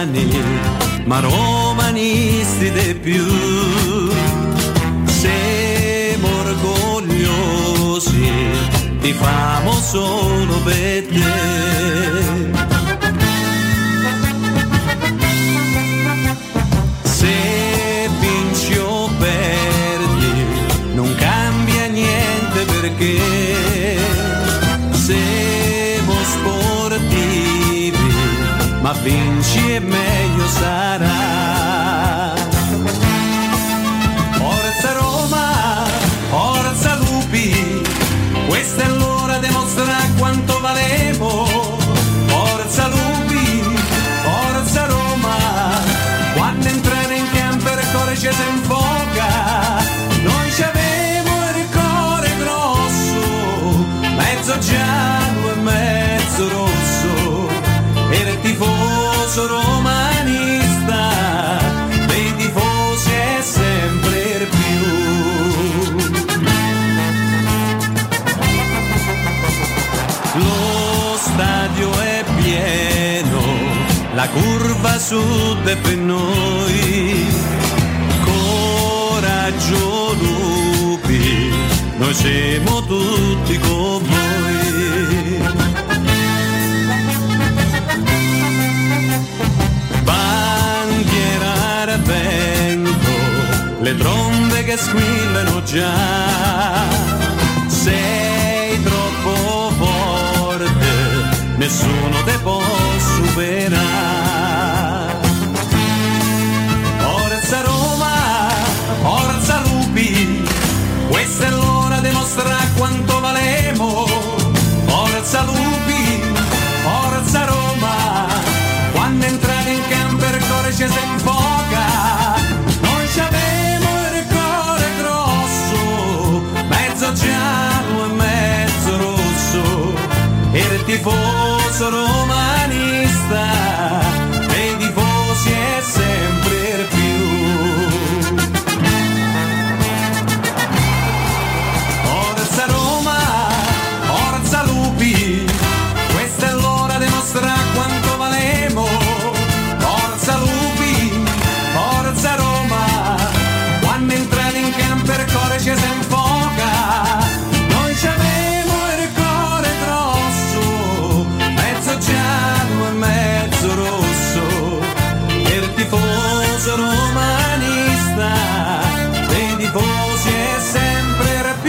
romani, ma romanisti di più. Siamo orgogliosi, ti famo solo per te. Se vinci o perdi, non cambia niente perché siamo sportivi, ma vinci e meglio sarà. Forza Roma, forza Lupi, questa è l'ora di mostrare quanto valemo. Forza Lupi, forza Roma, quando entrare in campo il cuore ci si infoca. Noi ci avevo il cuore grosso, mezzo giallo e mezzo rosso, era il tifoso romanista, dei tifosi è sempre più. Lo stadio è pieno, la curva sud è per noi. Coraggio Lupi, noi siamo tutti con voi. Bandiera al vento, le trombe che squillano già. Sei troppo forte, nessuno te può superare. Forza Roma, forza Lupi, questa è l'ora di mostrare quanto valemo. Forza Lupi, forza Roma, quando entrate in campo il cuore ci si infoca. Noi ci avevo il cuore grosso, mezzo giallo e mezzo rosso, era il tifoso romanista, dei tifosi è sempre più. Forza Roma, forza Lupi, questa è l'ora di mostrare quanto valemo. Forza Lupi, forza Roma, quando entrate in campo il cuore ci si infoca. Noi ci avevo il cuore grosso, mezzo giallo e mezzo rosso, il tifoso romanista, dei tifosi è sempre più.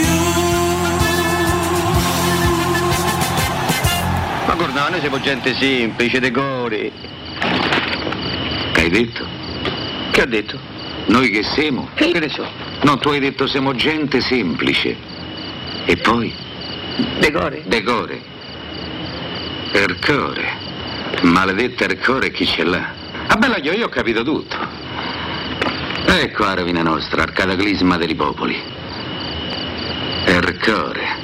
Ma guarda, noi siamo gente semplice, decori. Che hai detto? Che ho detto? Noi che siamo? Che ne so? No, tu hai detto siamo gente semplice. E poi? Decore. Decore. Ercore. Maledetta Ercore, chi ce l'ha? Ah bella, io ho capito tutto. Ecco la rovina nostra, al cataclisma dei popoli. Ercore.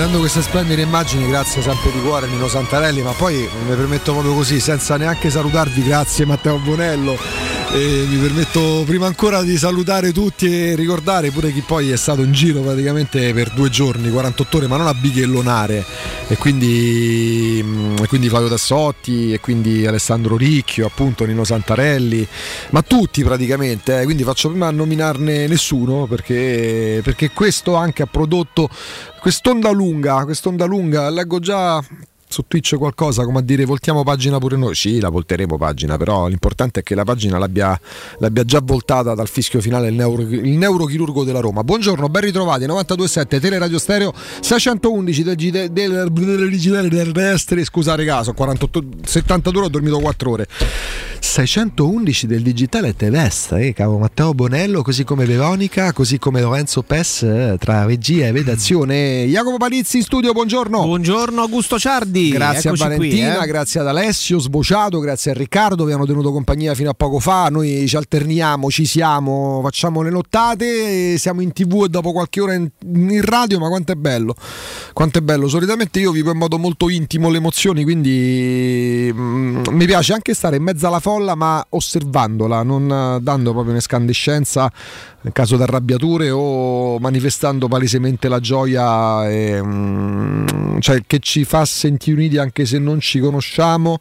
vedendo queste splendide immagini, grazie sempre di cuore Nino Santarelli, ma poi mi permetto proprio così, senza neanche salutarvi, grazie Matteo Bonello, e mi permetto prima ancora di salutare tutti e ricordare pure chi poi è stato in giro praticamente per 2 giorni, 48 ore, ma non a bighellonare, e quindi Flavio Tassotti, e quindi Alessandro Ricchio, appunto Nino Santarelli, ma tutti praticamente, quindi faccio prima a nominarne nessuno perché questo anche ha prodotto quest'onda lunga, leggo già su Twitch qualcosa come a dire voltiamo pagina pure noi. Sì, la volteremo pagina, però l'importante è che la pagina l'abbia già voltata dal fischio finale il neurochirurgo della Roma. Buongiorno, ben ritrovati, 92.7 Teleradio Stereo, 611 del terrestre. Scusa regà, sono 72 ore, ho dormito 4 ore. 611 del digitale terrestre, caro Matteo Bonello, così come Veronica, così come Lorenzo Pes, tra regia e redazione. Jacopo Palizzi in studio, buongiorno. Buongiorno Augusto Ciardi. Grazie a Valentina, qui, grazie ad Alessio Sbociato, grazie a Riccardo, vi hanno tenuto compagnia fino a poco fa. Noi ci alterniamo, ci siamo, facciamo le nottate, siamo in TV e dopo qualche ora in radio, ma quanto è bello. Solitamente io vivo in modo molto intimo le emozioni, quindi mi piace anche stare in mezzo alla folla, ma osservandola, non dando proprio un'escandescenza nel caso di arrabbiature o manifestando palesemente la gioia, cioè che ci fa sentire uniti anche se non ci conosciamo.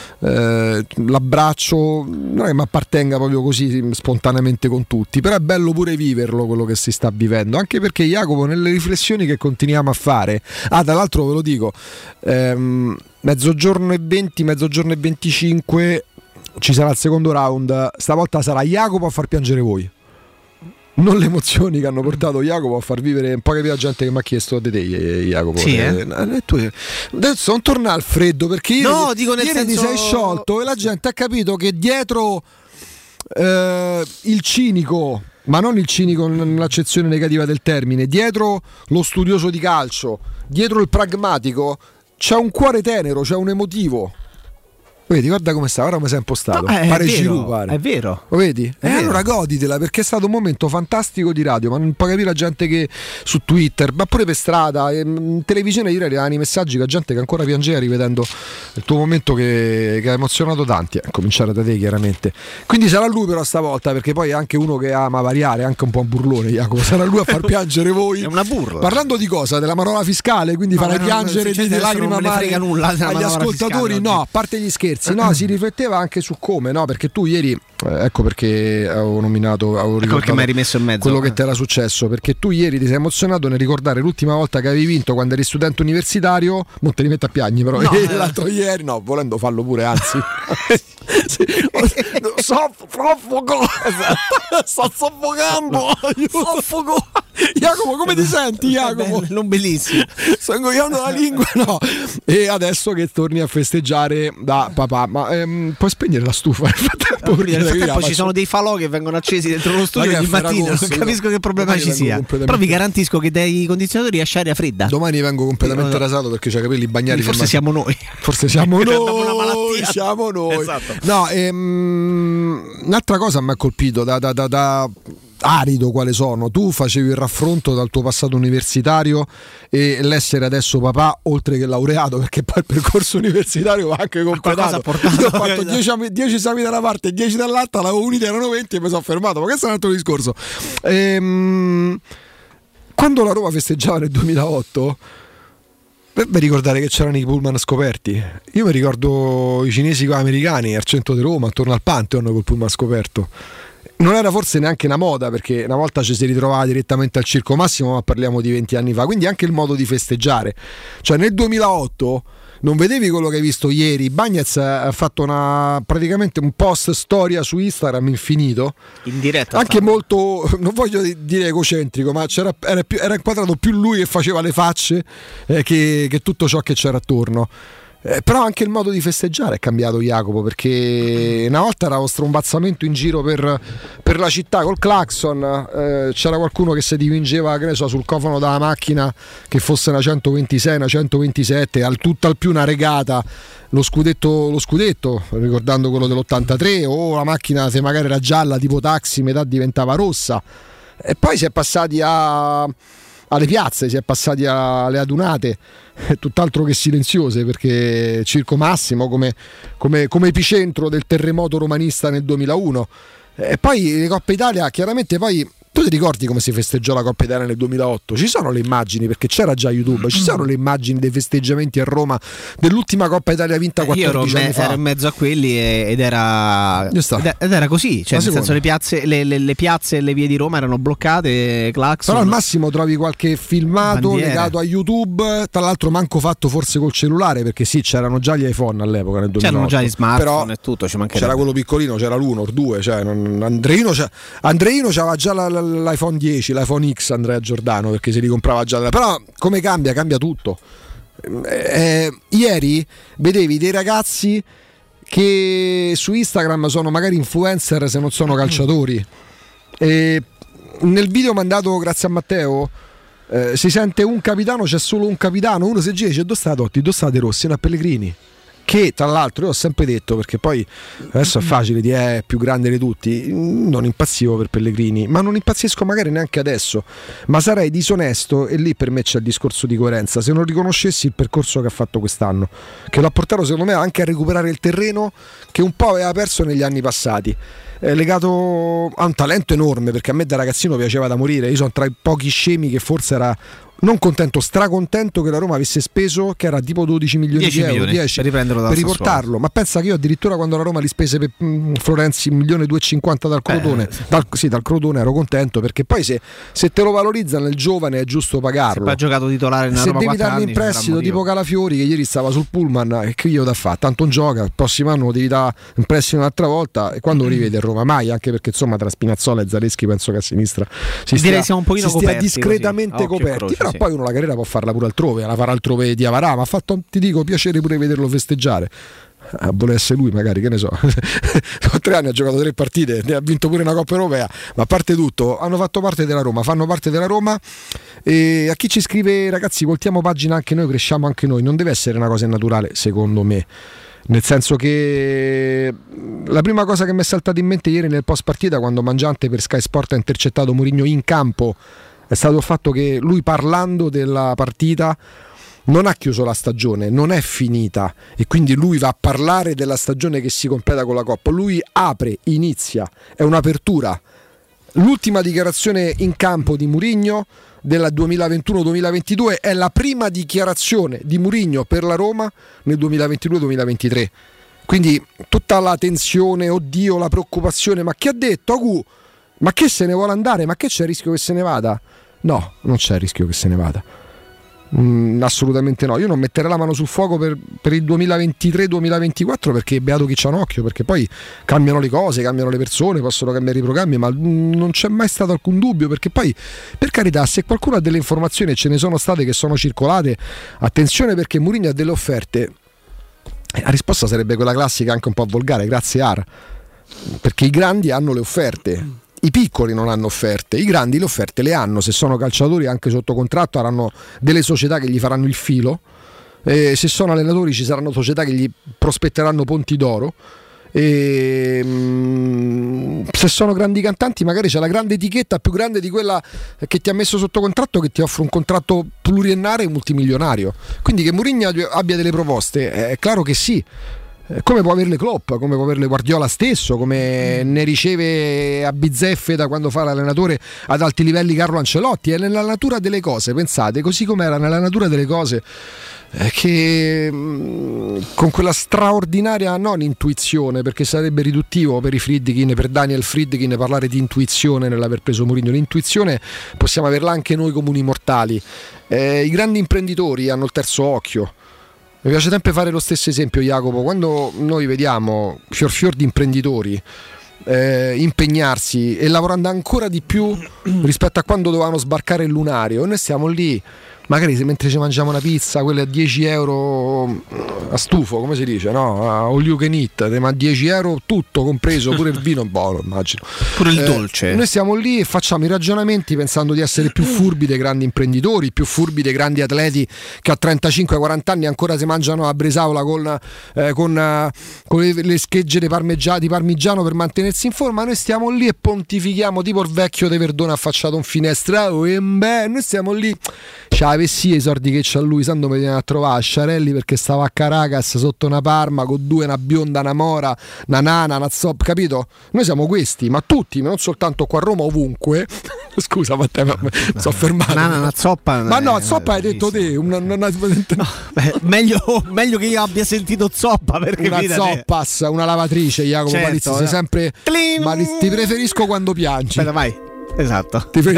L'abbraccio non è che mi appartenga proprio così spontaneamente con tutti, però è bello pure viverlo quello che si sta vivendo, anche perché Jacopo, nelle riflessioni che continuiamo a fare, tra l'altro ve lo dico, mezzogiorno e 20, mezzogiorno e 25 ci sarà il secondo round, stavolta sarà Jacopo a far piangere voi, non le emozioni che hanno portato Jacopo a far vivere. Un po' capire la gente che mi ha chiesto di te, Jacopo. Sì, tu, adesso non torna al freddo, perché ieri senso... ti sei sciolto e la gente ha capito che dietro il cinico, ma non il cinico nell'accezione negativa del termine, dietro lo studioso di calcio, dietro il pragmatico, c'è un cuore tenero, c'è un emotivo. Vedi, guarda come sta, ora come sei impostato. Pare Giroud, pare. È vero. Lo vedi? Vero. Allora goditela, perché è stato un momento fantastico di radio, ma non può capire la gente che su Twitter, ma pure per strada, in televisione ieri arrivavano i messaggi che la gente che ancora piangeva rivedendo il tuo momento che ha emozionato tanti, a cominciare da te chiaramente. Quindi sarà lui però stavolta, perché poi è anche uno che ama variare, anche un po' un burlone, Jacopo, sarà lui a far piangere voi. È una burla. Parlando di cosa? Della manovra fiscale, quindi farai piangere delle lacrime amare agli ascoltatori? Fiscale, no, a parte gli scherzi. No, si rifletteva anche su come, no? Perché tu ieri, ecco perché avevo perché mi hai rimesso in mezzo quello che ti era successo, perché tu ieri ti sei emozionato nel ricordare l'ultima volta che avevi vinto quando eri studente universitario. Non te li metto a piagni, però l'altro ieri, no, volendo fallo pure, anzi. Soffoco. Sto soffocando. Soffoco. Jacopo, come ti senti, Jacopo? Non bellissimo. Sto ingoiando la lingua, no. E adesso che torni a festeggiare da papà, ma puoi spegnere la stufa nel frattempo? Nel frattempo ci sono dei falò che vengono accesi dentro lo studio ogni mattina. Non capisco che problema ci sia. Però vi garantisco che dai condizionatori esce aria fredda. Domani vengo completamente rasato perché c'ho i capelli bagnati. Forse siamo noi. Siamo una malattia. Siamo noi. Esatto. No, un'altra cosa mi ha colpito da arido quale sono. Tu facevi il raffronto dal tuo passato universitario e l'essere adesso papà, oltre che laureato, perché poi il percorso universitario va anche completato. Io ho fatto 10 esami da una parte e 10 dall'altra, l'avevo unita, erano 20 e mi sono fermato, ma questo è un altro discorso. Quando la Roma festeggiava nel 2008, per ricordare che c'erano i pullman scoperti, io mi ricordo i cinesi americani al centro di Roma, attorno al Pantheon, col pullman scoperto. Non era forse neanche una moda, perché una volta ci si ritrovava direttamente al Circo Massimo, ma parliamo di 20 anni fa, quindi anche il modo di festeggiare. Cioè nel 2008 non vedevi quello che hai visto ieri. Bagnez ha fatto praticamente un post storia su Instagram infinito, in diretta, anche molto, non voglio dire egocentrico, ma era inquadrato più lui che faceva le facce che tutto ciò che c'era attorno. Però anche il modo di festeggiare è cambiato, Jacopo, perché una volta era lo strombazzamento in giro per la città col clacson, c'era qualcuno che si dipingeva, che ne so, sul cofano della macchina che fosse una 126, una 127, tutt'al più una regata, lo scudetto, ricordando quello dell'83, o la macchina se magari era gialla tipo taxi, metà diventava rossa. E poi si è passati a alle piazze, si è passati alle adunate, tutt'altro che silenziose, perché Circo Massimo come epicentro del terremoto romanista nel 2001. E poi le Coppe Italia, chiaramente poi tu ti ricordi come si festeggiò la Coppa Italia nel 2008? Ci sono le immagini, perché c'era già YouTube, ci sono le immagini dei festeggiamenti a Roma dell'ultima Coppa Italia vinta 14 anni fa. Io ero in mezzo a quelli ed era così, cioè nel senso le piazze e le vie di Roma erano bloccate, clacson. Però al massimo trovi qualche filmato legato a YouTube, tra l'altro manco fatto forse col cellulare, perché sì, c'erano già gli iPhone all'epoca nel 2008. C'erano già gli smartphone e tutto, ci mancherebbe. C'era quello piccolino, c'era l'1 o 2, cioè Andreino c'aveva già l'iPhone 10, l'iPhone X, Andrea Giordano, perché se li comprava già. Però come cambia tutto. Ieri vedevi dei ragazzi che su Instagram sono magari influencer se non sono calciatori, e nel video mandato grazie a Matteo si sente un capitano, c'è solo un capitano, uno si gira e dice dove sta Totti, dove sta De Rossi, a Pellegrini, che tra l'altro io ho sempre detto, perché poi adesso è facile di più grande di tutti, non impazzivo per Pellegrini, ma non impazzisco magari neanche adesso, ma sarei disonesto, e lì per me c'è il discorso di coerenza, se non riconoscessi il percorso che ha fatto quest'anno, che l'ha portato secondo me anche a recuperare il terreno che un po' aveva perso negli anni passati, legato a un talento enorme, perché a me da ragazzino piaceva da morire, io sono tra i pochi scemi che forse era non contento, stracontento che la Roma avesse speso, che era tipo 12 milioni di euro, 10 per riportarlo. Ma pensa che io addirittura quando la Roma li spese per Florenzi 1.250.000 dal Crotone, dal Crotone ero contento, perché poi se te lo valorizzano il giovane è giusto pagarlo. Se ha giocato titolare nella Roma 4 anni, se devi darne in prestito tipo Calafiori, che ieri stava sul pullman, e che io da fa, tanto non gioca, il prossimo anno lo devi dare in prestito un'altra volta, e quando lo rivede a Roma mai, anche perché insomma tra Spinazzola e Zaleschi penso che a sinistra direi siamo un pochino coperti, discretamente coperti, croce, però poi uno la carriera può farla pure altrove, la farà altrove di Avarà, ma ha fatto, ti dico, piacere pure vederlo festeggiare. Vuole essere lui magari, che ne so. 3 anni ha giocato 3 partite, ne ha vinto pure una Coppa Europea, ma a parte tutto hanno fatto parte della Roma, fanno parte della Roma. E a chi ci scrive, ragazzi, voltiamo pagina anche noi, cresciamo anche noi, non deve essere una cosa naturale secondo me, nel senso che la prima cosa che mi è saltata in mente ieri nel post partita, quando Mangiante per Sky Sport ha intercettato Mourinho in campo, è stato il fatto che lui, parlando della partita, non ha chiuso la stagione, non è finita, e quindi lui va a parlare della stagione che si completa con la Coppa, lui apre, inizia, è un'apertura. L'ultima dichiarazione in campo di Mourinho della 2021-2022 è la prima dichiarazione di Mourinho per la Roma nel 2022-2023, quindi tutta la tensione, oddio, la preoccupazione, ma che ha detto Agu? Ma che se ne vuole andare? Ma che c'è il rischio che se ne vada? No, non c'è il rischio che se ne vada. Assolutamente no. Io non metterei la mano sul fuoco per il 2023-2024, perché beato chi c'ha un occhio, perché poi cambiano le cose, cambiano le persone, possono cambiare i programmi, ma non c'è mai stato alcun dubbio, perché poi, per carità, se qualcuno ha delle informazioni, e ce ne sono state che sono circolate, attenzione, perché Mourinho ha delle offerte. La risposta sarebbe quella classica, anche un po' volgare, grazie Ar, perché i grandi hanno le offerte, i piccoli non hanno offerte, i grandi le offerte le hanno, se sono calciatori anche sotto contratto avranno delle società che gli faranno il filo, se sono allenatori ci saranno società che gli prospetteranno ponti d'oro, se sono grandi cantanti magari c'è la grande etichetta più grande di quella che ti ha messo sotto contratto, che ti offre un contratto pluriennale multimilionario. Quindi che Mourinho abbia delle proposte è chiaro che sì, come può averle Klopp, come può averle Guardiola stesso, come ne riceve a bizzeffe da quando fa l'allenatore ad alti livelli Carlo Ancelotti. È nella natura delle cose, pensate, così come era nella natura delle cose che con quella straordinaria, non intuizione, perché sarebbe riduttivo per i Friedkin, per Daniel Friedkin parlare di intuizione nell'aver preso Mourinho. L'intuizione possiamo averla anche noi comuni mortali, i grandi imprenditori hanno il terzo occhio. Mi piace sempre fare lo stesso esempio, Jacopo, quando noi vediamo fior di imprenditori impegnarsi e lavorando ancora di più rispetto a quando dovevano sbarcare il lunario, noi stiamo lì magari se mentre ci mangiamo una pizza, quelle a 10 euro a stufo, come si dice, no? All you can eat, ma a 10 euro tutto compreso, pure il vino buono, immagino. Pure il dolce. Noi stiamo lì e facciamo i ragionamenti pensando di essere più furbi dei grandi imprenditori, più furbi dei grandi atleti che a 35-40 anni ancora si mangiano a bresaola con le schegge di parmigiano per mantenersi in forma. Noi stiamo lì e pontifichiamo tipo il vecchio De Verdone affacciato in finestra. Noi stiamo lì, avessi i soldi che c'ha lui, sanno mi viene a trovare a Sciarelli perché stava a Caracas sotto una Parma con due, una bionda, una mora, una nana, una zoppa, capito? Noi siamo questi, ma tutti, non soltanto qua a Roma, ovunque. Scusa, ma te mi sono fermato. Una zoppa. Ma no, zoppa hai detto te. Meglio che io abbia sentito zoppa, perché una zoppas, una lavatrice, Jacopo, certo, Palizzi, sei sempre. Ma ti preferisco quando piangi. Aspetta, vai. Esatto. Ti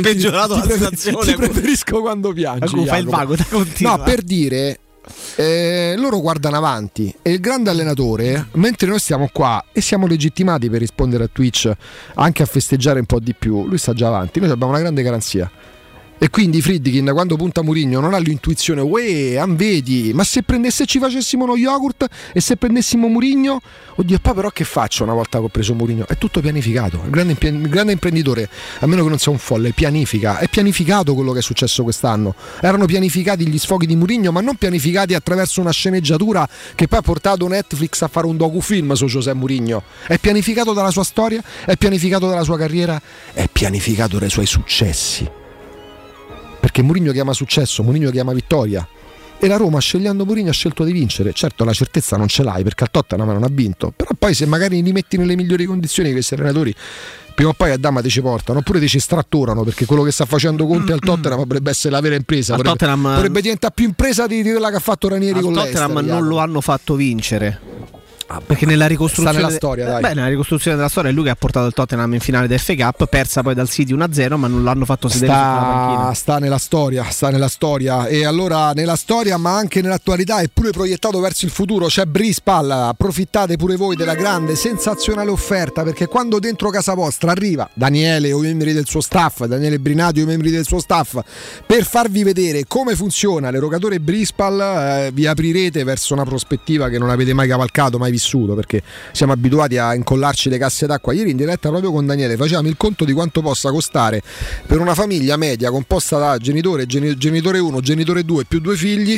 preferisco quando piangi. Fai il vago, continua. No, per dire, loro guardano avanti e il grande allenatore, mentre noi stiamo qua e siamo legittimati per rispondere a Twitch, anche a festeggiare un po' di più, lui sta già avanti. Noi abbiamo una grande garanzia. E quindi Friedkin, quando punta Mourinho, non ha l'intuizione, vedi, ma se ci facessimo uno yogurt e se prendessimo Mourinho, oddio, poi però che faccio una volta che ho preso Mourinho? È tutto pianificato. Il grande imprenditore, a meno che non sia un folle, pianifica. È pianificato quello che è successo quest'anno. Erano pianificati gli sfoghi di Mourinho, ma non pianificati attraverso una sceneggiatura che poi ha portato Netflix a fare un docufilm su José Mourinho. È pianificato dalla sua storia, è pianificato dalla sua carriera, è pianificato dai suoi successi. Perché Mourinho chiama successo, Mourinho chiama vittoria. E la Roma, scegliendo Mourinho, ha scelto di vincere. Certo, la certezza non ce l'hai perché al Tottenham non ha vinto. Però poi se magari li metti nelle migliori condizioni, questi allenatori prima o poi a Dama ti ci portano, oppure ti ci strattorano, perché quello che sta facendo Conte al Tottenham potrebbe essere la vera impresa. Potrebbe diventare più impresa di quella che ha fatto Ranieri con l'Leicester. Tottenham non lo hanno fatto vincere. Perché nella ricostruzione sta nella storia, dai. Nella ricostruzione della storia è lui che ha portato il Tottenham in finale del FA Cup, persa poi dal City 1-0, ma non l'hanno fatto sedere sulla panchina. Sta nella storia e allora nella storia, ma anche nell'attualità, è pure proiettato verso il futuro. C'è Brispal, approfittate pure voi della grande sensazionale offerta, perché quando dentro casa vostra arriva Daniele o i membri del suo staff, Daniele Brinati o i membri del suo staff, per farvi vedere come funziona l'erogatore Brispal, vi aprirete verso una prospettiva che non avete mai cavalcato, mai vissuto, perché siamo abituati a incollarci le casse d'acqua. Ieri in diretta proprio con Daniele facevamo il conto di quanto possa costare per una famiglia media composta da genitore 1, genitore 2 più 2 figli,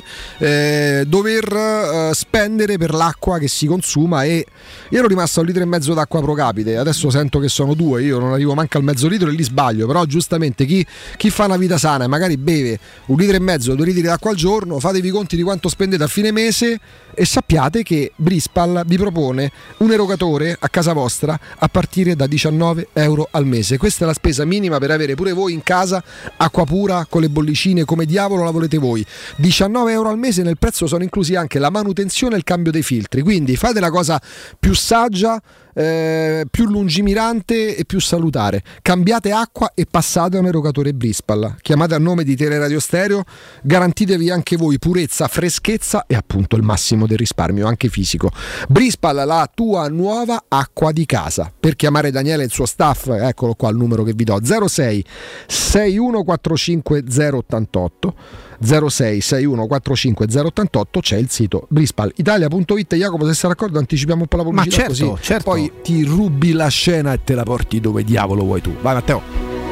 dover spendere per l'acqua che si consuma. E io ero rimasto a 1,5 litri d'acqua pro capite, adesso sento che sono 2, io non arrivo manco al mezzo litro e lì sbaglio. Però giustamente chi fa una vita sana e magari beve 1,5 litri, 2 litri d'acqua al giorno, fatevi i conti di quanto spendete a fine mese e sappiate che Brispal vi propone un erogatore a casa vostra a partire da 19 euro al mese. Questa è la spesa minima per avere pure voi in casa acqua pura con le bollicine come diavolo la volete voi. 19 euro al mese, nel prezzo sono inclusi anche la manutenzione e il cambio dei filtri. Quindi fate la cosa più saggia, più lungimirante e più salutare: cambiate acqua e passate a un erogatore Brispal. Chiamate a nome di Teleradio Stereo, garantitevi anche voi purezza, freschezza e appunto il massimo del risparmio anche fisico. Brispal, la tua nuova acqua di casa. Per chiamare Daniele e il suo staff, eccolo qua il numero che vi do: 06 6145 088 06 6145 088. C'è il sito brispalitalia.it. Jacopo, se sei d'accordo anticipiamo un po' la pubblicità, così poi ti rubi la scena e te la porti dove diavolo vuoi tu. Vai Matteo.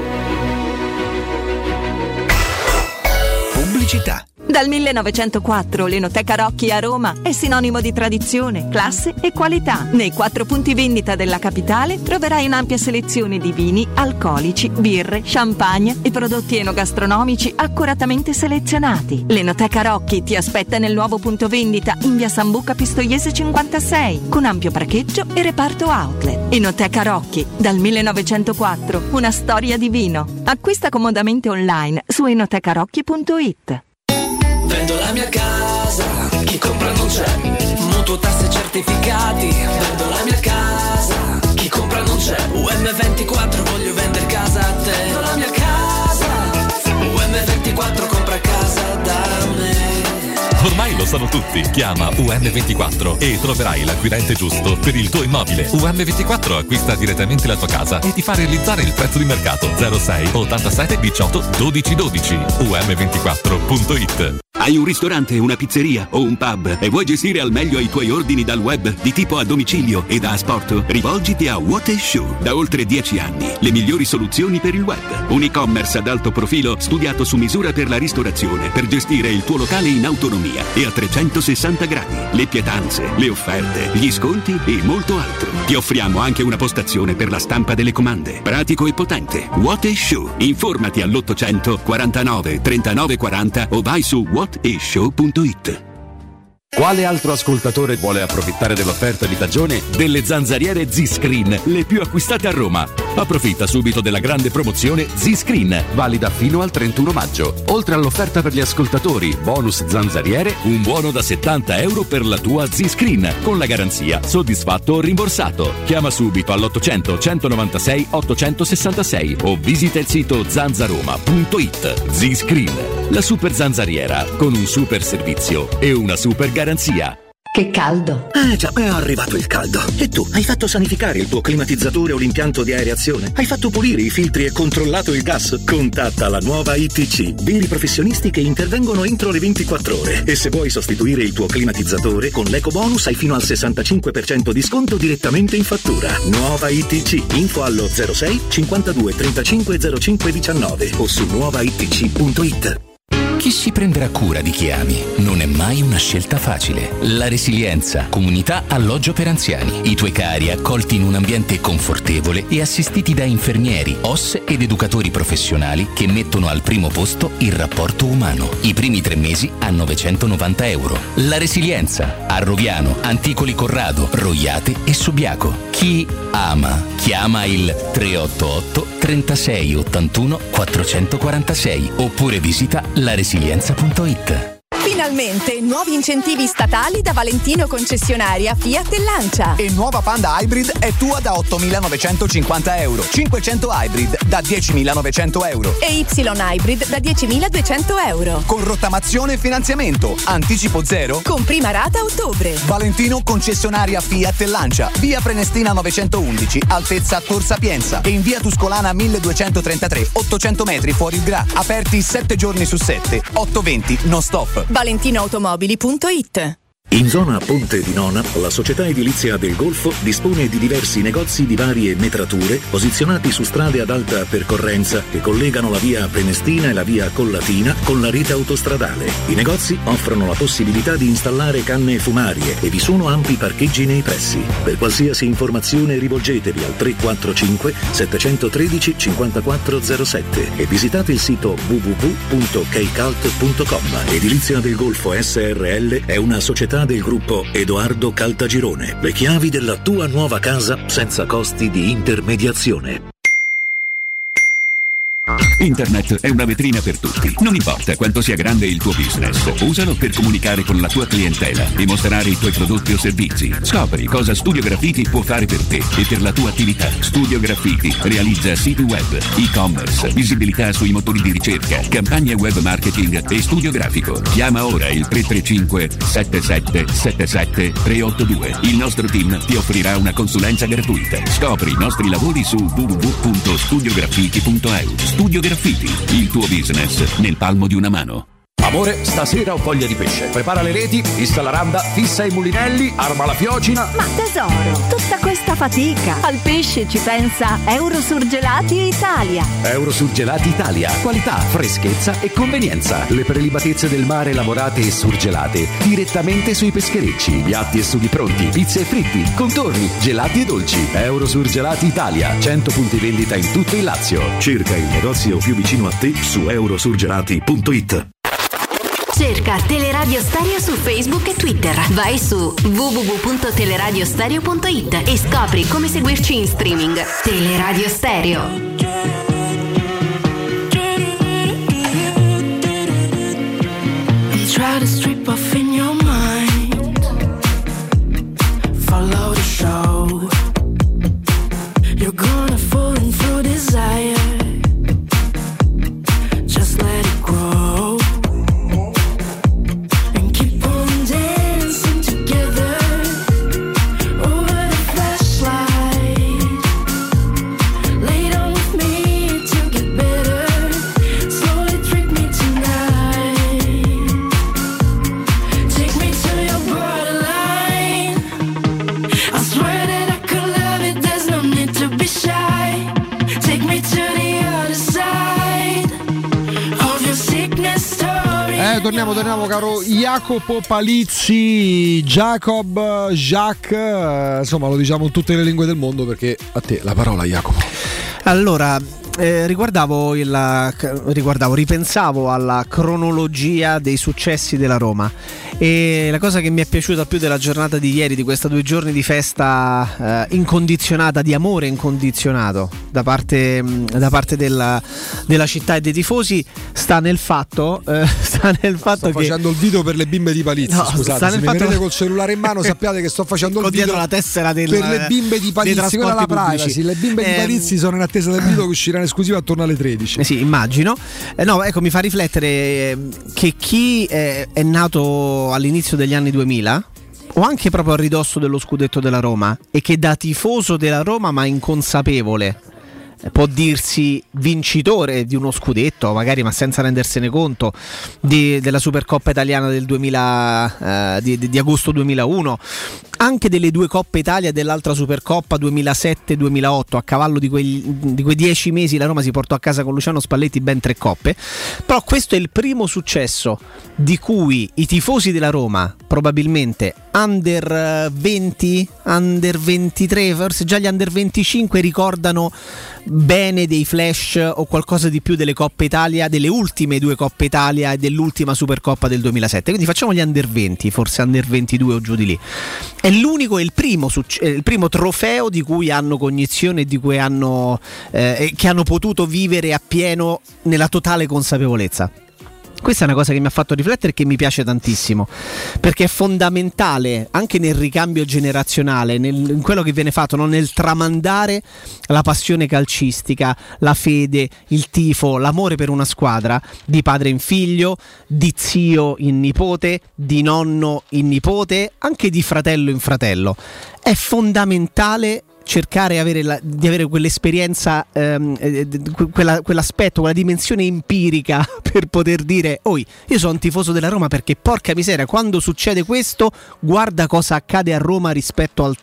Pubblicità. Dal 1904 l'Enoteca Rocchi a Roma è sinonimo di tradizione, classe e qualità. Nei 4 punti vendita della capitale troverai un'ampia selezione di vini, alcolici, birre, champagne e prodotti enogastronomici accuratamente selezionati. L'Enoteca Rocchi ti aspetta nel nuovo punto vendita in via Sambuca Pistoiese 56, con ampio parcheggio e reparto outlet. Enoteca Rocchi, dal 1904, una storia di vino. Acquista comodamente online su enotecarocchi.it. Vendo la mia casa, chi compra non c'è. Mutuo, tasse, certificati. Vendo la mia casa, chi compra non c'è. UM24, voglio vendere casa a te. Vendo la mia casa, UM24, compra casa da me. Ormai lo conoscono tutti. Chiama UM24 e troverai l'acquirente giusto per il tuo immobile. UM24 acquista direttamente la tua casa e ti fa realizzare il prezzo di mercato. 06 87 18 12 12. UM24.it. Hai un ristorante, una pizzeria o un pub e vuoi gestire al meglio i tuoi ordini dal web di tipo a domicilio e da asporto? Rivolgiti a What is Shoe. Da oltre 10 anni, le migliori soluzioni per il web. Un e-commerce ad alto profilo studiato su misura per la ristorazione, per gestire il tuo locale in autonomia e a 360 gradi. Le pietanze, le offerte, gli sconti e molto altro. Ti offriamo anche una postazione per la stampa delle comande. Pratico e potente. What is Shoe. Informati all'800 49 39 40 o vai su whatishow.it. Quale altro ascoltatore vuole approfittare dell'offerta di stagione delle zanzariere Z-Screen, le più acquistate a Roma? Approfitta subito della grande promozione Z-Screen, valida fino al 31 maggio. Oltre all'offerta per gli ascoltatori, bonus zanzariere, un buono da €70 per la tua Z-Screen, con la garanzia soddisfatto o rimborsato. Chiama subito all'800 196 866 o visita il sito zanzaroma.it. Z-Screen, la super zanzariera, con un super servizio e una super garanzia. Che caldo! Già, è arrivato il caldo. E tu, hai fatto sanificare il tuo climatizzatore o l'impianto di areazione? Hai fatto pulire i filtri e controllato il gas? Contatta la nuova ITC, veri professionisti che intervengono entro le 24 ore. E se vuoi sostituire il tuo climatizzatore, con l'EcoBonus hai fino al 65% di sconto direttamente in fattura. Nuova ITC, info allo 06 52 35 05 19 o su nuovaitc.it. Chi si prenderà cura di chi ami? Non è mai una scelta facile. La Resilienza, comunità alloggio per anziani. I tuoi cari accolti in un ambiente confortevole e assistiti da infermieri, OSS ed educatori professionali che mettono al primo posto il rapporto umano. I primi 3 mesi a €990. La Resilienza, a Roviano, Anticoli Corrado, Roiate e Subiaco. Chi ama, chiama il 388 36 81 446 oppure visita laresilienza.it. Finalmente nuovi incentivi statali da Valentino concessionaria Fiat e Lancia. E nuova Panda Hybrid è tua da €8.950, 500 Hybrid da €10.900 e Y Hybrid da €10.200. con rottamazione e finanziamento, anticipo zero con prima rata a ottobre. Valentino concessionaria Fiat e Lancia, via Prenestina 911, altezza Tor Sapienza, e in via Tuscolana 1233, 800 metri fuori il Gra. Aperti 7 giorni su 7, 8/20 non stop. ValentinoAutomobili.it. In zona Ponte di Nona, la società edilizia del Golfo dispone di diversi negozi di varie metrature posizionati su strade ad alta percorrenza che collegano la via Prenestina e la via Collatina con la rete autostradale. I negozi offrono la possibilità di installare canne fumarie e vi sono ampi parcheggi nei pressi. Per qualsiasi informazione rivolgetevi al 345 713 5407 e visitate il sito www.keicalt.com. Edilizia del Golfo SRL è una società del gruppo Edoardo Caltagirone. Le chiavi della tua nuova casa senza costi di intermediazione. Internet è una vetrina per tutti. Non importa quanto sia grande il tuo business, usalo per comunicare con la tua clientela e mostrare i tuoi prodotti o servizi. Scopri cosa Studio Graffiti può fare per te e per la tua attività. Studio Graffiti realizza siti web, e-commerce, visibilità sui motori di ricerca, campagne web marketing e studio grafico. Chiama ora il 335 77 77 382. Il nostro team ti offrirà una consulenza gratuita. Scopri i nostri lavori su www.studiograffiti.eu. Studio Graffiti, il tuo business nel palmo di una mano. Amore, stasera ho voglia di pesce. Prepara le reti, fissa la randa, fissa i mulinelli, arma la fiocina. Ma tesoro, tutta questa fatica. Al pesce ci pensa Eurosurgelati Italia. Eurosurgelati Italia. Qualità, freschezza e convenienza. Le prelibatezze del mare lavorate e surgelate direttamente sui pescherecci. Piatti e sughi pronti, pizze e fritti, contorni, gelati e dolci. Eurosurgelati Italia. 100 punti vendita in tutto il Lazio. Cerca il negozio più vicino a te su eurosurgelati.it. Cerca Teleradio Stereo su Facebook e Twitter. Vai su www.teleradiostereo.it e scopri come seguirci in streaming. Teleradio Stereo. Try to strip off in your mind. Follow the show. You're gonna fall into desire. Just let it grow. And keep on Torniamo caro Jacopo Palizzi, Jacques, insomma lo diciamo in tutte le lingue del mondo perché a te la parola, Jacopo. Allora, ripensavo alla cronologia dei successi della Roma e la cosa che mi è piaciuta più della giornata di ieri, di questa 2 giorni di festa incondizionata, di amore incondizionato da parte della città e dei tifosi, sta nel fatto che facendo il video per le bimbe di Palizzi, scusate, se mi vedete col cellulare in mano sappiate che sto facendo il video la tessera per le bimbe di Palizzi, quella è la privacy. Le bimbe di Palizzi sono in attesa del video che uscirà in esclusiva attorno alle 13. Sì, immagino. No, ecco, mi fa riflettere che chi è nato all'inizio degli anni 2000 o anche proprio a ridosso dello scudetto della Roma e che da tifoso della Roma ma inconsapevole può dirsi vincitore di uno scudetto magari, ma senza rendersene conto, della Supercoppa italiana del 2000, di agosto 2001, anche delle 2 Coppe Italia e dell'altra Supercoppa 2007-2008, a cavallo di quei 10 mesi la Roma si portò a casa con Luciano Spalletti ben 3 coppe. Però questo è il primo successo di cui i tifosi della Roma, probabilmente under 20, under 23, forse già gli under 25, ricordano bene dei flash o qualcosa di più delle Coppe Italia, delle ultime 2 Coppe Italia e dell'ultima Supercoppa del 2007. Quindi facciamo gli under 20, forse under 22 o giù di lì. È l'unico e il primo trofeo di cui hanno cognizione e di cui che hanno potuto vivere appieno nella totale consapevolezza. Questa è una cosa che mi ha fatto riflettere e che mi piace tantissimo, perché è fondamentale anche nel ricambio generazionale, in quello che viene fatto, non nel tramandare la passione calcistica, la fede, il tifo, l'amore per una squadra, di padre in figlio, di zio in nipote, di nonno in nipote, anche di fratello in fratello. È fondamentale cercare di avere quell'esperienza, quell'aspetto, quella dimensione empirica per poter dire: io sono un tifoso della Roma perché porca miseria, quando succede questo guarda cosa accade a Roma rispetto ad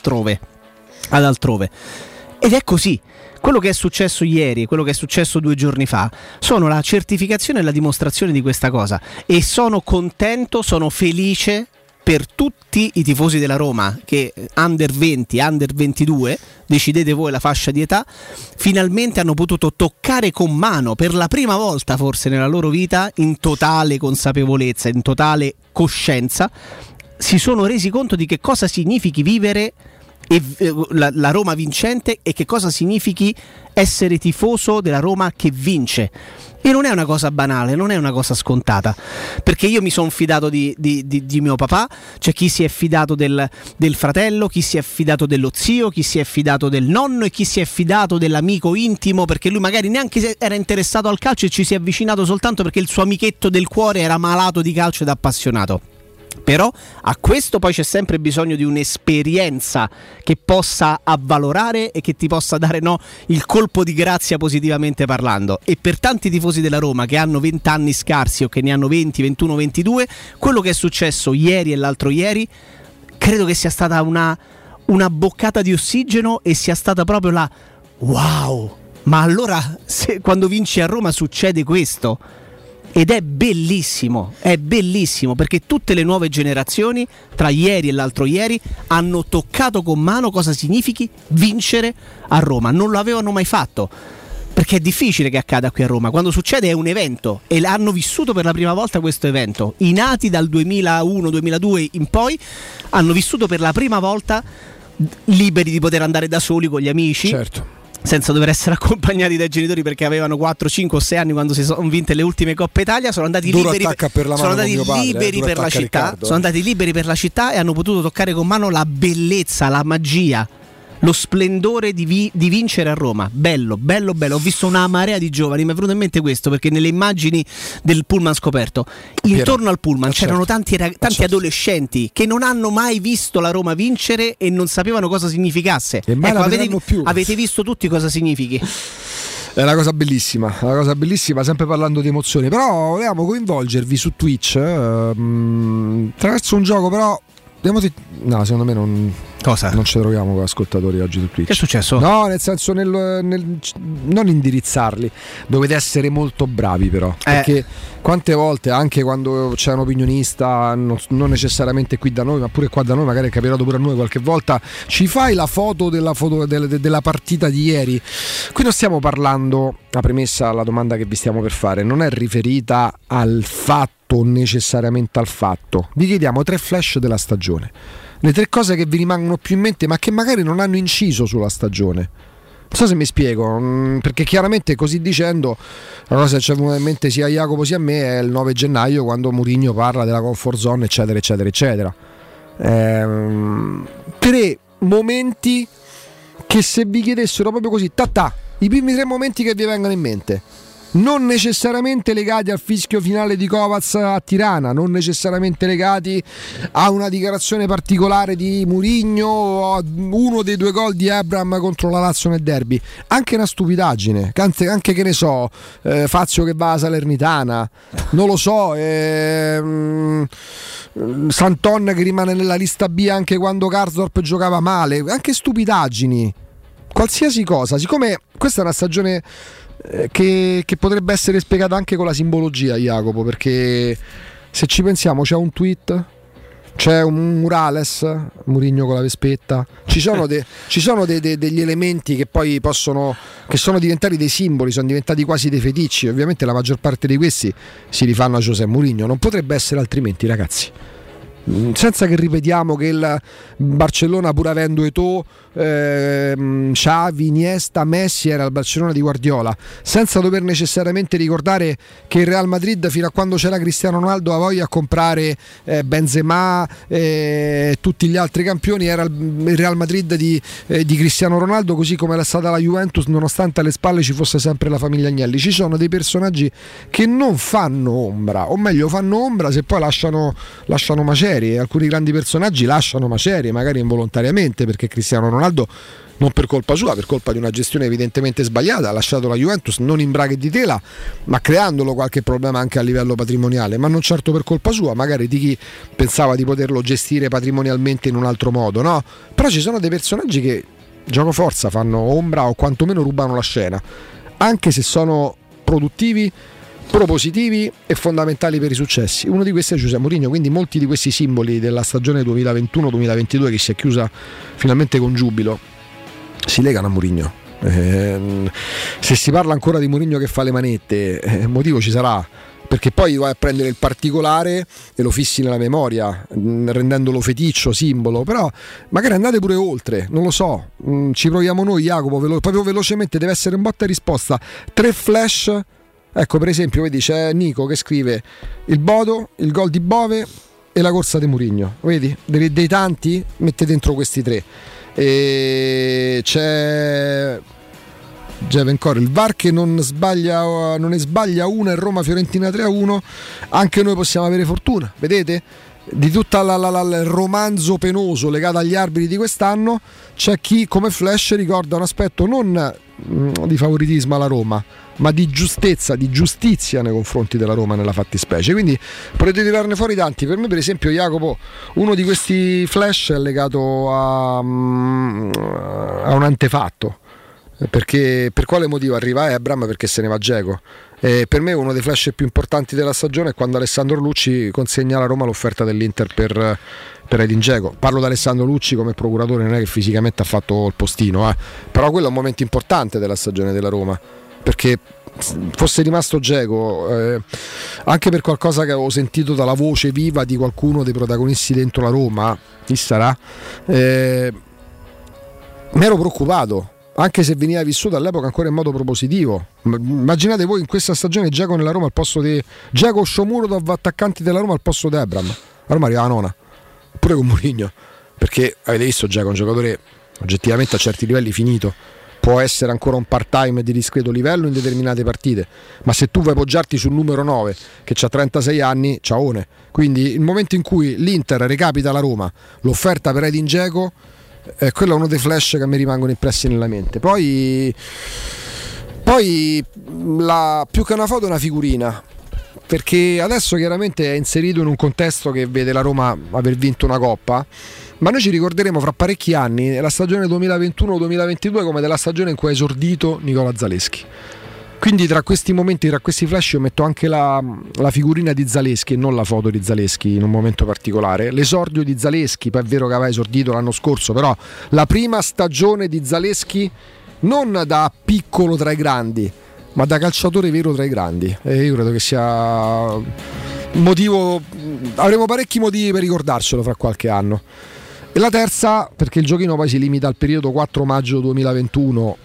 altrove. Ed è così. Quello che è successo ieri, quello che è successo 2 giorni fa, sono la certificazione e la dimostrazione di questa cosa, e sono contento, sono felice per tutti i tifosi della Roma che under 20, under 22, decidete voi la fascia di età, finalmente hanno potuto toccare con mano per la prima volta forse nella loro vita, in totale consapevolezza, in totale coscienza, si sono resi conto di che cosa significhi vivere la Roma vincente e che cosa significhi essere tifoso della Roma che vince. E non è una cosa banale, non è una cosa scontata, perché io mi sono fidato di mio papà, c'è chi si è fidato del fratello, chi si è fidato dello zio, chi si è fidato del nonno e chi si è fidato dell'amico intimo, perché lui magari neanche era interessato al calcio e ci si è avvicinato soltanto perché il suo amichetto del cuore era malato di calcio ed appassionato. Però a questo poi c'è sempre bisogno di un'esperienza che possa avvalorare e che ti possa dare il colpo di grazia positivamente parlando. E per tanti tifosi della Roma che hanno 20 anni scarsi o che ne hanno 20, 21, 22, quello che è successo ieri e l'altro ieri credo che sia stata una boccata di ossigeno e sia stata proprio la wow, ma allora quando vinci a Roma succede questo. Ed è bellissimo perché tutte le nuove generazioni tra ieri e l'altro ieri hanno toccato con mano cosa significhi vincere a Roma. Non lo avevano mai fatto, perché è difficile che accada qui a Roma. Quando succede è un evento e hanno vissuto per la prima volta questo evento. I nati dal 2001-2002 in poi hanno vissuto per la prima volta liberi di poter andare da soli con gli amici. Certo. Senza dover essere accompagnati dai genitori, perché avevano 4, 5 o 6 anni quando si sono vinte le ultime Coppe Italia. Sono andati liberi per la città. Sono andati liberi per la città e hanno potuto toccare con mano la bellezza, la magia, lo splendore di vincere a Roma. Bello. Ho visto una marea di giovani, mi è venuto in mente questo perché nelle immagini del pullman scoperto, intorno al pullman c'erano tanti adolescenti che non hanno mai visto la Roma vincere e non sapevano cosa significasse. E mai avete visto tutti cosa significhi? È una cosa bellissima, sempre parlando di emozioni. Però volevamo coinvolgervi su Twitch attraverso un gioco, però secondo me non Cosa? Non ci troviamo con ascoltatori oggi su Twitch. Che è successo? No, nel senso non indirizzarli. Dovete essere molto bravi però. Perché quante volte, anche quando c'è un opinionista, non necessariamente qui da noi, ma pure qua da noi, magari è capitato pure a noi qualche volta, ci fai la foto della partita di ieri. Qui non stiamo parlando, la premessa alla domanda che vi stiamo per fare, non è riferita al fatto, necessariamente al fatto. Vi chiediamo 3 flash della stagione. Le 3 cose che vi rimangono più in mente, ma che magari non hanno inciso sulla stagione. Non so se mi spiego, perché chiaramente così dicendo la cosa che ci è venuta in mente sia a Jacopo sia a me è il 9 gennaio quando Mourinho parla della comfort zone, eccetera eccetera eccetera. 3 momenti che, se vi chiedessero proprio così, i primi 3 momenti che vi vengono in mente, non necessariamente legati al fischio finale di Kovac a Tirana, non necessariamente legati a una dichiarazione particolare di Mourinho o a uno dei 2 gol di Abraham contro la Lazio nel derby, anche una stupidaggine, anche che ne so, Fazio che va a Salernitana, non lo so, Santon che rimane nella lista B anche quando Karsdorp giocava male, anche stupidaggini, qualsiasi cosa. Siccome questa è una stagione che potrebbe essere spiegata anche con la simbologia, Jacopo, perché se ci pensiamo c'è un tweet, c'è un murales, Mourinho con la vespetta, ci sono degli elementi che poi che sono diventati dei simboli, sono diventati quasi dei feticci. Ovviamente la maggior parte di questi si rifanno a José Mourinho, non potrebbe essere altrimenti, ragazzi. Senza che ripetiamo che il Barcellona, pur avendo Eto'o, Xavi, Iniesta, Messi, era il Barcellona di Guardiola, senza dover necessariamente ricordare che il Real Madrid, fino a quando c'era Cristiano Ronaldo, aveva voglia a comprare Benzema e tutti gli altri campioni, era il Real Madrid di Cristiano Ronaldo, così come era stata la Juventus, nonostante alle spalle ci fosse sempre la famiglia Agnelli. Ci sono dei personaggi che non fanno ombra, o meglio fanno ombra se poi lasciano macerie. Alcuni grandi personaggi lasciano macerie, magari involontariamente, perché Cristiano Ronaldo, non per colpa sua, per colpa di una gestione evidentemente sbagliata, ha lasciato la Juventus non in braghe di tela, ma creandolo qualche problema anche a livello patrimoniale, ma non certo per colpa sua, magari di chi pensava di poterlo gestire patrimonialmente in un altro modo, no? Però ci sono dei personaggi che gioco forza fanno ombra o quantomeno rubano la scena, anche se sono produttivi, propositivi e fondamentali per i successi. Uno di questi è José Mourinho, quindi molti di questi simboli della stagione 2021-2022, che si è chiusa finalmente con giubilo, si legano a Mourinho. Se si parla ancora di Mourinho che fa le manette, motivo ci sarà, perché poi vai a prendere il particolare e lo fissi nella memoria, rendendolo feticcio, simbolo. Però magari andate pure oltre, non lo so, ci proviamo noi, Jacopo, proprio velocemente, deve essere un botta e risposta. 3 flash. Ecco, per esempio, vedi, c'è Nico che scrive il Bodo, il gol di Bove e la corsa di Mourinho. Vedi, dei tanti mette dentro questi 3. E c'è Gevencor, il VAR che non ne sbaglia una, e Roma Fiorentina 3-1. Anche noi possiamo avere fortuna, vedete? Di tutto il romanzo penoso legato agli arbitri di quest'anno, c'è chi come flash ricorda un aspetto non di favoritismo alla Roma, ma di giustezza, di giustizia nei confronti della Roma nella fattispecie. Quindi potete tirarne fuori tanti. Per me, per esempio, Jacopo, uno di questi flash è legato a un antefatto. Perché per quale motivo arriva Abraham? Perché se ne va Dzeko. Per me uno dei flash più importanti della stagione è quando Alessandro Lucci consegna alla Roma l'offerta dell'Inter per Edin Dzeko. Parlo di Alessandro Lucci come procuratore, non è che fisicamente ha fatto il postino, però quello è un momento importante della stagione della Roma, perché fosse rimasto Dzeko, anche per qualcosa che avevo sentito dalla voce viva di qualcuno dei protagonisti dentro la Roma, chi sarà, mi ero preoccupato, anche se veniva vissuto all'epoca ancora in modo propositivo. Immaginate voi in questa stagione Dzeko nella Roma al posto di Dzeko, Shomurodov, attaccanti della Roma al posto di Abraham. La Roma arriva a nona, pure con Mourinho, perché avete visto Dzeko è un giocatore oggettivamente a certi livelli finito, può essere ancora un part-time di discreto livello in determinate partite, ma se tu vuoi poggiarti sul numero 9 che ha 36 anni, ciaone. Quindi il momento in cui l'Inter recapita la Roma, l'offerta per Edin Dzeko, quello è uno dei flash che mi rimangono impressi nella mente. Poi più che una foto è una figurina, perché adesso chiaramente è inserito in un contesto che vede la Roma aver vinto una Coppa, ma noi ci ricorderemo fra parecchi anni la stagione 2021-2022 come della stagione in cui ha esordito Nicola Zaleschi. Quindi tra questi momenti, tra questi flash, io metto anche la figurina di Zaleschi e non la foto di Zaleschi in un momento particolare. L'esordio di Zaleschi, poi è vero che aveva esordito l'anno scorso, però la prima stagione di Zaleschi non da piccolo tra i grandi, ma da calciatore vero tra i grandi. E io credo che sia un motivo, avremo parecchi motivi per ricordarcelo fra qualche anno. E la terza, perché il giochino poi si limita al periodo 4 maggio 2021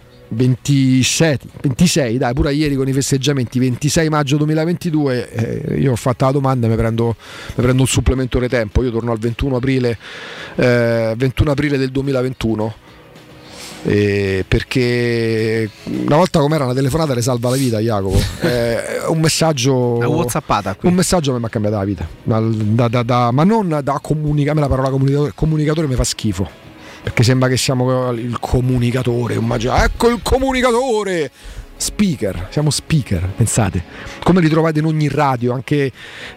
26, dai, pure ieri con i festeggiamenti, 26 maggio 2022, io ho fatto la domanda e mi prendo un supplementore tempo, io torno al 21 aprile del 2021, perché una volta com'era una telefonata le salva la vita, Jacopo. Un messaggio, una whatsappata qui. Un messaggio mi ha cambiato la vita, ma non da comunicare. A me la parola comunicatore mi fa schifo, perché sembra che siamo il comunicatore, ecco il comunicatore. Speaker, siamo speaker, pensate, come li trovate in ogni radio, anche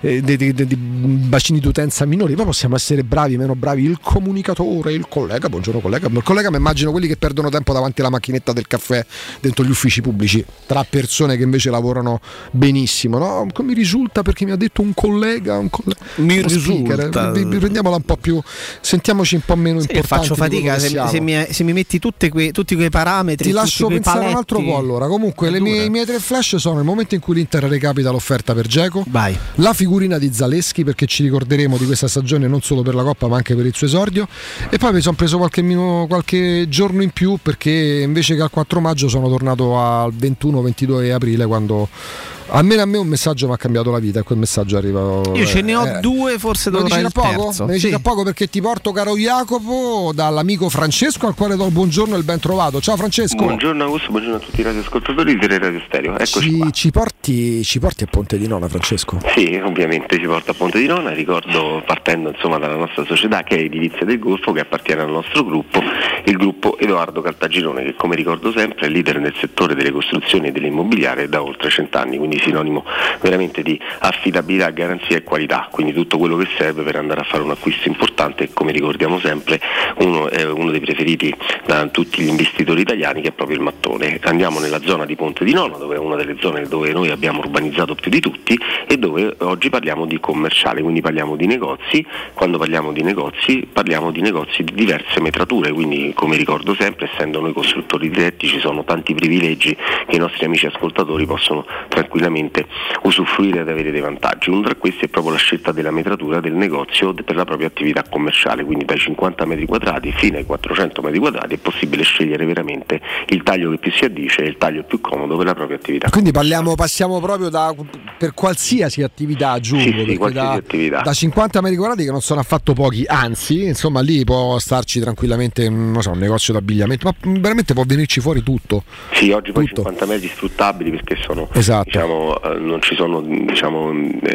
dei bacini d'utenza minori, poi possiamo essere bravi, meno bravi, il comunicatore, il collega, buongiorno collega, il collega mi immagino quelli che perdono tempo davanti alla macchinetta del caffè dentro gli uffici pubblici, tra persone che invece lavorano benissimo, no? Mi risulta perché mi ha detto un collega mi risulta. Speaker, prendiamola un po' più, sentiamoci un po' meno importanti. Faccio fatica se mi metti tutti quei parametri. Ti lascio pensare paletti. Un altro po' allora. Comunque i miei tre flash sono il momento in cui l'Inter recapita l'offerta per Dzeko, la figurina di Zaleschi, perché ci ricorderemo di questa stagione non solo per la Coppa ma anche per il suo esordio, e poi mi sono preso qualche giorno in più, perché invece che al 4 maggio sono tornato al 21-22 aprile, quando almeno a me un messaggio mi ha cambiato la vita, e quel messaggio arriva. Io ce ne ho due, forse dovrò il terzo. Me ne dici da poco, perché ti porto, caro Jacopo, dall'amico Francesco, al quale do il buongiorno e il ben trovato. Ciao Francesco. Buongiorno Augusto, buongiorno a tutti i radioascoltatori di Radio Stereo. Eccoci ci porti a Ponte di Nona, Francesco? Sì, ovviamente ci porto a Ponte di Nona, ricordo, partendo insomma dalla nostra società, che è Edilizia del Golfo, che appartiene al nostro gruppo, il gruppo Edoardo Caltagirone, che come ricordo sempre è leader nel settore delle costruzioni e dell'immobiliare da oltre 100 anni, quindi sinonimo veramente di affidabilità, garanzia e qualità, quindi tutto quello che serve per andare a fare un acquisto importante, e come ricordiamo sempre è uno dei preferiti da tutti gli investitori italiani, che è proprio il mattone. Andiamo nella zona di Ponte di Nona, dove è una delle zone dove noi abbiamo urbanizzato più di tutti e dove oggi parliamo di commerciale, quindi parliamo di negozi. Quando parliamo di negozi di diverse metrature, quindi come ricordo sempre, essendo noi costruttori diretti, ci sono tanti privilegi che i nostri amici ascoltatori possono tranquillamente usufruire ed avere dei vantaggi. Uno tra questi è proprio la scelta della metratura del negozio per la propria attività commerciale, quindi dai 50 metri quadrati fino ai 400 metri quadrati è possibile scegliere veramente il taglio che più si addice e il taglio più comodo per la propria attività. Quindi passiamo proprio per qualsiasi attività, aggiungo, sì, qualsiasi attività. Da 50 metri quadrati, che non sono affatto pochi, anzi, insomma, lì può starci tranquillamente, non so, un negozio d'abbigliamento, ma veramente può venirci fuori tutto. Sì, oggi poi 50 metri sfruttabili, perché sono, diciamo, non ci sono, diciamo,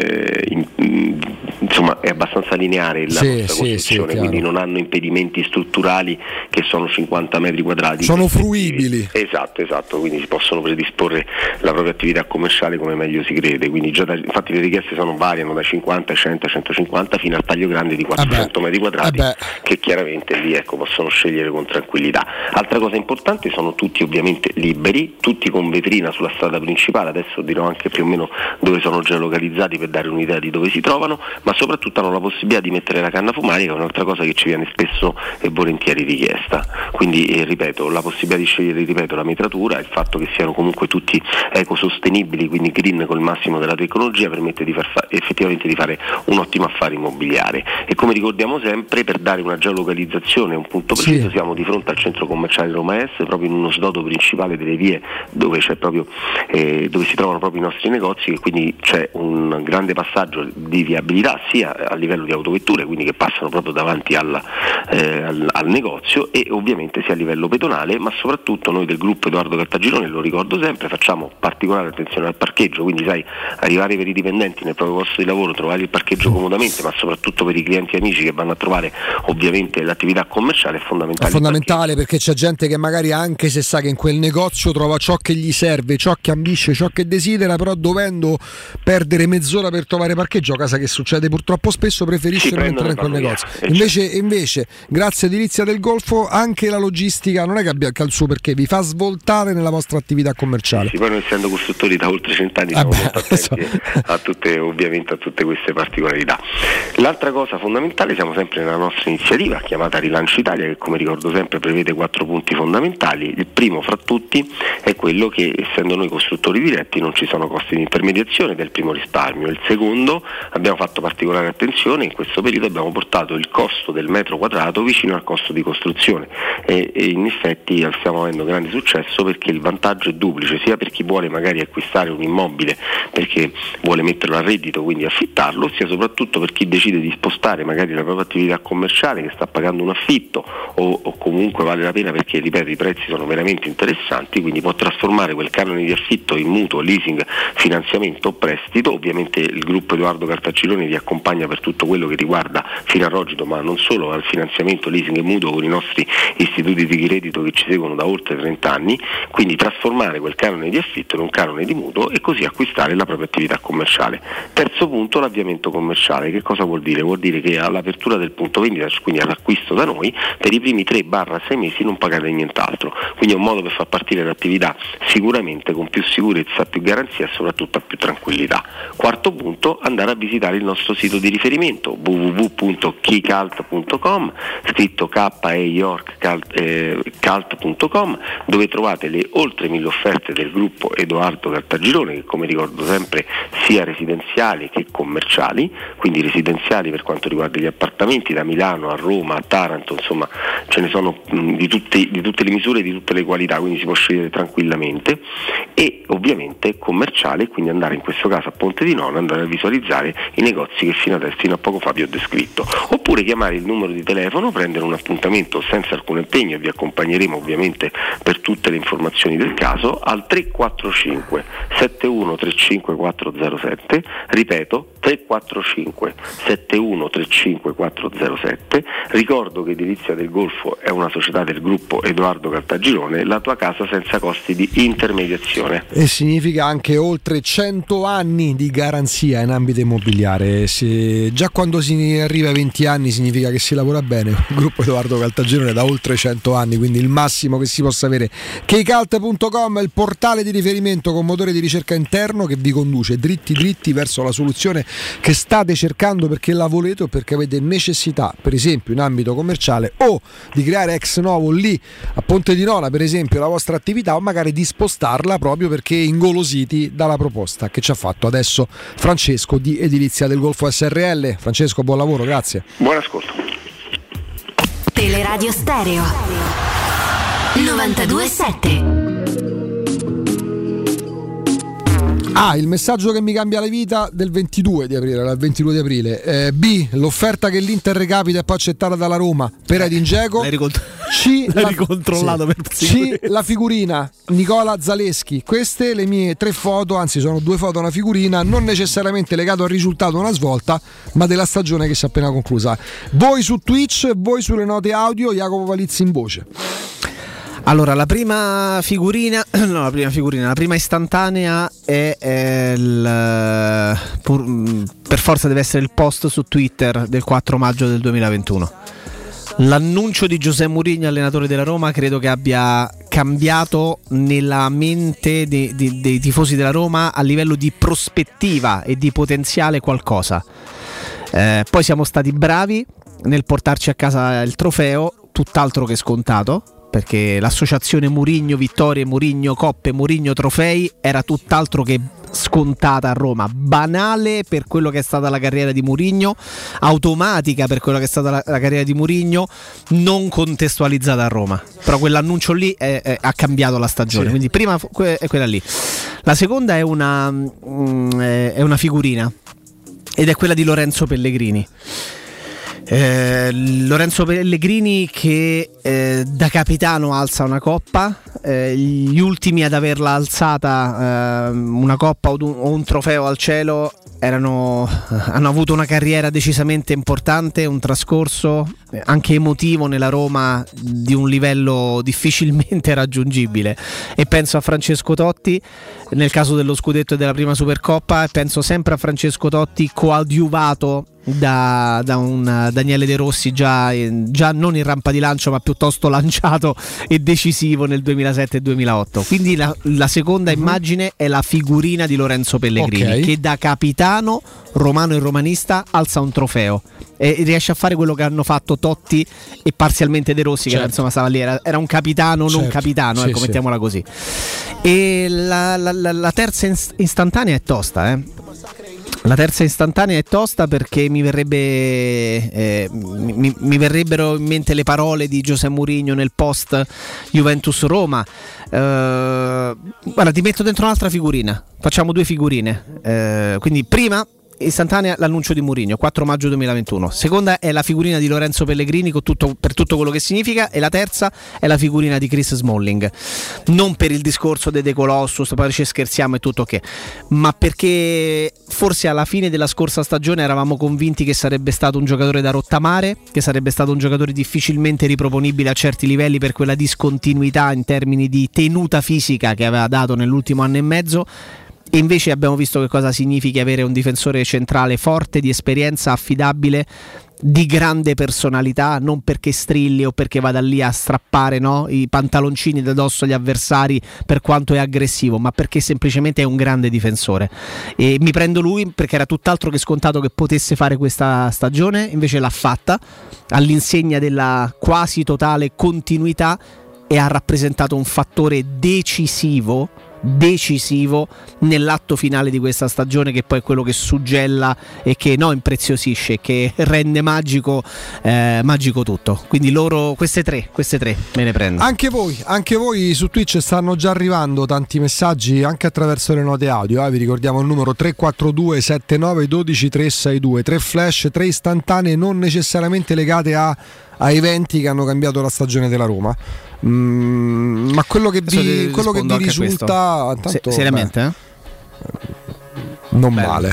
insomma, è abbastanza lineare la nostra costruzione, quindi non hanno impedimenti strutturali che sono 50 metri quadrati. Sono fruibili. Esatto, quindi si possono predisporre la propria attività commerciale come meglio si crede, quindi già infatti le richieste variano da 50, 100, 150 fino al taglio grande di 400 metri quadrati, che chiaramente lì possono scegliere con tranquillità. Altra cosa importante, sono tutti ovviamente liberi, tutti con vetrina sulla strada principale, adesso dirò anche più o meno dove sono geolocalizzati per dare un'idea di dove si trovano, ma soprattutto hanno la possibilità di mettere la canna fumaria, che è un'altra cosa che ci viene spesso e volentieri richiesta. Quindi ripeto, la possibilità di scegliere, la metratura, il fatto che siano comunque tutti ecosostenibili, quindi green col massimo della tecnologia, permette di effettivamente di fare un ottimo affare immobiliare. E come ricordiamo sempre, per dare una geolocalizzazione, un punto preciso, siamo di fronte al centro commerciale Roma Est, proprio in uno snodo principale delle vie dove c'è proprio dove si trovano proprio i nostri negozi, e quindi c'è un grande passaggio di viabilità sia a livello di autovetture, quindi che passano proprio davanti al negozio, e ovviamente sia a livello pedonale, ma soprattutto noi del gruppo Edoardo Caltagirone, lo ricordo sempre, facciamo particolare attenzione al parcheggio, quindi sai, arrivare per i dipendenti nel proprio posto di lavoro, trovare il parcheggio comodamente, ma soprattutto per i clienti e amici che vanno a trovare ovviamente l'attività commerciale è fondamentale. È fondamentale, perché c'è gente che magari, anche se sa che in quel negozio trova ciò che gli serve, ciò che ambisce, ciò che desidera, sera, però dovendo perdere mezz'ora per trovare parcheggio, cosa che succede purtroppo spesso, preferisce non entrare in quel negozio. Invece grazie a Edilizia del Golfo anche la logistica non è che abbia il suo perché, vi fa svoltare nella vostra attività commerciale. Sì, poi noi essendo costruttori da oltre 100 anni siamo molto attenti a tutte queste particolarità. L'altra cosa fondamentale, siamo sempre nella nostra iniziativa chiamata Rilancio Italia, che come ricordo sempre prevede 4 punti fondamentali. Il primo fra tutti è quello che, essendo noi costruttori diretti, non ci sono costi di intermediazione, del primo risparmio. Il secondo, abbiamo fatto particolare attenzione, in questo periodo abbiamo portato il costo del metro quadrato vicino al costo di costruzione e in effetti stiamo avendo grande successo, perché il vantaggio è duplice, sia per chi vuole magari acquistare un immobile perché vuole metterlo a reddito, quindi affittarlo, sia soprattutto per chi decide di spostare magari la propria attività commerciale, che sta pagando un affitto o comunque vale la pena perché, ripeto, i prezzi sono veramente interessanti, quindi può trasformare quel canone di affitto in mutuo, leasing, finanziamento o prestito. Ovviamente il gruppo Edoardo Cartagirone vi accompagna per tutto quello che riguarda fino a Rogito, ma non solo, al finanziamento, leasing e mutuo con i nostri istituti di credito che ci seguono da oltre 30 anni, quindi trasformare quel canone di affitto in un canone di mutuo e così acquistare la propria attività commerciale. Terzo punto, l'avviamento commerciale. Che cosa vuol dire? Vuol dire che all'apertura del punto vendita, quindi all'acquisto da noi, per i primi 3-6 mesi non pagate nient'altro, quindi è un modo per far partire l'attività sicuramente con più sicurezza, più garanzia e soprattutto a più tranquillità. Quarto punto, andare a visitare il nostro sito di riferimento www.keycult.com, scritto cult.com, dove trovate le oltre 1000 offerte del gruppo Edoardo Cartagirone, che come ricordo sempre sia residenziali che commerciali, quindi residenziali per quanto riguarda gli appartamenti da Milano a Roma a Taranto, insomma ce ne sono di tutte le misure, di tutte le qualità, quindi si può scegliere tranquillamente, e ovviamente commerciale, quindi andare in questo caso a Ponte di Nona, andare a visualizzare i negozi che fino a poco fa vi ho descritto, oppure chiamare il numero di telefono, prendere un appuntamento senza alcun impegno e vi accompagneremo ovviamente per tutte le informazioni del caso al 345 7135 407, ripeto 345 7135 407. Ricordo che Edilizia del Golfo è una società del gruppo Edoardo Cartagirone, la tua casa senza costi di intermediazione. E significa anche oltre 100 anni di garanzia in ambito immobiliare. Già quando si arriva ai 20 anni significa che si lavora bene. Il gruppo Edoardo Cartagirone da oltre 100 anni, quindi il massimo che si possa avere. Keycult.com è il portale di riferimento con motore di ricerca interno che vi conduce dritti verso la soluzione che state cercando, perché la volete o perché avete necessità, per esempio in ambito commerciale, o di creare ex novo lì a Ponte di Nona per esempio la vostra attività, o magari di spostarla proprio perché ingolositi dalla proposta che ci ha fatto adesso Francesco di Edilizia del Golfo SRL. Francesco, buon lavoro, grazie. Buon ascolto. Teleradio Stereo 92.7. Il messaggio che mi cambia la vita del 22 di aprile. B, l'offerta che l'Inter recapita e poi accettata dalla Roma per Edin Dzeko. L'hai ricontrollato per C, la figurina Nicola Zaleschi. Queste le mie 3 foto, anzi sono 2 foto e una figurina, non necessariamente legato al risultato, una svolta, ma della stagione che si è appena conclusa. Voi su Twitch, voi sulle note audio, Jacopo Palizzi in voce. Allora, la prima istantanea è per forza deve essere il post su Twitter del 4 maggio del 2021. L'annuncio di José Mourinho, allenatore della Roma, credo che abbia cambiato nella mente dei tifosi della Roma a livello di prospettiva e di potenziale qualcosa. Poi siamo stati bravi nel portarci a casa il trofeo, tutt'altro che scontato, perché l'associazione Mourinho Vittorie, Mourinho Coppe, Mourinho Trofei era tutt'altro che scontata a Roma, banale per quello che è stata la carriera di Mourinho, automatica per quello che è stata la carriera di Mourinho, non contestualizzata a Roma. Però quell'annuncio lì ha cambiato la stagione, sì. Quindi prima è quella lì. La seconda è una figurina ed è quella di Lorenzo Pellegrini. Lorenzo Pellegrini che da capitano alza una coppa, gli ultimi ad averla alzata una coppa o un trofeo al cielo hanno avuto una carriera decisamente importante, un trascorso anche emotivo nella Roma di un livello difficilmente raggiungibile, e penso a Francesco Totti nel caso dello scudetto e della prima Supercoppa, e penso sempre a Francesco Totti coadiuvato da un Daniele De Rossi già non in rampa di lancio ma piuttosto lanciato e decisivo nel 2007 e 2008. Quindi la seconda immagine è la figurina di Lorenzo Pellegrini, che da capitano romano e romanista alza un trofeo e riesce a fare quello che hanno fatto Totti e parzialmente De Rossi, che insomma stava lì, era un capitano non capitano, ecco, mettiamola così. E la terza istantanea è tosta, La terza istantanea è tosta perché mi verrebbero in mente le parole di José Mourinho nel post Juventus Roma. Guarda, ti metto dentro un'altra figurina, facciamo due figurine, quindi prima istantanea l'annuncio di Mourinho, 4 maggio 2021. Seconda è la figurina di Lorenzo Pellegrini per tutto quello che significa, e la terza è la figurina di Chris Smalling. Non per il discorso dei De Colossus, poi ci scherziamo e tutto che, ma perché forse alla fine della scorsa stagione eravamo convinti che sarebbe stato un giocatore da rottamare, che sarebbe stato un giocatore difficilmente riproponibile a certi livelli per quella discontinuità in termini di tenuta fisica che aveva dato nell'ultimo anno e mezzo. E invece abbiamo visto che cosa significa avere un difensore centrale forte, di esperienza, affidabile, di grande personalità, non perché strilli o perché vada lì a strappare i pantaloncini da dosso agli avversari per quanto è aggressivo, ma perché semplicemente è un grande difensore. E mi prendo lui perché era tutt'altro che scontato che potesse fare questa stagione, invece l'ha fatta all'insegna della quasi totale continuità e ha rappresentato un fattore decisivo nell'atto finale di questa stagione, che poi è quello che suggella e che impreziosisce, che rende magico tutto. Quindi queste tre me ne prendo. Anche voi su Twitch stanno già arrivando tanti messaggi anche attraverso le note audio, vi ricordiamo il numero 342 79 12 362, 3 flash, 3 istantanee non necessariamente legate a eventi che hanno cambiato la stagione della Roma. Ma quello che vi risulta tanto, seriamente non male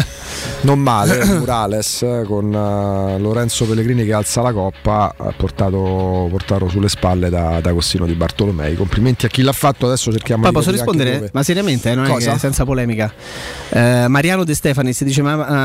Morales con Lorenzo Pellegrini che alza la coppa, portato sulle spalle da Agostino Di Bartolomei. Complimenti a chi l'ha fatto. Adesso cerchiamo poi posso rispondere ma seriamente, non è che senza polemica. Mariano De Stefanis dice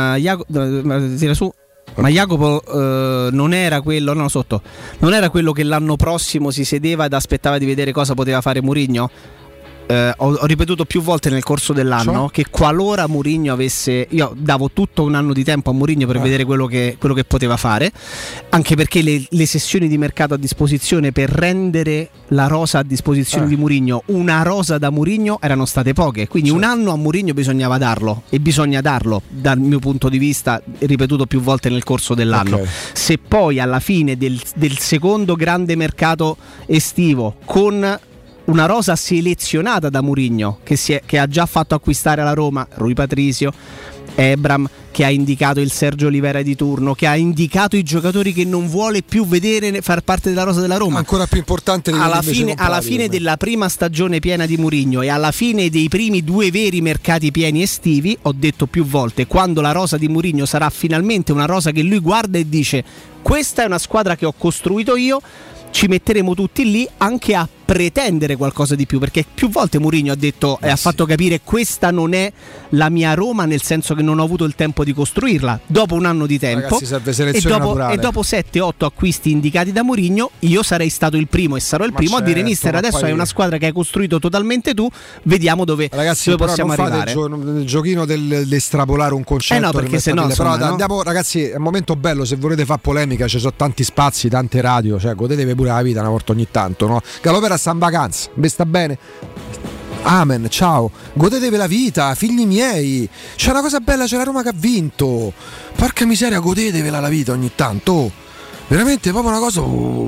tira su. Ma Jacopo non era quello che l'anno prossimo si sedeva ed aspettava di vedere cosa poteva fare Mourinho? Ho ripetuto più volte nel corso dell'anno che qualora Mourinho io davo tutto un anno di tempo a Mourinho per vedere quello che poteva fare, anche perché le sessioni di mercato a disposizione per rendere la rosa a disposizione di Mourinho una rosa da Mourinho erano state poche, quindi un anno a Mourinho bisognava darlo, e bisogna darlo dal mio punto di vista, ripetuto più volte nel corso dell'anno. Se poi alla fine del secondo grande mercato estivo, con una rosa selezionata da Mourinho che ha già fatto acquistare alla Roma Rui Patricio, Ebram, che ha indicato il Sergio Olivera di turno, che ha indicato i giocatori che non vuole più vedere far parte della rosa della Roma. Ancora più importante alla fine della prima stagione piena di Mourinho e alla fine dei primi 2 veri mercati pieni estivi, ho detto più volte, quando la rosa di Mourinho sarà finalmente una rosa che lui guarda e dice: questa è una squadra che ho costruito io, ci metteremo tutti lì anche a pretendere qualcosa di più, perché più volte Mourinho ha detto e ha fatto capire: questa non è la mia Roma, nel senso che non ho avuto il tempo di costruirla dopo un anno di tempo. Ragazzi, serve selezione e dopo 7-8 acquisti indicati da Mourinho, io sarei stato il primo e sarò il primo a dire: mister, adesso hai una squadra che hai costruito totalmente tu, vediamo dove possiamo arrivare. Il giochino dell'estrapolare un concetto, no, perché se no, però andiamo, ragazzi, è un momento bello, se volete fare polemica ci sono tanti spazi, tante radio, godetevi pure la vita una volta ogni tanto, no? Galopera sta in vacanza, vi sta bene? Amen, ciao, godetevi la vita, figli miei, c'è una cosa bella, c'è la Roma che ha vinto, porca miseria, godetevela la vita ogni tanto, veramente proprio una cosa,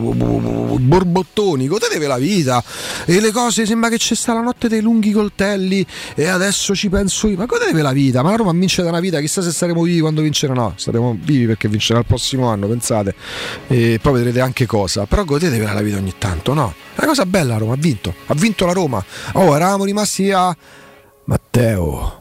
borbottoni, godetevi la vita, e le cose, sembra che c'è sta la notte dei lunghi coltelli e adesso ci penso io, ma godetevi la vita, ma la Roma vince da una vita, chissà se saremo vivi quando vincerà, no, saremo vivi perché vincerà il prossimo anno, pensate, e poi vedrete anche cosa, però godetevi la vita ogni tanto, no? È una cosa bella, la Roma ha vinto la Roma. Eravamo rimasti a Matteo,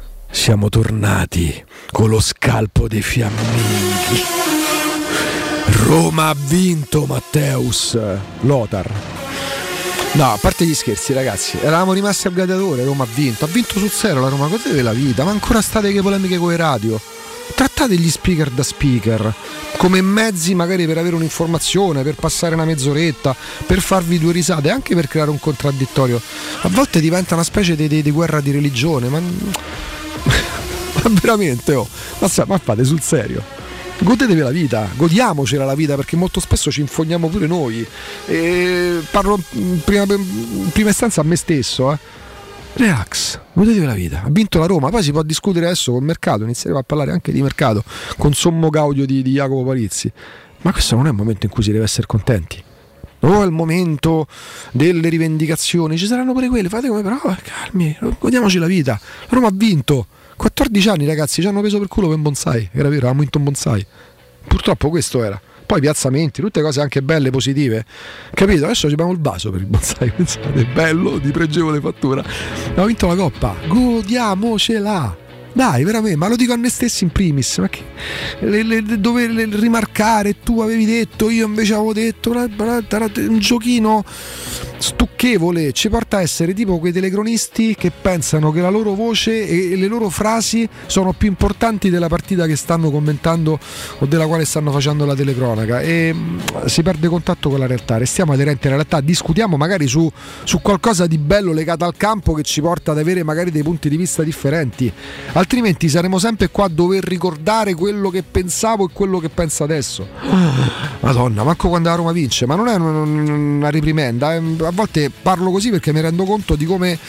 siamo tornati con lo scalpo dei fiamminghi, Roma ha vinto, Matteus Lothar. No, a parte gli scherzi, ragazzi, eravamo rimasti al gladiatore. Roma ha vinto sul serio la Roma, godetevi la vita, ma ancora state che polemiche con le radio. Trattate gli speaker da speaker come mezzi magari per avere un'informazione, per passare una mezz'oretta, per farvi due risate, anche per creare un contraddittorio. A volte diventa una specie di guerra di religione, ma veramente, ma fate sul serio. Godetevi la vita, godiamocela la vita, perché molto spesso ci infogniamo pure noi. Parlo in prima istanza a me stesso, Relax, godetevi la vita. Ha vinto la Roma, poi si può discutere adesso col mercato, inizieremo a parlare anche di mercato con sommo gaudio di Jacopo Palizzi. Ma questo non è il momento in cui si deve essere contenti. Non è il momento delle rivendicazioni, ci saranno pure quelle, fate come però, calmi, godiamoci la vita. La Roma ha vinto. 14 anni, ragazzi, ci hanno preso per culo per un bonsai. Era vero, avevamo vinto un bonsai. Purtroppo questo era. Poi piazzamenti, tutte cose anche belle, positive. Capito? Adesso ci abbiamo il vaso per il bonsai. Pensate, bello, di pregevole fattura. Abbiamo vinto la coppa. Godiamocela. Dai, veramente, ma lo dico a noi stessi in primis. Ma che dove rimarcare, tu avevi detto, io invece avevo detto, un giochino stucchevole, ci porta a essere tipo quei telecronisti che pensano che la loro voce e le loro frasi sono più importanti della partita che stanno commentando o della quale stanno facendo la telecronaca, e si perde contatto con la realtà. Restiamo aderenti alla realtà, discutiamo magari su qualcosa di bello legato al campo che ci porta ad avere magari dei punti di vista differenti, altrimenti saremo sempre qua a dover ricordare quello che pensavo e quello che penso adesso. Madonna, manco quando la Roma vince, ma non è una riprimenda, a volte parlo così perché mi rendo conto di come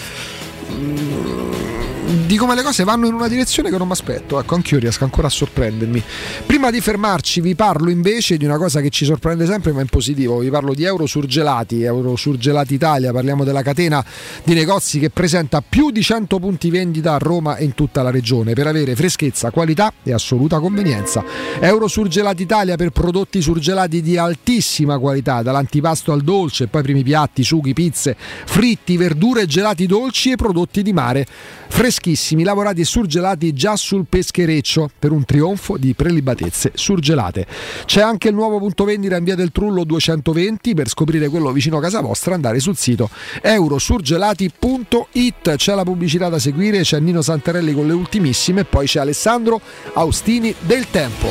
le cose vanno in una direzione che non mi aspetto. Ecco, anch'io riesco ancora a sorprendermi. Prima di fermarci vi parlo invece di una cosa che ci sorprende sempre, ma in positivo. Vi parlo di Eurosurgelati Italia. Parliamo della catena di negozi che presenta più di 100 punti vendita a Roma e in tutta la regione per avere freschezza, qualità e assoluta convenienza. Eurosurgelati Italia per prodotti surgelati di altissima qualità, dall'antipasto al dolce, poi primi piatti, sughi, pizze, fritti, verdure, gelati dolci e prodotti di mare freschissimi, lavorati e surgelati già sul peschereccio per un trionfo di prelibatezze surgelate. C'è anche il nuovo punto vendita in via del Trullo 220. Per scoprire quello vicino a casa vostra andare sul sito eurosurgelati.it. C'è la pubblicità da seguire, c'è Nino Santarelli con le ultimissime e poi c'è Alessandro Austini del Tempo.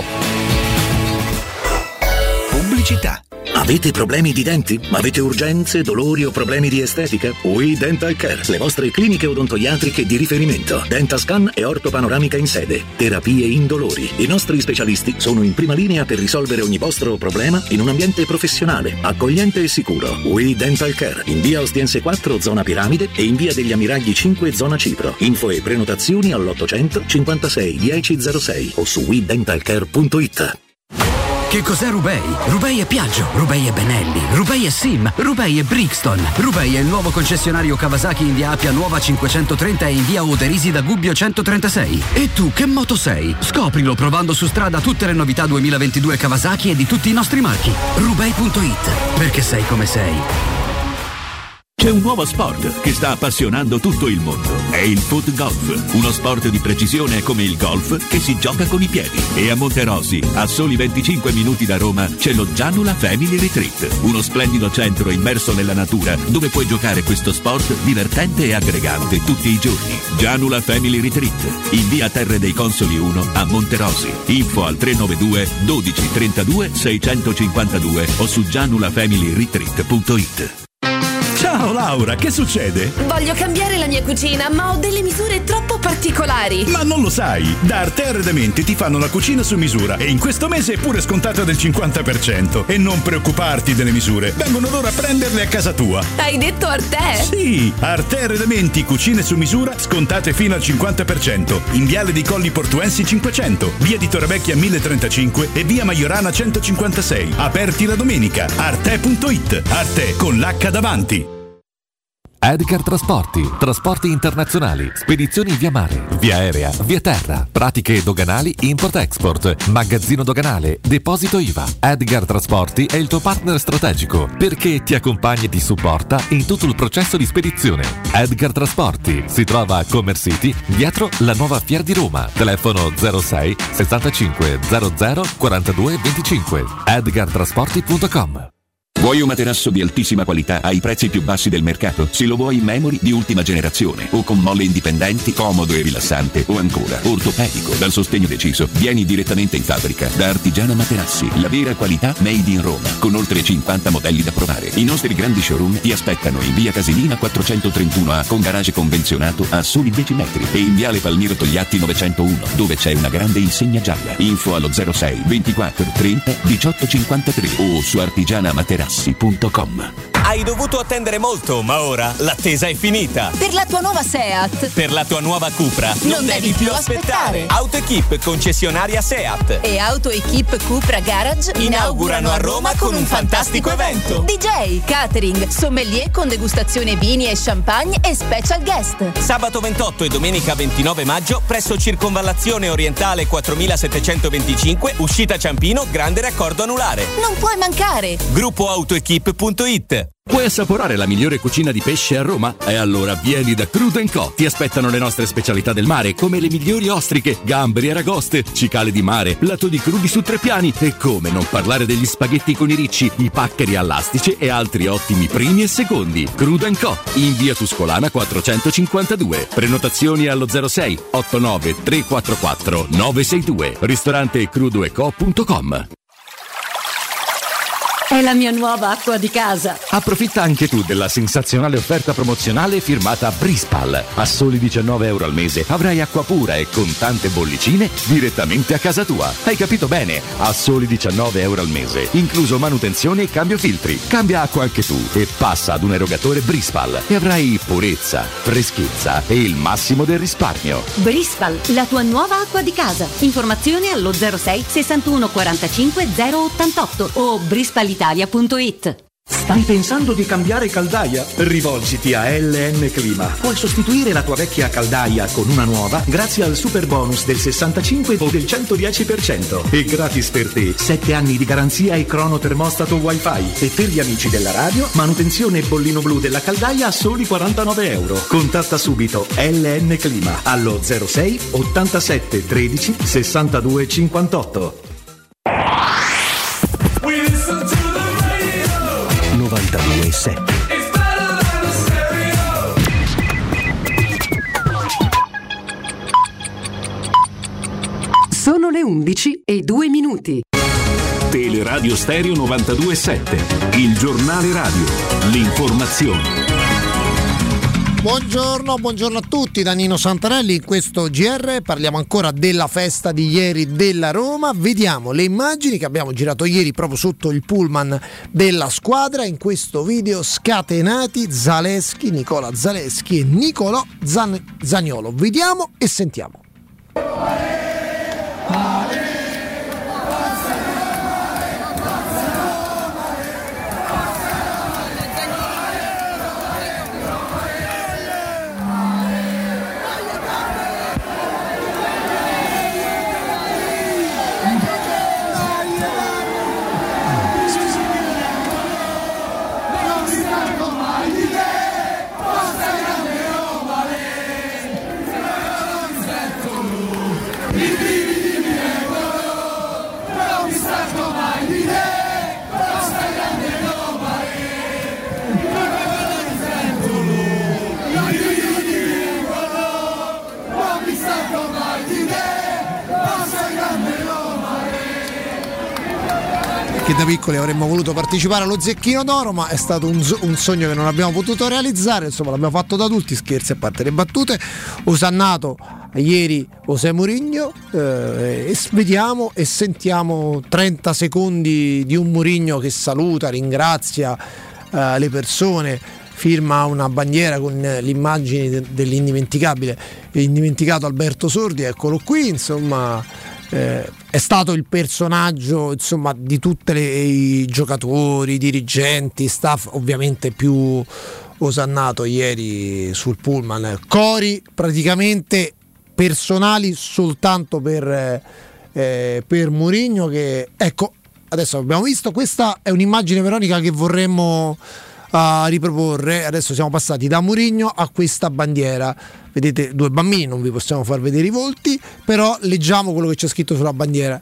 Pubblicità. Avete problemi di denti? Avete urgenze, dolori o problemi di estetica? We Dental Care, le vostre cliniche odontoiatriche di riferimento. Dentascan e ortopanoramica in sede. Terapie indolori. I nostri specialisti sono in prima linea per risolvere ogni vostro problema in un ambiente professionale, accogliente e sicuro. We Dental Care, in via Ostiense 4, zona Piramide, e in via degli Ammiragli 5, zona Cipro. Info e prenotazioni all'800 56 1006 o su wedentalcare.it. Che cos'è Rubei? Rubei è Piaggio, Rubei è Benelli, Rubei è Sim, Rubei è Brixton. Rubei è il nuovo concessionario Kawasaki in via Appia Nuova 530 e in via Oderisi da Gubbio 136. E tu che moto sei? Scoprilo provando su strada tutte le novità 2022 Kawasaki e di tutti i nostri marchi. Rubei.it, perché sei come sei. C'è un nuovo sport che sta appassionando tutto il mondo. È il foot golf, uno sport di precisione come il golf che si gioca con i piedi. E a Monterosi, a soli 25 minuti da Roma, c'è lo Gianula Family Retreat, uno splendido centro immerso nella natura dove puoi giocare questo sport divertente e aggregante tutti i giorni. Gianula Family Retreat, in via Terre dei Consoli 1 a Monterosi. Info al 392 12 32 652 o su gianulafamilyretreat.it. Ciao Laura, che succede? Voglio cambiare la mia cucina, ma ho delle misure troppo particolari. Ma non lo sai, da Arte Arredamenti ti fanno la cucina su misura e in questo mese è pure scontata del 50%. E non preoccuparti delle misure, vengono loro a prenderle a casa tua. Hai detto Arte? Sì, Arte Arredamenti, cucine su misura, scontate fino al 50%. In viale dei Colli Portuensi 500, via di Torrevecchia 1035 e via Maiorana 156. Aperti la domenica. Arte.it, Arte con l'H davanti. Edgar Trasporti, trasporti internazionali, spedizioni via mare, via aerea, via terra, pratiche doganali import-export, magazzino doganale, deposito IVA. Edgar Trasporti è il tuo partner strategico perché ti accompagna e ti supporta in tutto il processo di spedizione. Edgar Trasporti si trova a Commerce City, dietro la nuova Fiera di Roma. Telefono 06 65 00 42 25. edgartrasporti.com. Vuoi un materasso di altissima qualità ai prezzi più bassi del mercato? Se lo vuoi in memory di ultima generazione o con molle indipendenti, comodo e rilassante, o ancora ortopedico dal sostegno deciso, vieni direttamente in fabbrica da Artigiana Materassi, la vera qualità made in Roma, con oltre 50 modelli da provare. I nostri grandi showroom ti aspettano in via Casilina 431A con garage convenzionato a soli 10 metri e in viale Palmiro Togliatti 901 dove c'è una grande insegna gialla. Info allo 06 24 30 18 53 o su artigianamaterassi.com. Hai dovuto attendere molto, ma ora l'attesa è finita. Per la tua nuova Seat. Per la tua nuova Cupra Non devi più aspettare. AutoEquip, concessionaria Seat. E AutoEquip Cupra Garage inaugurano a Roma con un fantastico evento. DJ, catering, sommelier con degustazione vini e champagne e special guest. Sabato 28 e domenica 29 maggio presso Circonvallazione Orientale 4725, uscita Ciampino, grande raccordo anulare. Non puoi mancare. Gruppo AutoEquip.it. Vuoi assaporare la migliore cucina di pesce a Roma? E allora vieni da Crudo & Co. Ti aspettano le nostre specialità del mare, come le migliori ostriche, gamberi, aragoste, cicale di mare, piatto di crudi su 3 piani e come non parlare degli spaghetti con i ricci, i paccheri all'astice e altri ottimi primi e secondi. Crudo & Co. in via Tuscolana 452. Prenotazioni allo 06 89 344 962. Ristorante crudoeco.com. È la mia nuova acqua di casa. Approfitta anche tu della sensazionale offerta promozionale firmata Brispal. A soli 19 euro al mese avrai acqua pura e con tante bollicine direttamente a casa tua. Hai capito bene? A soli 19 euro al mese, incluso manutenzione e cambio filtri. Cambia acqua anche tu e passa ad un erogatore Brispal e avrai purezza, freschezza e il massimo del risparmio. Brispal, la tua nuova acqua di casa. Informazioni allo 06 61 45 088 o brispalitalia.it. Stai pensando di cambiare caldaia? Rivolgiti a LN Clima. Puoi sostituire la tua vecchia caldaia con una nuova grazie al super bonus del 65 o del 110% e gratis per te 7 anni di garanzia e cronotermostato wifi e per gli amici della radio manutenzione bollino blu della caldaia a soli 49 euro. Contatta subito LN Clima allo 06 87 13 62 58. 92.7. Sono le 11:02. Teleradio Stereo 92.7, il giornale radio, l'informazione. Buongiorno a tutti da Nino Santarelli. In questo GR parliamo ancora della festa di ieri della Roma. Vediamo le immagini che abbiamo girato ieri proprio sotto il pullman della squadra. In questo video scatenati Zaleschi, Nicola Zaleschi e Nicolò Zaniolo. Vediamo e sentiamo. Che da piccoli avremmo voluto partecipare allo Zecchino d'Oro, ma è stato un sogno che non abbiamo potuto realizzare. Insomma, l'abbiamo fatto da adulti, scherzi a parte le battute. Osannato ieri José Mourinho, e vediamo e sentiamo 30 secondi di un Mourinho che saluta, ringrazia le persone, firma una bandiera con l'immagine dell'indimenticato Alberto Sordi. Eccolo qui, insomma. È stato il personaggio, insomma, di tutti i giocatori, i dirigenti, staff ovviamente più osannato ieri sul pullman. Cori praticamente personali soltanto per Mourinho, che ecco, adesso abbiamo visto, questa è un'immagine, Veronica, che vorremmo riproporre. Adesso siamo passati da Mourinho a questa bandiera, vedete due bambini, non vi possiamo far vedere i volti, però leggiamo quello che c'è scritto sulla bandiera: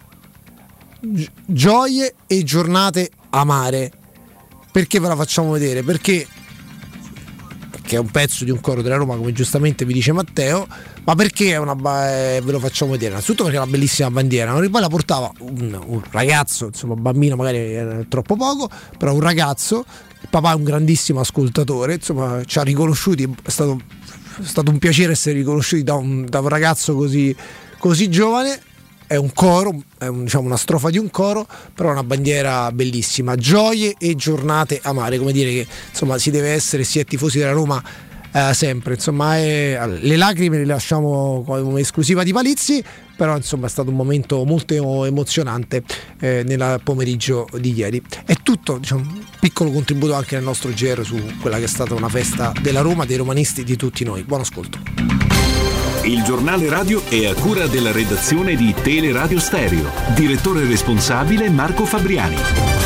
gioie e giornate amare. Perché ve la facciamo vedere? Perché è un pezzo di un coro della Roma, come giustamente vi dice Matteo, ma perché ve lo facciamo vedere? Innanzitutto perché è una bellissima bandiera, poi la portava un ragazzo, insomma, bambino magari era troppo poco, però un ragazzo, il papà è un grandissimo ascoltatore, insomma, ci ha riconosciuti, è stato un piacere essere riconosciuti da un ragazzo così giovane. È un coro, diciamo una strofa di un coro, però una bandiera bellissima. Gioie e giornate amare, come dire che insomma si deve essere, si è tifosi della Roma sempre, insomma le lacrime le lasciamo come esclusiva di Palizzi, però insomma è stato un momento molto emozionante nel pomeriggio di ieri. È tutto, diciamo, un piccolo contributo anche nel nostro GR su quella che è stata una festa della Roma, dei romanisti, di tutti noi. Buon ascolto. Il giornale radio è a cura della redazione di Teleradio Stereo. Direttore responsabile Marco Fabriani.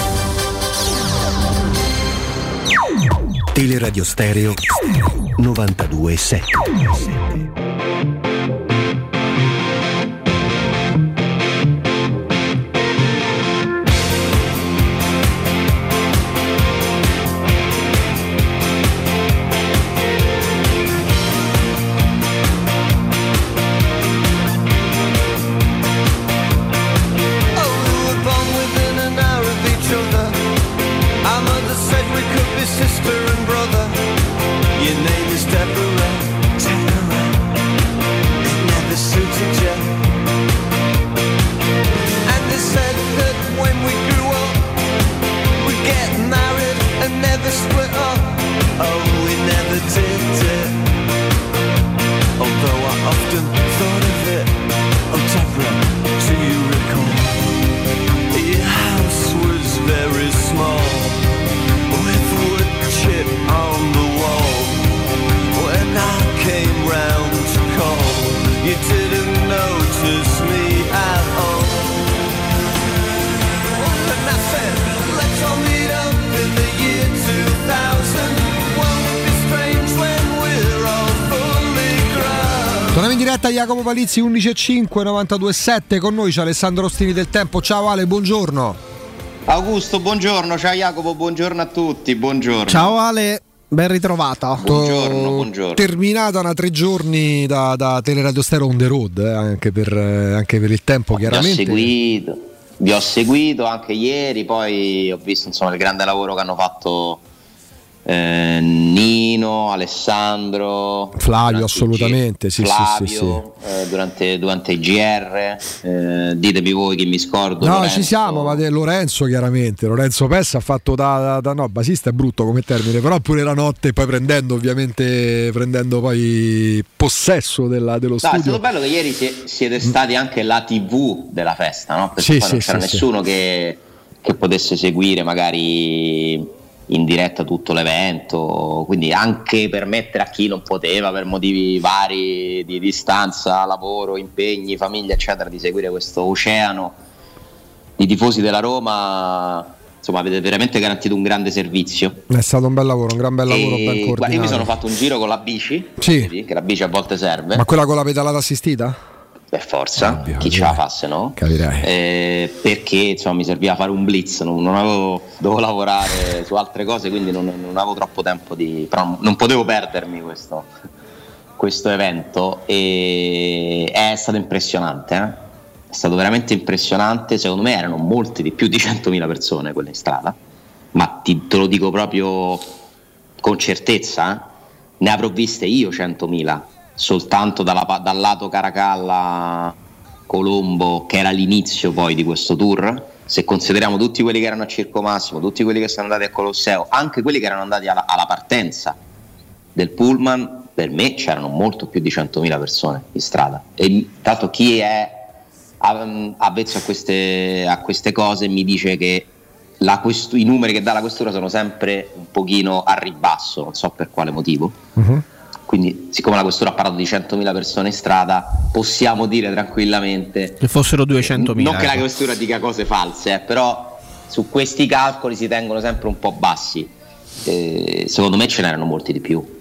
Teleradio Stereo 92.7. Jacopo Palizzi 11.5 92.7, con noi c'è Alessandro Ostini del Tempo. Ciao Ale, buongiorno. Augusto, buongiorno. Ciao Jacopo, buongiorno a tutti. Buongiorno. Ciao Ale, ben ritrovata. Buongiorno. Terminata una 3 giorni da Teleradio Stereo on the road, anche per il tempo, chiaramente. Vi ho seguito anche ieri, poi ho visto insomma il grande lavoro che hanno fatto Nino, Alessandro, Flavio, assolutamente, Flavio, durante i GR, ditemi voi che mi scordo. No, Lorenzo. Ci siamo, ma Lorenzo chiaramente, Lorenzo Pessa ha fatto no, basista è brutto come termine, però pure la notte, poi prendendo poi possesso dello studio. È stato bello che ieri siete stati anche la TV della festa, no? Perché poi non c'era nessuno che potesse seguire magari in diretta tutto l'evento, quindi anche permettere a chi non poteva per motivi vari di distanza, lavoro, impegni, famiglia eccetera, di seguire questo oceano di tifosi della Roma. Insomma, avete veramente garantito un grande servizio. È stato un bel lavoro, un gran bel lavoro, ben coordinato. Guarda, io mi sono fatto un giro con la bici, sì, che la bici a volte serve. Ma quella con la pedalata assistita? Per forza, chi ce la fa se no? Capirai. Perché insomma mi serviva fare un blitz, dovevo lavorare su altre cose, quindi non avevo troppo tempo però non potevo perdermi questo evento, e è stato impressionante, È stato veramente impressionante. Secondo me erano molti di più di 100.000 persone quelle in strada, ma te lo dico proprio con certezza, ne avrò viste io 100.000 soltanto dal lato Caracalla Colombo, che era l'inizio poi di questo tour. Se consideriamo tutti quelli che erano a Circo Massimo, tutti quelli che sono andati a Colosseo, anche quelli che erano andati alla partenza del pullman, per me c'erano molto più di 100.000 persone in strada. E tanto chi è avvezzo a queste cose mi dice che i numeri che dà la questura sono sempre un pochino a ribasso, non so per quale motivo. Quindi siccome la questura ha parlato di 100.000 persone in strada, possiamo dire tranquillamente che fossero 200.000. Non che la questura dica cose false, però su questi calcoli si tengono sempre un po' bassi. Secondo me ce n'erano molti di più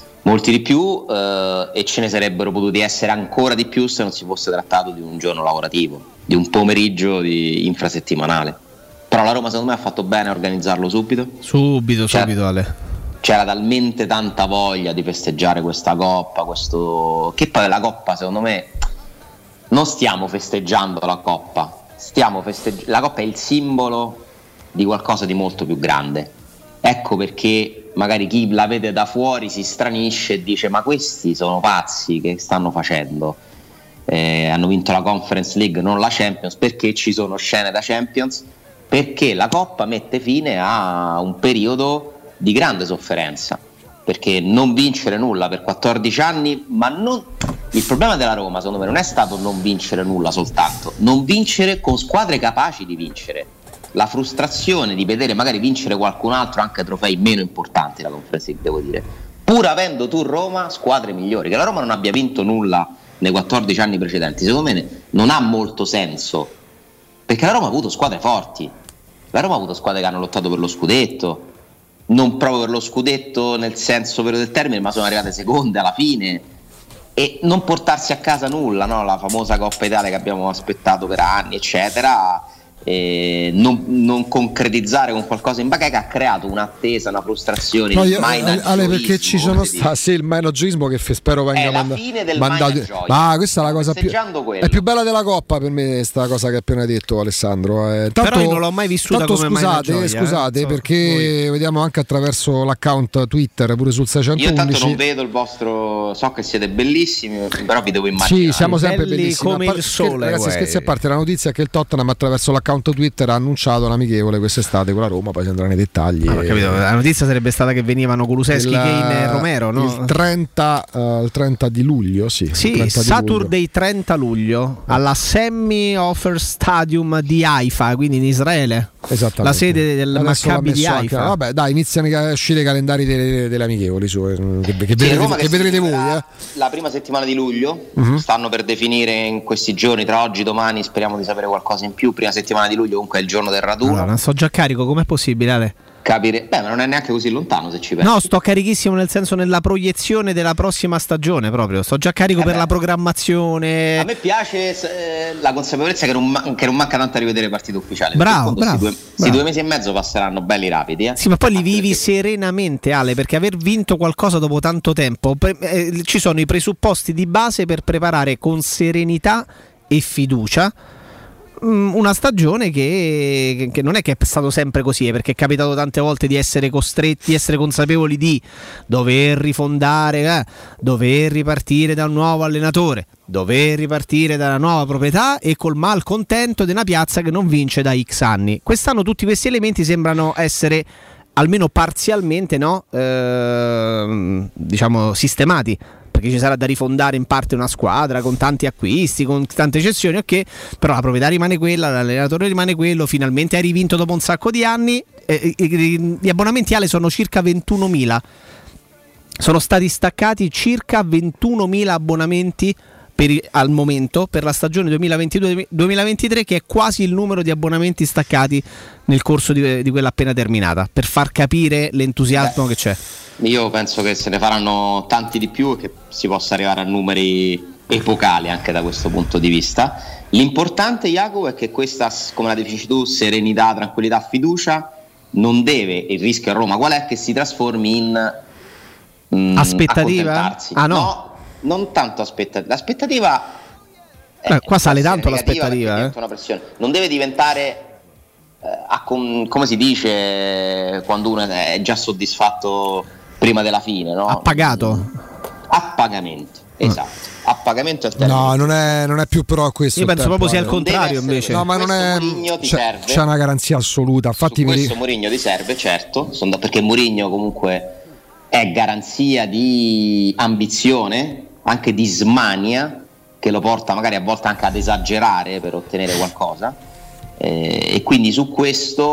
e ce ne sarebbero potuti essere ancora di più se non si fosse trattato di un giorno lavorativo, di un pomeriggio di infrasettimanale. Però la Roma secondo me ha fatto bene a organizzarlo subito Ale. C'era talmente tanta voglia di festeggiare questa Coppa, che poi la Coppa secondo me non stiamo festeggiando la Coppa, la Coppa è il simbolo di qualcosa di molto più grande. Ecco perché magari chi la vede da fuori si stranisce e dice: ma questi sono pazzi, che stanno facendo? Hanno vinto la Conference League, non la Champions, perché ci sono scene da Champions? Perché la Coppa mette fine a un periodo di grande sofferenza, perché non vincere nulla per 14 anni, il problema della Roma secondo me non è stato non vincere nulla soltanto, non vincere con squadre capaci di vincere. La frustrazione di vedere magari vincere qualcun altro anche trofei meno importanti, la Conference League, devo dire, pur avendo tu Roma squadre migliori. Che la Roma non abbia vinto nulla nei 14 anni precedenti secondo me non ha molto senso, perché la Roma ha avuto squadre forti, la Roma ha avuto squadre che hanno lottato per lo scudetto, non proprio per lo scudetto nel senso vero del termine, ma sono arrivate seconde alla fine, e non portarsi a casa nulla, no? La famosa Coppa Italia che abbiamo aspettato per anni eccetera, non concretizzare con qualcosa in bacheca ha creato un'attesa, una frustrazione, Ale, perché ci sono stati il managerismo che spero venga mandato. Ma questa è la cosa è più bella della Coppa per me, sta cosa che hai appena detto Alessandro. Però io non l'ho mai vissuta come scusate perché vediamo anche attraverso l'account Twitter pure sul 611. Io tanto non vedo il vostro, so che siete bellissimi, però vi devo immaginare. Sì, siamo sempre belli bellissimi come il sole, ragazzi, scherzi a parte, la notizia è che il Tottenham attraverso l'account Twitter ha annunciato l'amichevole quest'estate con la Roma, poi si andrà nei dettagli. Capito. La notizia sarebbe stata che venivano Kulusevski, Kane e Romero, no? Il 30 di luglio, sì Saturday 30 luglio alla Semi Ofer Stadium di Haifa, quindi in Israele. La sede del Maccabi di Haifa. Vabbè, dai, iniziano a uscire i calendari delle amichevoli che vedrete voi. La prima settimana di luglio stanno per definire in questi giorni, tra oggi e domani, speriamo di sapere qualcosa in più. Prima settimana di luglio comunque è il giorno del raduno. Allora, sto già carico, com'è possibile, Ale? Capire, ma non è neanche così lontano se ci pensi. No, sto carichissimo nel senso nella proiezione della prossima stagione proprio. Sto già carico per la programmazione. A me piace la consapevolezza che non manca tanto a rivedere partite ufficiali. Bravo. Questi 2 mesi e mezzo passeranno belli rapidi. Sì, ma poi li vivi serenamente, Ale, perché aver vinto qualcosa dopo tanto tempo, ci sono i presupposti di base per preparare con serenità e fiducia una stagione che non è che è stato sempre così, perché è capitato tante volte di essere costretti, di essere consapevoli di dover rifondare, dover ripartire da un nuovo allenatore, dover ripartire dalla nuova proprietà e col malcontento di una piazza che non vince da X anni. Quest'anno tutti questi elementi sembrano essere almeno parzialmente diciamo sistemati, perché ci sarà da rifondare in parte una squadra con tanti acquisti, con tante cessioni, ok, però la proprietà rimane quella, l'allenatore rimane quello, finalmente hai rivinto dopo un sacco di anni. Gli abbonamenti, Ale, sono circa 21.000, sono stati staccati circa 21.000 abbonamenti al momento per la stagione 2022-2023, che è quasi il numero di abbonamenti staccati nel corso di quella appena terminata, per far capire l'entusiasmo che c'è. Io penso che se ne faranno tanti di più e che si possa arrivare a numeri epocali anche da questo punto di vista. L'importante, Jacopo, è che questa, come la definisci tu, serenità, tranquillità, fiducia, non deve, il rischio a Roma qual è? Che si trasformi in aspettativa? No, non tanto aspettativa. L'aspettativa qua sale tanto l'aspettativa, una pressione. Non deve diventare come si dice quando uno è già soddisfatto prima della fine, no? Appagato. A pagamento, esatto. A pagamento è il termine. No, non è più però questo. Io penso proprio sia al contrario invece. No, ma non è. C'è una garanzia assoluta. Infatti questo Mourinho ti serve, certo, perché Mourinho comunque è garanzia di ambizione, anche di smania, che lo porta magari a volte anche ad esagerare per ottenere qualcosa. E quindi su questo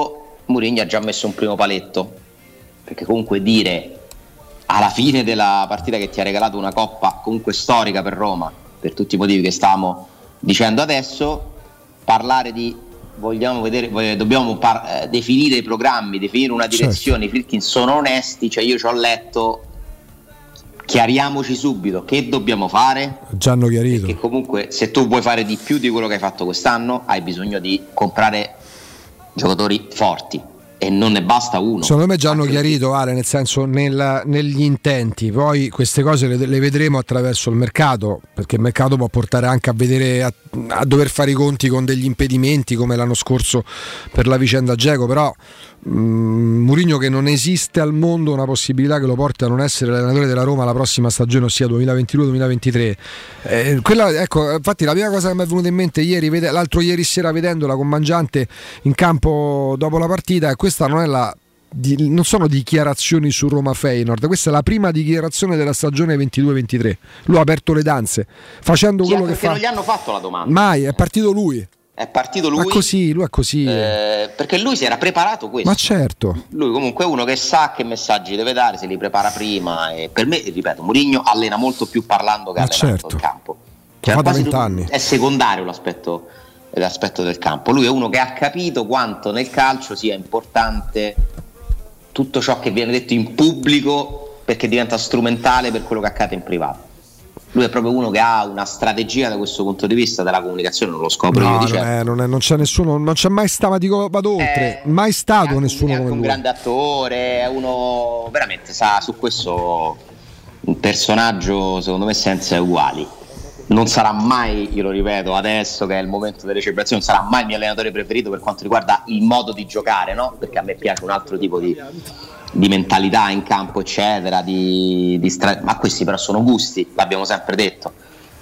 Mourinho ha già messo un primo paletto, perché comunque dire alla fine della partita che ti ha regalato una coppa comunque storica per Roma, per tutti i motivi che stavamo dicendo adesso, parlare di dobbiamo definire i programmi, definire una direzione, i Friedkin sono onesti, cioè io ci ho letto, chiariamoci subito che dobbiamo fare. Già hanno chiarito. Perché comunque se tu vuoi fare di più di quello che hai fatto quest'anno hai bisogno di comprare giocatori forti e non ne basta uno. Secondo me già hanno chiarito, Ale, nel senso negli intenti, poi queste cose le vedremo attraverso il mercato, perché il mercato può portare anche a vedere a dover fare i conti con degli impedimenti come l'anno scorso per la vicenda Dzeko, però Mourinho, che non esiste al mondo una possibilità che lo porti a non essere l'allenatore della Roma la prossima stagione, ossia 2022-2023. Ecco, infatti la prima cosa che mi è venuta in mente l'altro ieri sera vedendola con Mangiante in campo dopo la partita, è questa non sono dichiarazioni su Roma Feyenoord, questa è la prima dichiarazione della stagione 22-23. Lui ha aperto le danze facendo quello che fa. Perché non gli hanno fatto la domanda. Mai, è partito lui. È partito lui. Lui è così. Perché lui si era preparato questo. Ma certo. Lui comunque è uno che sa che messaggi deve dare, se li prepara prima. E per me, ripeto, Mourinho allena molto più parlando che allenando il campo. Cioè, fa da 20 anni. È secondario l'aspetto del campo. Lui è uno che ha capito quanto nel calcio sia importante tutto ciò che viene detto in pubblico, perché diventa strumentale per quello che accade in privato. Lui è proprio uno che ha una strategia da questo punto di vista della comunicazione, non lo scopro io di certo. Non c'è nessuno, non c'è mai stato, vado oltre, mai stato nessuno come lui. È un grande attore, è uno veramente sa su questo, un personaggio secondo me senza uguali. Non sarà mai, io lo ripeto adesso che è il momento delle celebrazioni, non sarà mai il mio allenatore preferito per quanto riguarda il modo di giocare, no? Perché a me piace un altro tipo di mentalità in campo, eccetera, ma questi però sono gusti, l'abbiamo sempre detto.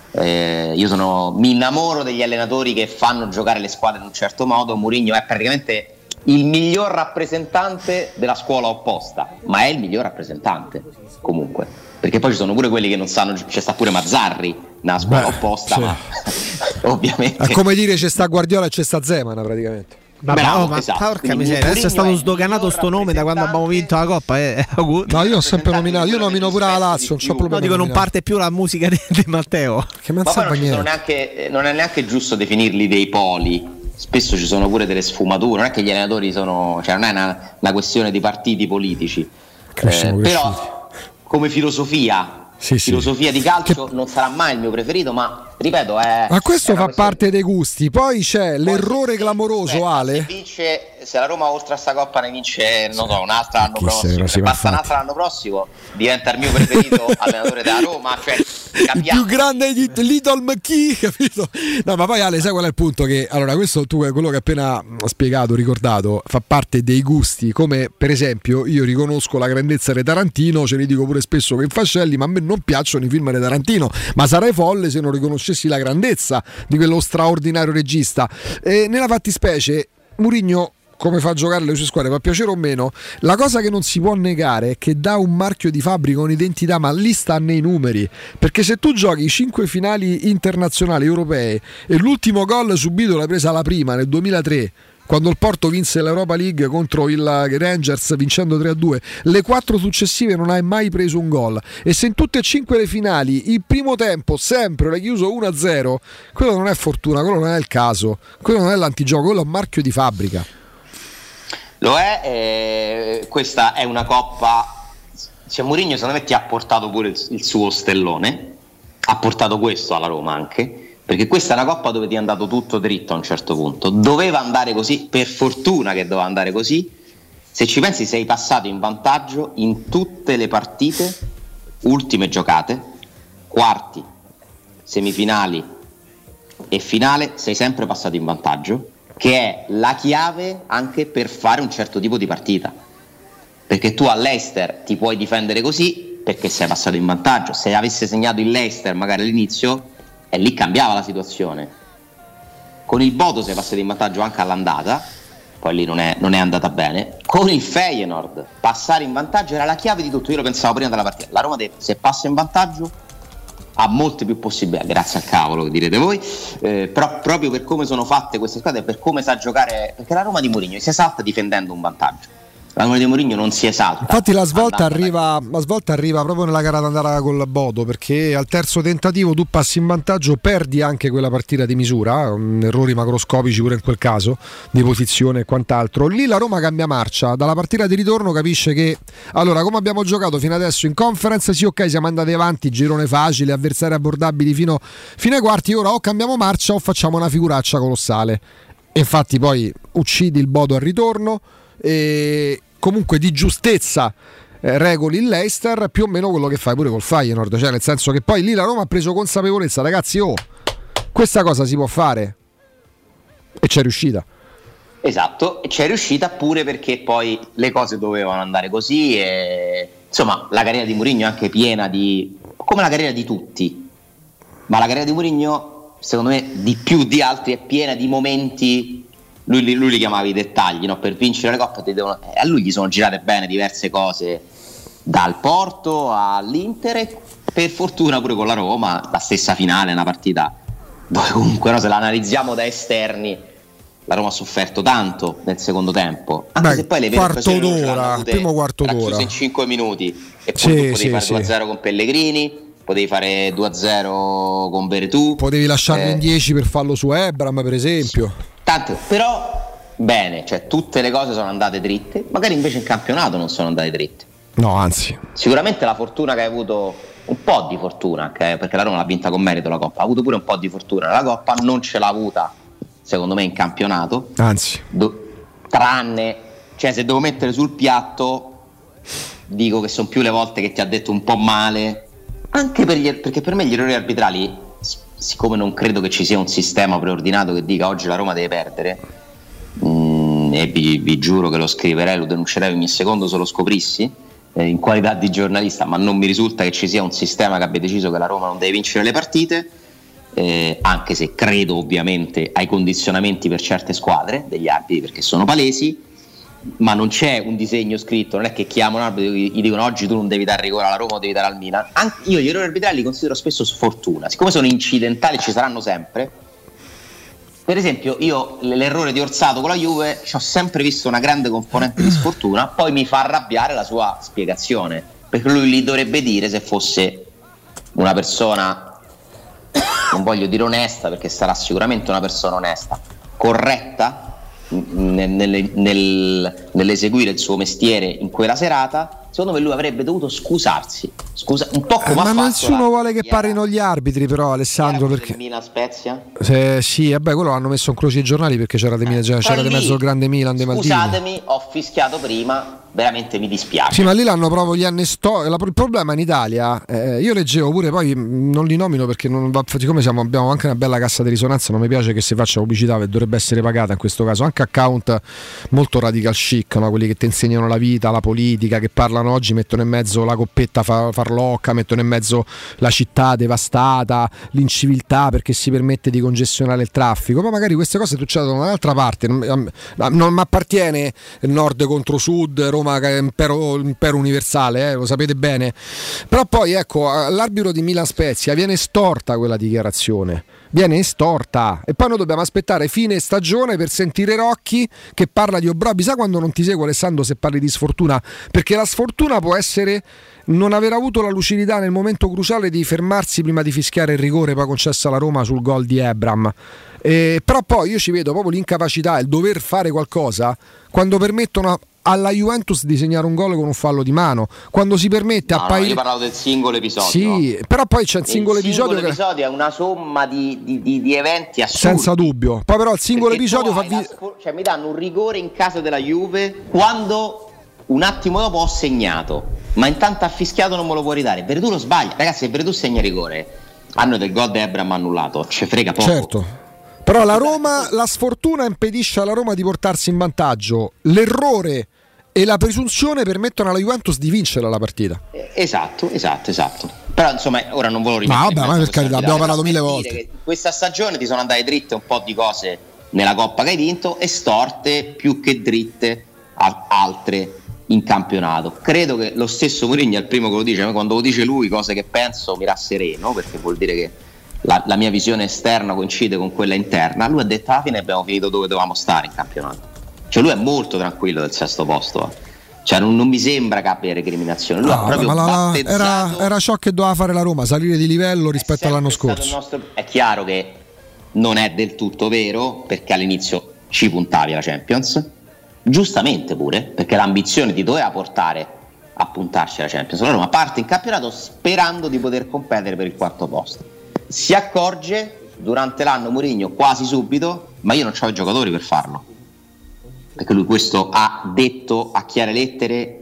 Io mi innamoro degli allenatori che fanno giocare le squadre in un certo modo. Mourinho è praticamente il miglior rappresentante della scuola opposta, ma è il miglior rappresentante comunque, perché poi ci sono pure quelli che non sanno, c'è sta pure Mazzarri nella scuola opposta, sì. Ma ovviamente è come dire c'è sta Guardiola e c'è sta Zeman praticamente. Esatto. Porca miseria, adesso è stato sdoganato sto nome da quando abbiamo vinto la Coppa. No, io ho sempre nominato, io nomino pure la Lazio, non c'ho problema. No, dico, non parte più la musica di Matteo. Che ma poi non è neanche giusto definirli dei poli. Spesso ci sono pure delle sfumature, non è che gli allenatori sono, cioè non è una questione di partiti politici. Però come filosofia di calcio non sarà mai il mio preferito, ma ripeto ma questo fa parte dei gusti. Poi c'è l'errore clamoroso, Ale. Se la Roma oltre a sta Coppa ne vince, non so, un'altra l'anno prossimo, se passa un'altra l'anno prossimo, diventa il mio preferito allenatore della Roma, cioè il più grande di Little McKee, capito? No, ma poi Ale, sai qual è il punto? Che allora questo tu quello che appena spiegato, ricordato, fa parte dei gusti, come per esempio io riconosco la grandezza di Tarantino, ce li dico pure spesso che in Fascelli, ma a me non piacciono i film di Tarantino, ma sarei folle se non riconoscessi la grandezza di quello straordinario regista. E nella fattispecie Mourinho, come fa a giocare le sue squadre, va a piacere o meno, la cosa che non si può negare è che dà un marchio di fabbrica, un'identità, ma lì sta nei numeri, perché se tu giochi 5 finali internazionali europee e l'ultimo gol subito l'hai presa la prima nel 2003, quando il Porto vinse l'Europa League contro il Rangers vincendo 3-2, le 4 successive non hai mai preso un gol, e se in tutte e 5 le finali il primo tempo sempre l'hai chiuso 1-0, quello non è fortuna, quello non è il caso, quello non è l'antigioco, quello è un marchio di fabbrica. Lo è, questa è una Coppa, cioè Mourinho secondo me ti ha portato pure il suo stellone, ha portato questo alla Roma anche, perché questa è una Coppa dove ti è andato tutto dritto a un certo punto, doveva andare così, per fortuna che doveva andare così. Se ci pensi sei passato in vantaggio in tutte le partite ultime giocate, quarti, semifinali e finale, sei sempre passato in vantaggio, che è la chiave anche per fare un certo tipo di partita, perché tu all'Leicester ti puoi difendere così perché sei passato in vantaggio. Se avesse segnato il Leicester magari all'inizio, e lì cambiava la situazione. Con il Bodo sei passato in vantaggio anche all'andata, poi lì non è andata bene. Con il Feyenoord passare in vantaggio era la chiave di tutto. Io lo pensavo prima della partita, la Roma se passa in vantaggio ha molte più possibilità, grazie al cavolo che direte voi, però proprio per come sono fatte queste squadre, per come sa giocare, perché la Roma di Mourinho si esalta difendendo un vantaggio, la Roma di Mourinho non si esalta. Infatti la svolta arriva proprio nella gara d'andata col Bodo, perché al terzo tentativo tu passi in vantaggio, perdi anche quella partita di misura, errori macroscopici pure in quel caso, di posizione e quant'altro. Lì la Roma cambia marcia, dalla partita di ritorno capisce che, allora, come abbiamo giocato fino adesso in Conference, sì, ok, siamo andati avanti, girone facile, avversari abbordabili fino ai quarti, ora o cambiamo marcia o facciamo una figuraccia colossale. E infatti poi uccidi il Bodo al ritorno e comunque di giustezza regoli il Leicester, più o meno quello che fai pure col Feyenoord, cioè nel senso che poi lì la Roma ha preso consapevolezza, ragazzi, questa cosa si può fare, e c'è riuscita. Esatto, e c'è riuscita pure perché poi le cose dovevano andare così e insomma la carriera di Mourinho è anche piena di, come la carriera di tutti, ma la carriera di Mourinho secondo me di più di altri è piena di momenti. Lui li chiamava i dettagli, no? Per vincere le coppe a lui gli sono girate bene diverse cose, dal Porto all'Inter e per fortuna pure con la Roma, la stessa finale, una partita dove comunque se la analizziamo da esterni la Roma ha sofferto tanto nel secondo tempo, anche se poi le vere quarto d'ora, primo quarto d'ora in 5 minuti e poi tu potevi fare 2-0 con Pellegrini, potevi fare 2-0 con Veretù, potevi lasciarlo in 10 per farlo su Ebram per esempio. Tanto, però bene, cioè tutte le cose sono andate dritte, magari invece in campionato non sono andate dritte. No, anzi. Sicuramente la fortuna che hai avuto, un po' di fortuna, perché la Roma l'ha vinta con merito la Coppa, ha avuto pure un po' di fortuna la Coppa, non ce l'ha avuta secondo me in campionato. Anzi. Tranne, cioè se devo mettere sul piatto, dico che sono più le volte che ti ha detto un po' male, anche perché per me gli errori arbitrali, siccome non credo che ci sia un sistema preordinato che dica oggi la Roma deve perdere, e vi giuro che lo scriverei, lo denuncerei ogni secondo se lo scoprissi in qualità di giornalista, ma non mi risulta che ci sia un sistema che abbia deciso che la Roma non deve vincere le partite, anche se credo ovviamente ai condizionamenti per certe squadre degli arbitri perché sono palesi, ma non c'è un disegno scritto, non è che chiamano un arbitro e gli dicono oggi tu non devi dare rigore alla Roma o devi dare al Milan. Io gli errori arbitrali li considero spesso sfortuna, siccome sono incidentali, ci saranno sempre. Per esempio io l'errore di Orsato con la Juve ci ho sempre visto una grande componente di sfortuna, poi mi fa arrabbiare la sua spiegazione, perché lui li dovrebbe dire se fosse una persona, non voglio dire onesta perché sarà sicuramente una persona onesta, corretta nell'eseguire il suo mestiere in quella serata, secondo me lui avrebbe dovuto scusarsi. Un po' come ma nessuno vuole che parlino gli arbitri, però Alessandro, perché Milan Spezia? Sì, vabbè, quello l'hanno messo in croce i giornali perché c'era di mezzo il grande Milan de Maldini. Scusatemi, ho fischiato prima, veramente mi dispiace. Sì, ma lì l'hanno proprio il problema in Italia, io leggevo pure, poi non li nomino perché siccome abbiamo anche una bella cassa di risonanza, non mi piace che si faccia pubblicità che dovrebbe essere pagata in questo caso, anche account molto radical chic, no? Quelli che ti insegnano la vita, la politica, che parlano oggi, mettono in mezzo la coppetta farlocca, mettono in mezzo la città devastata, l'inciviltà perché si permette di congestionare il traffico, ma magari queste cose succedono da un'altra parte, non mi appartiene nord contro sud, Roma impero universale, lo sapete bene, però poi ecco, all'arbitro di Milan Spezia viene storta quella dichiarazione, viene estorta e poi noi dobbiamo aspettare fine stagione per sentire Rocchi che parla di Obrobi. Sai quando non ti seguo, Alessandro, se parli di sfortuna? Perché la sfortuna può essere non aver avuto la lucidità nel momento cruciale di fermarsi prima di fischiare il rigore poi concesso alla Roma sul gol di Ebram, però poi io ci vedo proprio l'incapacità, il dover fare qualcosa quando permettono alla Juventus di segnare un gol con un fallo di mano, quando si permette io parlavo del singolo episodio. Sì, però poi c'è il singolo episodio. Il singolo episodio è una somma di eventi assurdi. Senza dubbio. Poi però il singolo episodio cioè mi danno un rigore in casa della Juve quando un attimo dopo ho segnato, ma intanto ha fischiato, non me lo può ridare. Veretù lo sbaglia. Ragazzi, se Veretù segna rigore, hanno del gol di Ebram annullato, ci frega poco. Certo. Però la sfortuna impedisce alla Roma di portarsi in vantaggio. L'errore e la presunzione permettono alla Juventus di vincere la partita. Esatto. Però insomma ora non ve lo rimettere. Ma per carità, abbiamo parlato 1000 volte. Che questa stagione ti sono andate dritte un po' di cose nella Coppa che hai vinto e storte più che dritte altre in campionato. Credo che lo stesso Mourinho è il primo che lo dice, quando lo dice lui cose che penso mi rassereno, perché vuol dire che la mia visione esterna coincide con quella interna. Lui ha detto alla fine abbiamo finito dove dovevamo stare in campionato, cioè lui è molto tranquillo del sesto posto, cioè non mi sembra che abbia recriminazione. Lui ha proprio battezzato, era ciò che doveva fare la Roma, salire di livello rispetto all'anno scorso. È chiaro che non è del tutto vero, perché all'inizio ci puntavi alla Champions, giustamente pure, perché l'ambizione ti doveva portare a puntarci alla Champions. La Roma parte in campionato sperando di poter competere per il quarto posto, si accorge durante l'anno Mourinho quasi subito, ma io non ho i giocatori per farlo, perché lui questo ha detto a chiare lettere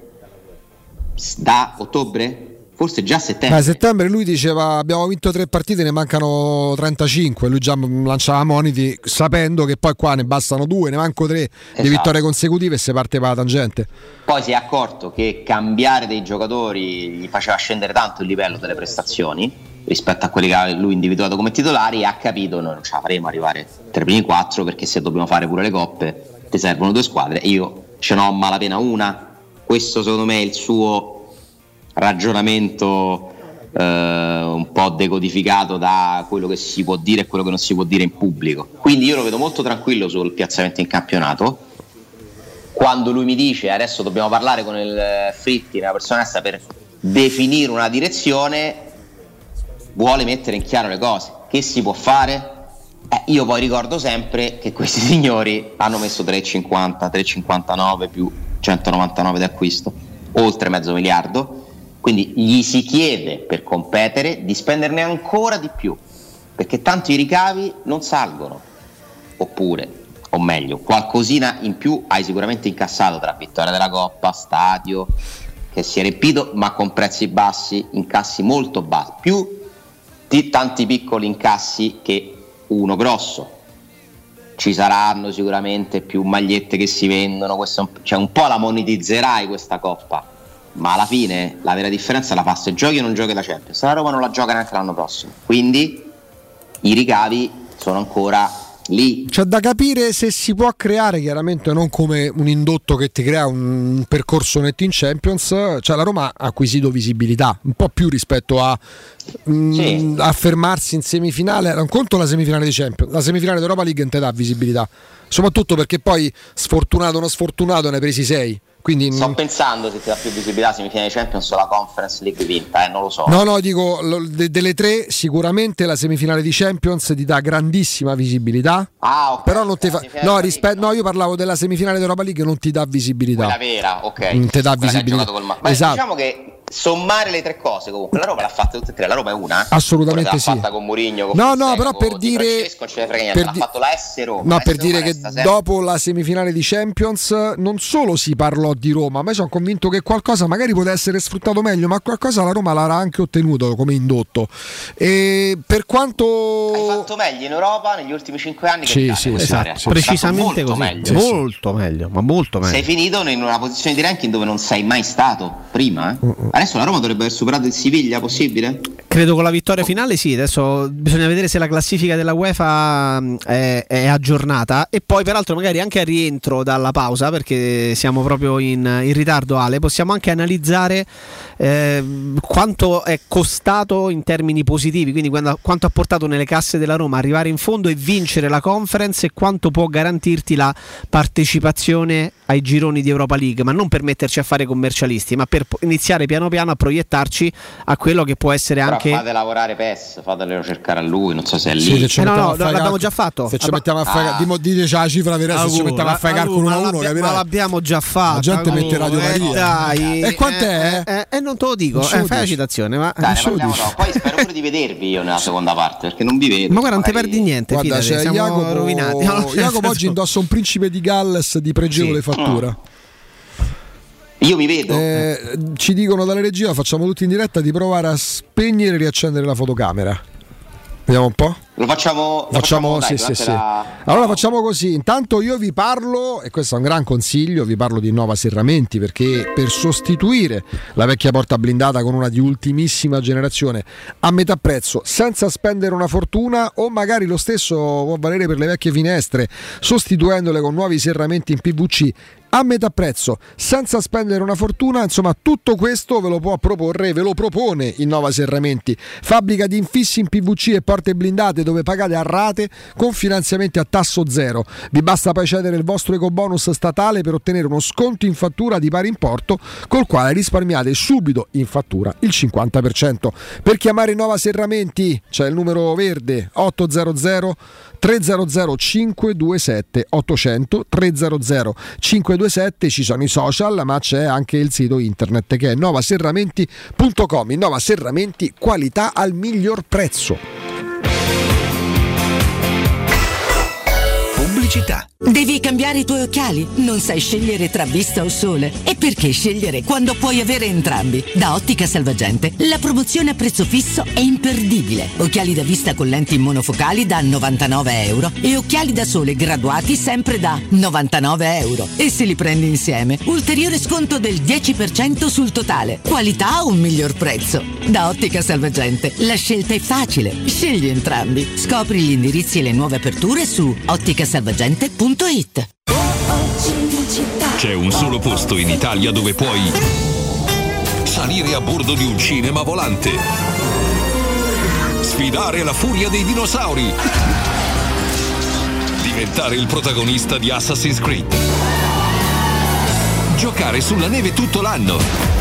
da ottobre, forse già settembre. A settembre lui diceva abbiamo vinto 3 partite, ne mancano 35, lui già lanciava moniti sapendo che poi qua ne bastano 2, ne manco 3 di vittorie consecutive e si parte per la tangente. Poi si è accorto che cambiare dei giocatori gli faceva scendere tanto il livello delle prestazioni rispetto a quelli che aveva lui individuato come titolari, e ha capito noi non ce la faremo arrivare tra i primi 4, perché se dobbiamo fare pure le coppe ti servono 2 squadre e io ce n'ho malapena una. Questo secondo me è il suo ragionamento un po' decodificato da quello che si può dire e quello che non si può dire in pubblico. Quindi io lo vedo molto tranquillo sul piazzamento in campionato. Quando lui mi dice adesso dobbiamo parlare con il Fritti, una persona onesta, per definire una direzione, vuole mettere in chiaro le cose. Che si può fare? Io poi ricordo sempre che questi signori hanno messo 3,50, 3,59 più 199 di acquisto, oltre $500 milioni. Quindi gli si chiede, per competere, di spenderne ancora di più, perché tanto i ricavi non salgono. Oppure, o meglio, qualcosina in più hai sicuramente incassato tra vittoria della Coppa, stadio che si è riempito ma con prezzi bassi, incassi molto bassi, più di tanti piccoli incassi che uno grosso. Ci saranno sicuramente più magliette che si vendono, cioè un po' la monetizzerai questa Coppa, ma alla fine la vera differenza la fa se giochi o non giochi la Champions. La Roma non la gioca neanche l'anno prossimo, quindi i ricavi sono ancora lì. C'è da capire se si può creare, chiaramente non come un indotto che ti crea un percorso netto in Champions. Cioè la Roma ha acquisito visibilità un po' più rispetto a affermarsi in semifinale. Un conto la semifinale di Champions, la semifinale d'Europa League non ti dà visibilità, soprattutto perché poi sfortunato o non sfortunato ne hai presi 6. Quindi sto pensando se ti dà più visibilità semifinale di Champions o la Conference League vinta, non lo so. No, dico delle 3 sicuramente la semifinale di Champions ti dà grandissima visibilità. Okay. Però non ti fa io parlavo della semifinale d'Europa League, non ti dà visibilità. Quella vera, ok. Non ti dà visibilità. Ma esatto. Diciamo che sommare le 3 cose, comunque la Roma l'ha fatta tutte e 3, la Roma è una. Assolutamente sì. L'ha fatta con Mourinho, con Fonseca, però per dire l'ha fatto la S Roma. No, per dire che dopo la semifinale di Champions non solo si parlò di Roma, ma io sono convinto che qualcosa magari poteva essere sfruttato meglio, ma qualcosa la Roma l'ha anche ottenuto come indotto. E per quanto hai fatto meglio in Europa negli ultimi 5 anni che esatto, precisamente così, molto meglio, ma molto meglio. Sei finito in una posizione di ranking dove non sei mai stato prima, Adesso la Roma dovrebbe aver superato il Siviglia, possibile? Credo con la vittoria finale sì, adesso bisogna vedere se la classifica della UEFA è aggiornata, e poi peraltro magari anche al rientro dalla pausa, perché siamo proprio in ritardo, Ale, possiamo anche analizzare quanto è costato in termini positivi, quindi quanto ha portato nelle casse della Roma arrivare in fondo e vincere la Conference, e quanto può garantirti la partecipazione ai gironi di Europa League, ma non per metterci a fare commercialisti, ma per iniziare piano piano a proiettarci a quello che può essere però anche. Fate lavorare PES, fatelo cercare a lui, non so se è lì. No, l'abbiamo già fatto. Se ci mettiamo a fare, dite la cifra vera, se ci mettiamo a fare calcolo 1-1, capirai? Ma l'abbiamo già fatto. La gente mette Radio Maria. Dai. E quant'è? Non te lo dico, fai la citazione, ma dai, poi spero pure di vedervi io nella seconda parte, perché non vi vedo. Ma guarda, non ti perdi niente, guarda, fidati, siamo Jacopo, rovinati. Jacopo oggi indossa un principe di Galles di pregevole fattura. Io mi vedo. Ci dicono dalle regie, facciamo tutti in diretta, di provare a spegnere e riaccendere la fotocamera. Vediamo un po'. Lo facciamo dai, sì. Allora facciamo così, intanto io vi parlo, e questo è un gran consiglio, vi parlo di Nova Serramenti, perché per sostituire la vecchia porta blindata con una di ultimissima generazione a metà prezzo, senza spendere una fortuna, o magari lo stesso può valere per le vecchie finestre, sostituendole con nuovi serramenti in PVC a metà prezzo, senza spendere una fortuna, insomma tutto questo ve lo può proporre, ve lo propone il Nova Serramenti, fabbrica di infissi in PVC e porte blindate dove pagate a rate con finanziamenti a tasso zero. Vi basta poi cedere il vostro ecobonus statale per ottenere uno sconto in fattura di pari importo, col quale risparmiate subito in fattura il 50%. Per chiamare Nova Serramenti c'è il numero verde 800 300 527 800 300 527, ci sono i social, ma c'è anche il sito internet che è novaserramenti.com. in Nova Serramenti, qualità al miglior prezzo. Pubblicità. Devi cambiare i tuoi occhiali? Non sai scegliere tra vista o sole? E perché scegliere quando puoi avere entrambi? Da Ottica Salvagente la promozione a prezzo fisso è imperdibile. Occhiali da vista con lenti monofocali da €99 e occhiali da sole graduati sempre da €99. E se li prendi insieme, ulteriore sconto del 10% sul totale. Qualità o un miglior prezzo? Da Ottica Salvagente la scelta è facile. Scegli entrambi. Scopri gli indirizzi e le nuove aperture su otticasalvagente.it. C'è un solo posto in Italia dove puoi salire a bordo di un cinema volante, sfidare la furia dei dinosauri, diventare il protagonista di Assassin's Creed, giocare sulla neve tutto l'anno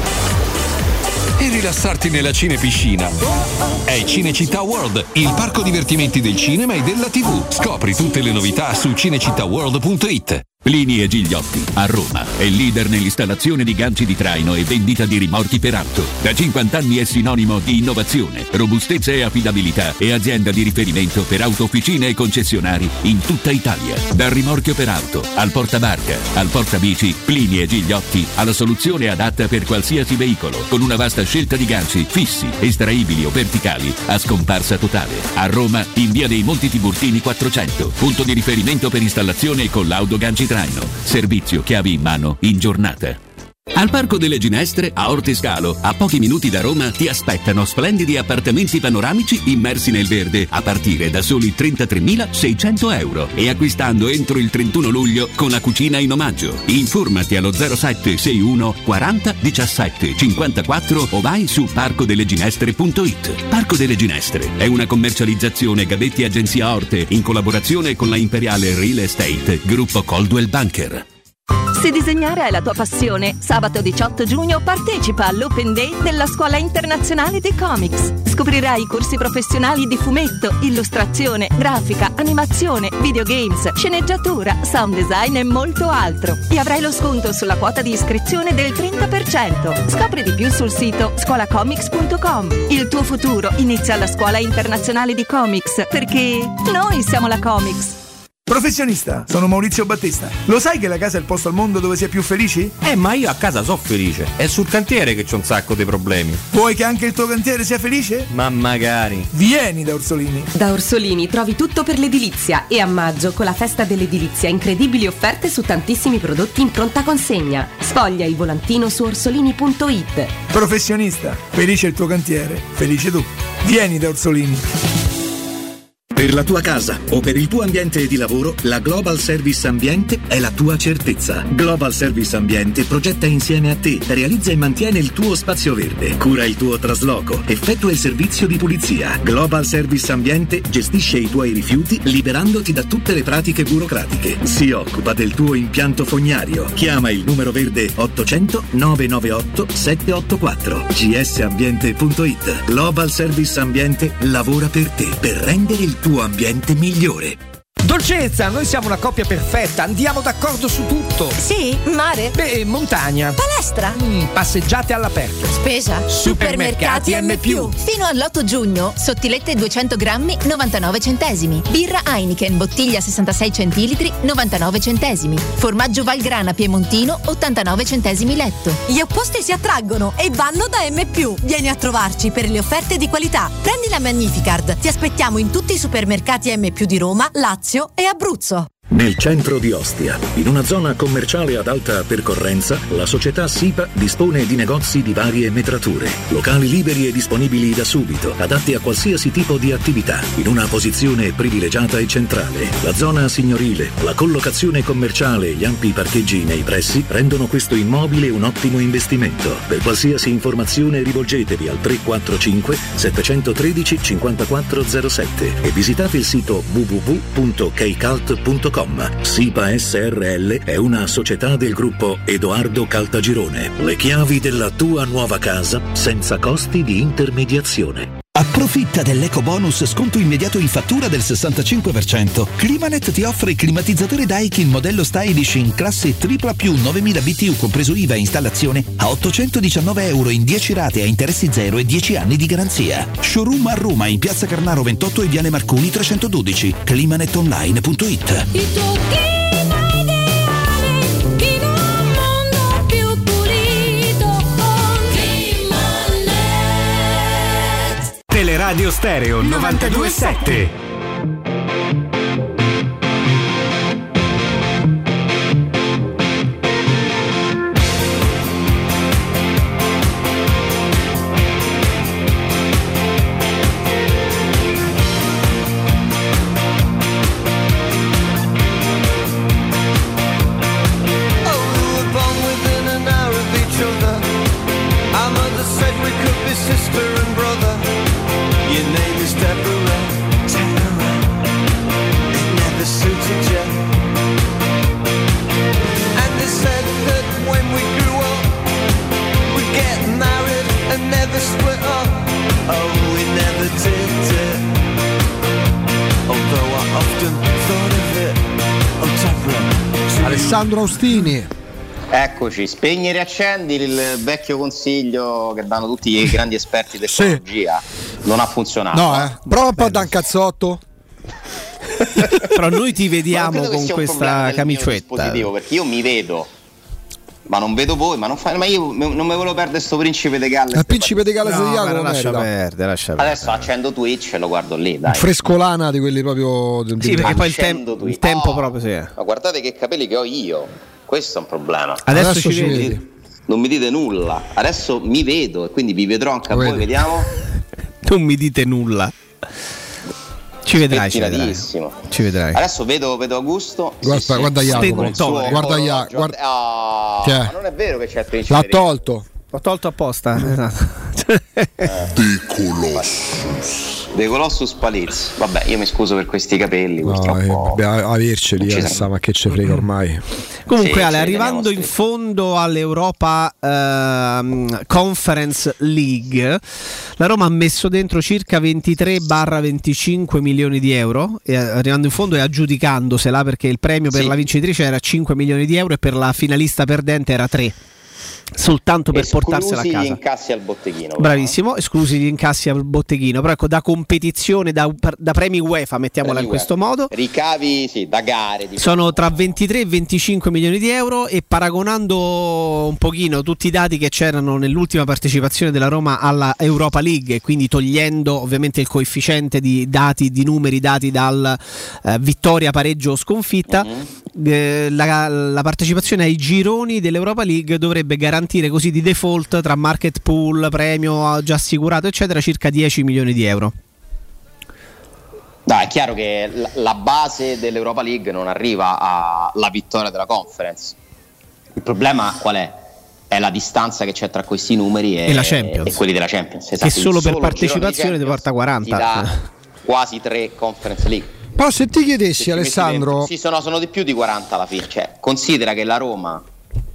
e rilassarti nella cinepiscina. È Cinecittà World, il parco divertimenti del cinema e della TV. Scopri tutte le novità su cinecittàworld.it. Plini e Gigliotti, a Roma, è leader nell'installazione di ganci di traino e vendita di rimorchi per auto. Da 50 anni è sinonimo di innovazione, robustezza e affidabilità e azienda di riferimento per autofficine e concessionari in tutta Italia. Dal rimorchio per auto, al portabarca, al portabici, Plini e Gigliotti ha la soluzione adatta per qualsiasi veicolo, con una vasta scelta di ganci fissi, estraibili o verticali, a scomparsa totale. A Roma, in via dei Monti Tiburtini 400, punto di riferimento per installazione con l'auto ganci traino. Servizio chiavi in mano in giornata. Al Parco delle Ginestre, a Ortescalo, a pochi minuti da Roma, ti aspettano splendidi appartamenti panoramici immersi nel verde a partire da soli €33.600 e acquistando entro il 31 luglio con la cucina in omaggio. Informati allo 0761 40 17 54 o vai su parcodelleginestre.it. Parco delle Ginestre è una commercializzazione Gabetti Agenzia Orte in collaborazione con la Imperiale Real Estate Gruppo Coldwell Banker. Se disegnare è la tua passione, sabato 18 giugno partecipa all'Open Day della Scuola Internazionale di Comics. Scoprirai i corsi professionali di fumetto, illustrazione, grafica, animazione, videogames, sceneggiatura, sound design e molto altro. E avrai lo sconto sulla quota di iscrizione del 30%. Scopri di più sul sito scolacomics.com. Il tuo futuro inizia alla Scuola Internazionale di Comics, perché noi siamo la Comics. Professionista, sono Maurizio Battista. Lo sai che la casa è il posto al mondo dove si è più felici? Ma io a casa so felice. È sul cantiere che c'ho un sacco di problemi. Vuoi che anche il tuo cantiere sia felice? Ma magari. Vieni da Orsolini. Da Orsolini trovi tutto per l'edilizia e a maggio, con la festa dell'edilizia, incredibili offerte su tantissimi prodotti in pronta consegna. Sfoglia il volantino su orsolini.it. Professionista, felice il tuo cantiere, felice tu. Vieni da Orsolini. Per la tua casa o per il tuo ambiente di lavoro, la Global Service Ambiente è la tua certezza. Global Service Ambiente progetta insieme a te, realizza e mantiene il tuo spazio verde, cura il tuo trasloco, effettua il servizio di pulizia. Global Service Ambiente gestisce i tuoi rifiuti liberandoti da tutte le pratiche burocratiche. Si occupa del tuo impianto fognario. Chiama il numero verde 800 998 784. gsambiente.it. Global Service Ambiente lavora per te per rendere il tuo ambiente migliore. Dolcezza, noi siamo una coppia perfetta, andiamo d'accordo su tutto. Sì? Mare? Beh, montagna. Palestra? Passeggiate all'aperto. Spesa? Supermercati M+. Fino all'8 giugno, sottilette 200 grammi, 99 centesimi. Birra Heineken, bottiglia 66 centilitri, 99 centesimi. Formaggio Valgrana Piemontino, 89 centesimi letto. Gli opposti si attraggono e vanno da M+. Vieni a trovarci per le offerte di qualità. Prendi la Magnificard. Ti aspettiamo in tutti i supermercati M+ di Roma, Lazio e Abruzzo. Nel centro di Ostia, in una zona commerciale ad alta percorrenza, la società SIPA dispone di negozi di varie metrature, locali liberi e disponibili da subito, adatti a qualsiasi tipo di attività, in una posizione privilegiata e centrale. La zona signorile, la collocazione commerciale e gli ampi parcheggi nei pressi rendono questo immobile un ottimo investimento. Per qualsiasi informazione rivolgetevi al 345 713 5407 e visitate il sito www.kcalt.com. SIPA SRL è una società del gruppo Edoardo Caltagirone. Le chiavi della tua nuova casa senza costi di intermediazione. Approfitta dell'eco bonus sconto immediato in fattura del 65%. Climanet ti offre il climatizzatore Daikin modello Stylish in classe tripla più 9000 BTU compreso IVA e installazione a €819 in 10 rate a interessi zero e 10 anni di garanzia. Showroom a Roma in Piazza Carnaro 28 e Viale Marconi 312. climanetonline.it. Il tuo clima ideale in un mondo più pulito con Climanet. Teleradio Stereo 92.7. Alessandro Austini. Eccoci, spegni e riaccendi, il vecchio consiglio che danno tutti i grandi esperti di tecnologia. Non ha funzionato. No, prova un po' da un cazzotto. Però noi ti vediamo con questa camicetta. Perché io mi vedo, ma non vedo voi, ma io non me volevo perdere sto Principe de Galles. Il Principe de Galles di Jacopo lascia perdere. Adesso accendo Twitch e lo guardo lì, dai. Frescolana di quelli proprio. Sì, perché poi il tempo proprio sì. Ma guardate che capelli che ho io. Questo è un problema. Adesso ci vedi. Non mi dite nulla. Adesso mi vedo e quindi vi vedrò anche a voi, vediamo. Non mi dite nulla. Ci vedrai. Adesso vedo Augusto. Guarda Jacopo. Guarda Jacopo. Ma non è vero che c'è il Principe. L'ha tolto. L'ho tolto apposta. Esatto. De Colossus Palizzi. Vabbè, io mi scuso per questi capelli. Averceli, ma che ce frega ormai. Comunque, Ale, arrivando in fondo all'Europa Conference League, la Roma ha messo dentro circa 23-25 milioni di euro, e arrivando in fondo e aggiudicandosela, perché il premio per la vincitrice era 5 milioni di euro e per la finalista perdente era 3. Soltanto per portarsela a casa. Esclusi gli incassi al botteghino. Bravissimo, esclusi gli incassi al botteghino. Però ecco, da competizione, da premi UEFA, mettiamola in questo modo. Ricavi, da gare. Sono tra 23 e 25 milioni di euro, e paragonando un pochino tutti i dati che c'erano nell'ultima partecipazione della Roma alla Europa League, e quindi togliendo ovviamente il coefficiente di numeri dati dal vittoria, pareggio o sconfitta, la partecipazione ai gironi dell'Europa League dovrebbe garantire così di default, tra market pool, premio già assicurato eccetera, circa 10 milioni di euro. È chiaro che la base dell'Europa League non arriva alla vittoria della Conference. Il problema qual è? È la distanza che c'è tra questi numeri e la Champions, e quelli della Champions. Esatto. Che solo per partecipazione ti porta 40. Ti dà quasi 3 Conference League. Però se ti chiedessi, Alessandro, sono di più di 40 alla fine. Cioè, considera che la Roma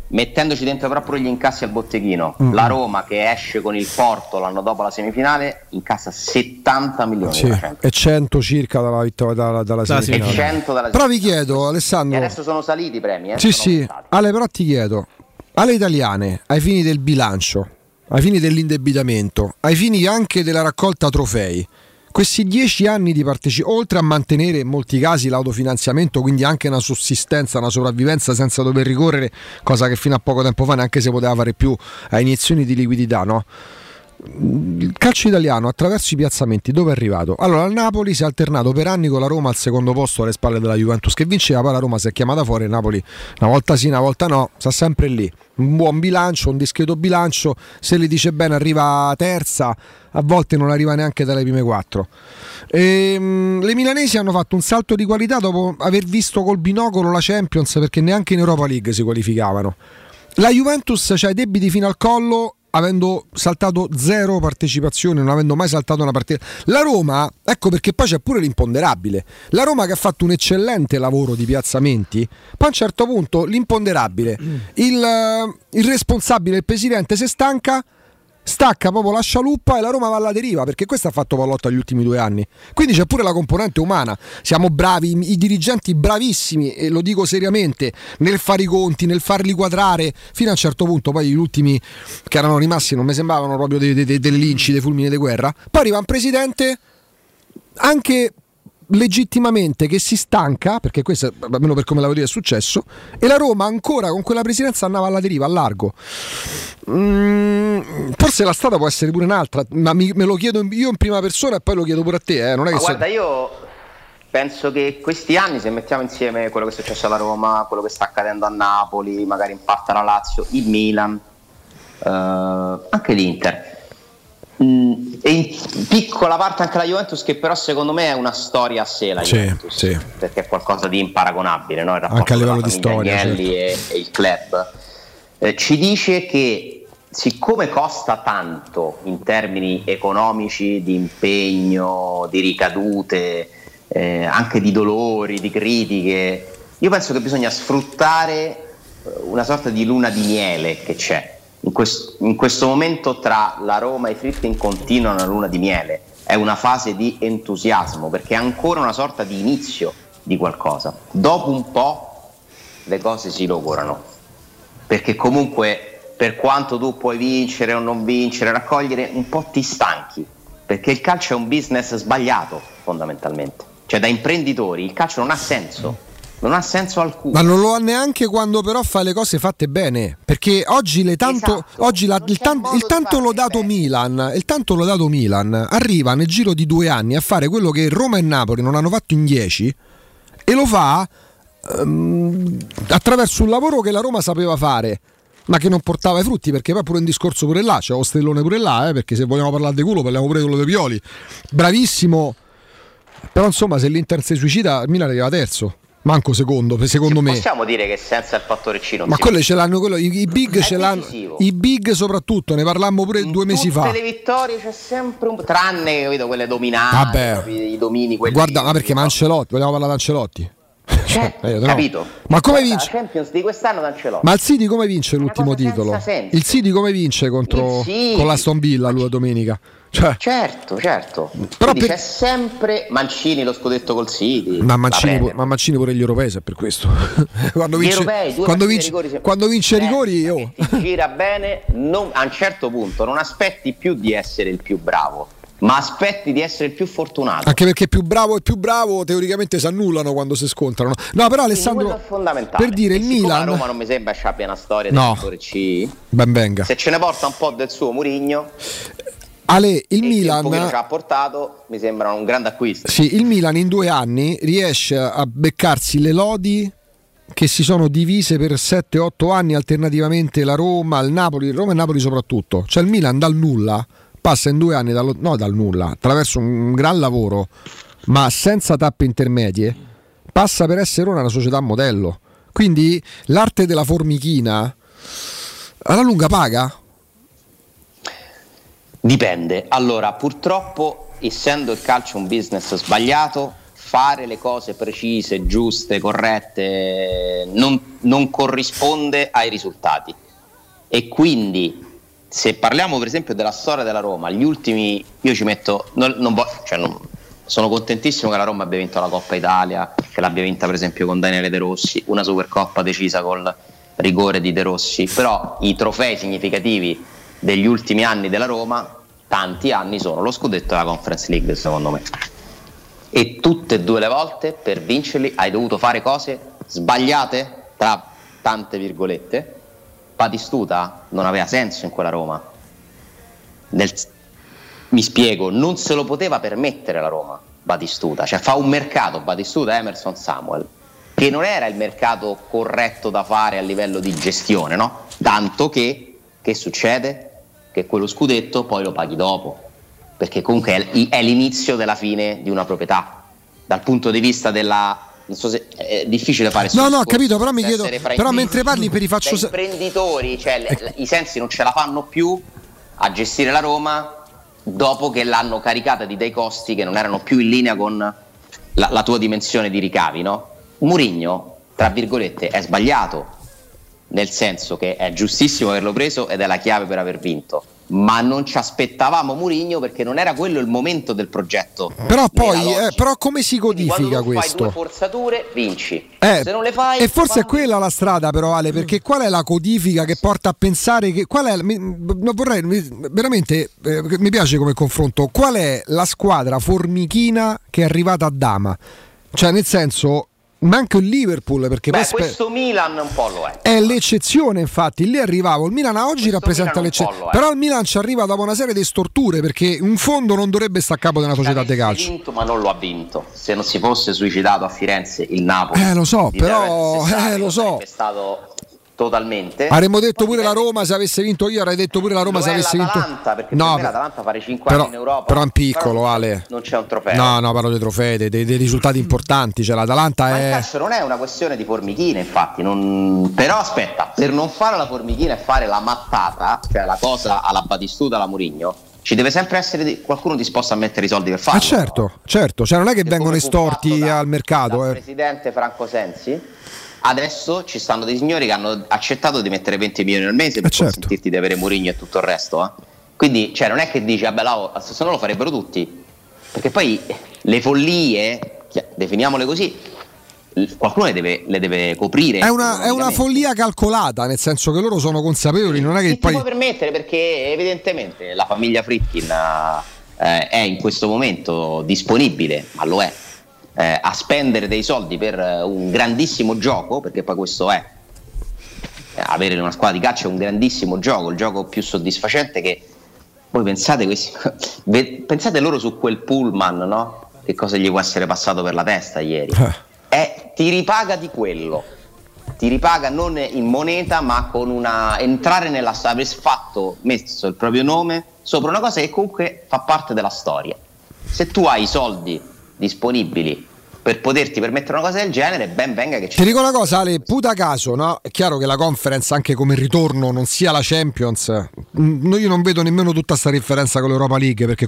mettendoci dentro proprio gli incassi al botteghino, la Roma che esce con il Porto l'anno dopo la semifinale incassa 70 milioni. Sì, e 100 circa dalla vittoria dalla semifinale. E 100 dalla però vi chiedo, Alessandro, e adesso sono saliti i premi, sì, Ale, però ti chiedo, alle italiane, ai fini del bilancio, ai fini dell'indebitamento, ai fini anche della raccolta trofei, questi 10 anni di partecipazione, oltre a mantenere in molti casi l'autofinanziamento, quindi anche una sussistenza, una sopravvivenza senza dover ricorrere, cosa che fino a poco tempo fa neanche si poteva fare più, a iniezioni di liquidità, no? Il calcio italiano attraverso i piazzamenti dove è arrivato? Allora, il Napoli si è alternato per anni con la Roma al secondo posto alle spalle della Juventus che vinceva, poi la Roma si è chiamata fuori, il Napoli una volta sì, una volta no, sta sempre lì, un buon bilancio, un discreto bilancio, se li dice bene arriva terza, a volte non arriva neanche dalle prime 4. Le milanesi hanno fatto un salto di qualità dopo aver visto col binocolo la Champions, perché neanche in Europa League si qualificavano. La Juventus c'ha i debiti fino al collo, avendo saltato 0 partecipazioni, non avendo mai saltato una partita. La Roma, ecco perché poi c'è pure l'imponderabile, la Roma che ha fatto un eccellente lavoro di piazzamenti, poi a un certo punto l'imponderabile, il responsabile, il presidente si stacca proprio la scialuppa e la Roma va alla deriva, perché questo ha fatto Pallotta gli ultimi 2 anni. Quindi c'è pure la componente umana, siamo bravi, i dirigenti bravissimi, e lo dico seriamente, nel fare i conti, nel farli quadrare fino a un certo punto. Poi gli ultimi che erano rimasti non mi sembravano proprio delle linci, dei fulmini di guerra. Poi arriva un presidente anche legittimamente che si stanca, perché questo almeno per come l'avevo detto è successo, e la Roma ancora con quella presidenza andava alla deriva, al largo. Forse la strada può essere pure un'altra, ma me lo chiedo io in prima persona e poi lo chiedo pure a te, non è che guarda, io penso che questi anni, se mettiamo insieme quello che è successo alla Roma, quello che sta accadendo a Napoli, magari in parte alla Lazio, il Milan, anche l'Inter, e in piccola parte anche la Juventus, che però secondo me è una storia a sé, la Juventus, sì. Perché è qualcosa di imparagonabile, no? Il rapporto anche a livello di storia, certo. e il club ci dice che siccome costa tanto in termini economici, di impegno, di ricadute, anche di dolori, di critiche, io penso che bisogna sfruttare una sorta di luna di miele che c'è in questo momento tra la Roma e i Fritti. Continua una luna di miele, è una fase di entusiasmo, perché è ancora una sorta di inizio di qualcosa. Dopo un po' le cose si logorano, perché comunque per quanto tu puoi vincere o non vincere, raccogliere, un po' ti stanchi, perché il calcio è un business sbagliato fondamentalmente, cioè da imprenditori il calcio non ha senso. Non ha senso alcuno. Ma non lo ha neanche quando però fa le cose fatte bene, perché oggi il tanto lodato Milan arriva nel giro di 2 anni a fare quello che Roma e Napoli non hanno fatto in 10, e lo fa attraverso un lavoro che la Roma sapeva fare, ma che non portava i frutti, perché poi pure un discorso pure là, c'è lo stellone pure là, perché se vogliamo parlare di culo parliamo pure di quello dei Pioli, bravissimo, però insomma se l'Inter si suicida il Milan arriva terzo. Manco secondo me. Possiamo dire che senza il fattore C non ma si quelli ce l'hanno, i big ce l'hanno, i big soprattutto, ne parlammo pure 2 mesi fa. Tutte le vittorie c'è sempre un, tranne capito, quelle dominanti, i domini, quelli. Guarda, ma perché Ancelotti, vogliamo parlare di Ancelotti? Capito? Ma come vince? La Champions di quest'anno d'Ancelotti. Ma il City come vince l'ultimo titolo? Il City come vince con l'Aston Villa domenica? Cioè. Certo. Però c'è sempre Mancini lo scudetto col City. Ma Mancini pure gli europei, è per questo. quando vince i rigori ti gira bene, a un certo punto non aspetti più di essere il più bravo, ma aspetti di essere il più fortunato. Anche perché più bravo e più bravo teoricamente si annullano quando si scontrano. No, però Alessandro, è fondamentale. Per dire, il Milan, la Roma non mi sembra che abbia una storia del settore C. Ben venga. Se ce ne porta un po' del suo Mourinho, Ale, il Milan che ci ha portato, mi sembra un grande acquisto. Sì, il Milan in 2 anni riesce a beccarsi le lodi che si sono divise per 7-8 anni alternativamente la Roma, il Napoli, Roma e Napoli soprattutto. Cioè il Milan dal nulla passa in 2 anni dal nulla, attraverso un gran lavoro, ma senza tappe intermedie, passa per essere una società modello. Quindi l'arte della formichina alla lunga paga? Dipende. Allora, purtroppo, essendo il calcio un business sbagliato, fare le cose precise, giuste, corrette non non corrisponde ai risultati. E quindi se parliamo per esempio della storia della Roma, gli ultimi, io ci metto, sono contentissimo che la Roma abbia vinto la Coppa Italia, che l'abbia vinta per esempio con Daniele De Rossi, una Supercoppa decisa col rigore di De Rossi, però i trofei significativi degli ultimi anni della Roma, tanti anni, sono lo scudetto e la Conference League, secondo me. E tutte e due le volte per vincerli hai dovuto fare cose sbagliate, tra tante virgolette. Batistuta non aveva senso in quella Roma. Mi spiego, non se lo poteva permettere la Roma, Batistuta. Cioè fa un mercato, Batistuta, Emerson, Samuel, che non era il mercato corretto da fare a livello di gestione, no? Tanto che succede? Che quello scudetto poi lo paghi dopo, perché comunque è l'inizio della fine di una proprietà. Dal punto di vista della... Non so se è difficile fare no, ho capito, però mi chiedo, però mentre parli per i faccio imprenditori, cioè i sensi non ce la fanno più a gestire la Roma dopo che l'hanno caricata di dei costi che non erano più in linea con la tua dimensione di ricavi, no? Mourinho, tra virgolette, è sbagliato, nel senso che è giustissimo averlo preso ed è la chiave per aver vinto, ma non ci aspettavamo Mourinho perché non era quello il momento del progetto. Però poi però come si codifica questo? Fai due forzature, vinci. Se non le fai, e forse è quella la strada, però, Ale, perché qual è la codifica che porta a pensare che veramente mi piace come confronto, qual è la squadra formichina che è arrivata a Dama? Cioè, nel senso, ma anche il Liverpool, perché questo Milan un po' lo è l'eccezione, infatti lì arrivavo, il Milan oggi questo rappresenta l'eccezione, però il Milan ci arriva dopo una serie di storture, perché un fondo non dovrebbe stare a capo di una società di calcio. Vinto, ma non lo ha vinto. Se non si fosse suicidato a Firenze il Napoli, lo so, però lo so, è stato totalmente. Avremmo detto pure la Roma se avesse vinto, io avrei detto pure la Roma se avesse vinto. Perché no, per l'Atalanta fare 5 anni in Europa. Però in piccolo, Ale. Non c'è un trofeo. No, parlo dei trofei, dei risultati importanti. Cioè l'Atalanta ma il calcio non è una questione di formichine, infatti. Però aspetta, per non fare la formichina e fare la mattata, cioè la cosa alla Batistuta, alla Mourinho, ci deve sempre essere qualcuno disposto a mettere i soldi per farlo. Certo, cioè non è che vengono estorti al mercato. Il presidente Franco Sensi. Adesso ci stanno dei signori che hanno accettato di mettere 20 milioni al mese per consentirti di avere Mourinho e tutto il resto. Quindi cioè, non è che dici, vabbè, se no lo farebbero tutti. Perché poi le follie, definiamole così, qualcuno le deve coprire. È una follia calcolata, nel senso che loro sono consapevoli, non è che poi ti puoi permettere, perché evidentemente la famiglia Friedkin è in questo momento disponibile, ma lo è. A spendere dei soldi per un grandissimo gioco, perché poi questo è avere una squadra di calcio è un grandissimo gioco, il gioco più soddisfacente che voi pensate loro su quel pullman, no? Che cosa gli può essere passato per la testa ieri? Ti ripaga di quello, ti ripaga non in moneta ma con entrare nella storia, aver messo il proprio nome sopra una cosa che comunque fa parte della storia. Se tu hai i soldi disponibili per poterti permettere una cosa del genere, ben venga che ci. Ti dico una cosa, Ale, puta caso, no? È chiaro che la Conference, anche come ritorno, non sia la Champions. Io non vedo nemmeno tutta sta differenza con l'Europa League, perché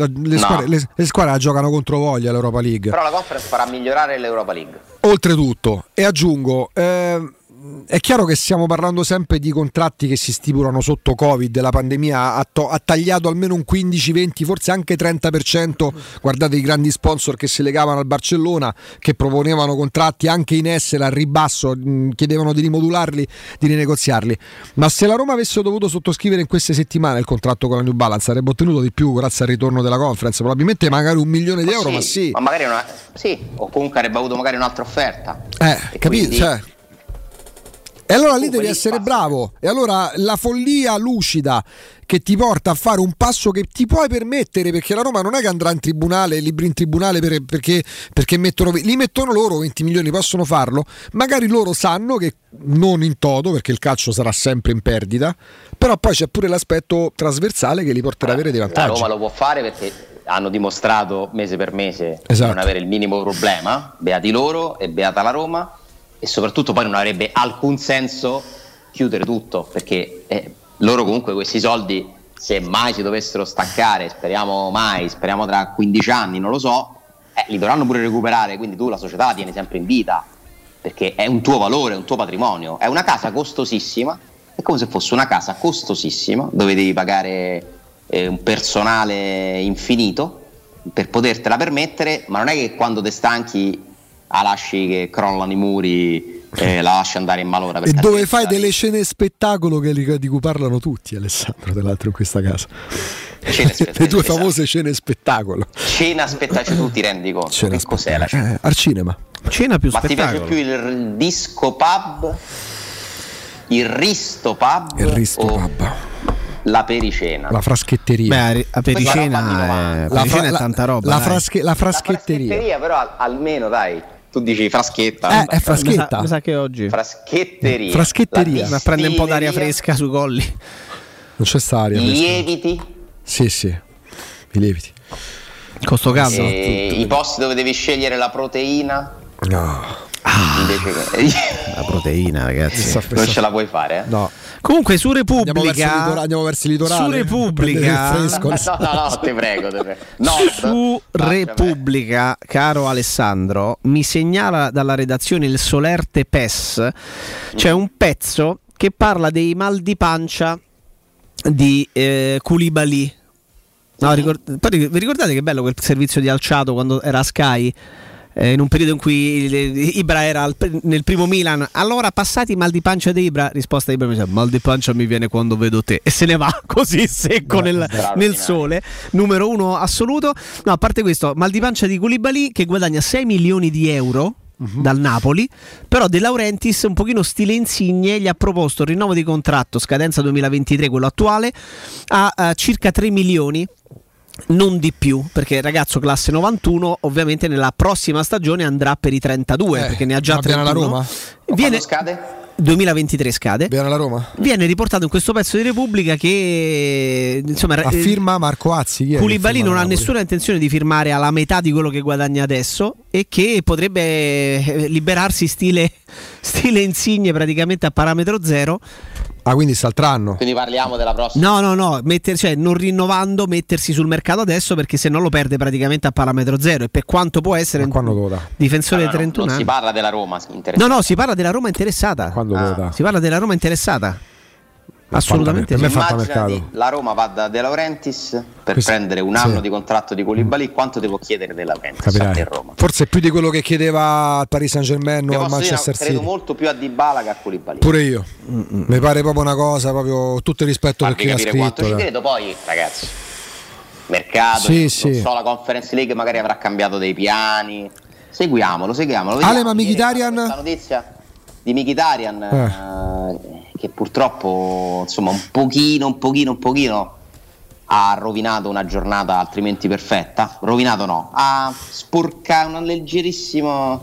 le squadre la giocano contro voglia l'Europa League. Però la Conference farà migliorare l'Europa League. Oltretutto, e aggiungo, è chiaro che stiamo parlando sempre di contratti che si stipulano sotto Covid, la pandemia ha tagliato almeno un 15-20, forse anche 30%, guardate i grandi sponsor che si legavano al Barcellona, che proponevano contratti anche in essere al ribasso, chiedevano di rimodularli, di rinegoziarli, ma se la Roma avesse dovuto sottoscrivere in queste settimane il contratto con la New Balance avrebbe ottenuto di più grazie al ritorno della Conference, probabilmente magari $1 milione, ma sì. Ma magari o comunque avrebbe avuto magari un'altra offerta. Capito? Quindi... Cioè. E allora lì devi essere bravo. E allora la follia lucida che ti porta a fare un passo che ti puoi permettere, perché la Roma non è che andrà in tribunale, libri in tribunale perché li mettono loro 20 milioni, possono farlo. Magari loro sanno che non in toto, perché il calcio sarà sempre in perdita, però poi c'è pure l'aspetto trasversale che li porterà a avere dei vantaggi. La Roma lo può fare perché hanno dimostrato mese per mese di non avere il minimo problema, beati loro e beata la Roma. E soprattutto poi non avrebbe alcun senso chiudere tutto, perché loro comunque questi soldi, se mai si dovessero staccare, speriamo tra 15 anni, non lo so, li dovranno pure recuperare, quindi tu la società la tieni sempre in vita. perché è un tuo valore, è un tuo patrimonio. È una casa costosissima, è come se fosse una casa costosissima dove devi pagare un personale infinito per potertela permettere, ma non è che quando te stanchi la lasci che crollano i muri, la lasci andare in malora. E dove fai delle scene spettacolo di cui parlano tutti, Alessandro, tra l'altro in questa casa. Le tue famose scene spettacolo. Cena spettacolo, tu ti rendi conto cena che cos'è la cena? Al cinema. Cena più Ma spettacolo. ti piace più il disco pub, il risto pub, pub, la pericena? La fraschetteria. Beh, la pericena è tanta roba. La fraschetteria. La fraschetteria però almeno dai. Tu dici fraschetta. È fraschetta. Mi sa che oggi. Fraschetteria. Fraschetteria. Ma prende un po' d'aria fresca sui colli. Non c'è sta aria fresca. Lieviti. Sì, i lieviti. Costo caldo. I posti dove devi scegliere la proteina. No. Invece che la proteina, ragazzi. Non ce la puoi fare, No. Comunque su Repubblica andiamo verso il litorale. Su Repubblica no, te prego. No, su Repubblica, caro Alessandro, mi segnala dalla redazione il Solerte PES, c'è un pezzo che parla dei mal di pancia di Koulibaly. No, poi vi ricordate che bello quel servizio di Alciato quando era a Sky? In un periodo in cui Ibra era nel primo Milan, allora passati mal di pancia di Ibra, risposta di Ibra: mal di pancia mi viene quando vedo te, e se ne va così secco nel sole, numero uno assoluto. No, a parte questo, mal di pancia di Koulibaly che guadagna 6 milioni di euro dal Napoli, però De Laurentiis, un pochino stile Insigne, gli ha proposto il rinnovo di contratto scadenza 2023, quello attuale, a circa 3 milioni, non di più, perché il ragazzo classe 91 ovviamente nella prossima stagione andrà per i 32, perché ne ha già 31. Viene alla Roma? Quando scade? 2023 scade. Viene alla Roma? Viene riportato in questo pezzo di Repubblica che insomma firma Marco Azzi. Koulibaly non ha nessuna intenzione di firmare alla metà di quello che guadagna adesso e che potrebbe liberarsi stile Insigne praticamente a parametro zero. Ah, quindi saltranno. Quindi parliamo della prossima. No, non rinnovando, mettersi sul mercato adesso, perché se no lo perde praticamente a parametro zero. E per quanto può essere un difensore di 31 anni. Non si parla della Roma interessata. No, si parla della Roma interessata. Si parla della Roma interessata. Assolutamente. Per me fatta mercato. La Roma va da De Laurentiis per prendere un anno di contratto di Koulibaly. Quanto devo chiedere De Laurentiis a te, Roma? Forse più di quello che chiedeva al Paris Saint-Germain o al Manchester City. Credo molto più a Dybala che a Koulibaly. Pure io. Mi pare proprio una cosa, proprio tutto il rispetto per chi ha scritto. Quanto ci credo poi, ragazzi. Mercato, non so, la Conference League magari avrà cambiato dei piani. Seguiamolo. Ale, ma Mkhitaryan? La notizia di Mkhitaryan che purtroppo insomma un pochino ha rovinato una giornata altrimenti perfetta. Rovinato no, ha sporcato un leggerissimo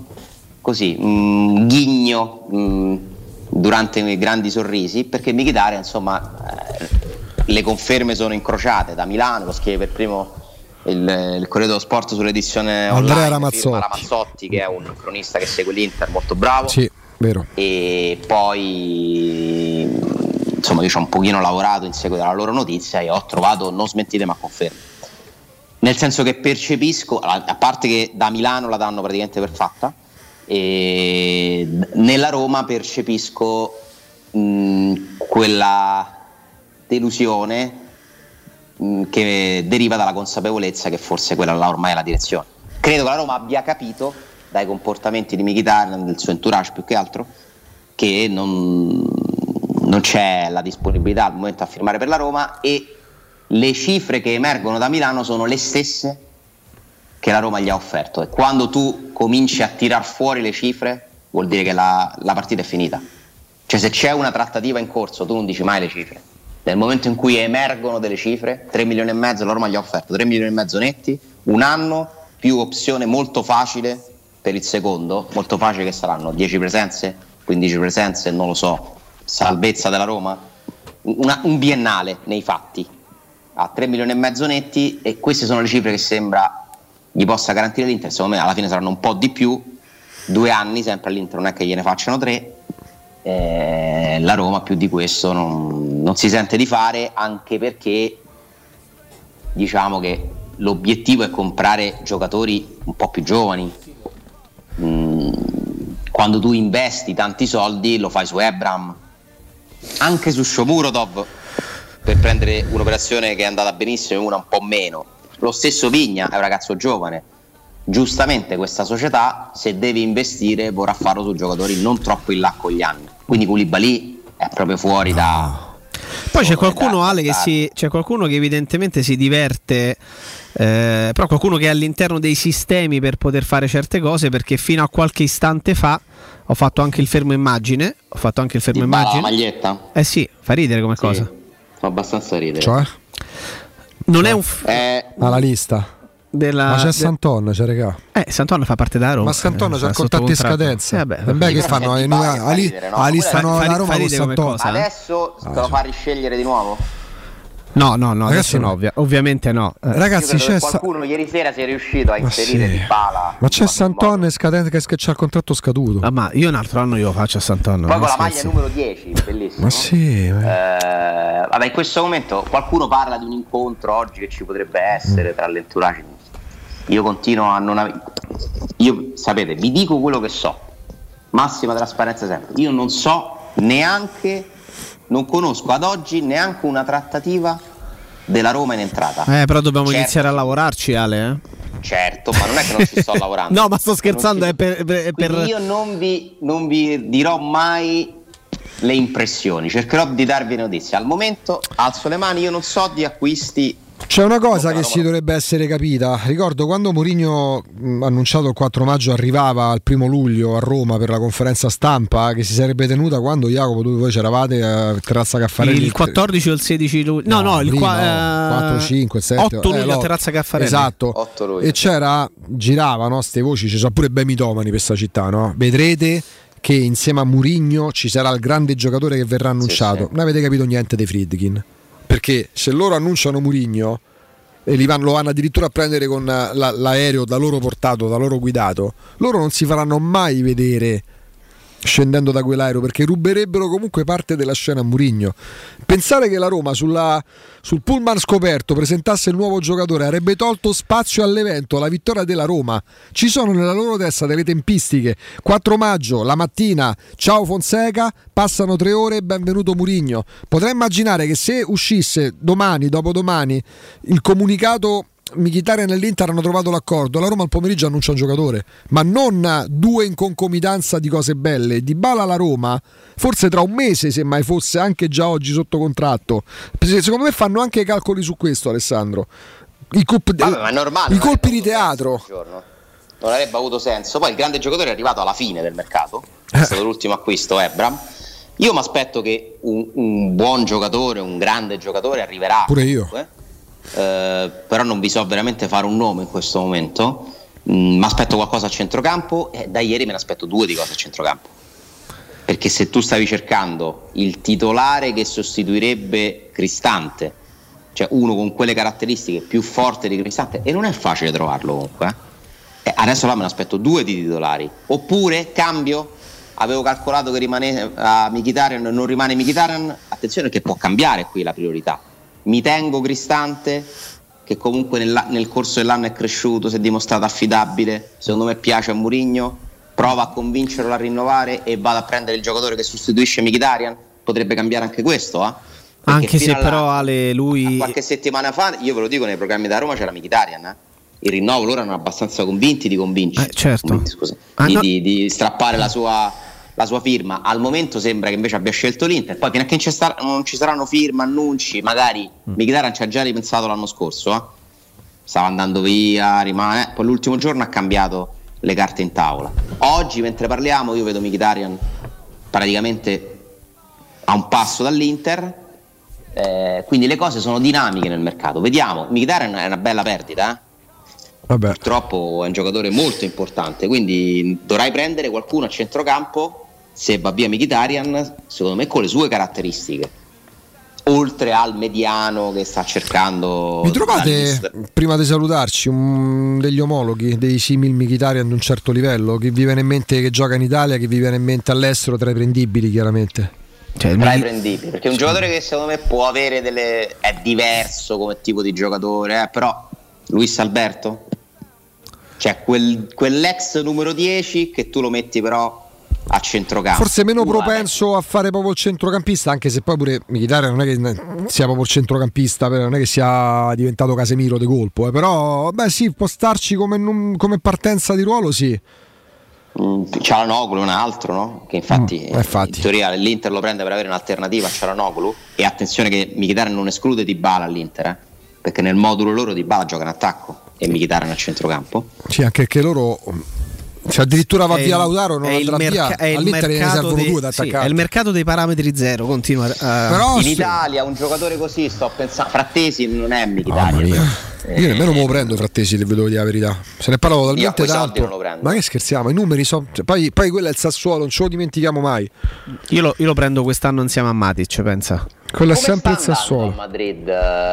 ghigno durante i grandi sorrisi, perché Mkhitaryan insomma le conferme sono incrociate da Milano. Lo scrive per primo il Corriere dello Sport sull'edizione Andrea online, Ramazzotti, che è un cronista che segue l'Inter, molto bravo. Sì, vero. E poi insomma io ci ho un pochino lavorato in seguito alla loro notizia e ho trovato non smentite ma conferme, nel senso che percepisco, a parte che da Milano la danno praticamente per fatta, e nella Roma percepisco quella delusione che deriva dalla consapevolezza che forse quella là ormai è la direzione. Credo che la Roma abbia capito dai comportamenti di Mkhitaryan, del suo entourage più che altro, che non c'è la disponibilità al momento a firmare per la Roma, e le cifre che emergono da Milano sono le stesse che la Roma gli ha offerto, e quando tu cominci a tirar fuori le cifre vuol dire che la partita è finita. Cioè, se c'è una trattativa in corso tu non dici mai le cifre. Nel momento in cui emergono delle cifre, 3 milioni e mezzo la Roma gli ha offerto, 3 milioni e mezzo netti, un anno più opzione molto facile per il secondo, molto facile che saranno 10 presenze, 15 presenze, non lo so, salvezza della Roma, un biennale nei fatti a 3 milioni e mezzo netti, e queste sono le cifre che sembra gli possa garantire l'Inter. Secondo me alla fine saranno un po' di più, 2 anni sempre all'Inter, non è che gliene facciano 3. La Roma più di questo non si sente di fare, anche perché diciamo che l'obiettivo è comprare giocatori un po' più giovani. quando tu investi tanti soldi lo fai su Ebram, anche su Shomurodov, per prendere un'operazione che è andata benissimo e una un po' meno. Lo stesso Vigna è un ragazzo giovane. Giustamente questa società, se deve investire, vorrà farlo su giocatori non troppo in là con gli anni. Quindi Koulibaly è proprio fuori da... Poi c'è qualcuno, Ale, c'è qualcuno che evidentemente si diverte, però qualcuno che è all'interno dei sistemi per poter fare certe cose, perché fino a qualche istante fa ho fatto anche il fermo immagine. La maglietta? Sì, fa ridere come cosa. Fa abbastanza ridere. Cioè? Non è un alla lista. Ma c'è Santon, c'è regà. Santon fa parte da Roma. Ma Santon c'ha contratti in scadenza. Beh, che fanno? La lista la Roma con Santon. Adesso te lo fa riscegliere di nuovo? No, adesso no, ovviamente no. Ragazzi, c'è qualcuno ieri sera si è riuscito a inserire Dybala. Ma c'è Santon che c'ha il contratto scaduto. Ma io un altro anno io faccio a Santon. Poi con la maglia numero 10, bellissimo. Ma sì. Vabbè, in questo momento qualcuno parla di un incontro oggi che ci potrebbe essere tra l'entourage. Io continuo a non io, sapete, vi dico quello che so. Massima trasparenza sempre. Io non so neanche, non conosco ad oggi neanche una trattativa della Roma in entrata. Però dobbiamo iniziare a lavorarci, Ale. Certo, ma non è che non ci sto lavorando. No, ma sto scherzando, è per... Io non vi dirò mai le impressioni, cercherò di darvi notizie. Al momento alzo le mani, io non so di acquisti. C'è una cosa che si dovrebbe essere capita. Ricordo quando Mourinho, annunciato il 4 maggio, arrivava al 1 luglio a Roma per la conferenza stampa che si sarebbe tenuta quando, Jacopo, voi c'eravate a Terrazza Caffarelli il 14 o il 16 luglio? No, il 4, 5, 7 8 luglio a Terrazza Caffarelli. Esatto. E giravano ste voci, ci sono pure bei mitomani per questa città, no? Vedrete che insieme a Mourinho ci sarà il grande giocatore che verrà annunciato. Sì. Non avete capito niente dei Friedkin. Perché se loro annunciano Mourinho e lo vanno addirittura a prendere con l'aereo da loro portato, da loro guidato, loro non si faranno mai vedere scendendo da quell'aereo, perché ruberebbero comunque parte della scena a Mourinho. Pensare che la Roma sul pullman scoperto presentasse il nuovo giocatore avrebbe tolto spazio all'evento, alla vittoria della Roma. Ci sono nella loro testa delle tempistiche. 4 maggio, la mattina, ciao Fonseca, passano 3 ore, benvenuto Mourinho. Potrei immaginare che se uscisse domani, dopodomani, il comunicato Mkhitaryan e l'Inter hanno trovato l'accordo, la Roma al pomeriggio annuncia un giocatore, ma non 2 in concomitanza di cose belle. Dybala alla Roma forse tra un mese, se mai fosse, anche già oggi sotto contratto. Secondo me fanno anche i calcoli su questo, Alessandro. I colpi di teatro non avrebbe avuto senso. Poi il grande giocatore è arrivato alla fine del mercato, è stato l'ultimo acquisto, Ebram. Io mi aspetto che un buon giocatore, un grande giocatore arriverà pure io. Però non vi so veramente fare un nome in questo momento. Mi aspetto qualcosa a centrocampo e da ieri me ne aspetto 2 di cose a centrocampo, perché se tu stavi cercando il titolare che sostituirebbe Cristante, cioè uno con quelle caratteristiche più forte di Cristante, e non è facile trovarlo comunque, adesso là me ne aspetto 2 di titolari. Oppure cambio, avevo calcolato che rimane a Mkhitaryan, non rimane Mkhitaryan, attenzione che può cambiare qui la priorità. Mi tengo Cristante, che comunque nel corso dell'anno è cresciuto, si è dimostrato affidabile, secondo me piace a Mourinho, prova a convincerlo a rinnovare e vado a prendere il giocatore che sostituisce Mkhitaryan. Potrebbe cambiare anche questo, anche se però Ale, lui qualche settimana fa, io ve lo dico, nei programmi da Roma c'era Mkhitaryan, il rinnovo loro erano abbastanza convinti di di strappare la sua firma. Al momento sembra che invece abbia scelto l'Inter. Poi fino a che non ci saranno firme, annunci, magari Mkhitaryan ci ha già ripensato l'anno scorso, stava andando via, rimane, poi l'ultimo giorno ha cambiato le carte in tavola. Oggi mentre parliamo io vedo Mkhitaryan praticamente a un passo dall'Inter, quindi le cose sono dinamiche nel mercato. Vediamo, Mkhitaryan è una bella perdita, Vabbè. Purtroppo è un giocatore molto importante, quindi dovrai prendere qualcuno a centrocampo, se va via Mkhitaryan, secondo me con le sue caratteristiche, oltre al mediano che sta cercando. Mi trovate, prima di salutarci, degli omologhi, dei simil Mkhitaryan di un certo livello, che vi viene in mente che gioca in Italia, che vi viene in mente all'estero, tra i prendibili chiaramente? Tra i prendibili, perché è un giocatore che secondo me può avere è diverso come tipo di giocatore, però Luis Alberto, cioè quell'ex numero 10 che tu lo metti però a centrocampo. Forse meno propenso a fare proprio il centrocampista, anche se poi pure Mkhitaryan non è che sia proprio il centrocampista, non è che sia diventato Casemiro de colpo, però beh sì, può starci come partenza di ruolo, sì. Çalhanoğlu un altro, no? Che infatti in teoria l'Inter lo prende per avere un'alternativa a Çalhanoğlu, e attenzione che Mkhitaryan non esclude Dybala all'Inter, perché nel modulo loro Dybala gioca in attacco e Mkhitaryan a centrocampo. Sì, anche perché loro, cioè addirittura va via Lautaro, non andrà via, all'Inter ne servono due da attaccare. È il mercato dei parametri zero, continua. Però in Italia un giocatore così, sto pensando, Frattesi non è Mkhitaryan. Io nemmeno me lo prendo Frattesi, devo dire la verità. Se ne parlavo talmente tanto. Ma che scherziamo, i numeri sono. Poi quello è il Sassuolo, non ce lo dimentichiamo mai. Io lo prendo quest'anno insieme a Matic, pensa. Quello è sempre il Sassuolo. A Madrid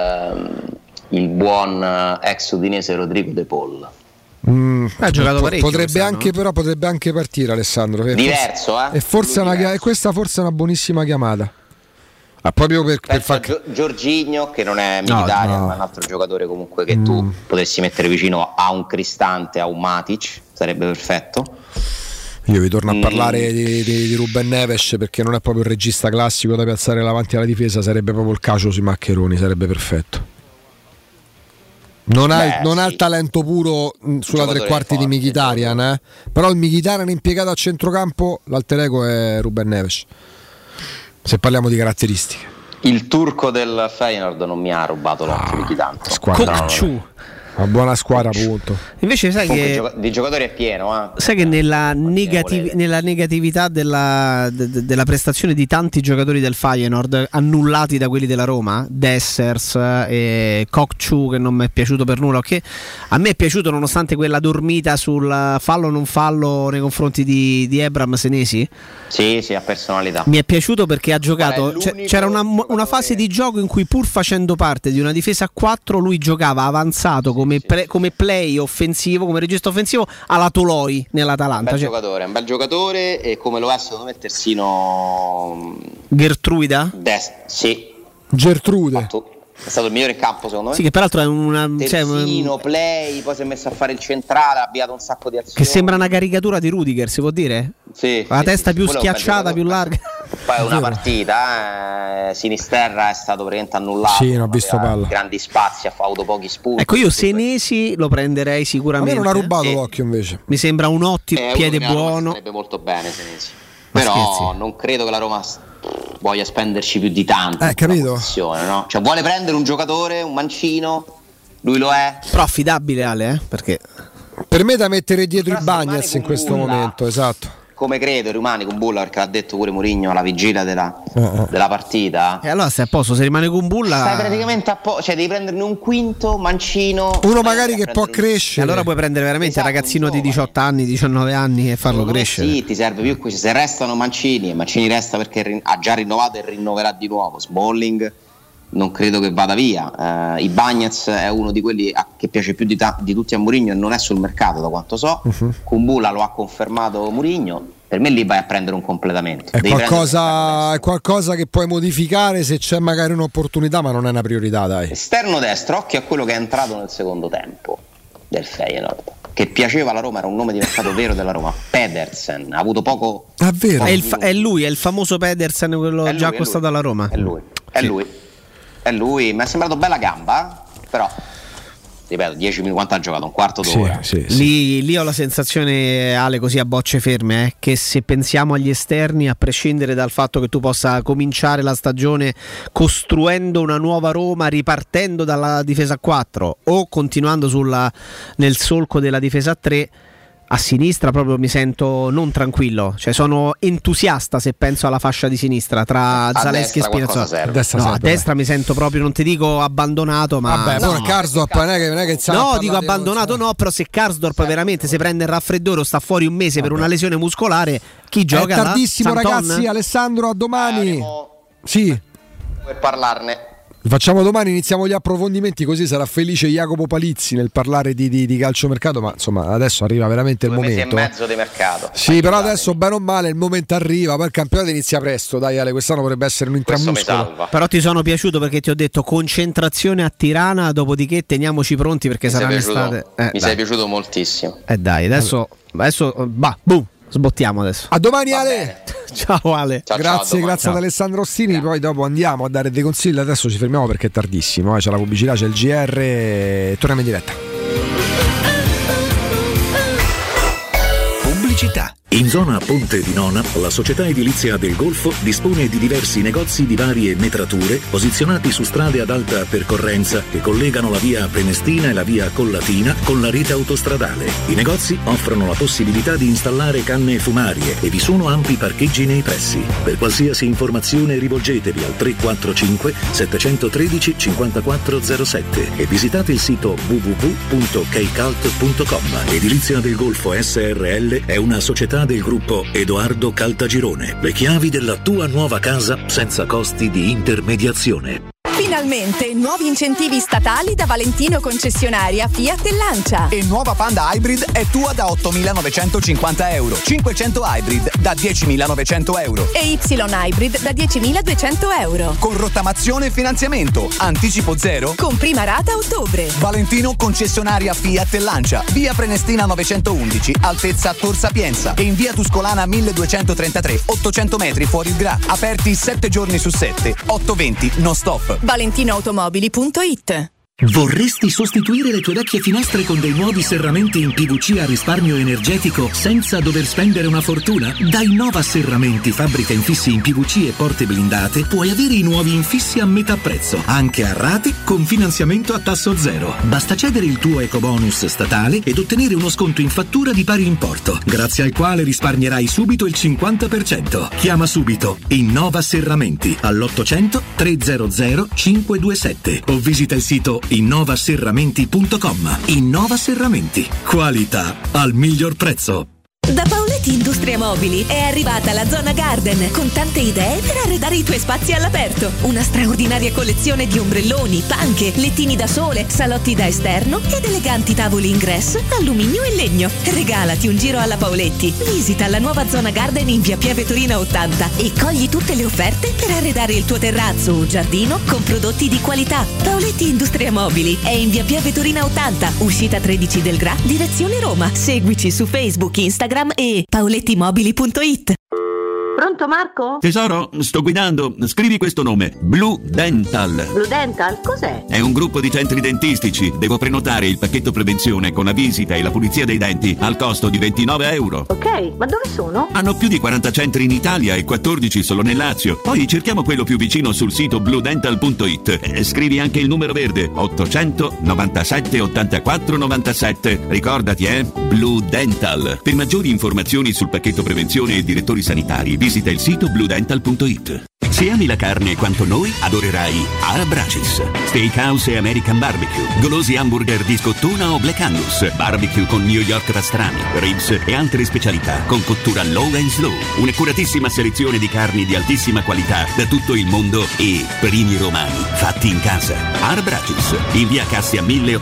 il buon ex udinese Rodrigo De Paul. Ha giocato parecchio. Potrebbe anche partire Alessandro. Diverso, E forse questa forse è una buonissima chiamata. Proprio per far Jorginho, che non è Mkhitaryan, ma è un altro giocatore comunque che tu potresti mettere vicino a un Cristante, a un Matic, sarebbe perfetto. Io vi torno a parlare di Ruben Neves, perché non è proprio il regista classico da piazzare davanti alla difesa, sarebbe proprio il Cacio sui maccheroni, sarebbe perfetto. Non ha il talento puro sulla tre quarti di Mkhitaryan, però il Mkhitaryan impiegato a centrocampo, l'alter ego è Ruben Neves, se parliamo di caratteristiche. Il turco del Feyenoord non mi ha rubato l'occhio di tanto. Kokchu. Una buona squadra, appunto. Invece sai che di giocatori è pieno, sai che nella negatività della prestazione di tanti giocatori del Feyenoord annullati da quelli della Roma, Dessers e Kokchu, che non mi è piaciuto per nulla, che a me è piaciuto nonostante quella dormita sul fallo non fallo nei confronti di Ebram Senesi. Sì, ha personalità. Mi è piaciuto perché ha giocato, c'era una fase di gioco in cui, pur facendo parte di una difesa a 4, lui giocava avanzato come play offensivo, come regista offensivo alla Toloi nell'Atalanta. Un bel giocatore, e come lo è secondo me terzino Gertruida? Sì. Gertrude. È stato il migliore in campo secondo me. Sì, che peraltro è una terzino, play, poi si è messo a fare il centrale, ha avviato un sacco di azioni. Che sembra una caricatura di Rudiger, si può dire? Sì. La testa più schiacciata, più larga. Poi una partita, Sinisterra è stato praticamente annullato. Sì, non ho visto palla. Grandi spazi, ha avuto pochi spunti. Ecco, io Senesi lo prenderei sicuramente. A me non ha rubato l'occhio invece. Mi sembra un ottimo piede buono. Sarebbe molto bene Senesi. Però non credo che la Roma voglia spenderci più di tanto. Capito? No? Cioè vuole prendere un giocatore, un mancino, lui lo è. Però affidabile, Ale, perché per me da mettere dietro i Bagnets in questo momento, esatto. Come credo rimane con Bulla, perché l'ha detto pure Mourinho alla vigilia della partita. E allora stai a posto, se rimane con Bulla stai praticamente a posto, cioè devi prenderne un quinto mancino, uno magari che può crescere. E allora puoi prendere veramente un ragazzino di 18 anni, 19 anni e farlo crescere. Sì, ti serve più questo. Se restano Mancini, e Mancini resta perché ha già rinnovato e rinnoverà di nuovo. Smalling non credo che vada via. I Bagnets è uno di quelli che piace più di tutti a Mourinho e non è sul mercato da quanto so. Kumbula lo ha confermato Mourinho. Per me lì vai a prendere un completamento. È qualcosa che puoi modificare se c'è magari un'opportunità, ma non è una priorità, dai. Esterno destro, occhio a quello che è entrato nel secondo tempo del Feyenoord, che piaceva alla Roma, era un nome di mercato vero della Roma. Pedersen ha avuto poco. Vero. È lui, è il famoso Pedersen, quello già accostato alla Roma. È lui, mi è sembrato bella gamba, però ripeto, 10 minuti, quanto ha giocato? Un quarto d'ora. Sì. Lì ho la sensazione, Ale, così a bocce ferme, che se pensiamo agli esterni, a prescindere dal fatto che tu possa cominciare la stagione costruendo una nuova Roma, ripartendo dalla difesa a 4 o continuando nel solco della difesa a 3, a sinistra proprio mi sento non tranquillo, cioè sono entusiasta se penso alla fascia di sinistra tra Zalewski e Spinazzola. A destra mi sento proprio, non ti dico abbandonato, ma vabbè, Karsdorp non è che no, dico abbandonato no, però se Karsdorp veramente si prende il raffreddore o sta fuori un mese per una lesione muscolare, chi gioca? È tardissimo, ragazzi. Alessandro, a domani. Sì, per parlarne. Facciamo domani, iniziamo gli approfondimenti, così sarà felice Jacopo Palizzi nel parlare di calciomercato, ma insomma adesso arriva veramente il momento. 2 mesi e mezzo di mercato. Sì, però adesso bene o male il momento arriva, poi il campionato inizia presto, dai Ale, quest'anno potrebbe essere un intramuscolo. Però ti sono piaciuto perché ti ho detto concentrazione a Tirana, dopodiché teniamoci pronti perché sarà l'estate. Mi sei piaciuto moltissimo. Dai, adesso boom. Sbottiamo adesso. A domani, Ale. Ciao Ale. Grazie ad Alessandro Ostini. Poi dopo andiamo a dare dei consigli. Adesso ci fermiamo perché è tardissimo. C'è la pubblicità, c'è il GR e torniamo in diretta. Pubblicità. In zona Ponte di Nona, la società edilizia del Golfo dispone di diversi negozi di varie metrature posizionati su strade ad alta percorrenza che collegano la via Prenestina e la via Collatina con la rete autostradale. I negozi offrono la possibilità di installare canne fumarie e vi sono ampi parcheggi nei pressi. Per qualsiasi informazione rivolgetevi al 345 713 5407 e visitate il sito www.keicalt.com. Edilizia del Golfo SRL è una società del gruppo Edoardo Caltagirone. Le chiavi della tua nuova casa senza costi di intermediazione. Finalmente nuovi incentivi statali da Valentino concessionaria Fiat e Lancia. E nuova Panda Hybrid è tua da 8.950 euro, 500 Hybrid da 10.900 euro e Y Hybrid da 10.200 euro. Con rottamazione e finanziamento, anticipo zero, con prima rata a ottobre. Valentino concessionaria Fiat e Lancia, via Prenestina 911, altezza Tor Sapienza, e in via Tuscolana 1233, 800 metri fuori il Gra. Aperti 7 giorni su 7, 8/20 non stop. ValentinoAutomobili.it. Vorresti sostituire le tue vecchie finestre con dei nuovi serramenti in PVC a risparmio energetico senza dover spendere una fortuna? Da Innova Serramenti, fabbrica infissi in PVC e porte blindate, puoi avere i nuovi infissi a metà prezzo, anche a rate con finanziamento a tasso zero. Basta cedere il tuo ecobonus statale ed ottenere uno sconto in fattura di pari importo, grazie al quale risparmierai subito il 50%. Chiama subito Innova Serramenti all'800 300 527 o visita il sito innovaserramenti.com. Innova Serramenti, qualità al miglior prezzo. Da Paoletti Industria Mobili è arrivata la Zona Garden con tante idee per arredare i tuoi spazi all'aperto. Una straordinaria collezione di ombrelloni, panche, lettini da sole, salotti da esterno ed eleganti tavoli ingresso, alluminio e legno. Regalati un giro alla Paoletti. Visita la nuova Zona Garden in via Pieve Torina 80 e cogli tutte le offerte per arredare il tuo terrazzo o giardino con prodotti di qualità. Paoletti Industria Mobili è in via Pieve Torina 80, uscita 13 del Gra, direzione Roma. Seguici su Facebook, Instagram e paolettimobili.it. Pronto Marco? Tesoro, sto guidando. Scrivi questo nome: Blue Dental. Blue Dental? Cos'è? È un gruppo di centri dentistici. Devo prenotare il pacchetto prevenzione con la visita e la pulizia dei denti al costo di 29 euro. Ok, ma dove sono? Hanno più di 40 centri in Italia e 14 solo nel Lazio. Poi cerchiamo quello più vicino sul sito bluedental.it. Scrivi anche il numero verde: 800 97 84 97. Ricordati, Blue Dental. Per maggiori informazioni sul pacchetto prevenzione e direttori sanitari, visita il sito bluedental.it. Se ami la carne quanto noi, adorerai Arabracis. Steakhouse e American Barbecue, golosi hamburger di scottuna o Black Angus, barbecue con New York pastrami, ribs e altre specialità con cottura low and slow. Un'accuratissima selezione di carni di altissima qualità da tutto il mondo e primi romani fatti in casa. Arabracis, in via Cassia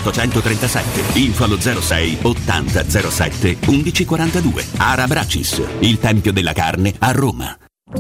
1837, info allo 06 80 07 1142. Arabracis, il tempio della carne a Roma.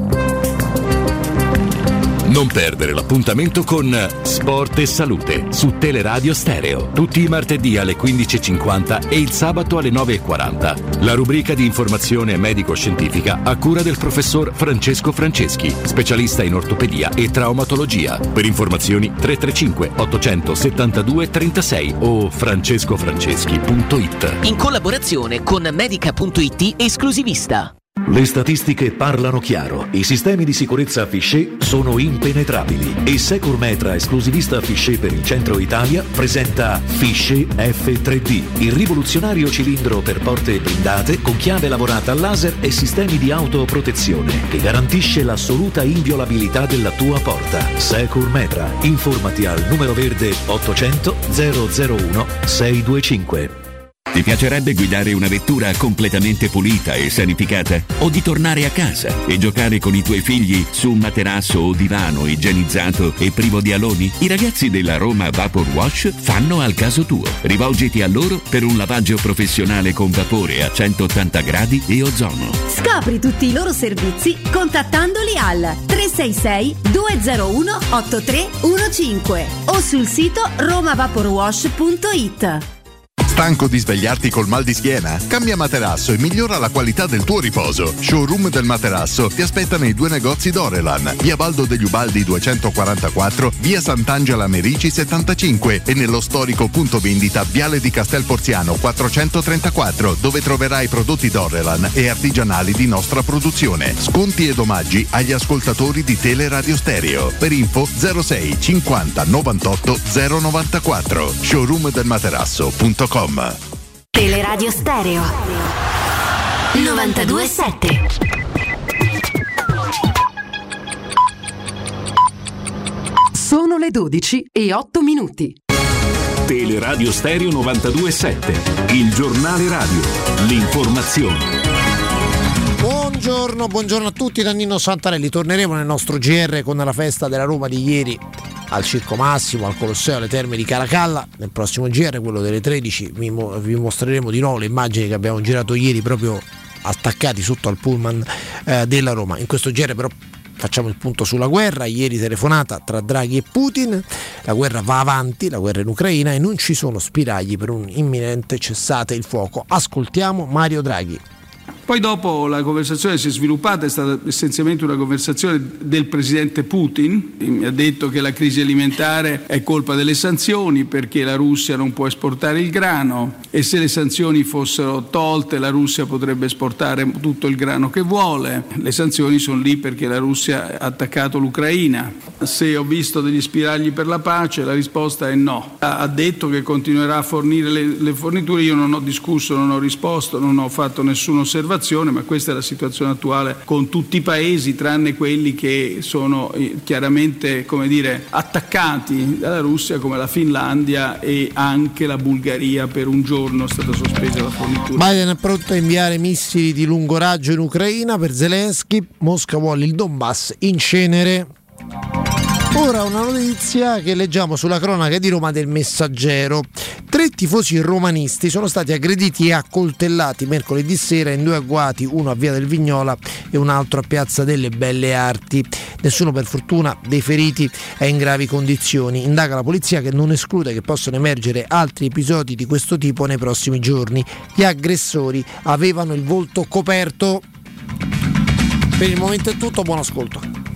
Non perdere l'appuntamento con Sport e Salute su Teleradio Stereo, tutti i martedì alle 15.50 e il sabato alle 9.40. La rubrica di informazione medico-scientifica a cura del professor Francesco Franceschi, specialista in ortopedia e traumatologia. Per informazioni 335 872 36 o francescofranceschi.it. In collaborazione con Medica.it esclusivista. Le statistiche parlano chiaro. I sistemi di sicurezza Fichet sono impenetrabili e Securmetra, esclusivista Fichet per il centro Italia, presenta Fichet F3D, il rivoluzionario cilindro per porte blindate con chiave lavorata a laser e sistemi di autoprotezione che garantisce l'assoluta inviolabilità della tua porta. Securmetra. Informati al numero verde 800 001 625. Ti piacerebbe guidare una vettura completamente pulita e sanificata? O di tornare a casa e giocare con i tuoi figli su un materasso o divano igienizzato e privo di aloni? I ragazzi della Roma Vapor Wash fanno al caso tuo. Rivolgiti a loro per un lavaggio professionale con vapore a 180 gradi e ozono. Scopri tutti i loro servizi contattandoli al 366 201 8315 o sul sito romavaporwash.it. Stanco di svegliarti col mal di schiena? Cambia materasso e migliora la qualità del tuo riposo. Showroom del materasso ti aspetta nei 2 negozi Dorelan, via Baldo degli Ubaldi 244, via Sant'Angela Merici 75 e nello storico punto vendita Viale di Castel Porziano 434, dove troverai prodotti Dorelan e artigianali di nostra produzione. Sconti ed omaggi agli ascoltatori di Teleradio Stereo. Per info 06 50 98 094. showroomdelmaterasso.com. Teleradio Stereo 92.7. Sono le 12:08. Teleradio Stereo 92.7, il giornale radio, l'informazione. Buongiorno a tutti da Nino Santarelli. Torneremo nel nostro GR con la festa della Roma di ieri al Circo Massimo, al Colosseo, alle Terme di Caracalla. Nel prossimo GR, quello delle 13, vi mostreremo di nuovo le immagini che abbiamo girato ieri proprio attaccati sotto al pullman della Roma. In questo GR però facciamo il punto sulla guerra. Ieri telefonata tra Draghi e Putin, la guerra va avanti, la guerra in Ucraina, e non ci sono spiragli per un imminente cessate il fuoco. Ascoltiamo Mario Draghi. Poi dopo la conversazione si è sviluppata, è stata essenzialmente una conversazione del presidente Putin. Mi ha detto che la crisi alimentare è colpa delle sanzioni perché la Russia non può esportare il grano, e se le sanzioni fossero tolte la Russia potrebbe esportare tutto il grano che vuole. Le sanzioni sono lì perché la Russia ha attaccato l'Ucraina. Se ho visto degli spiragli per la pace, la risposta è no. Ha detto che continuerà a fornire le forniture. Io non ho discusso, non ho risposto, non ho fatto nessuna osservazione, ma questa è la situazione attuale con tutti i paesi tranne quelli che sono chiaramente, come dire, attaccati dalla Russia, come la Finlandia e anche la Bulgaria. Per un giorno è stata sospesa la fornitura. Biden è pronto a inviare missili di lungo raggio in Ucraina. Per Zelensky Mosca vuole il Donbass in cenere. Ora una notizia che leggiamo sulla cronaca di Roma del Messaggero. 3 tifosi romanisti sono stati aggrediti e accoltellati mercoledì sera in 2 agguati, uno a Via del Vignola e un altro a Piazza delle Belle Arti. Nessuno per fortuna dei feriti è in gravi condizioni. Indaga la polizia, che non esclude che possano emergere altri episodi di questo tipo nei prossimi giorni. Gli aggressori avevano il volto coperto. Per il momento è tutto, buon ascolto.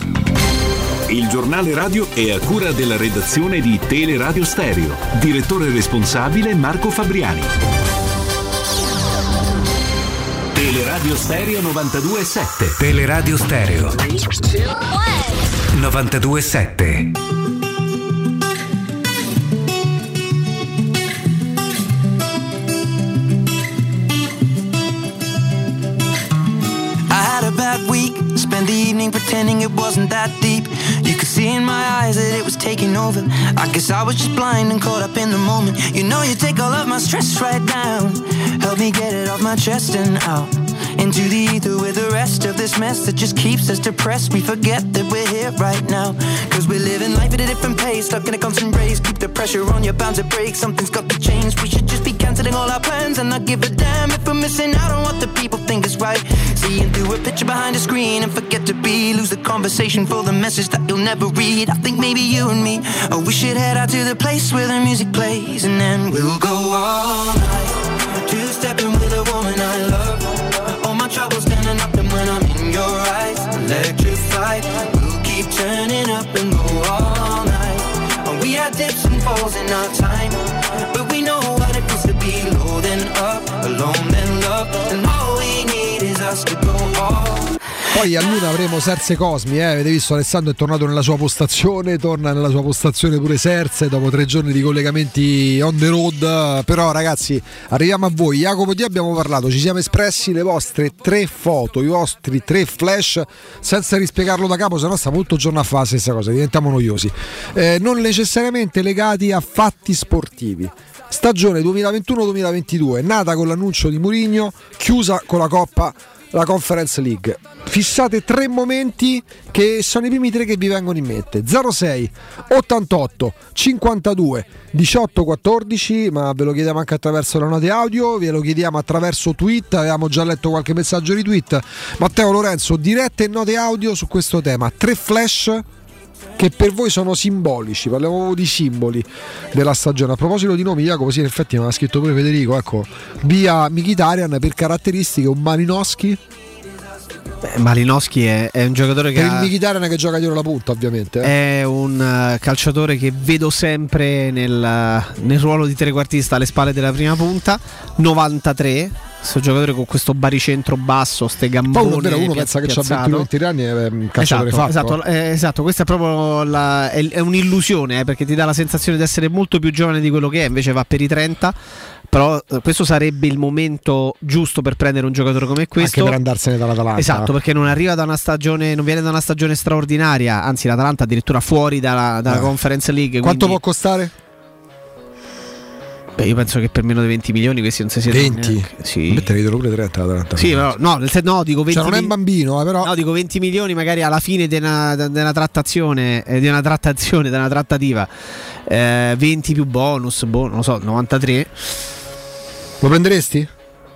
Il giornale radio è a cura della redazione di Teleradio Stereo. Direttore responsabile Marco Fabriani. Teleradio Stereo 92.7. Teleradio Stereo 92.7. Spend the evening pretending it wasn't that deep. You could see in my eyes that it was taking over. I guess I was just blind and caught up in the moment. You know you take all of my stress right down. Help me get it off my chest and out into the ether with the rest of this mess that just keeps us depressed. We forget that we're here right now, cause we're living life at a different pace, stuck in a constant race. Keep the pressure on, you're bound to break. Something's got to change. We should just be cancelling all our plans and not give a damn if we're missing out on what the people think is right. Seeing through a picture behind a screen and forget to be, lose the conversation for the message that you'll never read. I think maybe you and me, oh, we should head out to the place where the music plays, and then we'll go all night, two-stepping with a woman I love. All my troubles standing up, and when I'm in your eyes, electrified. We'll keep turning up and go all night. And we had dips and falls in our time, but we know what it feels to be low then up, alone then love, and all we need is us to go all. Poi a Luna avremo Serse Cosmi, avete visto, Alessandro è tornato nella sua postazione, torna nella sua postazione pure Serse dopo 3 giorni di collegamenti on the road. Però ragazzi, arriviamo a voi. Jacopo, di abbiamo parlato, ci siamo espressi, le vostre 3 foto, i vostri 3 flash, senza rispiegarlo da capo, sennò sta molto giorno a fare la stessa cosa, diventiamo noiosi, non necessariamente legati a fatti sportivi. Stagione 2021-2022, nata con l'annuncio di Mourinho, chiusa con la Coppa, la Conference League. Fissate 3 momenti che sono i primi 3 che vi vengono in mente. 06 88 52 18 14, ma ve lo chiediamo anche attraverso le note audio, ve lo chiediamo attraverso tweet, avevamo già letto qualche messaggio di tweet. Matteo Lorenzo, dirette e note audio su questo tema. 3 flash che per voi sono simbolici, parliamo di simboli della stagione. A proposito di nomi, Jacopo, sì, in effetti mi ha scritto pure Federico, ecco, via Mkhitaryan per caratteristiche, un Malinowski. Malinowski è un giocatore che per il Mkhitaryan che gioca dietro la punta, ovviamente. È un calciatore che vedo sempre nel ruolo di trequartista alle spalle della prima punta. 93, questo giocatore con questo baricentro basso, ste gambone. Uno pensa che c'ha 20 anni è un calciatore fatto. Esatto, questa è proprio è un'illusione, perché ti dà la sensazione di essere molto più giovane di quello che è, invece va per i 30. Però questo sarebbe il momento giusto per prendere un giocatore come questo, anche per andarsene dall'Atalanta. Esatto, perché non arriva da una stagione, non viene da una stagione straordinaria, anzi l'Atalanta addirittura fuori dalla Conference League. Quanto può costare? Beh, io penso che per meno di 20 milioni questi non si siano 20? Sì. Metterei pure 30 l'Atalanta. Sì, però, no, dico 20. Cioè non è un bambino, però. No, dico 20 milioni magari alla fine di una trattazione, di una trattativa. 20 più bonus, non lo so, 93. Lo prenderesti?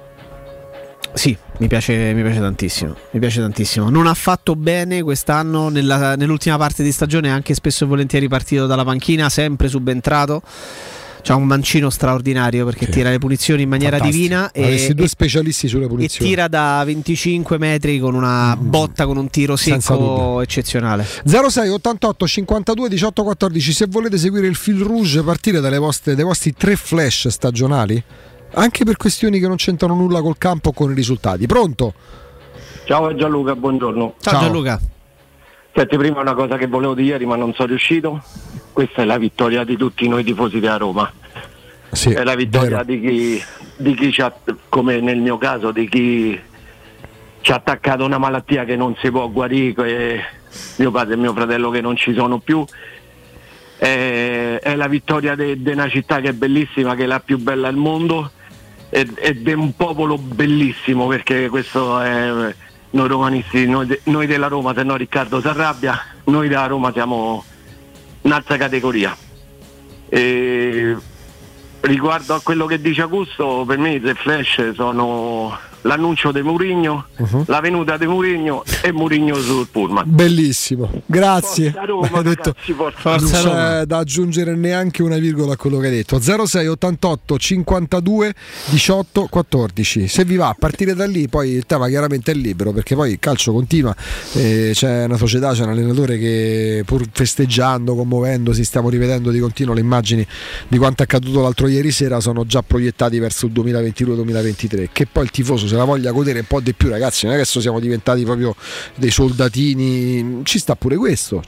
Sì, mi piace tantissimo. Non ha fatto bene quest'anno nell'ultima parte di stagione, anche spesso e volentieri partito dalla panchina, sempre subentrato. C'ha un mancino straordinario perché tira le punizioni in maniera divina e due specialisti sulle punizioni. E tira da 25 metri con una botta, con un tiro secco eccezionale. 06 88 52 18 14. Se volete seguire il fil rouge, partire dai vostri 3 flash stagionali, anche per questioni che non c'entrano nulla col campo o con i risultati. Pronto? Ciao Gianluca, buongiorno. Ciao Gianluca. Senti, prima una cosa che volevo dire ieri ma non sono riuscito. Questa è la vittoria di tutti noi tifosi della Roma. Sì, è la vittoria di chi ci ha, come nel mio caso, di chi ci ha attaccato una malattia che non si può guarire, e mio padre e mio fratello che non ci sono più. È la vittoria di una città che è bellissima, che è la più bella al mondo, ed è un popolo bellissimo, perché questo è noi romanisti, noi della Roma, se no Riccardo si arrabbia, noi della Roma siamo un'altra categoria. E riguardo a quello che dice Augusto, per me i 3 flash sono l'annuncio di Mourinho, la venuta di Mourinho e Mourinho sul pullman. Bellissimo, grazie. Forza Roma, hai detto, ragazzi, non c'è da aggiungere neanche una virgola a quello che hai detto. 06 88 52 18 14. Se vi va a partire da lì, poi il tema chiaramente è libero, perché poi il calcio continua, c'è una società, c'è un allenatore che, pur festeggiando, commuovendosi, stiamo rivedendo di continuo le immagini di quanto è accaduto l'altro ieri sera, sono già proiettati verso il 2022-2023, che poi il tifoso se la voglia godere un po' di più, ragazzi, non è che adesso siamo diventati proprio dei soldatini, ci sta pure questo.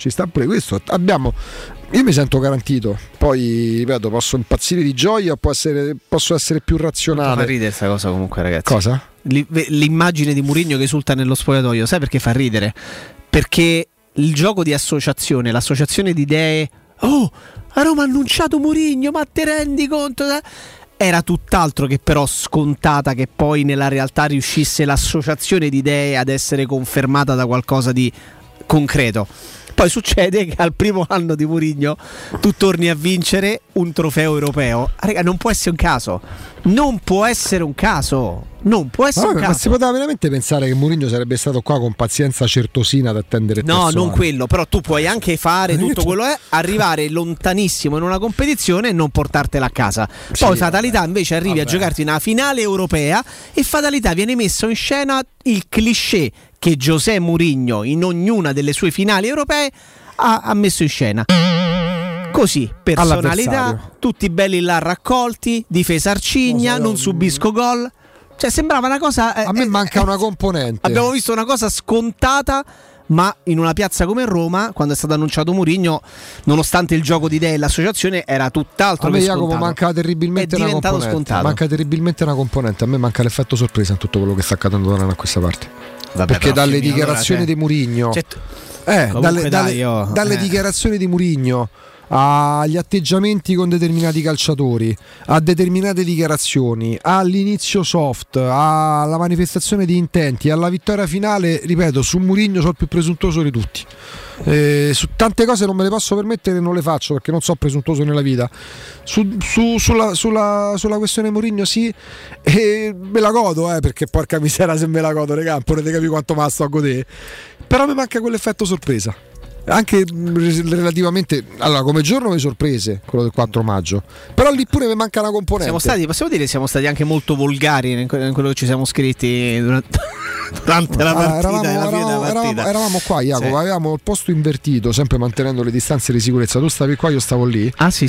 Io mi sento garantito, poi ripeto, posso impazzire di gioia o posso essere più razionale. Fa ridere questa cosa comunque, ragazzi. Cosa? L'immagine di Mourinho che esulta nello spogliatoio, sai perché fa ridere? Perché il gioco di associazione, l'associazione di idee, a Roma ha annunciato Mourinho, ma te rendi conto? Era tutt'altro che però scontata che poi nella realtà riuscisse l'associazione di idee ad essere confermata da qualcosa di concreto. Poi succede che al primo anno di Mourinho tu torni a vincere un trofeo europeo. Raga, non può essere un caso. Ma si poteva veramente pensare che Mourinho sarebbe stato qua con pazienza certosina ad attendere No, non quello, però tu puoi anche fare tutto quello arrivare lontanissimo in una competizione e non portartela a casa. Poi fatalità invece arrivi a giocarti una finale europea e fatalità viene messo in scena il cliché che José Mourinho in ognuna delle sue finali europee ha messo in scena. Così, personalità, tutti belli là raccolti, difesa arcigna, non subisco gol. Cioè sembrava una cosa... a me manca una componente. Abbiamo visto una cosa scontata, ma in una piazza come Roma, quando è stato annunciato Mourinho, nonostante il gioco di idee e l'associazione, era tutt'altro che scontato. Jacopo, manca terribilmente una componente. Scontato. Manca terribilmente una componente. A me manca l'effetto sorpresa in tutto quello che sta accadendo da questa parte. Perché dalle dichiarazioni di Mourinho, dalle dichiarazioni di Mourinho agli atteggiamenti con determinati calciatori, a determinate dichiarazioni, all'inizio soft, alla manifestazione di intenti, alla vittoria finale, ripeto, su Mourinho sono il più presuntuoso di tutti. Su tante cose non me le posso permettere e non le faccio perché non sono presuntuoso nella vita. Sulla questione Mourinho sì, e me la godo, perché porca misera se me la godo, regà, potete capire quanto ma sto a godere. Però mi manca quell'effetto sorpresa. anche relativamente, allora come giorno mi sorprese quello del 4 maggio, però lì pure mi manca una componente. Siamo stati anche molto volgari in quello che ci siamo scritti durante la partita. Eravamo qua, Jacopo, sì. Avevamo il posto invertito, sempre mantenendo le distanze di sicurezza. Tu stavi qua, io stavo lì. Ah sì.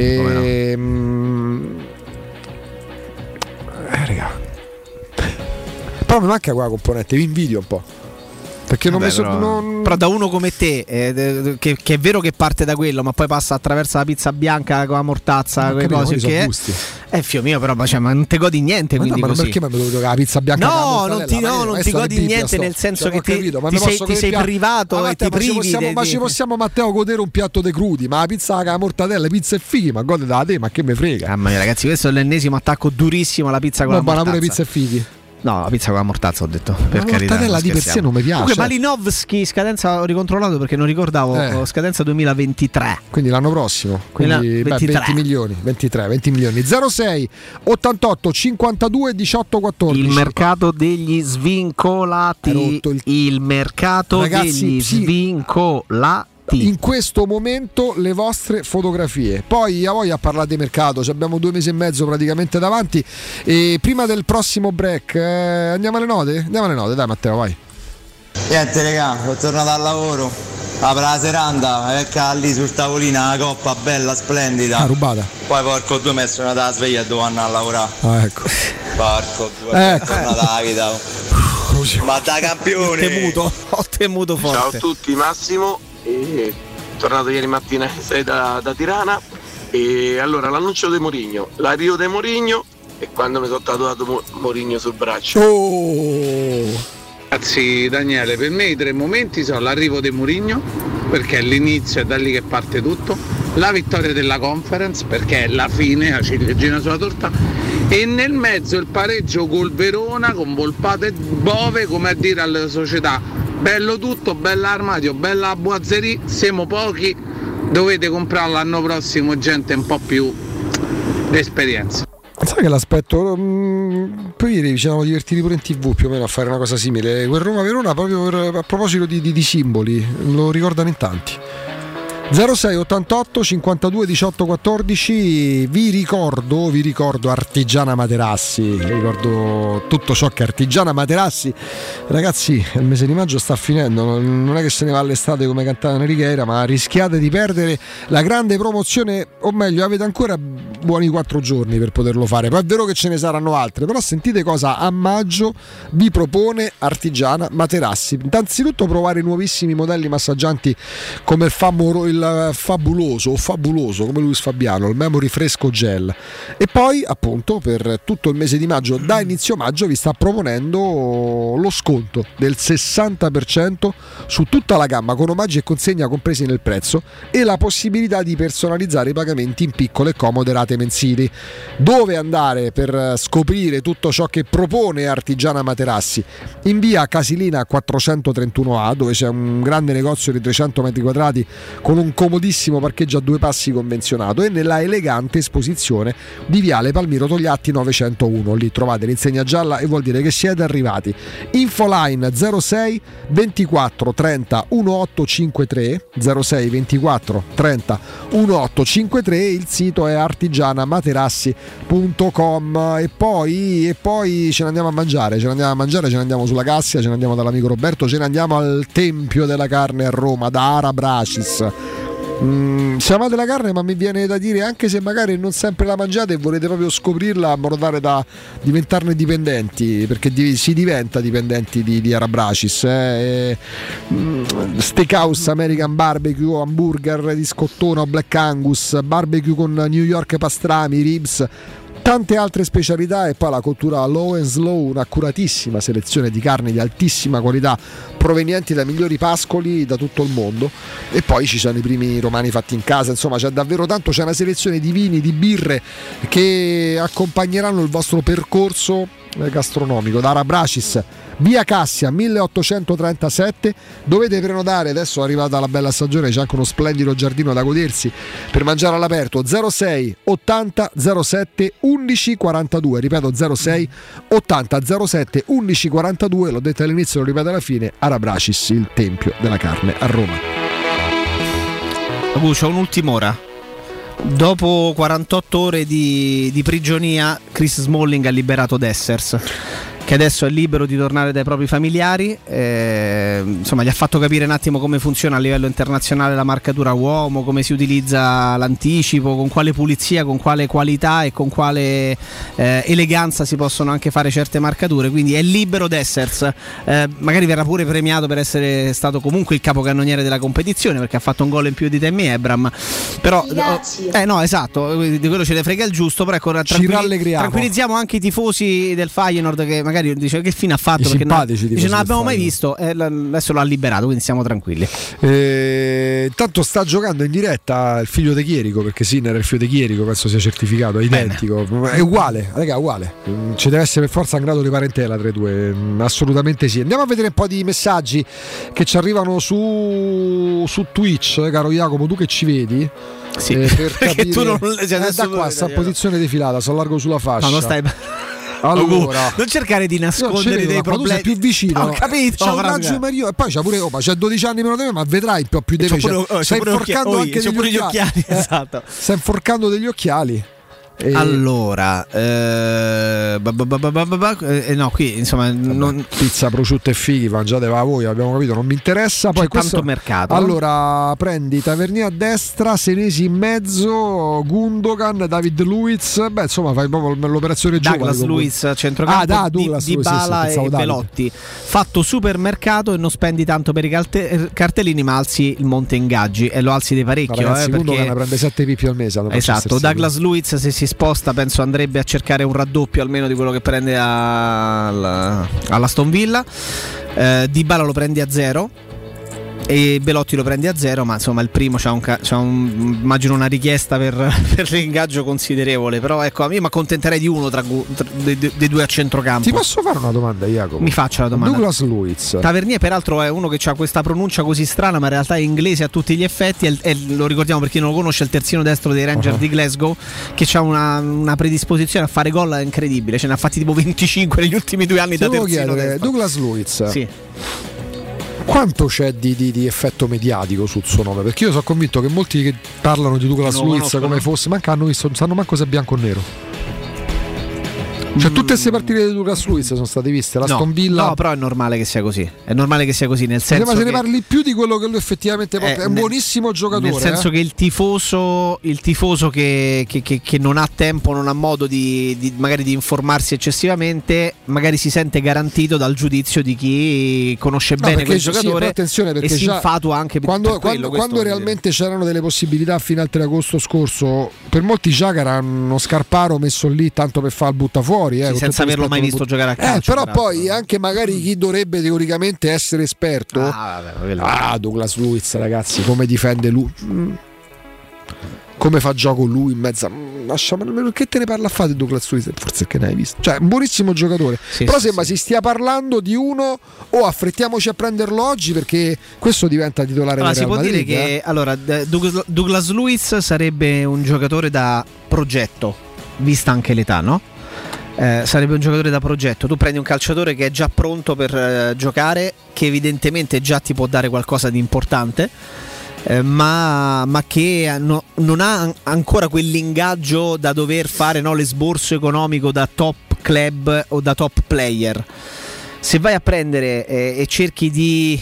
Raga. Però mi manca quella componente, vi invidio un po'. Perché però da uno come te, che è vero che parte da quello, ma poi passa attraverso la pizza bianca con la mortazza, quelle cose che è fio mio, però ma non ti godi niente. Ma perché mi devo giocare la pizza bianca? Non ti godi niente, nel senso che ti sei privato e ti privi. Ma ci possiamo, Matteo, godere un piatto de crudi, ma la pizza con la mortadella, pizza e fighi, ma gode da te, ma che me frega. Mamma mia, ragazzi, questo è l'ennesimo attacco durissimo alla pizza con la mortazza. Ma pure pizza e fighi. No, la pizza con la mortazza ho detto, per carità. La mortadella di per sé non mi piace. Comunque Malinovski, scadenza, ho ricontrollato perché non ricordavo, scadenza 2023. Quindi l'anno prossimo, quindi 20 milioni, 20 milioni. 06 88 52 18 14. Il mercato degli svincolati. Il mercato degli svincolati. In questo momento le vostre fotografie. Poi a voi a parlare di mercato, abbiamo 2 mesi e mezzo praticamente davanti. E prima del prossimo break andiamo alle note? Andiamo alle note, dai Matteo, vai. Niente regà, sono tornato al lavoro. Apre la seranda, ecco lì sul tavolino una coppa bella, splendida. Rubata. Poi porco 2 mesi sono andato a sveglia e devo andare a lavorare. Ecco. Porco 2 mesi sono andato alla vita. Ma da campione. Ho temuto forte. Ciao a tutti, Massimo. Tornato ieri mattina da Tirana. E allora l'annuncio di Mourinho, l'arrivo di Mourinho e quando mi sono tatuato Mourinho sul braccio. Ragazzi, Daniele, per me i 3 momenti sono l'arrivo di Mourinho, perché è l'inizio, è da lì che parte tutto, la vittoria della Conference, perché è la fine, la ciliegina sulla torta, e nel mezzo il pareggio col Verona con Volpato e Bove, come a dire alle società: bello tutto, bella armadio, bella boiserie, siamo pochi, dovete comprare l'anno prossimo gente un po' più d'esperienza. Sai che l'aspetto, poi ieri ci siamo divertiti pure in TV più o meno a fare una cosa simile, quel Roma-Verona proprio a proposito di simboli, lo ricordano in tanti. 06 88 52 18 14. Vi ricordo Artigiana Materassi, ricordo tutto ciò che è Artigiana Materassi. Ragazzi, il mese di maggio sta finendo, non è che se ne va all'estate come cantava Enrichera, ma rischiate di perdere la grande promozione, o meglio avete ancora buoni 4 giorni per poterlo fare. Poi è vero che ce ne saranno altre, però sentite cosa a maggio vi propone Artigiana Materassi. Innanzitutto provare nuovissimi modelli massaggianti come il fabuloso come Luis Fabiano, il Memory Fresco Gel, e poi appunto per tutto il mese di maggio, da inizio maggio, vi sta proponendo lo sconto del 60% su tutta la gamma, con omaggi e consegna compresi nel prezzo, e la possibilità di personalizzare i pagamenti in piccole e comode rate mensili. Dove andare per scoprire tutto ciò che propone Artigiana Materassi? In via Casilina 431A, dove c'è un grande negozio di 300 metri quadrati con un comodissimo parcheggio a 2 passi convenzionato, e nella elegante esposizione di viale Palmiro Togliatti 901. Lì trovate l'insegna gialla e vuol dire che siete arrivati. Infoline 06 24 30 1853, 06 24 30 1853. Il sito è artigianamaterassi.com. E poi ce ne andiamo a mangiare, ce ne andiamo sulla Cassia, ce ne andiamo dall'amico Roberto, ce ne andiamo al Tempio della Carne a Roma, da Arabracis. Se amate la carne, ma mi viene da dire, anche se magari non sempre la mangiate e volete proprio scoprirla in modo tale da diventarne dipendenti, perché si diventa dipendenti di Arabracis, Steakhouse, American Barbecue, hamburger di scottona o Black Angus, barbecue con New York pastrami, ribs, tante altre specialità, e poi la cottura low and slow, un'accuratissima selezione di carni di altissima qualità provenienti da migliori pascoli da tutto il mondo. E poi ci sono i primi romani fatti in casa, insomma c'è davvero tanto, c'è una selezione di vini, di birre che accompagneranno il vostro percorso gastronomico. Da Arabracis, via Cassia 1837, dovete prenotare, adesso è arrivata la bella stagione, c'è anche uno splendido giardino da godersi per mangiare all'aperto. 06 80 07 11 42, ripeto 06 80 07 11 42, l'ho detto all'inizio, lo ripeto alla fine, Arabracis, il Tempio della Carne a Roma. C'ho un'ultima ora. Dopo 48 ore di prigionia, Chris Smalling ha liberato Dessers, che adesso è libero di tornare dai propri familiari. Insomma, gli ha fatto capire un attimo come funziona a livello internazionale la marcatura uomo, come si utilizza l'anticipo, con quale pulizia, con quale qualità e con quale eleganza si possono anche fare certe marcature. Quindi è libero Dessers, magari verrà pure premiato per essere stato comunque il capocannoniere della competizione, perché ha fatto un gol in più di Tammy Abraham. Però no, esatto, di quello ce ne frega il giusto. Però ecco, tranquillizziamo anche i tifosi del Feyenoord, che magari dice che fine ha fatto, perché non l'abbiamo mai visto, adesso lo ha liberato, quindi siamo tranquilli. Tanto sta giocando in diretta il figlio di Chierico, perché Sinner è il figlio di Chierico, penso sia certificato, è identico. È uguale, raga, uguale. Ci deve essere per forza un grado di parentela tra i due, assolutamente sì. Andiamo a vedere un po' di messaggi che ci arrivano su Twitch, caro Jacopo, tu che ci vedi? Sì, per perché tu non da qua sta posizione defilata, sono largo sulla fascia. No, non stai. Allora, non cercare di nascondere dei problemi. Tu sei più vicino. Ho capito. C'è un raggio Mario, e poi c'è pure c'è 12 anni meno di me, ma vedrai più di me. Stai inforcando anche degli occhiali. Esatto. Stai inforcando degli occhiali. Allora, no, qui insomma pizza, prosciutto e fighi, mangiateva voi, abbiamo capito, non mi interessa. Poi c'è tanto mercato. Allora prendi Tavernier a destra, Senesi in mezzo, Gundogan, David Luiz, insomma fai proprio l'operazione Douglas Luiz a centrocampo, Dybala e Belotti. Fatto supermercato e non spendi tanto per i cartellini, ma alzi il monte ingaggi e lo alzi di parecchio. Ragazzi, Gundogan prende 7 pippi al mese. Esatto, Douglas Luiz se si sposta penso andrebbe a cercare un raddoppio almeno di quello che prende all'Aston Villa. Dybala lo prendi a 0 e Belotti lo prendi a 0, ma insomma il primo c'ha immagino una richiesta per l'ingaggio considerevole. Però ecco, io mi accontenterei di uno dei due a centrocampo. Ti posso fare una domanda, Jacopo? Mi faccia la domanda. Douglas Luiz. Tavernier peraltro è uno che ha questa pronuncia così strana, ma in realtà è inglese a tutti gli effetti, e lo ricordiamo per chi non lo conosce, è il terzino destro dei Rangers di Glasgow, che ha una predisposizione a fare gol incredibile, ce ne ha fatti tipo 25 negli ultimi 2 anni da terzino destro. Douglas Luiz. Sì. Quanto c'è di effetto mediatico sul suo nome? Perché io sono convinto che molti che parlano di Douglas Luiz come fosse, manca hanno visto, non sanno manco se è bianco o nero. Cioè tutte queste partite di Douglas Luiz sono state viste, la Aston Villa. No, però è normale che sia così. È normale che sia così, nel senso ma se ne parli più di quello che lui effettivamente è un buonissimo giocatore. Nel senso che il tifoso che non ha tempo, non ha modo di magari di informarsi eccessivamente, magari si sente garantito dal giudizio di chi conosce bene quel giocatore, attenzione, perché e si infatua anche quando realmente c'erano delle possibilità fino al 3 agosto scorso, per molti Xhaka era uno Scarparo messo lì tanto per far il buttafuori. Senza averlo mai visto giocare a calcio, però poi anche magari chi dovrebbe teoricamente essere esperto, Douglas Luiz, ragazzi, come difende lui, come fa gioco lui in mezzo, che te ne parla a fare di Douglas Luiz? Forse che ne hai visto, cioè un buonissimo giocatore, però sembra si stia parlando di uno affrettiamoci a prenderlo oggi perché questo diventa titolare del Real Madrid. Si può dire che allora Douglas Luiz sarebbe un giocatore da progetto, vista anche l'età, no? Sarebbe un giocatore da progetto. Tu prendi un calciatore che è già pronto per giocare, che evidentemente già ti può dare qualcosa di importante, ma che non ha ancora quell'ingaggio da dover fare l'esborso economico da top club o da top player. Se vai a prendere e cerchi di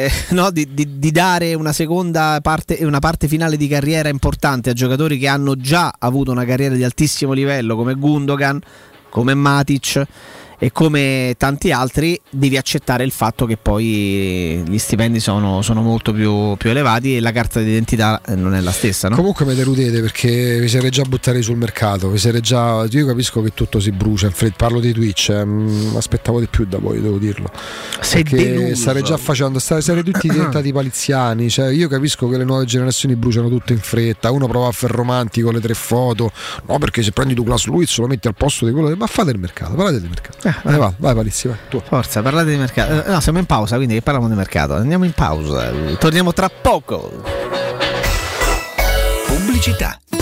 dare una seconda parte e una parte finale di carriera importante a giocatori che hanno già avuto una carriera di altissimo livello come Gundogan, come Matic e come tanti altri, devi accettare il fatto che poi gli stipendi sono molto più elevati e la carta d'identità non è la stessa, no? Comunque mi deludete perché vi sarei già buttati sul mercato, io capisco che tutto si brucia, parlo di Twitch, aspettavo di più da voi, devo dirlo, perché starei già facendo, sarei tutti diventati paliziani, cioè io capisco che le nuove generazioni bruciano tutto in fretta, uno prova a fare romantico le 3 foto, no, perché se prendi Douglas Luiz lo metti al posto di quello, ma fate il mercato, parlate del mercato. Vai Palizzi, vai. Tu. Forza, parlate di mercato. No, siamo in pausa, quindi parliamo di mercato. Andiamo in pausa. Torniamo tra poco. Pubblicità.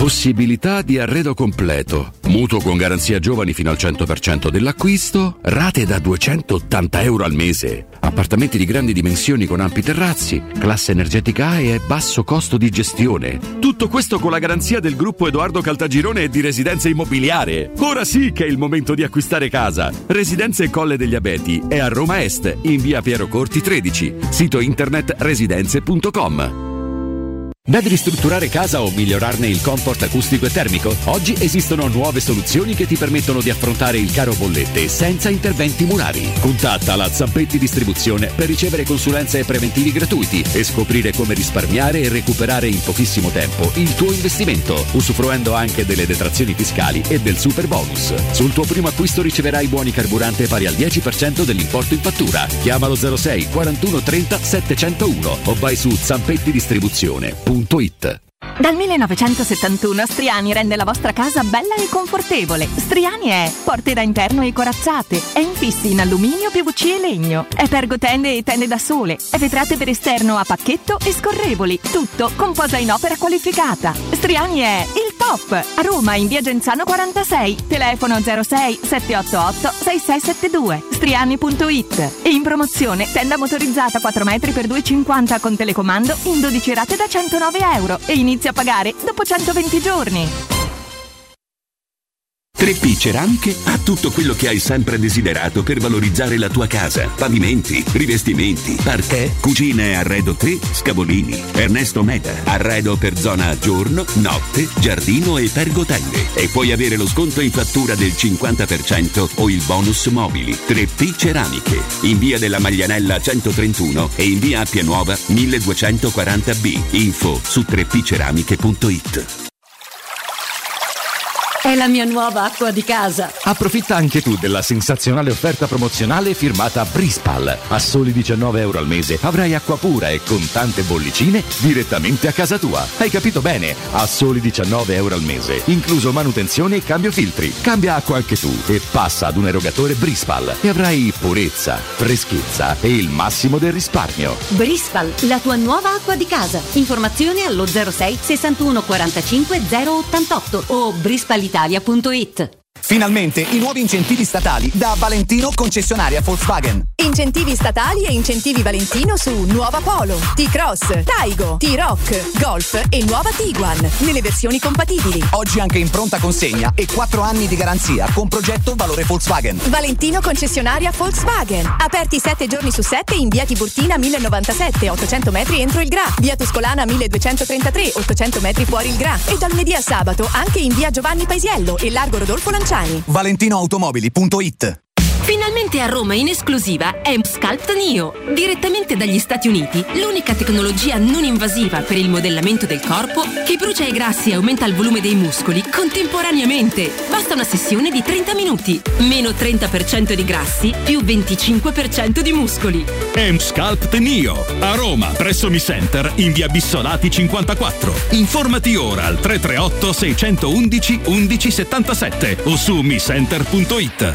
Possibilità di arredo completo, mutuo con garanzia giovani fino al 100% dell'acquisto, rate da €280 al mese, appartamenti di grandi dimensioni con ampi terrazzi, classe energetica A e basso costo di gestione. Tutto questo con la garanzia del gruppo Edoardo Caltagirone e di Residenze Immobiliare. Ora sì che è il momento di acquistare casa. Residenze Colle degli Abeti è a Roma Est, in via Piero Corti 13, sito internet residenze.com. Devi ristrutturare casa o migliorarne il comfort acustico e termico? Oggi esistono nuove soluzioni che ti permettono di affrontare il caro bollette senza interventi murari. Contatta la Zampetti Distribuzione per ricevere consulenze e preventivi gratuiti e scoprire come risparmiare e recuperare in pochissimo tempo il tuo investimento, usufruendo anche delle detrazioni fiscali e del super bonus. Sul tuo primo acquisto riceverai buoni carburante pari al 10% dell'importo in fattura. Chiamalo 06 41 30 701 o vai su zampettidistribuzione.it. Dal 1971 Striani rende la vostra casa bella e confortevole. Striani è porte da interno e corazzate, è infissi in alluminio, PVC e legno, è pergotende e tende da sole, è vetrate per esterno a pacchetto e scorrevoli, tutto con posa in opera qualificata. Striani è il top! A Roma in via Genzano 46, telefono 06 788 6672, striani.it. E in promozione tenda motorizzata 4 metri per 2,50 con telecomando in 12 rate da €109 e inizia a pagare dopo 120 giorni. 3P Ceramiche ha tutto quello che hai sempre desiderato per valorizzare la tua casa. Pavimenti, rivestimenti, parquet, cucine e arredo 3, Scavolini. Ernesto Meda, arredo per zona giorno, notte, giardino e pergotende. E puoi avere lo sconto in fattura del 50% o il bonus mobili. 3P Ceramiche, in via della Maglianella 131 e in via Appia Nuova 1240B. Info su 3pceramiche.it. È la mia nuova acqua di casa. Approfitta anche tu della sensazionale offerta promozionale firmata Brispal. A soli €19 al mese avrai acqua pura e con tante bollicine direttamente a casa tua. Hai capito bene? A soli €19 al mese, incluso manutenzione e cambio filtri. Cambia acqua anche tu e passa ad un erogatore Brispal e avrai purezza, freschezza e il massimo del risparmio. Brispal, la tua nuova acqua di casa. Informazioni allo 06 61 45 088 o brispalitalia.it. Finalmente i nuovi incentivi statali da Valentino concessionaria Volkswagen. Incentivi statali e incentivi Valentino su nuova Polo, T-Cross, Taigo, T-Rock, Golf e nuova Tiguan nelle versioni compatibili. Oggi anche in pronta consegna e 4 anni di garanzia con progetto valore Volkswagen. Valentino concessionaria Volkswagen. Aperti 7 giorni su 7 in via Tiburtina 1097, 800 metri entro il Gra. Via Tuscolana 1233, 800 metri fuori il Gra. E dal lunedì a sabato anche in via Giovanni Paisiello e largo Rodolfo Lanciani. ValentinoAutomobili.it. Finalmente a Roma in esclusiva è Sculpt Neo. Direttamente dagli Stati Uniti, l'unica tecnologia non invasiva per il modellamento del corpo che brucia i grassi e aumenta il volume dei muscoli contemporaneamente. Basta una sessione di 30 minuti. Meno 30% di grassi, più 25% di muscoli. Sculpt Neo. A Roma, presso Mi Center, in via Bissolati 54. Informati ora al 338 611 1177 o su micenter.it.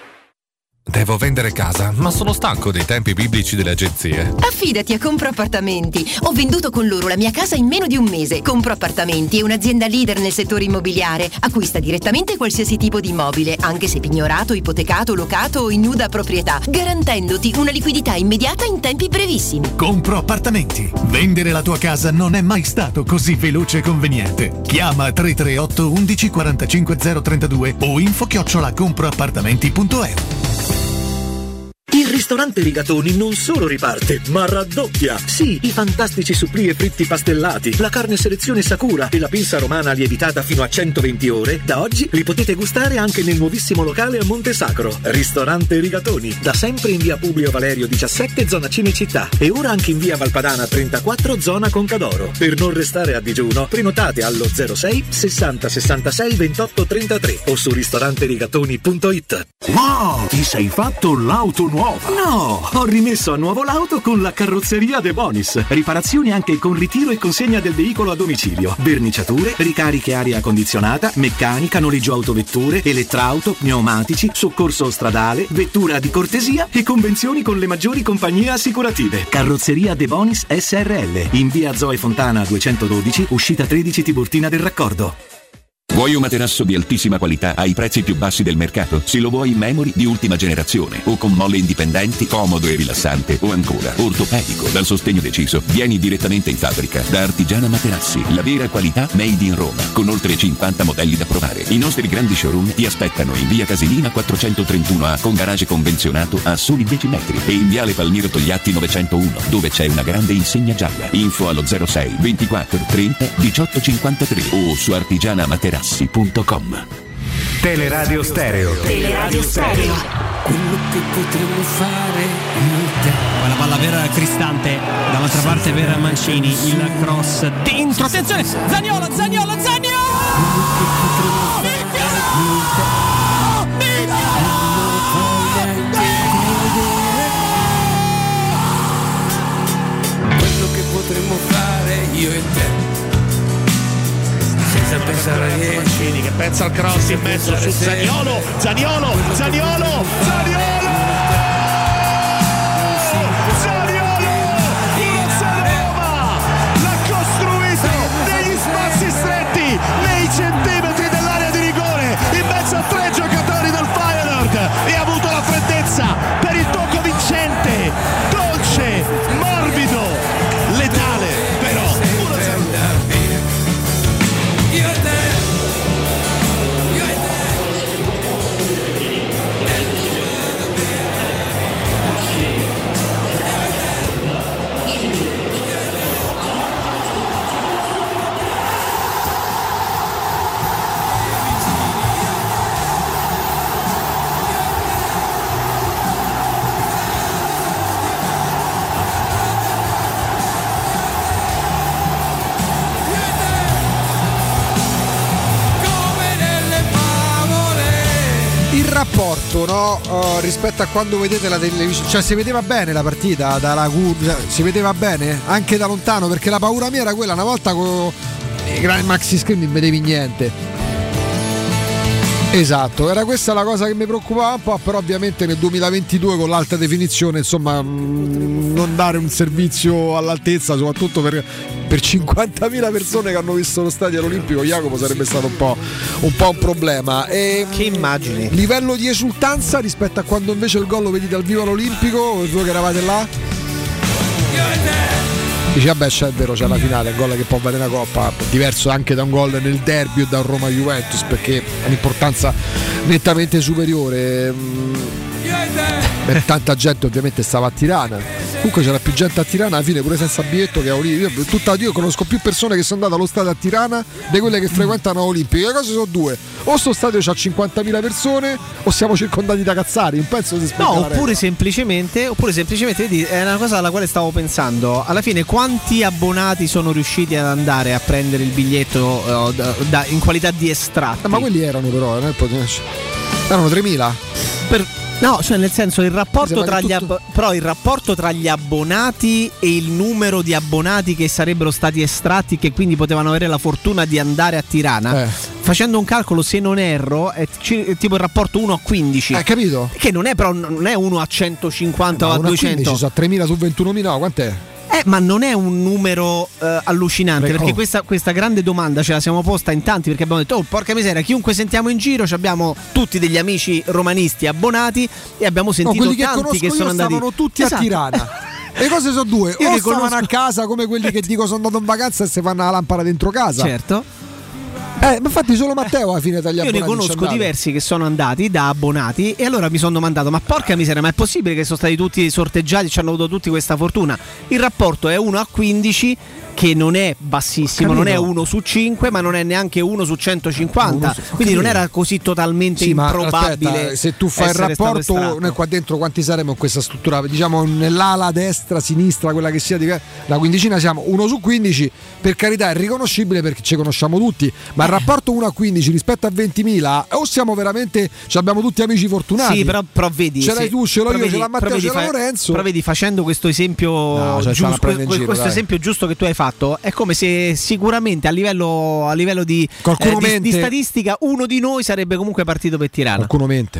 Devo vendere casa, ma sono stanco dei tempi biblici delle agenzie. Affidati a Compro Appartamenti. Ho venduto con loro la mia casa in meno di un mese. Compro Appartamenti è un'azienda leader nel settore immobiliare. Acquista direttamente qualsiasi tipo di immobile, anche se pignorato, ipotecato, locato o in nuda proprietà, garantendoti una liquidità immediata in tempi brevissimi. Compro Appartamenti. Vendere la tua casa non è mai stato così veloce e conveniente. Chiama 338 11 45 032 o info@comproappartamenti.eu. Il ristorante Rigatoni non solo riparte, ma raddoppia! Sì, i fantastici supplì e fritti pastellati, la carne selezione Sakura e la pinza romana lievitata fino a 120 ore, da oggi li potete gustare anche nel nuovissimo locale a Monte Sacro. Ristorante Rigatoni, da sempre in via Publio Valerio 17, zona Cinecittà, e ora anche in via Valpadana 34, zona Concadoro. Per non restare a digiuno, prenotate allo 06 60 66 28 33 o su ristoranterigatoni.it. Wow, ti sei fatto l'auto nuova? No, ho rimesso a nuovo l'auto con la carrozzeria De Bonis. Riparazioni anche con ritiro e consegna del veicolo a domicilio, verniciature, ricariche aria condizionata, meccanica, noleggio autovetture, elettrauto, pneumatici, soccorso stradale, vettura di cortesia e convenzioni con le maggiori compagnie assicurative. Carrozzeria De Bonis SRL, in via Zoe Fontana 212, uscita 13 Tiburtina del Raccordo. Vuoi un materasso di altissima qualità ai prezzi più bassi del mercato? Se lo vuoi in memory di ultima generazione o con molle indipendenti, comodo e rilassante, o ancora ortopedico dal sostegno deciso, vieni direttamente in fabbrica da Artigiana Materassi, la vera qualità made in Roma, con oltre 50 modelli da provare. I nostri grandi showroom ti aspettano in via Casilina 431A con garage convenzionato a soli 10 metri e in viale Palmiro Togliatti 901, dove c'è una grande insegna gialla. Info allo 06 24 30 18 53 o su artigianamaterassi.com. Teleradio Stereo. Teleradio Stereo. Quello che potremmo fare poi la palla per Cristante, dall'altra parte per Mancini, il cross dentro, attenzione, Zaniolo. Quello che potremmo fare io e te, senza pensare a niente. Mancini che pensa al cross in mezzo su Zaniolo. Nei centimetri dell'area di rigore, in mezzo a 3 giocatori del Feyenoord, e ha avuto la freddezza per il tocco vincente, dolce, morbido, letale, però 1-0. Rapporto, no? Rispetto a quando vedete la televisione, cioè si vedeva bene la partita dalla curva, si vedeva bene anche da lontano, perché la paura mia era quella, una volta con i grandi maxi screen non vedevi niente. Esatto, era questa la cosa che mi preoccupava un po', però ovviamente nel 2022 con l'alta definizione, insomma, non dare un servizio all'altezza, soprattutto per 50.000 persone che hanno visto lo stadio all'Olimpico, Jacopo, sarebbe stato un po' un problema. E che immagini? Livello di esultanza rispetto a quando invece il gol lo vedi dal vivo all'Olimpico, voi che eravate là? Dici vabbè, è vero, c'è la finale, un gol che può valere una coppa, diverso anche da un gol nel derby o da un Roma-Juventus, perché ha un'importanza nettamente superiore. Per tanta gente ovviamente stava a Tirana, comunque c'era più gente a Tirana alla fine pure senza biglietto che a Olimpico. Io conosco più persone che sono andate allo stadio a Tirana di quelle che frequentano Olimpico. Le cose sono due: o sto stadio c'ha 50.000 persone o siamo circondati da cazzari, non penso si spiega. No, oppure semplicemente vedi, è una cosa alla quale stavo pensando. Alla fine quanti abbonati sono riusciti ad andare a prendere il biglietto in qualità di estratti? Ma quelli erano però erano 3.000? No, cioè nel senso il rapporto tra però il rapporto tra gli abbonati e il numero di abbonati che sarebbero stati estratti, che quindi potevano avere la fortuna di andare a Tirana, facendo un calcolo, se non erro, è tipo il rapporto 1 a 15. Capito? Che non è 1 a 150 o a 200. Ci sono 3.000 su 21.000, no, quant'è? Ma non è un numero allucinante, perché questa grande domanda ce la siamo posta in tanti, perché abbiamo detto porca miseria, chiunque sentiamo in giro abbiamo tutti degli amici romanisti abbonati e abbiamo sentito quelli tanti che sono andati, stavano tutti a Tirana. Le cose sono due: o stavano a casa come quelli che dico sono andato in vacanza e si fanno la lampada dentro casa. Certo. Infatti solo Matteo alla fine taglia. Io ne conosco diversi che sono andati da abbonati e allora mi sono domandato: ma porca miseria, ma è possibile che sono stati tutti sorteggiati e ci hanno avuto tutti questa fortuna? Il rapporto è 1 a 15, che non è bassissimo, non è 1 su 5, ma non è neanche 1 su 150, quindi non era così totalmente improbabile. Aspetta, se tu fai il rapporto, noi qua dentro quanti saremo in questa struttura? Diciamo nell'ala destra, sinistra, quella che sia la quindicina, siamo 1 su 15, per carità è riconoscibile perché ci conosciamo tutti, ma il rapporto 1 a 15 rispetto a 20.000 o siamo veramente, abbiamo tutti amici fortunati. Sì, però vedi, ce l'hai tu, ce l'ho io, ce l'ha Matteo, ce l'ha Lorenzo. Però vedi, facendo questo esempio giusto, esempio giusto che tu hai fatto, è come se sicuramente a livello di statistica uno di noi sarebbe comunque partito per Tirana. Qualcuno mente.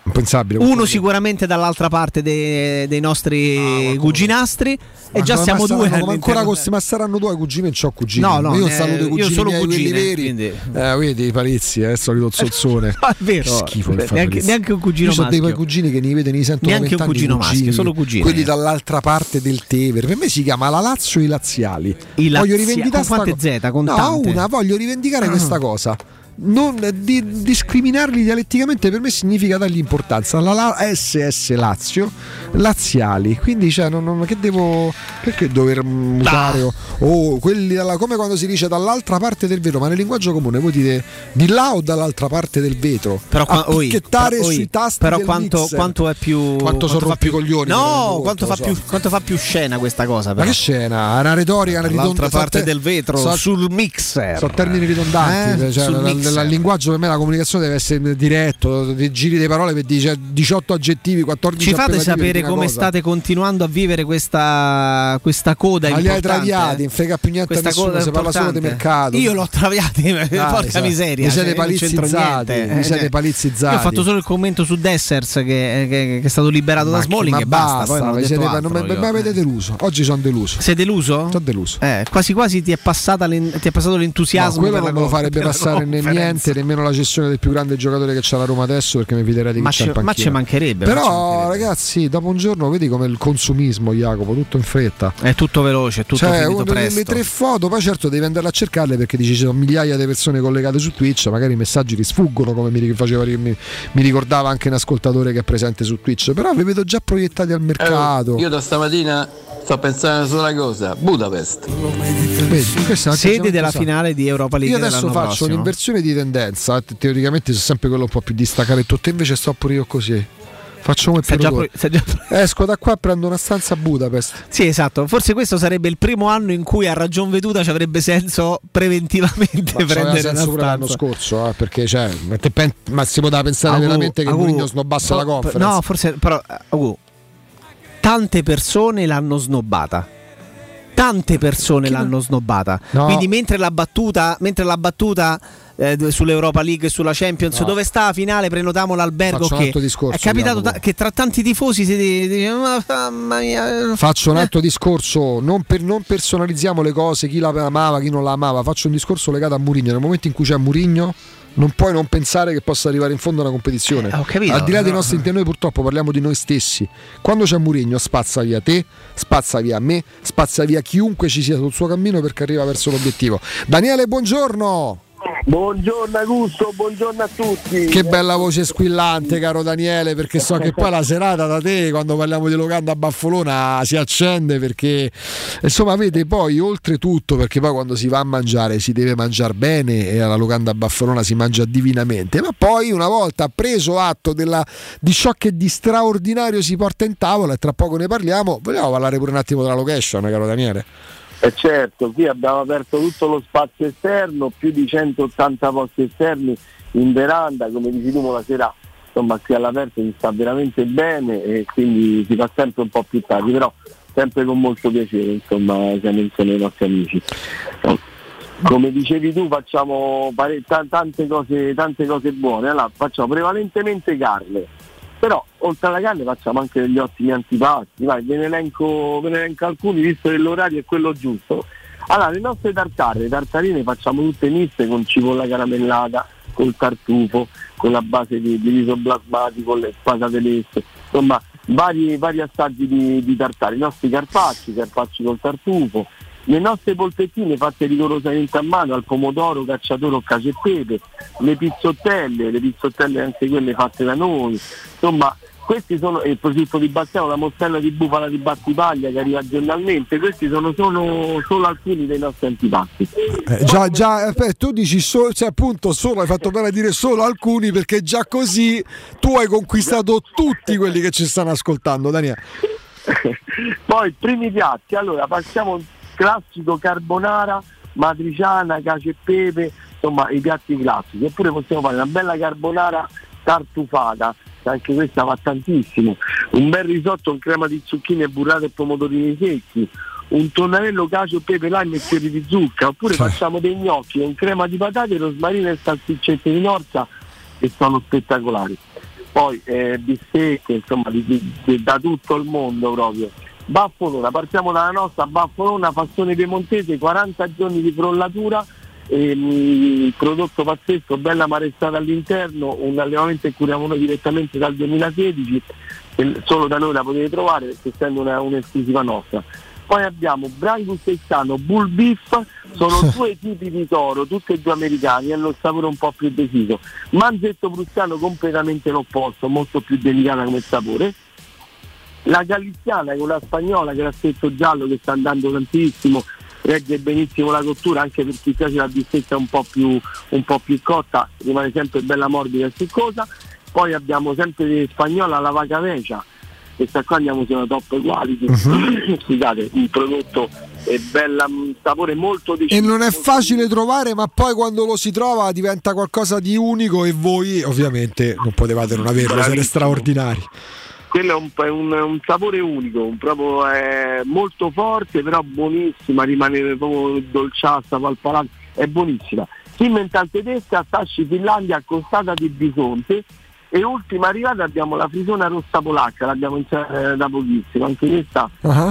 impensabile. Uno sicuramente dall'altra parte dei nostri cuginastri, e già siamo due. Ma saranno due cugini, non c'ho cugini. No, io saluto i cugini, solo miei, cugine, quelli veri. quindi... vedi i Palizzi, solito zozzone. È vero, schifo. Neanche un cugino maschio. Io ho dei cugini che ne vedo, ne sento neanche un cugino maschio, solo cugini. Quelli dall'altra parte del Tevere. Per me si chiama la Lazio e i laziali. Voglio rivendicare con quante Z? Con tante? Voglio rivendicare questa cosa. Non discriminarli dialetticamente per me significa dargli importanza. La SS Lazio, laziali, quindi che devo, perché dover mutare quelli come quando si dice dall'altra parte del vetro, ma nel linguaggio comune voi dite di là o dall'altra parte del vetro, però picchettare sui tasti però del quanto è più, quanto sono rompi coglioni, quanto fa più scena questa cosa, però. Ma che scena? Una retorica, una dall'altra parte del vetro sul mixer, sono termini ridondanti, il linguaggio per me, la comunicazione deve essere diretto, giri le parole per dire 18 aggettivi, 14 ci fate sapere come state continuando a vivere questa coda importante. Ma li hai traviati, non frega più niente a nessuno, si parla solo di mercato. Io l'ho traviati, porca miseria, mi siete palizzizzati. Io ho fatto solo il commento su Dessers che è stato liberato da Smalling e basta, non mi avete deluso. Oggi sono deluso. Sei deluso? Sono deluso. Quasi ti è passato l'entusiasmo. Quello non me lo farebbe passare niente, nemmeno la cessione del più grande giocatore che c'ha la Roma adesso, perché mi fiderei di chi c'è in panchina. Ma ci mancherebbe. Però ragazzi, dopo un giorno vedi come il consumismo, Jacopo, tutto in fretta. È tutto veloce, è tutto finito presto. Le 3 foto, poi certo devi andarle a cercarle, perché dici ci sono migliaia di persone collegate su Twitch, magari i messaggi ti sfuggono, come mi ricordava anche un ascoltatore che è presente su Twitch, però vi vedo già proiettati al mercato. Io da stamattina sto pensando su una cosa: Budapest, sede della finale di Europa League. Io adesso faccio un'inversione di tendenza. Teoricamente sono sempre quello un po' più distaccato, te invece sto pure io così. Faccio come esco da qua e prendo una stanza a Budapest. Sì, esatto. Forse questo sarebbe il primo anno in cui a ragion veduta ci avrebbe senso preventivamente prendere una stanza. L'anno scorso, perché ma si poteva pensare veramente che Mourinho snobbasse la Conference? No, forse però tante persone l'hanno snobbata. No. Quindi mentre la battuta sull'Europa League e sulla Champions, dove sta la finale, prenotiamo l'albergo, che è capitato che tra tanti tifosi si dice mamma mia. Faccio un altro discorso, non personalizziamo le cose, chi la amava, chi non la amava. Faccio un discorso legato a Mourinho. Nel momento in cui c'è Mourinho non puoi non pensare che possa arrivare in fondo a una competizione. Al di là dei nostri intenti, noi purtroppo parliamo di noi stessi. Quando c'è Mourinho spazza via te, spazza via me, spazza via chiunque ci sia sul suo cammino, perché arriva verso l'obiettivo. Daniele, buongiorno. Buongiorno Augusto, buongiorno a tutti. Che bella voce squillante, caro Daniele, perché so che poi la serata da te, quando parliamo di locanda Baffolona, si accende, perché insomma vede, poi oltretutto, perché poi quando si va a mangiare si deve mangiare bene, e alla locanda Baffolona si mangia divinamente, ma poi una volta preso atto di ciò che di straordinario si porta in tavola, e tra poco ne parliamo, vogliamo parlare pure un attimo della location, caro Daniele? Certo, qui abbiamo aperto tutto lo spazio esterno, più di 180 posti esterni in veranda, come dici tu, la sera insomma qui all'aperto si sta veramente bene, e quindi si fa sempre un po' più tardi, però sempre con molto piacere, insomma, siamo insieme ai nostri amici. Come dicevi tu, facciamo tante cose buone. Allora, facciamo prevalentemente carne, però oltre alla carne facciamo anche degli ottimi antipasti. Vai, ve ne elenco alcuni, visto che l'orario è quello giusto. Allora, le nostre tartarine facciamo tutte miste, con cipolla caramellata, col tartufo, con la base di riso basmati, con le patate lesse, insomma vari assaggi di tartare. I nostri carpacci col tartufo, le nostre polpettine fatte rigorosamente a mano al pomodoro, cacciatore o cacio e pepe, le pizzottelle anche quelle fatte da noi, insomma questi sono il prosciutto di Bastiano, la mozzarella di bufala di Battipaglia che arriva giornalmente. Questi sono solo alcuni dei nostri antipasti. Tu dici solo, cioè appunto solo, hai fatto bene a dire solo alcuni, perché già così tu hai conquistato tutti quelli che ci stanno ascoltando, Daniele. Poi primi piatti, allora passiamo classico carbonara, matriciana, cacio e pepe, insomma i piatti classici. Oppure possiamo fare una bella carbonara tartufata, anche questa va tantissimo, un bel risotto con crema di zucchine e burrate e pomodorini secchi, un tonnarello cacio, pepe, lime e fiori di zucca. Oppure facciamo dei gnocchi con crema di patate, rosmarino e salsiccette di norza, che sono spettacolari. poi bistecche, insomma da tutto il mondo proprio. Baffolona, partiamo dalla nostra Baffolona Fassone Piemontese, 40 giorni di frollatura, prodotto pazzesco, bella marestata all'interno, un allevamento che curiamo noi direttamente dal 2016, solo da noi la potete trovare perché essendo un'esclusiva nostra. Poi abbiamo Brangus Texano, Bull Beef, sono due tipi di toro, tutti e due americani, hanno il sapore un po' più deciso. Manzetto prussiano completamente l'opposto, molto più delicata come sapore. La galiziana con la spagnola, grassetto giallo che sta andando tantissimo, regge benissimo la cottura, anche per chi piace la bistecca un po' più cotta, rimane sempre bella morbida e succosa. Poi abbiamo sempre spagnola la vaca vecia, questa qua andiamo sulla top quality, scusate, un prodotto è bella, un sapore molto deciso. E non è facile trovare, ma poi quando lo si trova diventa qualcosa di unico e voi ovviamente non potevate non averlo, siete straordinari. Quello è un sapore unico, proprio molto forte, però buonissima, rimane proprio dolciassa, palpalante, è buonissima. Simmental tedesca, Tasci Finlandia, costata di bisonte. E ultima arrivata abbiamo la frisona rossa polacca, l'abbiamo iniziata da pochissimo, anche questa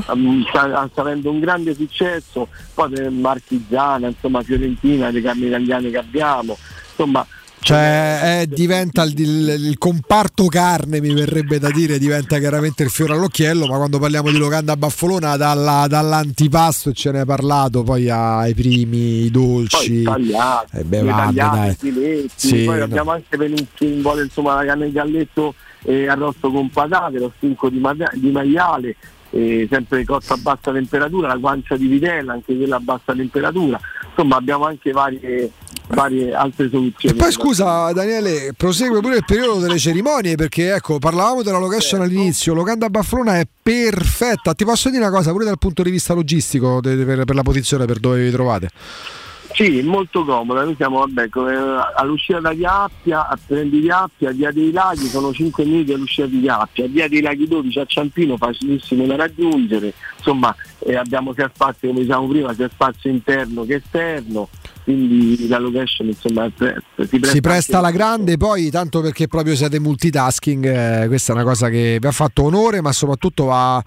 sta avendo un grande successo, poi marchigiana, insomma fiorentina, le carni italiane che abbiamo, insomma. Cioè diventa il comparto carne, mi verrebbe da dire, diventa chiaramente il fiore all'occhiello, ma quando parliamo di locanda Baffolona dall'antipasto, e ce ne hai parlato, poi ai primi, i dolci, tagliati, filetti, sì, poi abbiamo anche per chi vuole insomma la carne di galletto arrosto con patate, lo stinco di maiale, sempre cotto a bassa temperatura, la guancia di vitella, anche quella a bassa temperatura, insomma abbiamo anche varie altre soluzioni. E poi scusa Daniele, prosegue pure il periodo delle cerimonie, perché ecco, parlavamo della location all'inizio, locanda Baffolona è perfetta, ti posso dire una cosa pure dal punto di vista logistico per la posizione, per dove vi trovate? Sì, molto comoda, noi siamo all'uscita da Via Appia, a prendi Via Appia, Via dei Laghi, sono 5 minuti all'uscita di Via Appia, Via dei Laghi 12 a Ciampino, facilissimo da raggiungere, insomma abbiamo sia spazio, come diciamo prima, sia spazio interno che esterno, quindi la location insomma si presta alla grande, poi tanto perché proprio siete multitasking, questa è una cosa che vi ha fatto onore, ma soprattutto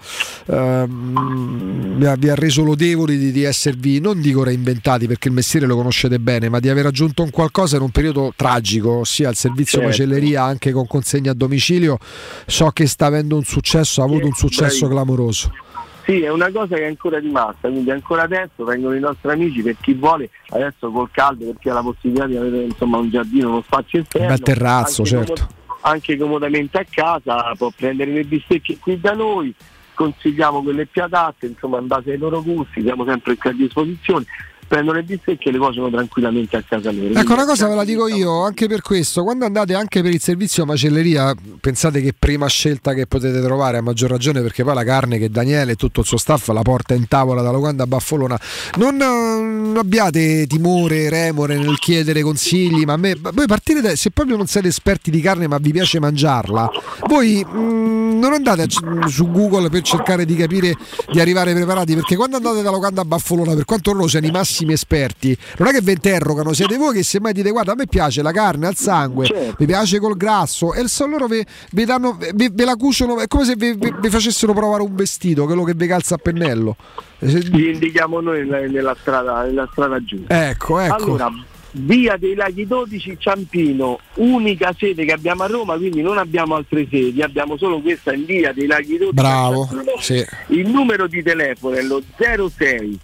vi ha reso lodevoli di esservi, non dico reinventati perché il mestiere lo conoscete bene, ma di aver aggiunto un qualcosa in un periodo tragico, ossia il servizio macelleria anche con consegna a domicilio. So che sta avendo un successo, ha avuto un successo clamoroso. Sì, è una cosa che è ancora rimasta, quindi ancora adesso vengono i nostri amici, per chi vuole, adesso col caldo, perché ha la possibilità di avere insomma un giardino, uno spazio esterno, bel terrazzo, certo. Anche comodamente a casa, può prendere le bistecche qui da noi, consigliamo quelle più adatte, insomma in base ai loro gusti, siamo sempre qui a disposizione. Prendono le bistecche e le cuociono tranquillamente a casa loro. Ecco, una cosa ve la dico io, anche per questo, quando andate anche per il servizio macelleria, pensate che prima scelta che potete trovare, a maggior ragione perché poi la carne che Daniele e tutto il suo staff la porta in tavola da locanda Baffolona, non abbiate timore, remore nel chiedere consigli, ma voi partite se proprio non siete esperti di carne ma vi piace mangiarla, voi non andate su Google per cercare di capire, di arrivare preparati, perché quando andate da locanda Baffolona, per quanto loro siano i massimi esperti, non è che vi interrogano, siete voi che semmai dite guarda a me piace la carne al sangue, mi piace col grasso, e loro ve la cuciono, è come se vi facessero provare un vestito, quello che vi calza a pennello. Vi indichiamo noi nella strada giusta. Ecco. Allora, Via dei Laghi 12 Ciampino, unica sede che abbiamo a Roma, quindi non abbiamo altre sedi, abbiamo solo questa in Via dei Laghi 12. Bravo. Sì. Il numero di telefono è lo 06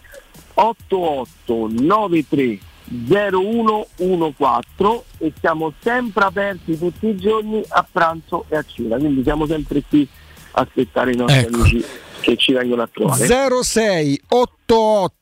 8893 0114 e siamo sempre aperti tutti i giorni a pranzo e a cena, quindi siamo sempre qui a aspettare i nostri amici che ci vengono a trovare. 06 88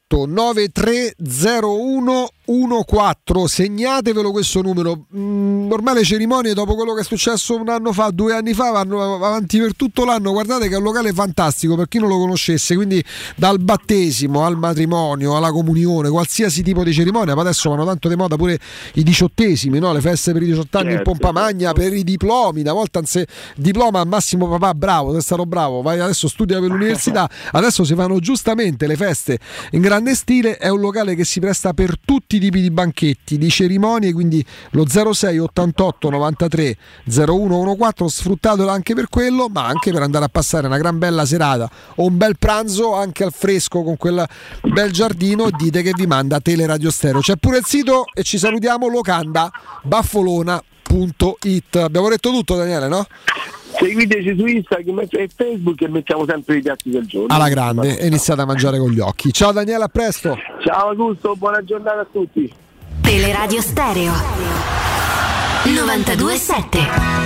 930114, segnatevelo questo numero. Ormai le cerimonie, dopo quello che è successo un anno fa, 2 anni fa, vanno avanti per tutto l'anno. Guardate che è un locale fantastico per chi non lo conoscesse, quindi dal battesimo al matrimonio alla comunione, qualsiasi tipo di cerimonia, ma adesso vanno tanto di moda pure i 18esimi, no? Le feste per i 18 anni in pompa magna, per i diplomi, una volta diploma Massimo papà, bravo, sei stato bravo, vai adesso studia per l'università, adesso si fanno giustamente le feste in grande stile. È un locale che si presta per tutti tipi di banchetti, di cerimonie, quindi lo 06 88 93 0114, sfruttatelo anche per quello, ma anche per andare a passare una gran bella serata o un bel pranzo anche al fresco con quel bel giardino. Dite che vi manda Teleradio Stereo. C'è pure il sito, e ci salutiamo, locandabaffolona.it. Abbiamo detto tutto, Daniele, no? Seguiteci su Instagram e Facebook e mettiamo sempre i piatti del giorno. Alla grande, e iniziate a mangiare con gli occhi. Ciao Daniele, a presto. Ciao Augusto, buona giornata a tutti. Teleradio Stereo 92.7.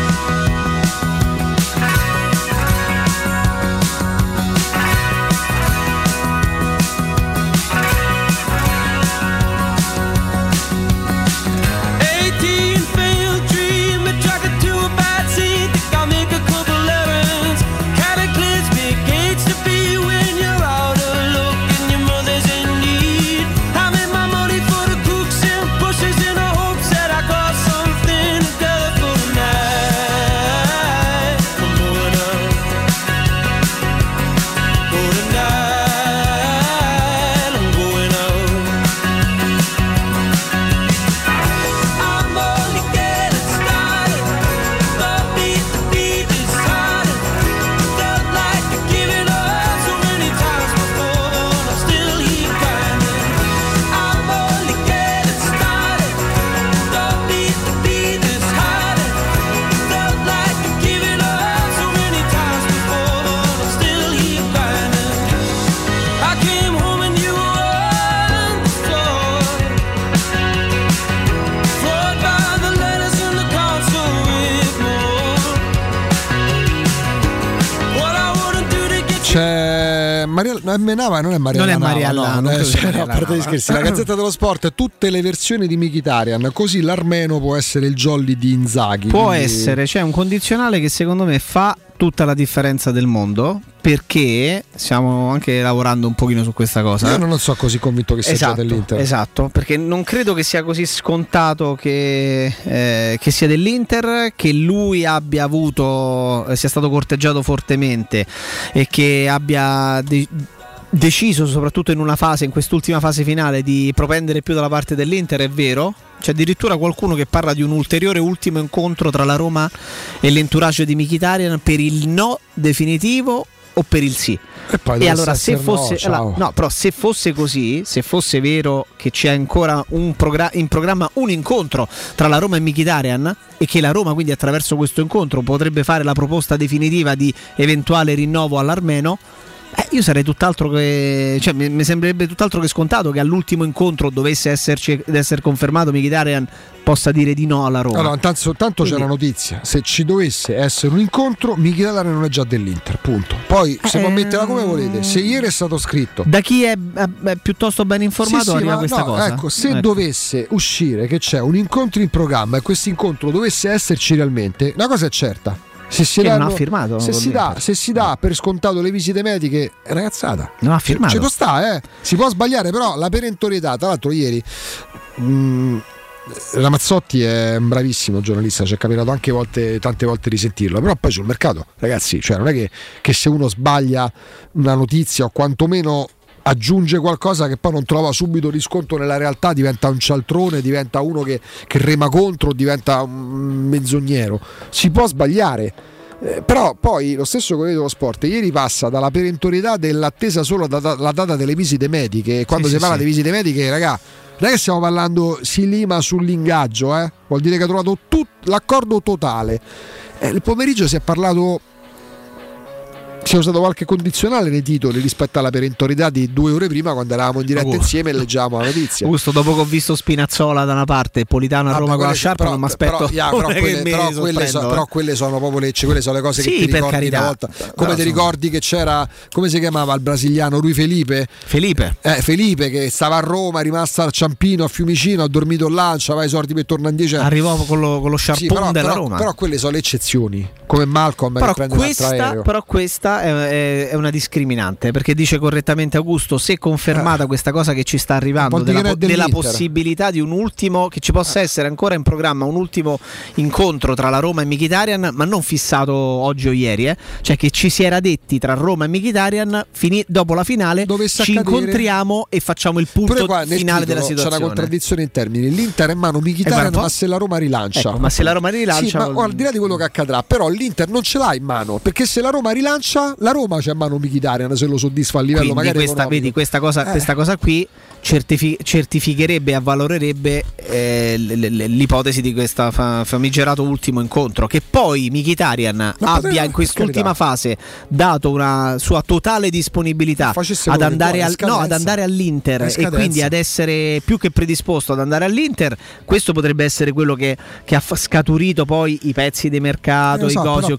Menava non è Mariella, no, a parte gli scherzi. La Gazzetta dello Sport, tutte le versioni di Mkhitaryan, così l'armeno può essere il jolly di Inzaghi. Può quindi... essere, c'è un condizionale che secondo me fa tutta la differenza del mondo, perché stiamo anche lavorando un pochino su questa cosa. Io non sono così convinto che sia già dell'Inter. Esatto, perché non credo che sia così scontato che sia dell'Inter, che lui abbia avuto, sia stato corteggiato fortemente e che abbia deciso, soprattutto in quest'ultima fase finale, di propendere più dalla parte dell'Inter. È vero, c'è addirittura qualcuno che parla di un ulteriore ultimo incontro tra la Roma e l'entourage di Mkhitaryan per il no definitivo o per il sì. E allora se fosse però se fosse così, se fosse vero che c'è ancora in programma un incontro tra la Roma e Mkhitaryan, e che la Roma quindi attraverso questo incontro potrebbe fare la proposta definitiva di eventuale rinnovo all'armeno, io sarei tutt'altro che, cioè mi sembrerebbe tutt'altro che scontato che all'ultimo incontro dovesse essere confermato Mkhitaryan possa dire di no alla Roma. Allora, tanto c'è una notizia: se ci dovesse essere un incontro, Mkhitaryan non è già dell'Inter, punto. Poi se può metterla come volete. Se ieri è stato scritto da chi è piuttosto ben informato, arriva questa cosa. Ecco, se dovesse uscire che c'è un incontro in programma e questo incontro dovesse esserci realmente, una cosa è certa: se si non ha firmato, se si dà per scontato le visite mediche, è ragazzata. Non ha firmato. Ci può stare, si può sbagliare, però la perentorietà. Tra l'altro ieri Ramazzotti è un bravissimo giornalista, ci è capitato anche tante volte di sentirlo, però poi sul mercato, ragazzi, cioè non è che se uno sbaglia una notizia o quantomeno aggiunge qualcosa che poi non trova subito riscontro nella realtà, diventa un cialtrone, diventa uno che rema contro, diventa un menzognero. Si può sbagliare, però poi lo stesso Corriere dello Sport ieri passa dalla perentorietà dell'attesa solo la data delle visite mediche, e quando si parla di visite mediche, ragà, non è che stiamo parlando, si lima sull'ingaggio, vuol dire che ha trovato l'accordo totale. Il pomeriggio si è parlato, si è usato qualche condizionale nei titoli rispetto alla perentorietà di 2 ore prima, quando eravamo in diretta insieme e leggiamo la notizia. Giusto, dopo che ho visto Spinazzola da una parte e Politano a Roma con la sciarpa, non mi aspetto. Però quelle sono proprio quelle sono le cose che ti ricordi una volta. Come ti ricordi che c'era, come si chiamava il brasiliano, Rui Felipe che stava a Roma, è rimasto al Ciampino, a Fiumicino, ha dormito là, c'aveva i soldi per tornare indietro, arrivò con lo sciarpone della Roma. Però quelle sono le eccezioni, come Malcolm che prende un altro aereo. Però questa questa è una discriminante, perché dice correttamente Augusto, se confermata questa cosa che ci sta arrivando della possibilità di un ultimo, che ci possa essere ancora in programma un ultimo incontro tra la Roma e Mkhitaryan, ma non fissato oggi o ieri, cioè che ci si era detti tra Roma e Mkhitaryan dopo la finale ci incontriamo e facciamo il punto finale della situazione. C'è una contraddizione in termini, l'Inter è in mano Mkhitaryan, ma se la Roma rilancia, ma se la Roma rilancia, sì, ma al di là di quello che accadrà, però l'Inter non ce l'ha in mano, perché se la Roma rilancia, la Roma c'è in mano Mkhitaryan, se lo soddisfa a livello. Quindi magari vedi questa cosa qui certificherebbe e avvalorerebbe l'ipotesi di questo famigerato ultimo incontro, che poi Mkhitaryan abbia in quest'ultima fase dato una sua totale disponibilità ad andare all'Inter e quindi ad essere più che predisposto ad andare all'Inter. Questo potrebbe essere quello che ha scaturito poi i pezzi di mercato, i cose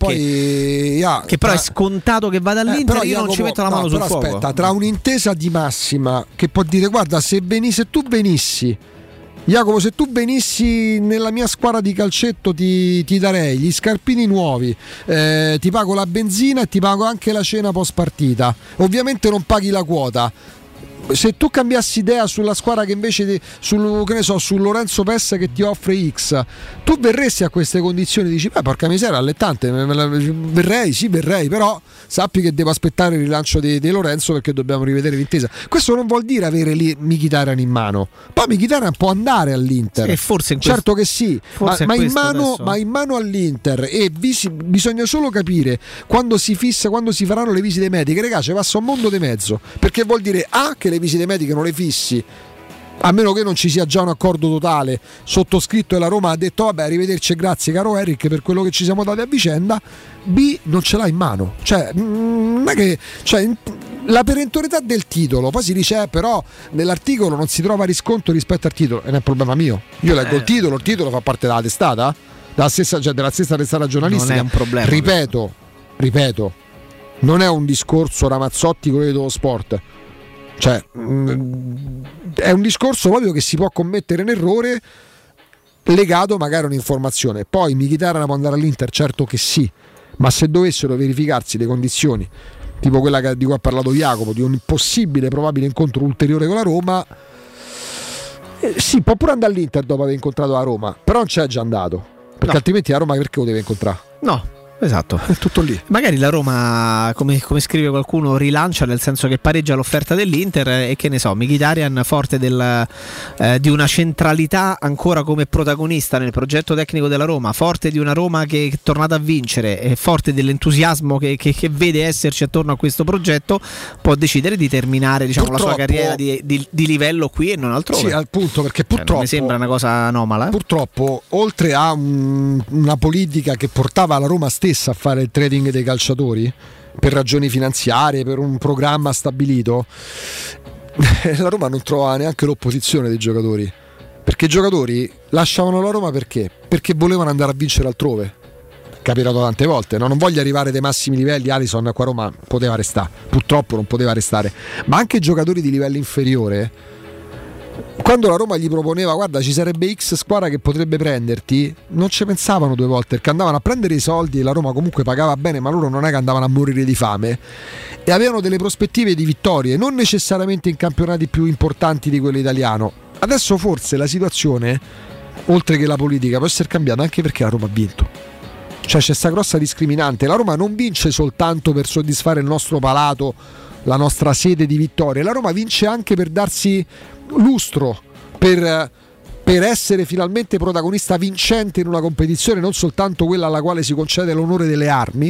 che però è scontato che vada all'Inter. Io non ci metto la mano sul fuoco. Aspetta, tra un'intesa di massima che può dire guarda, se tu venissi Jacopo, se tu venissi nella mia squadra di calcetto ti darei gli scarpini nuovi, ti pago la benzina e ti pago anche la cena post partita, ovviamente non paghi la quota. Se tu cambiassi idea sulla squadra che invece su Lorenzo Pessa che ti offre X, tu verresti a queste condizioni, dici porca miseria, allettante, verrei, però sappi che devo aspettare il rilancio di Lorenzo perché dobbiamo rivedere l'intesa. Questo non vuol dire avere lì Mkhitaryan in mano, poi Mkhitaryan può andare all'Inter, certo che sì, ma in mano all'Inter, e bisogna solo capire quando si faranno le visite mediche, ragazzi, passa un mondo di mezzo, perché vuol dire che le visite mediche non le fissi, a meno che non ci sia già un accordo totale sottoscritto e la Roma ha detto vabbè, arrivederci e grazie caro Eric per quello che ci siamo dati a vicenda. B, non ce l'ha in mano, non è che, la perentorietà del titolo, poi si dice però nell'articolo non si trova riscontro rispetto al titolo, e non è un problema mio, io leggo il titolo fa parte della testata, della stessa testata giornalistica, non è un problema, ripeto, non è un discorso Ramazzotti con dello sport, è un discorso proprio che si può commettere un errore legato magari a un'informazione. Poi Mkhitaryan può andare all'Inter, certo che sì, ma se dovessero verificarsi le condizioni tipo quella di cui ha parlato Jacopo, di un possibile probabile incontro ulteriore con la Roma, sì, può pure andare all'Inter dopo aver incontrato la Roma, però non c'è già andato, perché altrimenti la Roma perché lo deve incontrare? No, esatto, è tutto lì. Magari la Roma, come scrive qualcuno, rilancia, nel senso che pareggia l'offerta dell'Inter e che ne so, Mkhitaryan forte di una centralità ancora come protagonista nel progetto tecnico della Roma, forte di una Roma che è tornata a vincere e forte dell'entusiasmo che vede esserci attorno a questo progetto, può decidere di terminare la sua carriera di livello qui e non altrove. Sì, al punto, perché purtroppo non mi sembra una cosa anomala. Purtroppo, oltre a una politica che portava la Roma stessa a fare il trading dei calciatori per ragioni finanziarie, per un programma stabilito, la Roma non trovava neanche l'opposizione dei giocatori, perché i giocatori lasciavano la Roma perché volevano andare a vincere altrove. Capitato tante volte, no? Non voglio arrivare dai massimi livelli. Alisson qua a Roma poteva restare, purtroppo non poteva restare, ma anche i giocatori di livello inferiore, quando la Roma gli proponeva guarda ci sarebbe X squadra che potrebbe prenderti, non ci pensavano due volte, perché andavano a prendere i soldi e la Roma comunque pagava bene, ma loro non è che andavano a morire di fame e avevano delle prospettive di vittorie, non necessariamente in campionati più importanti di quello italiano. Adesso forse la situazione, oltre che la politica, può essere cambiata anche perché la Roma ha vinto, c'è sta grossa discriminante. La Roma non vince soltanto per soddisfare il nostro palato, la nostra sede di vittorie, la Roma vince anche per darsi lustro, per essere finalmente protagonista vincente in una competizione, non soltanto quella alla quale si concede l'onore delle armi,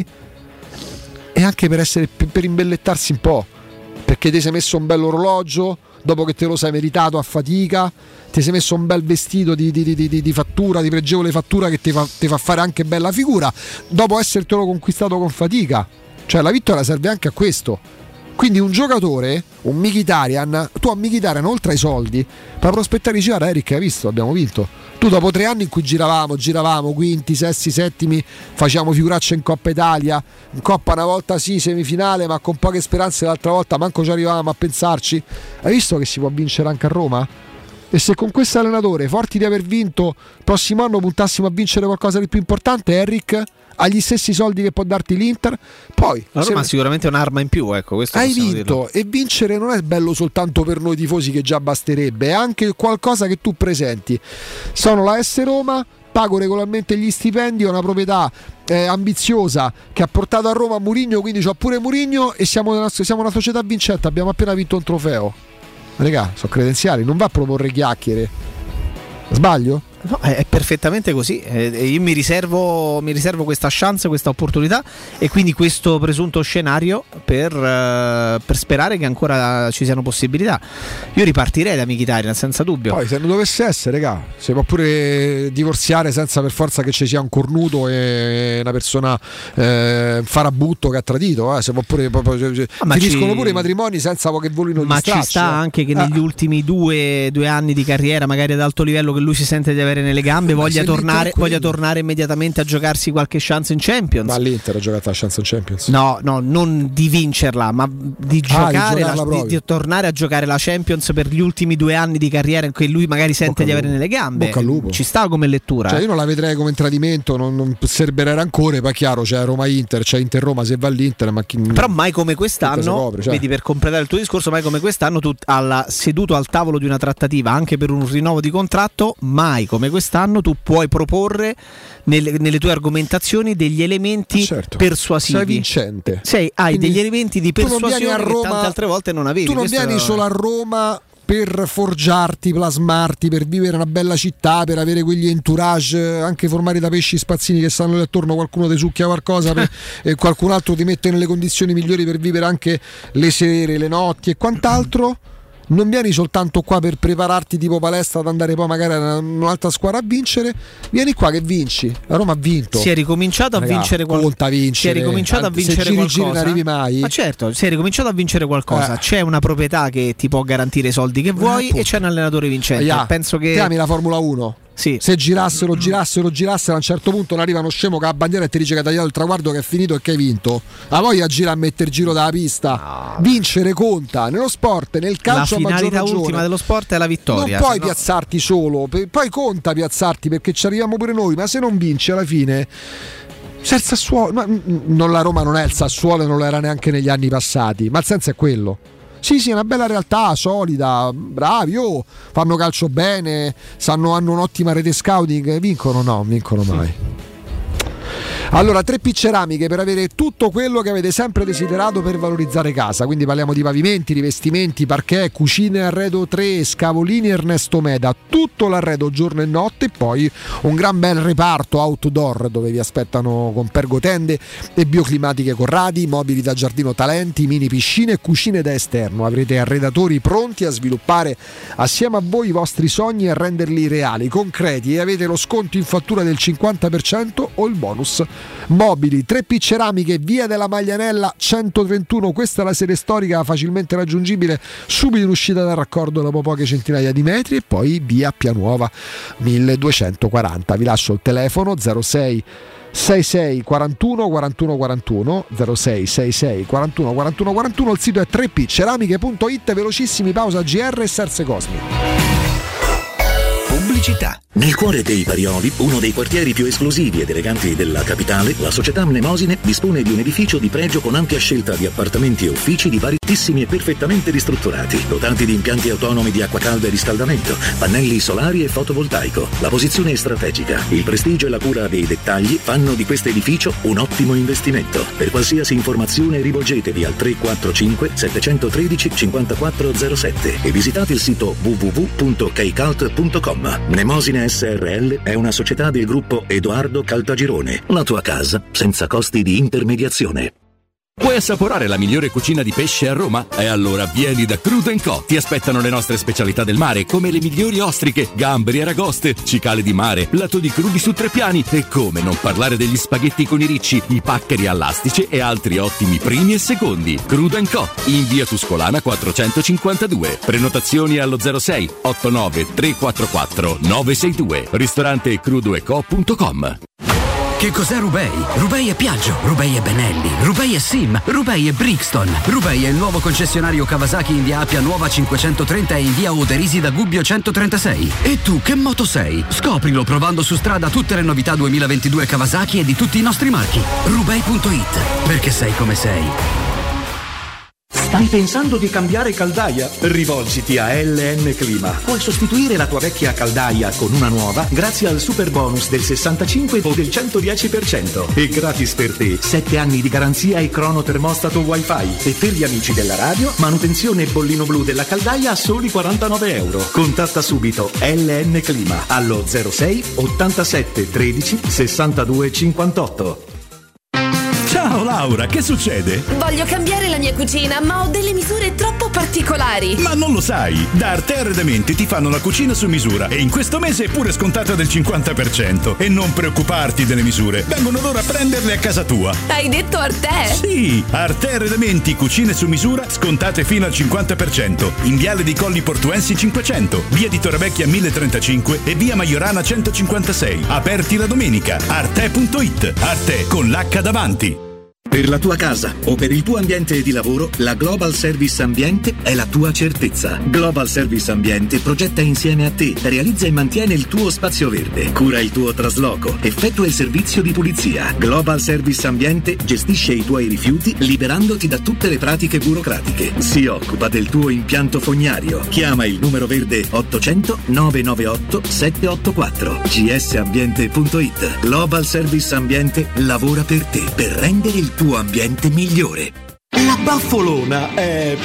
e anche per imbellettarsi un po', perché ti sei messo un bel orologio dopo che te lo sei meritato a fatica, ti sei messo un bel vestito di fattura, di pregevole fattura, che ti fa fare anche bella figura dopo essertelo conquistato con fatica. Cioè la vittoria serve anche a questo. Quindi un giocatore, un Mkhitaryan, tu a Mkhitaryan oltre ai soldi per prospettare, dici guarda Eric, hai visto, abbiamo vinto. Tu dopo 3 anni in cui giravamo quinti, sesti, settimi, facciamo figuracce in Coppa Italia, in Coppa una volta sì, semifinale, ma con poche speranze l'altra volta manco ci arrivavamo a pensarci, hai visto che si può vincere anche a Roma? E se con questo allenatore, forti di aver vinto, prossimo anno puntassimo a vincere qualcosa di più importante, Eric, agli stessi soldi che può darti l'Inter. Poi la Roma sicuramente è un'arma in più, ecco, questo hai vinto dirlo. E vincere non è bello soltanto per noi tifosi, che già basterebbe, è anche qualcosa che tu presenti. Sono la S Roma, pago regolarmente gli stipendi, ho una proprietà ambiziosa che ha portato a Roma Mourinho, quindi c'ho pure Mourinho e siamo una società vincente, abbiamo appena vinto un trofeo. Regà, sono credenziali, non va a proporre chiacchiere. Sbaglio? No, è perfettamente così. Io mi riservo questa chance, questa opportunità e quindi questo presunto scenario per sperare che ancora ci siano possibilità. Io ripartirei da Mkhitaryan senza dubbio. Poi se non dovesse essere, raga, si può pure divorziare senza per forza che ci sia un cornuto e una persona farabutto che ha tradito. Si può pure finiscono pure i matrimoni senza che volino gli stracci. Ma ci sta anche che negli ultimi due anni di carriera, magari ad alto livello, che lui si sente di avere nelle gambe, voglia tornare immediatamente a giocarsi qualche chance in Champions. Ma l'Inter ha giocato la chance in Champions? No, non di vincerla, ma di giocare di tornare a giocare la Champions per gli ultimi 2 anni di carriera in cui lui magari sente di avere nelle gambe. Ci sta come lettura. Cioè, io non la vedrei come un tradimento, non serberei rancore, poi chiaro, c'è Roma-Inter, c'è Inter-Roma, se va all'Inter, però mai come quest'anno, vedi, per completare il tuo discorso, mai come quest'anno tu seduto al tavolo di una trattativa anche per un rinnovo di contratto, mai come quest'anno tu puoi proporre nelle tue argomentazioni degli elementi persuasivi. Sei vincente. Hai degli elementi di persuasione che tante altre volte non avevi. Tu non vieni solo a Roma per forgiarti, plasmarti, per vivere una bella città, per avere quegli entourage anche formati da pesci spazzini che stanno lì attorno, qualcuno ti succhia qualcosa e qualcun altro ti mette nelle condizioni migliori per vivere anche le sere, le notti e quant'altro. Non vieni soltanto qua per prepararti tipo palestra ad andare poi magari a un'altra squadra a vincere, vieni qua che vinci. La Roma ha vinto. Si è ricominciato a vincere qualcosa. Si è ricominciato a vincere qualcosa. Non arrivi mai. Ma certo, si è ricominciato a vincere qualcosa. C'è una proprietà che ti può garantire i soldi che vuoi e c'è un allenatore vincente. Penso che ti ami la Formula 1. Sì. Se girassero a un certo punto non arriva uno scemo che ha la bandiera e ti dice che ha tagliato il traguardo, che è finito e che hai vinto. La voglia gira a mettere giro dalla pista. Vincere conta nello sport, nel calcio. La finalità ultima dello sport è la vittoria. Non puoi piazzarti solo, poi conta piazzarti perché ci arriviamo pure noi, ma se non vinci alla fine. Se il Sassuolo, la Roma non è il Sassuolo e non lo era neanche negli anni passati, ma il senso è quello. Sì, è una bella realtà, solida, bravi, fanno calcio bene, hanno un'ottima rete scouting, vincono? No, non vincono mai. Allora, 3P Ceramiche per avere tutto quello che avete sempre desiderato per valorizzare casa. Quindi parliamo di pavimenti, rivestimenti, parquet, cucine, arredo 3, Scavolini, Ernesto Meda, tutto l'arredo giorno e notte, e poi un gran bel reparto outdoor dove vi aspettano con pergotende e bioclimatiche Corradi, mobili da giardino Talenti, mini piscine e cucine da esterno. Avrete arredatori pronti a sviluppare assieme a voi i vostri sogni e renderli reali, concreti, e avete lo sconto in fattura del 50% o il bonus mobili. 3P Ceramiche, via della Maglianella 131, questa è la sede storica facilmente raggiungibile subito in uscita dal raccordo dopo poche centinaia di metri, e poi via Pianuova 1240. Vi lascio il telefono 06 66 41 41 41 06 66 41 41 41. Il sito è 3pceramiche.it. Velocissimi, pausa GR e Serse Cosmi. Pubblicità. Nel cuore dei Parioli, uno dei quartieri più esclusivi ed eleganti della capitale, la società Mnemosine dispone di un edificio di pregio con ampia scelta di appartamenti e uffici di varietissimi e perfettamente ristrutturati, dotati di impianti autonomi di acqua calda e riscaldamento, pannelli solari e fotovoltaico. La posizione è strategica, il prestigio e la cura dei dettagli fanno di questo edificio un ottimo investimento. Per qualsiasi informazione rivolgetevi al 345 713 5407 e visitate il sito www.kcult.com. Mnemosine SRL è una società del gruppo Edoardo Caltagirone. La tua casa senza costi di intermediazione. Vuoi assaporare la migliore cucina di pesce a Roma? E allora vieni da Crudo & Co. Ti aspettano le nostre specialità del mare, come le migliori ostriche, gamberi, aragoste, cicale di mare, lato di crudi su 3 piani, e come non parlare degli spaghetti con i ricci, i paccheri all'astice e altri ottimi primi e secondi. Crudo & Co. in via Tuscolana 452. Prenotazioni allo 06 89 344 962. Ristorante crudoeco.com. Che cos'è Rubei? Rubei è Piaggio, Rubei è Benelli, Rubei è Sim, Rubei è Brixton. Rubei è il nuovo concessionario Kawasaki in via Appia Nuova 530 e in via Oderisi da Gubbio 136. E tu che moto sei? Scoprilo provando su strada tutte le novità 2022 Kawasaki e di tutti i nostri marchi. Rubei.it, perché sei come sei. Stai pensando di cambiare caldaia? Rivolgiti a LN Clima. Puoi sostituire la tua vecchia caldaia con una nuova grazie al super bonus del 65 o del 110%. E gratis per te 7 anni di garanzia e cronotermostato wifi. E per gli amici della radio, manutenzione e bollino blu della caldaia a soli €49. Contatta subito LN Clima allo 06 87 13 62 58. Ciao Laura, che succede? Voglio cambiare la mia cucina, ma ho delle misure troppo particolari. Ma non lo sai, da Arte Arredamenti ti fanno la cucina su misura e in questo mese è pure scontata del 50%. E non preoccuparti delle misure, vengono loro a prenderle a casa tua. Hai detto Arte? Sì, Arte Arredamenti, cucine su misura, scontate fino al 50%. In Viale dei Colli Portuensi 500, via di Torrevecchia 1035 e via Maiorana 156. Aperti la domenica. Arte.it, Arte con l'H davanti. Per la tua casa o per il tuo ambiente di lavoro, la Global Service Ambiente è la tua certezza. Global Service Ambiente progetta insieme a te, realizza e mantiene il tuo spazio verde, cura il tuo trasloco, effettua il servizio di pulizia. Global Service Ambiente gestisce i tuoi rifiuti liberandoti da tutte le pratiche burocratiche. Si occupa del tuo impianto fognario. Chiama il numero verde 800 998 784. gsambiente.it. Global Service Ambiente lavora per te, per rendere il tuo ambiente migliore. La Baffolona è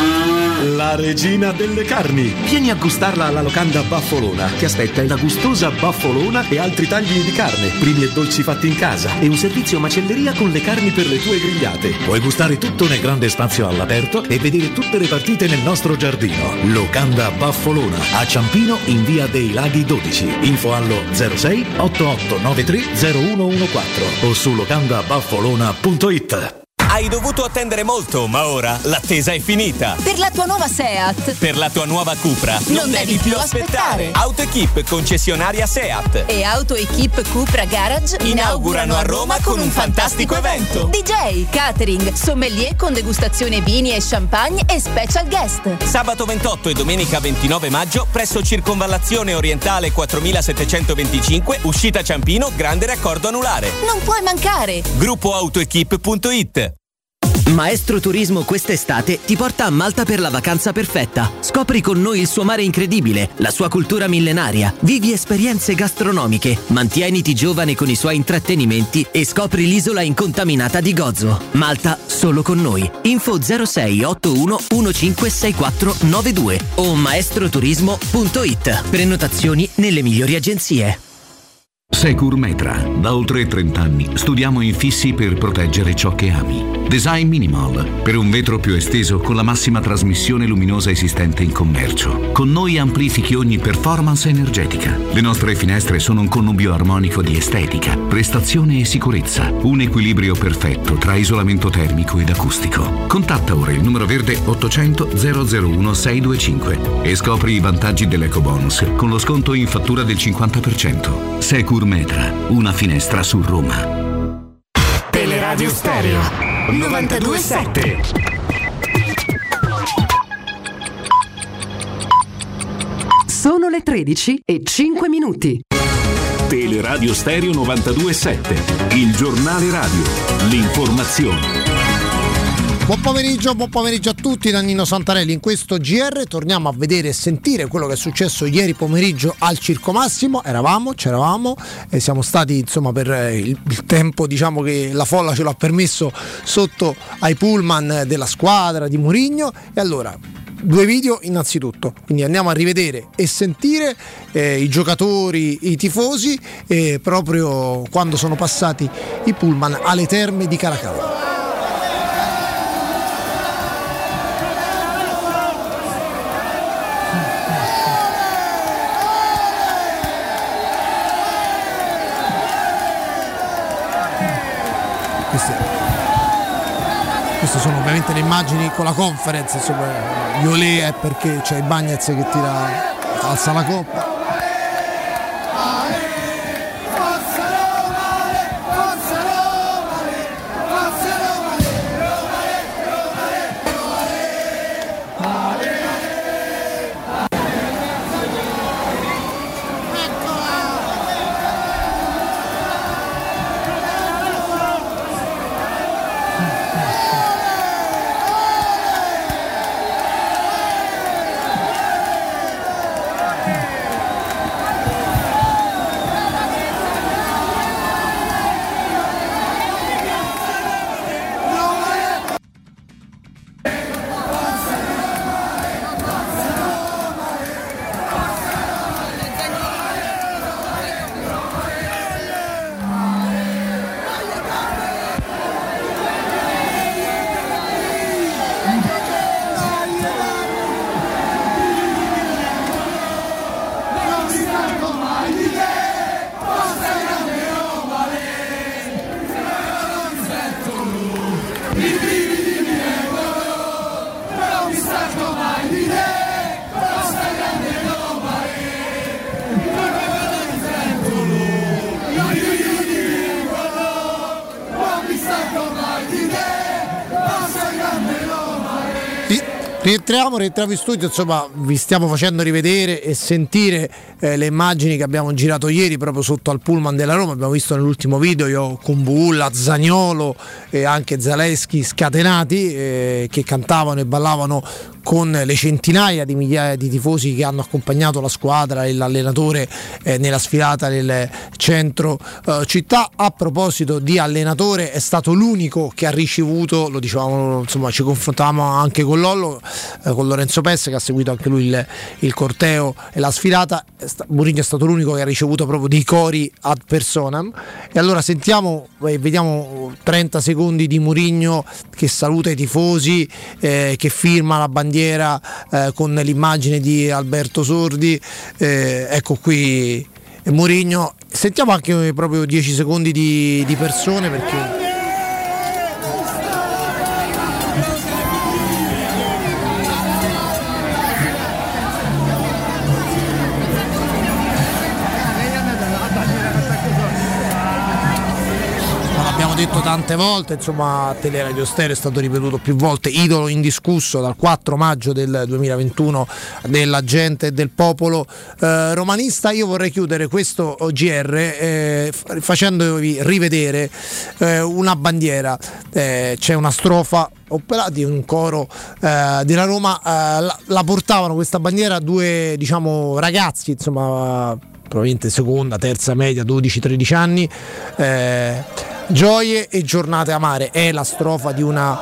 la regina delle carni. Vieni a gustarla alla locanda Baffolona. Ti aspetta la gustosa Baffolona e altri tagli di carne, primi e dolci fatti in casa e un servizio macelleria con le carni per le tue grigliate. Puoi gustare tutto nel grande spazio all'aperto e vedere tutte le partite nel nostro giardino. Locanda Baffolona a Ciampino in via dei Laghi 12. Info allo 06 8893 0114 o su locandabaffolona.it. Hai dovuto attendere molto, ma ora l'attesa è finita. Per la tua nuova Seat. Per la tua nuova Cupra. Non devi più aspettare. AutoEquip, concessionaria Seat. E AutoEquip Cupra Garage inaugurano a Roma con un fantastico evento. DJ, catering, sommelier con degustazione vini e champagne e special guest. Sabato 28 e domenica 29 maggio presso Circonvallazione Orientale 4725, uscita Ciampino, grande raccordo anulare. Non puoi mancare. GruppoAutoEquip.it. Maestro Turismo quest'estate ti porta a Malta per la vacanza perfetta. Scopri con noi il suo mare incredibile, la sua cultura millenaria, vivi esperienze gastronomiche, mantieniti giovane con i suoi intrattenimenti e scopri l'isola incontaminata di Gozo. Malta solo con noi. Info 06 81 156492 o maestroturismo.it. Prenotazioni nelle migliori agenzie. Securmetra. Da oltre 30 anni studiamo infissi per proteggere ciò che ami. Design minimal, per un vetro più esteso con la massima trasmissione luminosa esistente in commercio. Con noi amplifichi ogni performance energetica. Le nostre finestre sono un connubio armonico di estetica, prestazione e sicurezza. Un equilibrio perfetto tra isolamento termico ed acustico. Contatta ora il numero verde 800 001 625 e scopri i vantaggi dell'ecobonus con lo sconto in fattura del 50%. Securmetra, una finestra su Roma. Teleradio Stereo 92.7. Sono le 13:05. Teleradio Stereo 92.7, il giornale radio, l'informazione. Buon pomeriggio a tutti da Nino Santarelli. In questo GR torniamo a vedere e sentire quello che è successo ieri pomeriggio al Circo Massimo. C'eravamo e siamo stati insomma per il tempo, diciamo, che la folla ce l'ha permesso, sotto ai pullman della squadra di Mourinho. E allora, due video innanzitutto, quindi andiamo a rivedere e sentire i giocatori, i tifosi, proprio quando sono passati i pullman alle terme di Caracalla. Queste sono ovviamente le immagini con la conference, insomma, Iolè è perché c'è Ibañez che alza la coppa. Rientriamo in studio, insomma vi stiamo facendo rivedere e sentire le immagini che abbiamo girato ieri proprio sotto al pullman della Roma. Abbiamo visto nell'ultimo video io Kumbulla, Zaniolo e anche Zalewski scatenati che cantavano e ballavano con le centinaia di migliaia di tifosi che hanno accompagnato la squadra e l'allenatore nella sfilata del centro città. A proposito di allenatore, è stato l'unico che ha ricevuto, lo dicevamo, insomma ci confrontavamo anche con Lollo, con Lorenzo Pes che ha seguito anche lui il corteo e la sfilata. Mourinho è stato l'unico che ha ricevuto proprio dei cori ad personam, e allora sentiamo e vediamo 30 secondi di Mourinho che saluta i tifosi, che firma la bandiera con l'immagine di Alberto Sordi. Ecco qui Mourinho, sentiamo anche proprio 10 secondi di persone, perché detto tante volte, insomma Teleradio Stereo è stato ripetuto più volte, idolo indiscusso dal 4 maggio del 2021 della gente e del popolo romanista. Io vorrei chiudere questo GR facendovi rivedere una bandiera. C'è una strofa opera di un coro della Roma, la portavano questa bandiera due, diciamo, ragazzi, insomma probabilmente seconda, terza media, 12-13 anni. Gioie e giornate amare è la strofa di una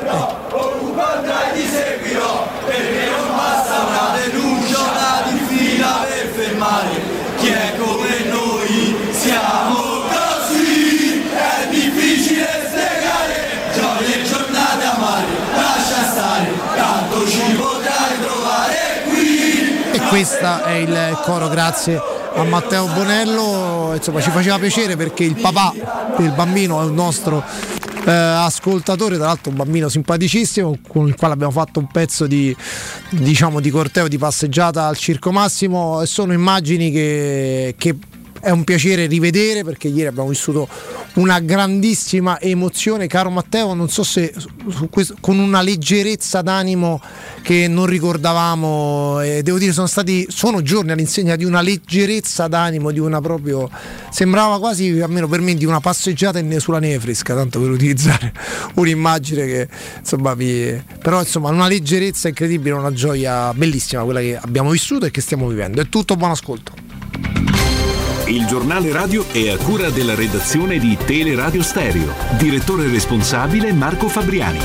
perché non basta una denuncia, una diffida per fermare chi è come noi. Siamo così, è difficile spiegare. Gioie e giornate amare, lascia stare, tanto ci potrai trovare qui. E questo è il coro, grazie a Matteo Bonello. Insomma ci faceva piacere perché il papà del bambino è un nostro ascoltatore, tra l'altro un bambino simpaticissimo con il quale abbiamo fatto un pezzo di corteo, di passeggiata al Circo Massimo. E sono immagini che è un piacere rivedere, perché ieri abbiamo vissuto una grandissima emozione, caro Matteo, non so se con una leggerezza d'animo che non ricordavamo, devo dire sono giorni all'insegna di una leggerezza d'animo, di una proprio, sembrava quasi, almeno per me, di una passeggiata sulla neve fresca, tanto per utilizzare un'immagine che insomma però insomma una leggerezza incredibile, una gioia bellissima quella che abbiamo vissuto e che stiamo vivendo. È tutto, buon ascolto. Il giornale radio è a cura della redazione di Teleradio Stereo. Direttore responsabile Marco Fabriani.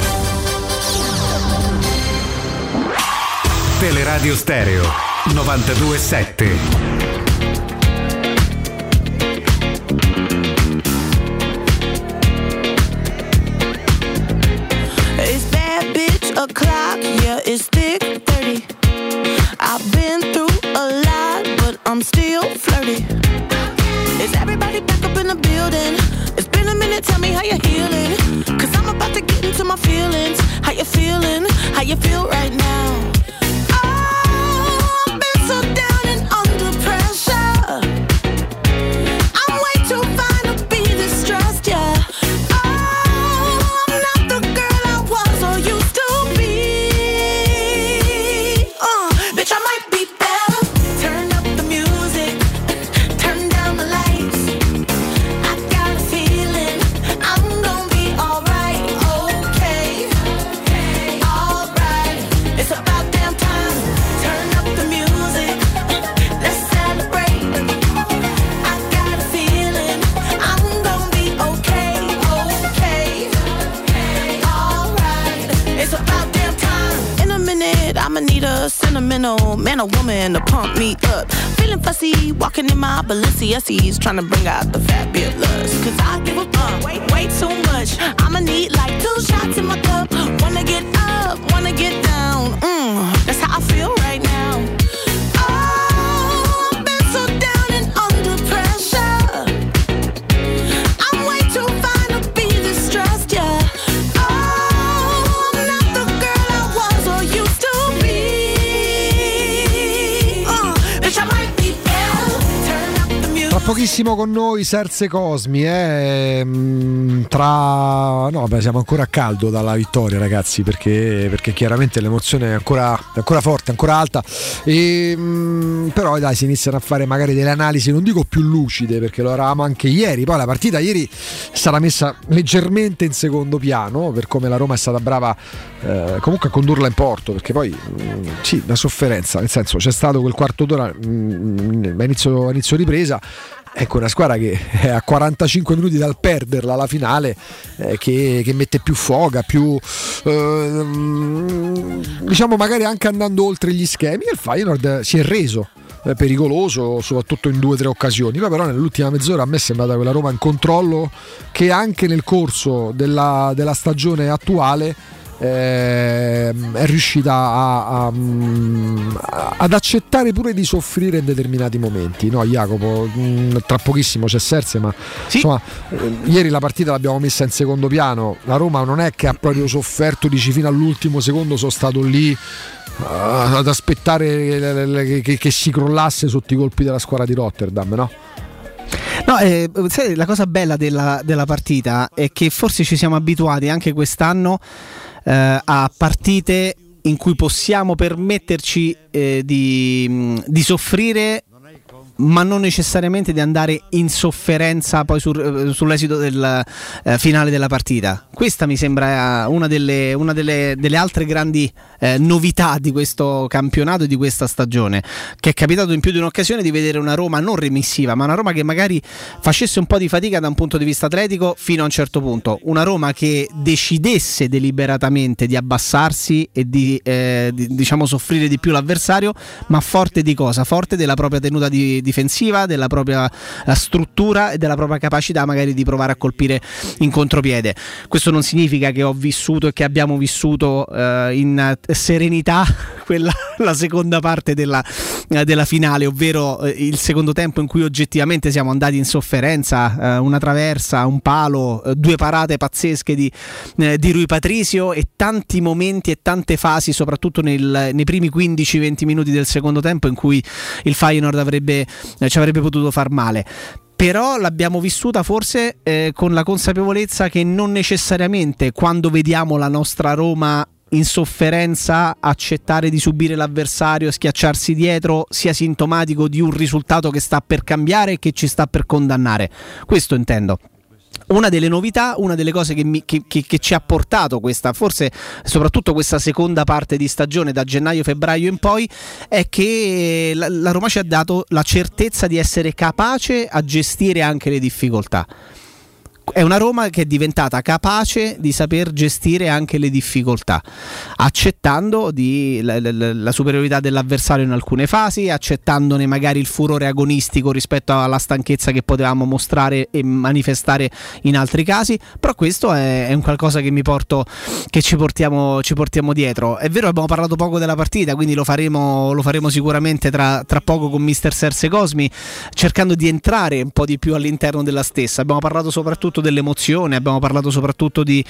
Teleradio Stereo 92.7. It's bad bitch o'clock, yeah, it's thick 30. I've been through a lot, but I'm still flirty. Is everybody back up in the building? It's been a minute, tell me how you're healing. Cause I'm about to get into my feelings. How you feeling? How you feel right now? Oh, I've been so down and under pressure. I'm way too fine to be distressed, yeah. Oh, I'm not the girl I was or used to be. Bitch, I might be better. Turn up the music, turn down the lights. I got a feeling I'm gonna be alright, okay, alright. It's about damn time. Turn up the music, let's celebrate. I got a feeling I'm gonna be okay, alright. It's about damn time. In a minute, I'ma need a sentimental man or woman to pump me up. Feeling fussy, walking in my Balenciennes, trying to bring out the fabulous. Cause I give a fuck, way too much. I'ma need like 2 shots in my cup. Wanna get up, wanna get down. That's how I feel right now. Oh, I've been so down and under pressure. I'm way too fine to be distressed, yeah. Oh, I'm not the girl I was or used to be. Bitch, I might be better. Turn up the music. Tra pochissimo con noi Serse Cosmi, siamo ancora a caldo dalla vittoria, ragazzi, perché chiaramente l'emozione è ancora forte, ancora alta, però dai, si iniziano a fare magari delle analisi, non dico più lucide, perché lo eravamo anche ieri. Poi la partita ieri è stata messa leggermente in secondo piano per come la Roma è stata brava comunque a condurla in porto, perché poi sì, la sofferenza, nel senso, c'è stato quel quarto d'ora a inizio ripresa, ecco, una squadra che è a 45 minuti dal perderla alla finale, che mette più foga, più diciamo magari anche andando oltre gli schemi. Il Feyenoord si è reso pericoloso soprattutto in 2 o 3 occasioni, ma però nell'ultima mezz'ora a me è sembrata quella Roma in controllo che anche nel corso della stagione attuale è riuscita ad accettare pure di soffrire in determinati momenti, no Jacopo? Tra pochissimo c'è Serse, ma sì, insomma, ieri la partita l'abbiamo messa in secondo piano. La Roma non è che ha proprio sofferto, dici fino all'ultimo secondo sono stato lì ad aspettare che si crollasse sotto i colpi della squadra di Rotterdam, no? No, sai, la cosa bella della partita è che forse ci siamo abituati anche quest'anno a partite in cui possiamo permetterci di soffrire, ma non necessariamente di andare in sofferenza poi sull'esito del finale della partita. Questa mi sembra una delle altre grandi novità di questo campionato e di questa stagione, che è capitato in più di un'occasione di vedere una Roma non remissiva, ma una Roma che magari facesse un po' di fatica da un punto di vista atletico fino a un certo punto, una Roma che decidesse deliberatamente di abbassarsi e di diciamo soffrire di più l'avversario, ma forte di cosa? Forte della propria tenuta difensiva, della propria struttura e della propria capacità magari di provare a colpire in contropiede. Questo non significa che ho vissuto e che abbiamo vissuto in serenità la seconda parte della finale, ovvero il secondo tempo in cui oggettivamente siamo andati in sofferenza, una traversa, un palo, 2 parate pazzesche di Rui Patricio e tanti momenti e tante fasi, soprattutto nei primi 15-20 minuti del secondo tempo, in cui il Feyenoord ci avrebbe potuto far male. Però l'abbiamo vissuta forse con la consapevolezza che non necessariamente quando vediamo la nostra Roma in sofferenza accettare di subire l'avversario e schiacciarsi dietro sia sintomatico di un risultato che sta per cambiare e che ci sta per condannare. Questo intendo. Una delle novità, una delle cose che ci ha portato questa, forse soprattutto questa seconda parte di stagione da gennaio-febbraio in poi, è che la Roma ci ha dato la certezza di essere capace a gestire anche le difficoltà. È una Roma che è diventata capace di saper gestire anche le difficoltà, accettando la superiorità dell'avversario in alcune fasi, accettandone magari il furore agonistico rispetto alla stanchezza che potevamo mostrare e manifestare in altri casi. Però questo è un qualcosa che ci portiamo dietro. È vero, abbiamo parlato poco della partita, quindi lo faremo sicuramente tra poco con mister Serse Cosmi, cercando di entrare un po' di più all'interno della stessa. Abbiamo parlato soprattutto dell'emozione, abbiamo parlato soprattutto dei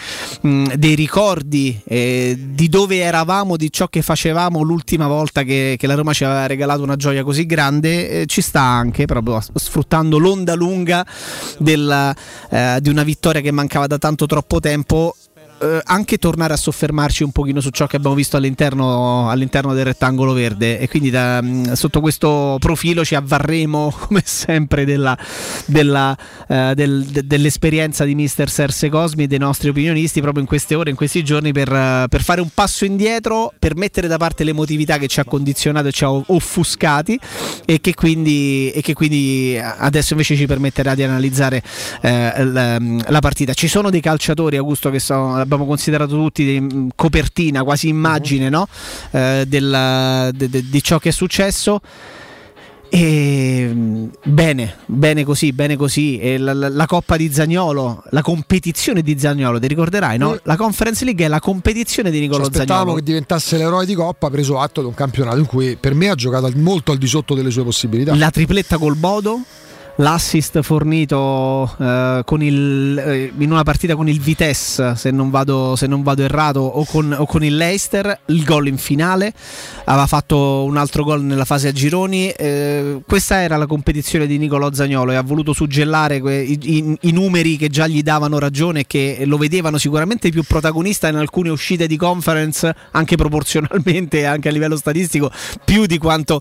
ricordi, di dove eravamo, di ciò che facevamo l'ultima volta che la Roma ci aveva regalato una gioia così grande. Ci sta anche proprio sfruttando l'onda lunga di una vittoria che mancava da tanto troppo tempo, anche tornare a soffermarci un pochino su ciò che abbiamo visto all'interno del rettangolo verde, e quindi sotto questo profilo ci avvarremo come sempre dell'esperienza di mister Serse Cosmi e dei nostri opinionisti proprio in queste ore, in questi giorni, per fare un passo indietro, per mettere da parte l'emotività che ci ha condizionato e ci ha offuscati, e che quindi adesso invece ci permetterà di analizzare la partita. Ci sono dei calciatori, Augusto, che abbiamo considerato tutti copertina, quasi immagine, no? Di ciò che è successo. E bene così. E la Coppa di Zaniolo, la competizione di Zaniolo, ti ricorderai, no? La Conference League è la competizione di Niccolò Zaniolo. Aspettavamo che diventasse l'eroe di Coppa, preso atto di un campionato in cui per me ha giocato molto al di sotto delle sue possibilità. La tripletta col Bodo, l'assist fornito in una partita con il Vitesse, se non vado errato, o con il Leicester, il gol in finale, aveva fatto un altro gol nella fase a gironi. Questa era la competizione di Nicolò Zaniolo e ha voluto suggellare i numeri che già gli davano ragione e che lo vedevano sicuramente più protagonista in alcune uscite di conference, anche proporzionalmente e anche a livello statistico, più di quanto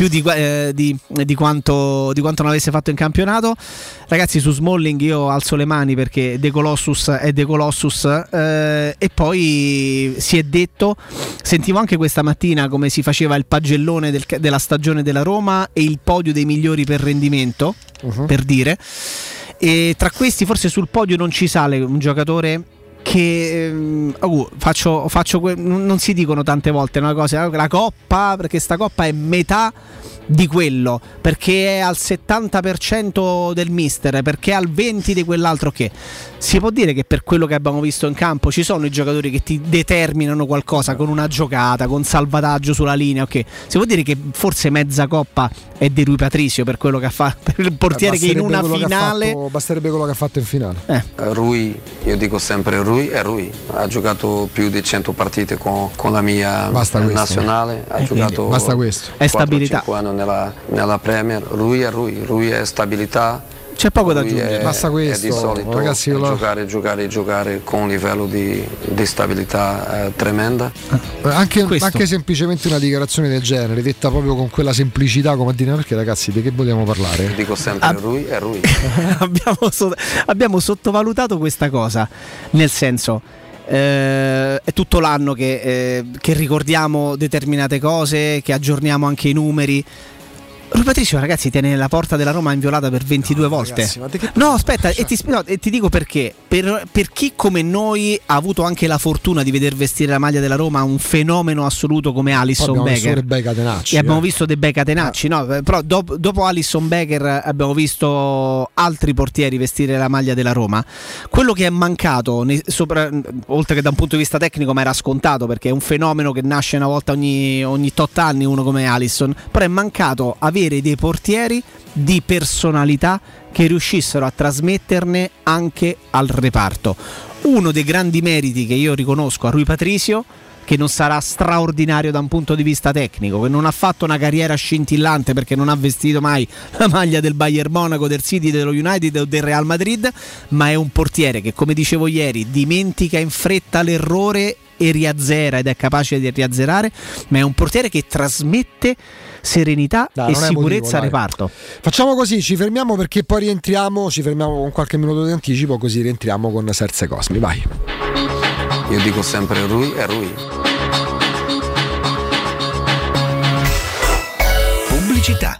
non avesse fatto in campionato. Ragazzi, su Smalling io alzo le mani, perché De Colossus è De Colossus, e poi si è detto, sentivo anche questa mattina come si faceva il pagellone della stagione della Roma e il podio dei migliori per rendimento, per dire, e tra questi forse sul podio non ci sale un giocatore che non si dicono tante volte una cosa, la Coppa, perché sta Coppa è metà di quello, perché è al 70% del mister, perché è al 20% di quell'altro. Che si può dire che per quello che abbiamo visto in campo ci sono i giocatori che ti determinano qualcosa con una giocata, con salvataggio sulla linea, ok? Si può dire che forse mezza Coppa è di Rui Patricio, per quello che ha fatto, per il portiere che in una finale basterebbe quello che ha fatto in finale. Rui, io dico sempre Rui ha giocato più di 100 partite con la mia nazionale, ha giocato basta questo, è stabilità 5 anni nella Premier. Rui è stabilità, c'è poco da aggiungere, basta questo, è di solito, ragazzi, giocare con un livello di stabilità tremenda. Anche semplicemente una dichiarazione del genere, detta proprio con quella semplicità, come a dire, perché ragazzi di che vogliamo parlare? Dico sempre Rui. Abbiamo sottovalutato questa cosa, nel senso, è tutto l'anno che ricordiamo determinate cose, che aggiorniamo anche i numeri. Rui Patricio, ragazzi, tiene la porta della Roma inviolata per 22 volte. Ragazzi, aspetta, e ti dico perché. Per chi come noi ha avuto anche la fortuna di veder vestire la maglia della Roma un fenomeno assoluto come Alisson Becker. E abbiamo visto De Beca Tenacci, no? Però dopo Alisson Becker abbiamo visto altri portieri vestire la maglia della Roma. Quello che è mancato, oltre che da un punto di vista tecnico, ma era scontato, perché è un fenomeno che nasce una volta ogni tot anni, uno come Alisson, però è mancato avere dei portieri di personalità che riuscissero a trasmetterne anche al reparto. Uno dei grandi meriti che io riconosco a Rui Patricio, che non sarà straordinario da un punto di vista tecnico, che non ha fatto una carriera scintillante perché non ha vestito mai la maglia del Bayern Monaco, del City, dello United o del Real Madrid, ma è un portiere che, come dicevo ieri, dimentica in fretta l'errore e riazzera, ed è capace di riazzerare, ma è un portiere che trasmette serenità e sicurezza al reparto. Facciamo così, ci fermiamo, perché poi rientriamo con qualche minuto di anticipo, così rientriamo con Serse Cosmi. Vai. Io dico sempre Rui. Pubblicità.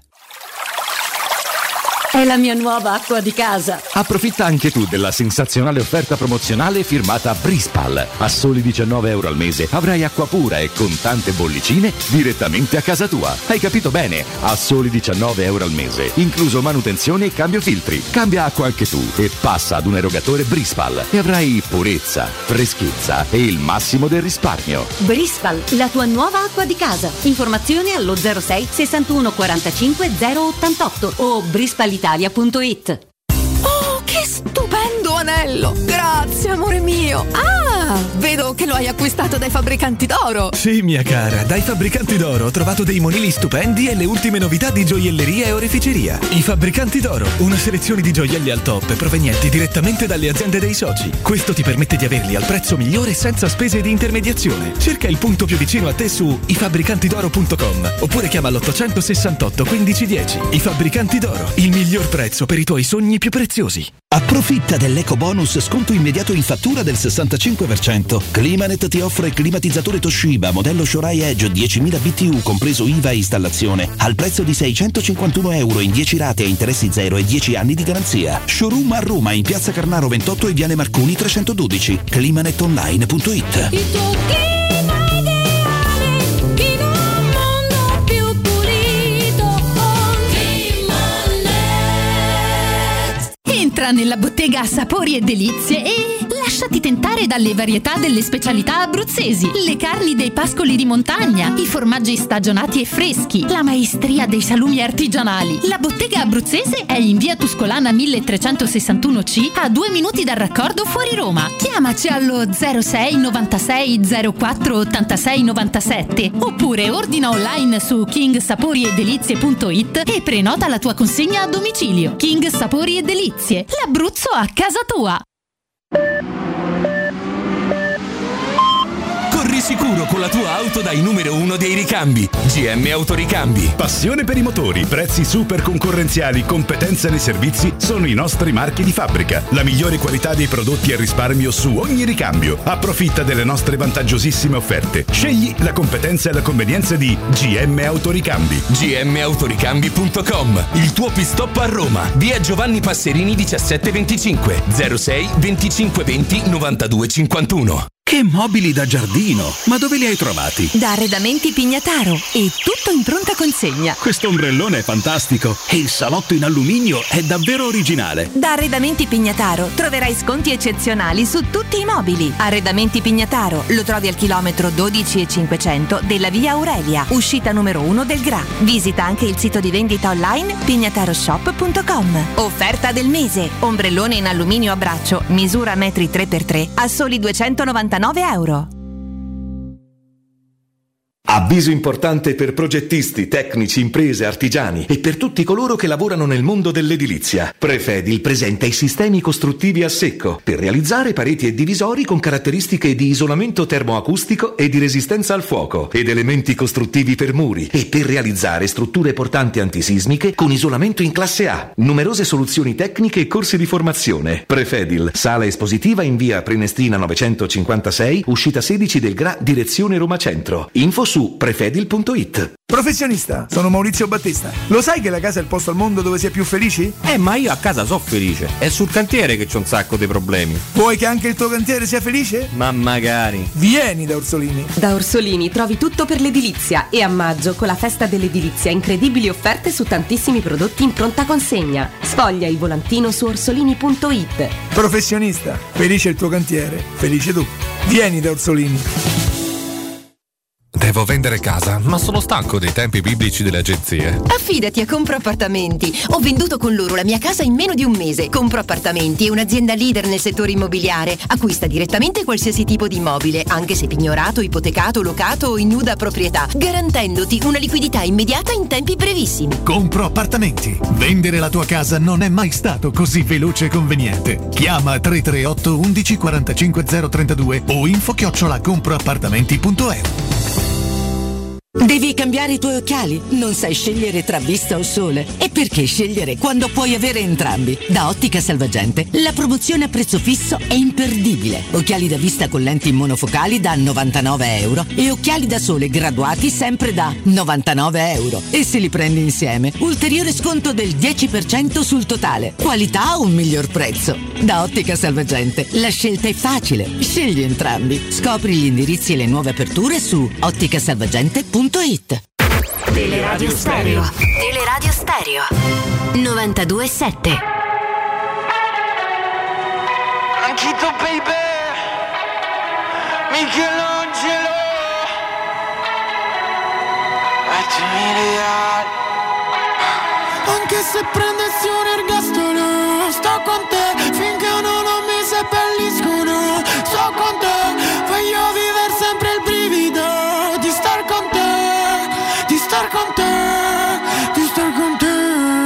È la mia nuova acqua di casa. Approfitta anche tu della sensazionale offerta promozionale firmata Brispal. A soli €19 al mese avrai acqua pura e con tante bollicine direttamente a casa tua. Hai capito bene? A soli €19 al mese, incluso manutenzione e cambio filtri. Cambia acqua anche tu e passa ad un erogatore Brispal e avrai purezza, freschezza e il massimo del risparmio. Brispal, la tua nuova acqua di casa. Informazioni allo 06 61 45 088 o brispalitalia.it. Oh, che stupendo anello! Grazie, amore mio! Ah, vedo che lo hai acquistato dai fabbricanti d'oro! Sì, mia cara, dai fabbricanti d'oro ho trovato dei monili stupendi e le ultime novità di gioielleria e oreficeria. I fabbricanti d'oro, una selezione di gioielli al top provenienti direttamente dalle aziende dei soci. Questo ti permette di averli al prezzo migliore senza spese di intermediazione. Cerca il punto più vicino a te su ifabbricantidoro.com oppure chiama l'868 1510. I fabbricanti d'oro, il miglior prezzo per i tuoi sogni più preziosi. Approfitta dell'eco bonus sconto immediato in fattura del 65%. Climanet ti offre climatizzatore Toshiba modello Shorai Edge 10.000 BTU compreso IVA e installazione al prezzo di €651 in 10 rate a interessi zero e 10 anni di garanzia. Showroom a Roma in Piazza Carnaro 28 e Viale Marconi 312. climanetonline.it. Il tuo clima ideale in un mondo più pulito con Climanet. Entra nella bottega Sapori e Delizie e lasciati tentare dalle varietà delle specialità abruzzesi, le carni dei pascoli di montagna, i formaggi stagionati e freschi, la maestria dei salumi artigianali. La bottega abruzzese è in via Tuscolana 1361C, a 2 minuti dal raccordo fuori Roma. Chiamaci allo 06 96 04 86 97 oppure ordina online su kingsaporiedelizie.it e prenota la tua consegna a domicilio. King Sapori e Delizie, l'Abruzzo a casa tua. Corri sicuro con la tua auto dai numero 1 dei ricambi. GM Autoricambi. Passione per i motori, prezzi super concorrenziali, competenza nei servizi sono i nostri marchi di fabbrica. La migliore qualità dei prodotti e risparmio su ogni ricambio. Approfitta delle nostre vantaggiosissime offerte. Scegli la competenza e la convenienza di GM Autoricambi. gmautoricambi.com. Il tuo pit-stop a Roma. Via Giovanni Passerini 1725 06 25 20 92 51. Che mobili da giardino! Ma dove li hai trovati? Da Arredamenti Pignataro, e tutto in pronta consegna. Questo ombrellone è fantastico e il salotto in alluminio è davvero originale. Da Arredamenti Pignataro troverai sconti eccezionali su tutti i mobili. Arredamenti Pignataro lo trovi al chilometro 12,500 della via Aurelia, uscita numero 1 del GRA. Visita anche il sito di vendita online pignataroshop.com. Offerta del mese: ombrellone in alluminio a braccio, misura metri 3x3 a soli €299. Avviso importante per progettisti, tecnici, imprese, artigiani e per tutti coloro che lavorano nel mondo dell'edilizia. Prefedil presenta i sistemi costruttivi a secco per realizzare pareti e divisori con caratteristiche di isolamento termoacustico e di resistenza al fuoco ed elementi costruttivi per muri e per realizzare strutture portanti antisismiche con isolamento in classe A. Numerose soluzioni tecniche e corsi di formazione. Prefedil, sala espositiva in via Prenestina 956, uscita 16 del GRA, direzione Roma Centro. Info su prefedil.it. Professionista, sono Maurizio Battista. Lo sai che la casa è il posto al mondo dove si è più felici? Ma io a casa so felice. È sul cantiere che c'ho un sacco di problemi. Vuoi che anche il tuo cantiere sia felice? Ma magari. Vieni da Orsolini. Da Orsolini trovi tutto per l'edilizia e a maggio, con la festa dell'edilizia, incredibili offerte su tantissimi prodotti in pronta consegna. Sfoglia il volantino su orsolini.it. Professionista, felice il tuo cantiere, felice tu. Vieni da Orsolini. Devo vendere casa, ma sono stanco dei tempi biblici delle agenzie. Affidati a Compro Appartamenti. Ho venduto con loro la mia casa in meno di un mese. Compro Appartamenti è un'azienda leader nel settore immobiliare. Acquista direttamente qualsiasi tipo di immobile, anche se pignorato, ipotecato, locato o in nuda proprietà, garantendoti una liquidità immediata in tempi brevissimi. Compro Appartamenti. Vendere la tua casa non è mai stato così veloce e conveniente. Chiama 338 11 45 032 o info@comproappartamenti.eu. Devi cambiare i tuoi occhiali? Non sai scegliere tra vista o sole? E perché scegliere quando puoi avere entrambi? Da Ottica Salvagente la promozione a prezzo fisso è imperdibile. Occhiali da vista con lenti monofocali da €99 e occhiali da sole graduati sempre da €99. E se li prendi insieme, ulteriore sconto del 10% sul totale. Qualità o un miglior prezzo? Da Ottica Salvagente la scelta è facile. Scegli entrambi. Scopri gli indirizzi e le nuove aperture su otticasalvagente.it. Teleradio Stereo. Teleradio Stereo 92.7. Anchito baby, Michelangelo, anche se prendessi un ergastolo, sto con te finché non mi seppelliscono. Sto con te, voglio vivere sempre il brivido di star con te, di star con te, di star con te.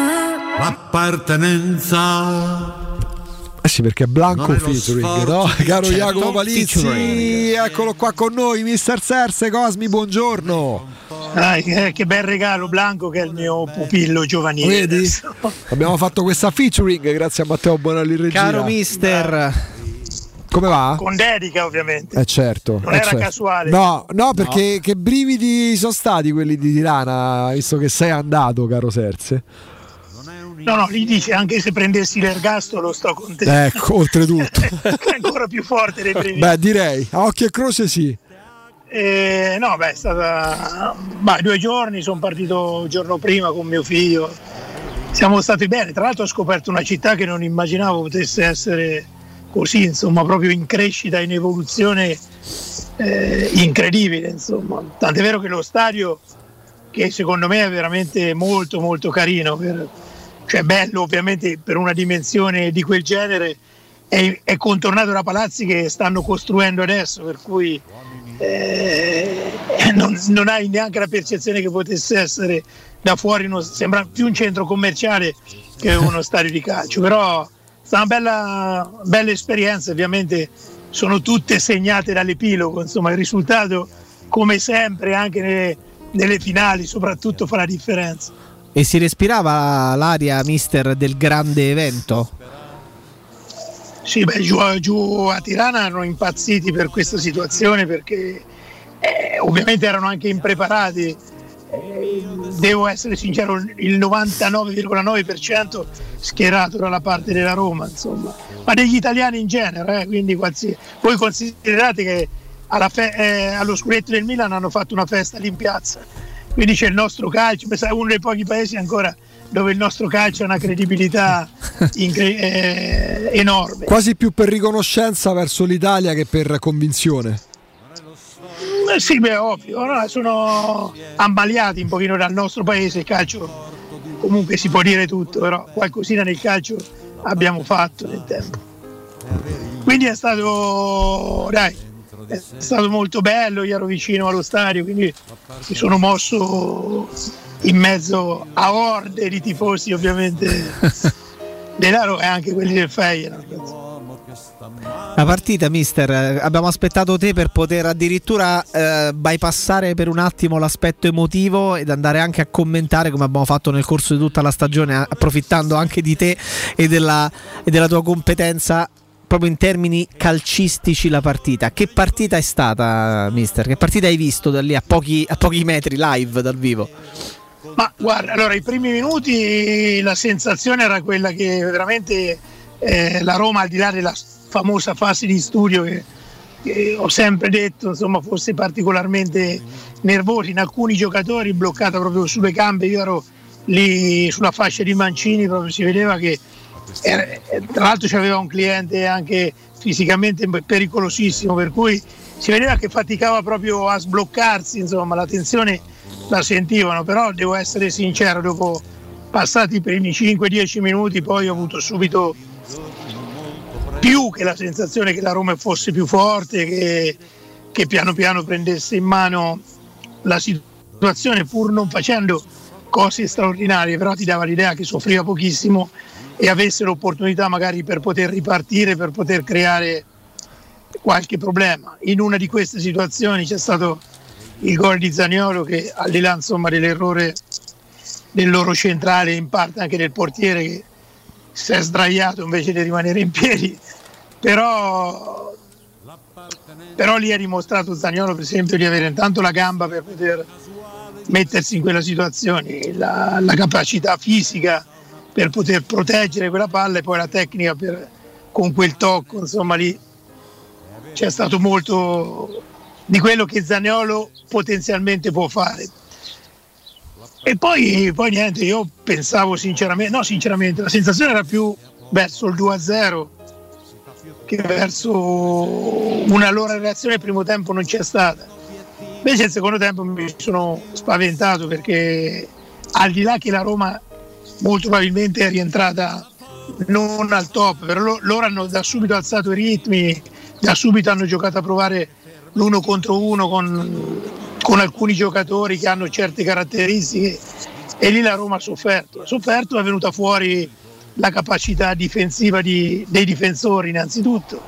L'appartenenza. Sì, perché Blanco featuring, no? Caro certo, Jacopo Palizzi, eccolo qua con noi, mister Serse Cosmi, buongiorno. Che bel regalo Blanco, che è il mio pupillo giovanile. Vedi? Abbiamo fatto questa featuring grazie a Matteo Bonalli in regia. Caro mister, come va? Con dedica ovviamente. Certo. Non era certo. casuale. No, perché che brividi sono stati quelli di Tirana, visto che sei andato, caro Serse. No, gli dice anche se prendessi l'ergastolo sto con te. Ecco, oltretutto. È ancora più forte dei primi. Beh, direi, a occhio e croce sì. È stata 2 giorni, sono partito il giorno prima con mio figlio. siamo stati bene. Tra l'altro ho scoperto una città che non immaginavo potesse essere così, insomma, proprio in crescita, in evoluzione incredibile, insomma. Tant'è vero che lo stadio, che secondo me è veramente molto molto carino, cioè bello ovviamente per una dimensione di quel genere, è contornato da palazzi che stanno costruendo adesso, per cui non hai neanche la percezione che potesse essere da fuori sembra più un centro commerciale che uno stadio di calcio, però è stata una bella esperienza. Ovviamente sono tutte segnate dall'epilogo, insomma il risultato come sempre anche nelle finali soprattutto fa la differenza. E si respirava l'aria, mister, del grande evento? Sì, giù a Tirana erano impazziti per questa situazione, perché ovviamente erano anche impreparati. Devo essere sincero, il 99,9% schierato dalla parte della Roma, insomma, ma degli italiani in genere, quindi voi considerate che allo scudetto del Milan hanno fatto una festa lì in piazza, quindi c'è il nostro calcio, è uno dei pochi paesi ancora dove il nostro calcio ha una credibilità enorme. Quasi più per riconoscenza verso l'Italia che per convinzione. Sì, beh, ovvio, no? Sono ammaliati un pochino dal nostro paese. Il calcio comunque si può dire tutto, però qualcosina nel calcio abbiamo fatto nel tempo. Quindi è stato molto bello, io ero vicino allo stadio, quindi mi sono mosso in mezzo a orde di tifosi ovviamente della Roma e anche quelli del Feyenoord. La partita, mister, abbiamo aspettato te per poter addirittura bypassare per un attimo l'aspetto emotivo ed andare anche a commentare, come abbiamo fatto nel corso di tutta la stagione, approfittando anche di te e della tua competenza proprio in termini calcistici la partita. Che partita è stata, mister? Che partita hai visto da lì a pochi metri live dal vivo? Ma guarda, allora i primi minuti la sensazione era quella che veramente la Roma, al di là della famosa fase di studio che ho sempre detto, insomma, fosse particolarmente nervosa in alcuni giocatori, bloccata proprio sulle gambe. Io ero lì sulla fascia di Mancini, proprio si vedeva che tra l'altro c'aveva un cliente anche fisicamente pericolosissimo, per cui si vedeva che faticava proprio a sbloccarsi, insomma la tensione la sentivano. Però devo essere sincero, dopo passati i primi 5-10 minuti poi ho avuto subito più che la sensazione che la Roma fosse più forte, che piano piano prendesse in mano la situazione, pur non facendo cose straordinarie, però ti dava l'idea che soffriva pochissimo e avesse l'opportunità magari per poter ripartire, per poter creare qualche problema. In una di queste situazioni c'è stato il gol di Zaniolo che, al di là insomma dell'errore del loro centrale, in parte anche del portiere che si è sdraiato invece di rimanere in piedi, però lì ha dimostrato Zaniolo per esempio di avere intanto la gamba per poter mettersi in quella situazione, la capacità fisica per poter proteggere quella palla e poi la tecnica con quel tocco, insomma lì c'è stato molto di quello che Zaniolo potenzialmente può fare. E poi niente, io pensavo sinceramente, la sensazione era più verso il 2-0 che verso una loro reazione. Il primo tempo non c'è stata, invece il secondo tempo mi sono spaventato, perché al di là che la Roma molto probabilmente è rientrata non al top, però loro hanno da subito alzato i ritmi, da subito hanno giocato a provare l'uno contro uno con alcuni giocatori che hanno certe caratteristiche, e lì la Roma ha sofferto, è venuta fuori la capacità difensiva dei difensori innanzitutto,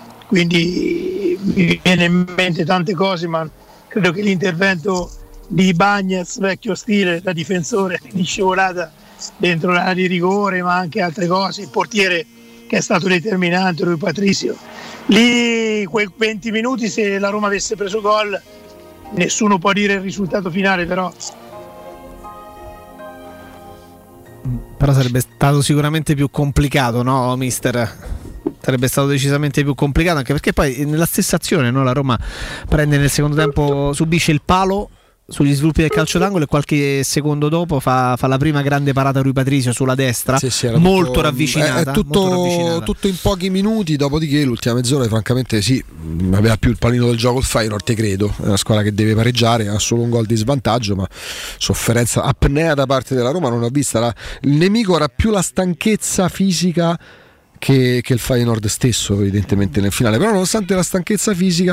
quindi mi viene in mente tante cose, ma credo che l'intervento di Bagnez vecchio stile da difensore di scivolata dentro l'area di rigore, ma anche altre cose, il portiere che è stato determinante, Rui Patricio, lì quei 20 minuti, se la Roma avesse preso gol nessuno può dire il risultato finale, però sarebbe stato sicuramente più complicato, no mister? Sarebbe stato decisamente più complicato, anche perché poi nella stessa azione, no, la Roma prende nel secondo tempo, subisce il palo sugli sviluppi del calcio d'angolo e qualche secondo dopo fa la prima grande parata Rui Patricio sulla destra, molto ravvicinata. È tutto in pochi minuti, dopodiché l'ultima mezz'ora francamente sì, aveva più il panino del gioco il Feyenoord, te credo, è una squadra che deve pareggiare, ha solo un gol di svantaggio, ma sofferenza, apnea da parte della Roma non ho vista. Il nemico era più la stanchezza fisica che il Feyenoord stesso evidentemente nel finale, però nonostante la stanchezza fisica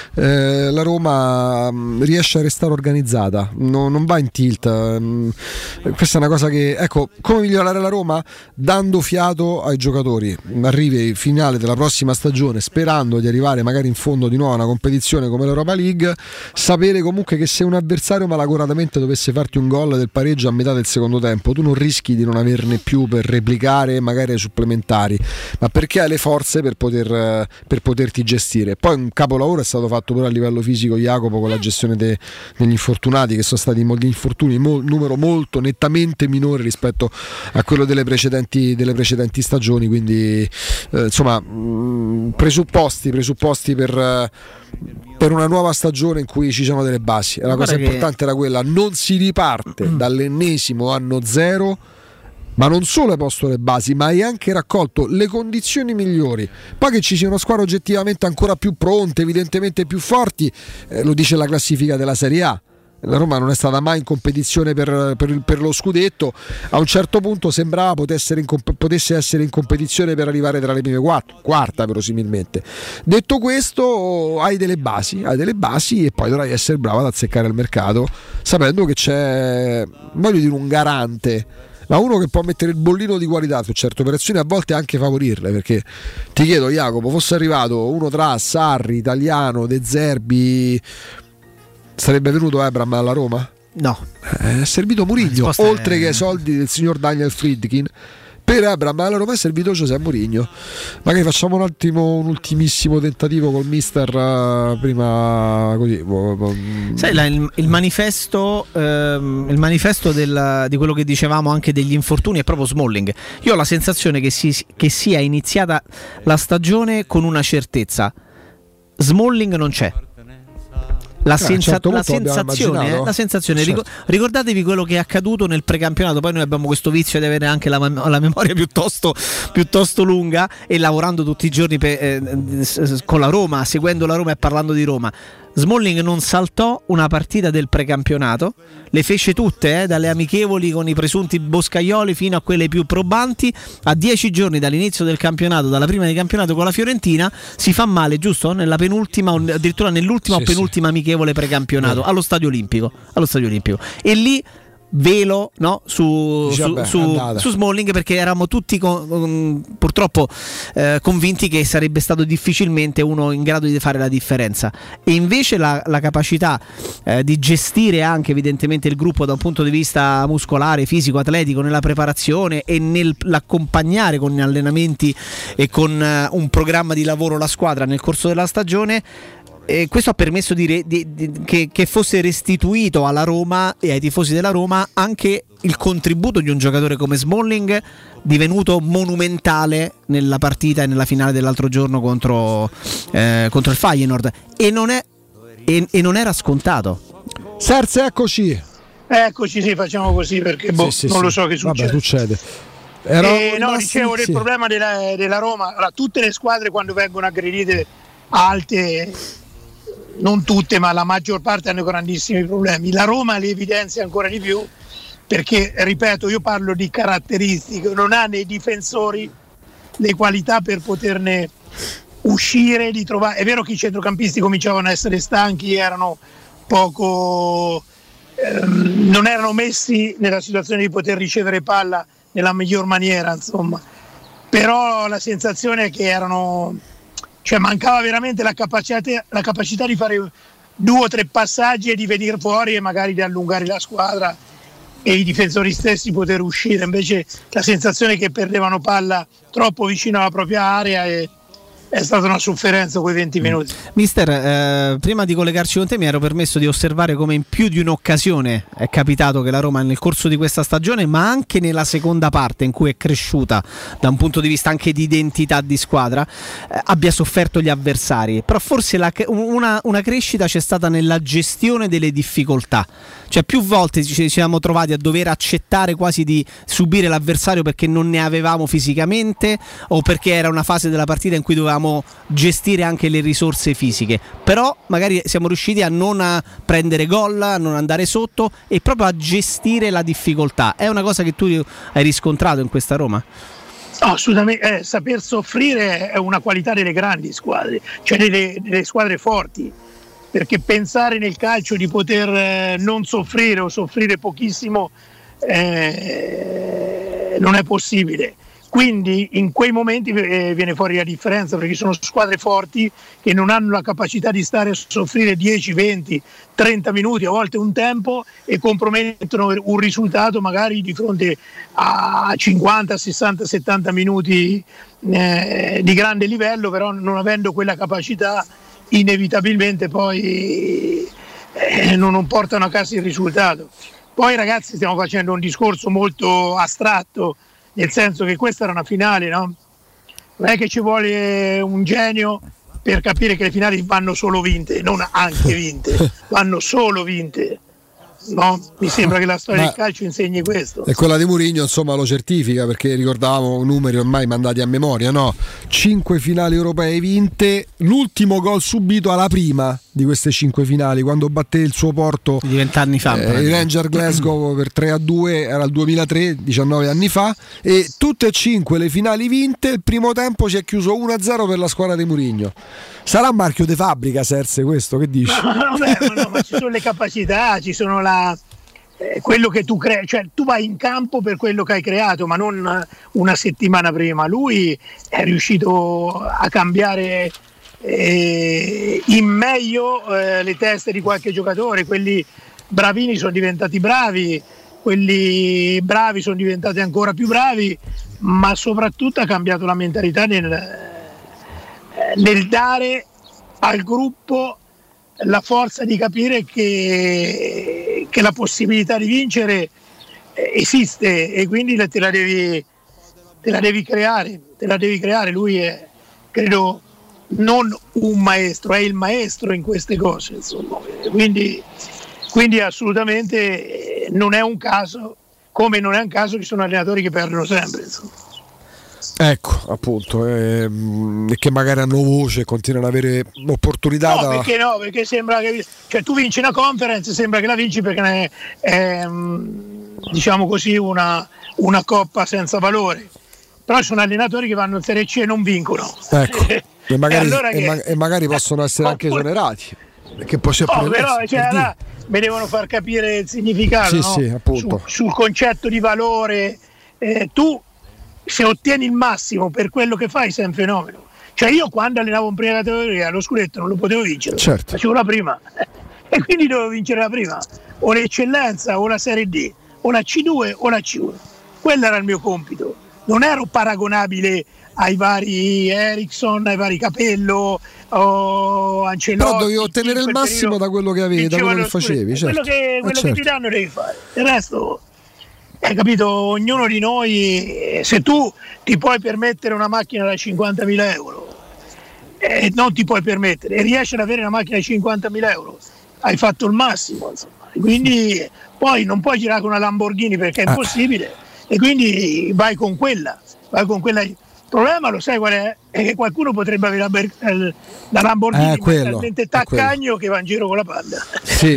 la Roma riesce a restare organizzata, non va in tilt. Questa è una cosa che, ecco, come migliorare la Roma? Dando fiato ai giocatori, arrivi il finale della prossima stagione sperando di arrivare magari in fondo di nuovo a una competizione come l'Europa League, sapere comunque che se un avversario malaguratamente dovesse farti un gol del pareggio a metà del secondo tempo, tu non rischi di non averne più per replicare magari ai supplementari, ma perché hai le forze per poterti gestire. Poi un capolavoro è stato fatto pure a livello fisico Jacopo con la gestione degli infortunati, che sono stati molti infortuni, numero molto nettamente minore rispetto a quello delle precedenti stagioni, quindi insomma presupposti per una nuova stagione in cui ci sono delle basi. La cosa importante era quella, non si riparte dall'ennesimo anno zero, ma non solo hai posto le basi, ma hai anche raccolto le condizioni migliori. Poi che ci siano squadre oggettivamente ancora più pronte, evidentemente più forti, lo dice la classifica della Serie A. La Roma non è stata mai in competizione per lo scudetto, a un certo punto sembrava potesse essere in competizione per arrivare tra le prime quarta verosimilmente. Detto questo, hai delle basi e poi dovrai essere bravo ad azzeccare il mercato, sapendo che c'è, voglio dire, un garante, ma uno che può mettere il bollino di qualità su certe operazioni, a volte anche favorirle, perché ti chiedo, Jacopo, fosse arrivato uno tra Sarri, Italiano, De Zerbi, sarebbe venuto Abraham alla Roma? No. È servito Mourinho, oltre che ai soldi del signor Daniel Friedkin. Per Abraham alla Roma è servito José Mourinho. Magari facciamo un ultimissimo tentativo col mister prima, così. Sai, il manifesto di quello che dicevamo anche degli infortuni è proprio Smalling. Io ho la sensazione che sia iniziata la stagione con una certezza: Smalling non c'è. La sensazione, certo. Ricordatevi quello che è accaduto nel precampionato. Poi noi abbiamo questo vizio di avere anche la memoria piuttosto lunga, e lavorando tutti i giorni con la Roma, seguendo la Roma e parlando di Roma. Smalling non saltò una partita del precampionato, le fece tutte, dalle amichevoli con i presunti boscaioli fino a quelle più probanti. A 10 giorni dall'inizio del campionato, dalla prima di campionato con la Fiorentina, si fa male, giusto? Nella penultima, addirittura nell'ultima o penultima amichevole precampionato allo Stadio Olimpico. E lì velo, no, su Smalling, perché eravamo tutti purtroppo convinti che sarebbe stato difficilmente uno in grado di fare la differenza, e invece la capacità di gestire anche evidentemente il gruppo da un punto di vista muscolare, fisico, atletico, nella preparazione e nell'accompagnare con gli allenamenti e con un programma di lavoro la squadra nel corso della stagione. E questo ha permesso che fosse restituito alla Roma e ai tifosi della Roma anche il contributo di un giocatore come Smalling, divenuto monumentale nella partita e nella finale dell'altro giorno contro il Feyenoord, e non era scontato. Serse, eccoci, sì, facciamo così, perché non lo so che succede. Vabbè, succede. Dicevo del problema della Roma. Allora, tutte le squadre, quando vengono aggredite alte, non tutte, ma la maggior parte, hanno grandissimi problemi. La Roma li evidenzia ancora di più, perché, ripeto, io parlo di caratteristiche, non ha nei difensori le qualità per poterne uscire, di trovare. È vero che i centrocampisti cominciavano a essere stanchi, erano poco non erano messi nella situazione di poter ricevere palla nella miglior maniera, insomma. Però la sensazione è che mancava veramente la capacità di fare 2 o 3 passaggi e di venire fuori e magari di allungare la squadra e i difensori stessi poter uscire. Invece la sensazione è che perdevano palla troppo vicino alla propria area e è stata una sofferenza quei 20 minuti. Mister, prima di collegarci con te mi ero permesso di osservare come in più di un'occasione è capitato che la Roma nel corso di questa stagione, ma anche nella seconda parte in cui è cresciuta da un punto di vista anche di identità di squadra, abbia sofferto gli avversari, però forse una crescita c'è stata nella gestione delle difficoltà, cioè più volte ci siamo trovati a dover accettare quasi di subire l'avversario perché non ne avevamo fisicamente o perché era una fase della partita in cui dovevamo gestire anche le risorse fisiche, però magari siamo riusciti a non prendere gol, a non andare sotto e proprio a gestire la difficoltà. È una cosa che tu hai riscontrato in questa Roma? No, assolutamente. Saper soffrire è una qualità delle grandi squadre, cioè delle squadre forti, perché pensare nel calcio di poter non soffrire o soffrire pochissimo non è possibile. Quindi in quei momenti viene fuori la differenza, perché sono squadre forti che non hanno la capacità di stare a soffrire 10, 20, 30 minuti, a volte un tempo, e compromettono un risultato magari di fronte a 50, 60, 70 minuti di grande livello, però non avendo quella capacità inevitabilmente poi non portano a casa il risultato. Poi ragazzi, stiamo facendo un discorso molto astratto, nel senso che questa era una finale, no? Non è che ci vuole un genio per capire che le finali vanno solo vinte, non anche vinte, vanno solo vinte, no? Mi sembra che la storia del calcio insegni questo. E quella di Mourinho insomma lo certifica, perché ricordavamo numeri ormai mandati a memoria, no? 5 finali europee vinte, l'ultimo gol subito alla prima di queste 5 finali, quando batté il suo Porto di 20 anni fa, il Ranger Glasgow per 3-2, era il 2003, 19 anni fa, e tutte e 5 le finali vinte. Il primo tempo si è chiuso 1-0 per la squadra di Mourinho. Sarà marchio de fabbrica, Serse, questo? Che dici? Ma ci sono le capacità, ci sono quello che tu crei, cioè tu vai in campo per quello che hai creato, ma non una settimana prima. Lui è riuscito a cambiare in meglio le teste di qualche giocatore. Quelli bravini sono diventati bravi, quelli bravi sono diventati ancora più bravi, ma soprattutto ha cambiato la mentalità nel dare al gruppo la forza di capire che la possibilità di vincere esiste, e quindi te la devi creare. Lui è, credo, non un maestro, è il maestro in queste cose, insomma. Quindi assolutamente non è un caso, come non è un caso che sono allenatori che perdono sempre, insomma. Ecco, appunto, e che magari hanno voce e continuano ad avere opportunità. Perché sembra che, cioè, tu vinci una conference, sembra che la vinci perché è diciamo così una coppa senza valore, però sono allenatori che vanno in Serie C e non vincono. Ecco. E magari possono essere anche esonerati, perché poi c'è però mi devono far capire il significato, no? Sì, appunto. Sul concetto di valore. Tu, se ottieni il massimo per quello che fai, sei un fenomeno. Cioè io quando allenavo in prima categoria lo scudetto non lo potevo vincere, certo. Facevo la prima e quindi dovevo vincere la prima, o l'eccellenza o la Serie D, o la C2 o la C1. Quello era il mio compito, non ero paragonabile ai vari Eriksson, ai vari Capello o Ancelotti. Però dovevi ottenere il massimo da quello che avevi, da quello che facevi, certo. Quello che ti danno devi fare, il resto, hai capito? Ognuno di noi, se tu ti puoi permettere una macchina da 50.000 euro non ti puoi permettere e riesci ad avere una macchina da 50.000 euro, hai fatto il massimo, insomma. Quindi poi non puoi girare con una Lamborghini perché è impossibile, e quindi vai con quella. Il problema, lo sai qual è? È che qualcuno potrebbe avere la Lamborghini talmente taccagno che va in giro con la Panda. Sì.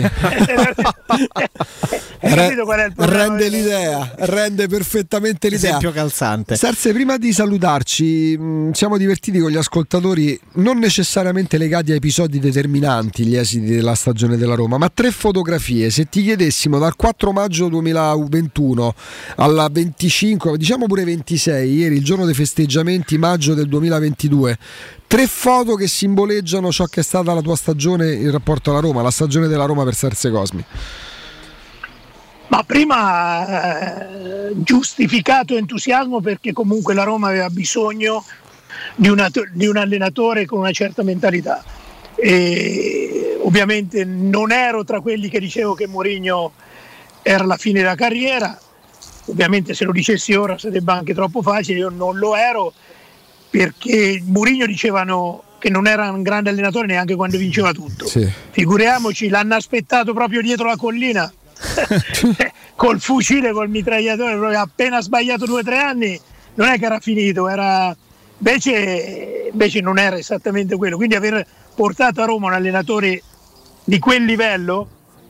Qual è il problema? Rende perfettamente l'idea. Esempio calzante. Serse, prima di salutarci, siamo divertiti con gli ascoltatori, non necessariamente legati a episodi determinanti, gli esiti della stagione della Roma, ma 3 fotografie. Se ti chiedessimo dal 4 maggio 2021 al 25, diciamo pure 26, ieri, il giorno dei festeggiamenti, maggio del 2022, 3 foto che simboleggiano ciò che è stata la tua stagione in rapporto alla Roma, la stagione della Roma per Serse Cosmi. Ma prima giustificato entusiasmo, perché comunque la Roma aveva bisogno di un allenatore con una certa mentalità. E ovviamente non ero tra quelli che dicevo che Mourinho era la fine della carriera, ovviamente se lo dicessi ora sarebbe anche troppo facile, io non lo ero, perché Mourinho dicevano che non era un grande allenatore neanche quando vinceva tutto. Sì. Figuriamoci, l'hanno aspettato proprio dietro la collina col fucile, col mitragliatore, proprio appena sbagliato 2 o 3 anni non è che era finito, invece non era esattamente quello, quindi aver portato a Roma un allenatore di quel livello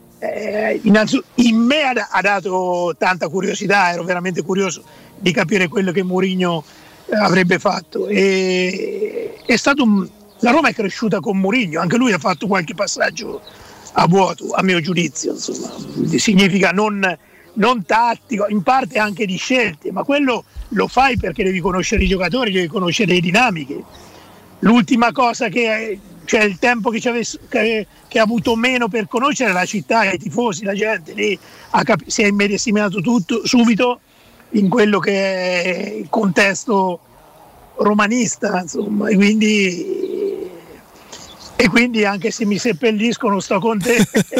in me ha dato tanta curiosità, ero veramente curioso di capire quello che Mourinho avrebbe fatto, e è stato la Roma è cresciuta con Mourinho, anche lui ha fatto qualche passaggio a vuoto, a mio giudizio, insomma, significa non tattico, in parte anche di scelte, ma quello lo fai perché devi conoscere i giocatori, devi conoscere le dinamiche. L'ultima cosa cioè il tempo che ha avuto meno per conoscere la città, i tifosi, la gente, lì si è immedesimato tutto subito in quello che è il contesto romanista, insomma, e quindi anche se mi seppelliscono sto con te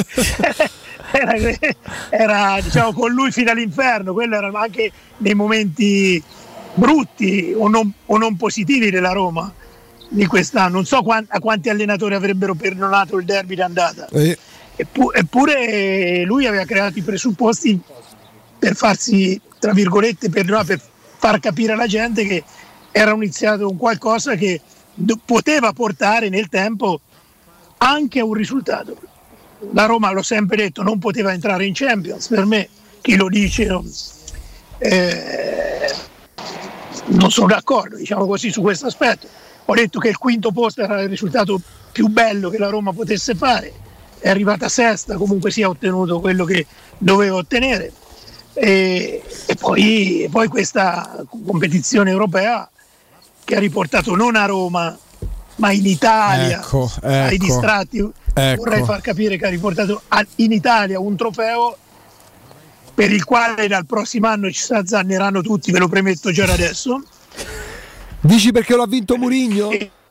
era diciamo con lui fino all'inferno, quello era anche nei momenti brutti o non positivi della Roma di quest'anno. Non so a quanti allenatori avrebbero perdonato il derby d'andata, eppure lui aveva creato i presupposti per farsi, tra virgolette, perdonare, per far capire alla gente che era iniziato un qualcosa che poteva portare nel tempo anche a un risultato. La Roma, l'ho sempre detto, non poteva entrare in Champions, per me chi lo dice non sono d'accordo, diciamo così, su questo aspetto. Ho detto che il quinto posto era il risultato più bello che la Roma potesse fare, è arrivata sesta, comunque si è ottenuto quello che doveva ottenere, e poi questa competizione europea che ha riportato non a Roma ma in Italia, ai distratti, vorrei far capire che ha riportato in Italia un trofeo per il quale dal prossimo anno ci si azzanneranno tutti, ve lo premetto già adesso. Dici perché l'ha vinto Mourinho?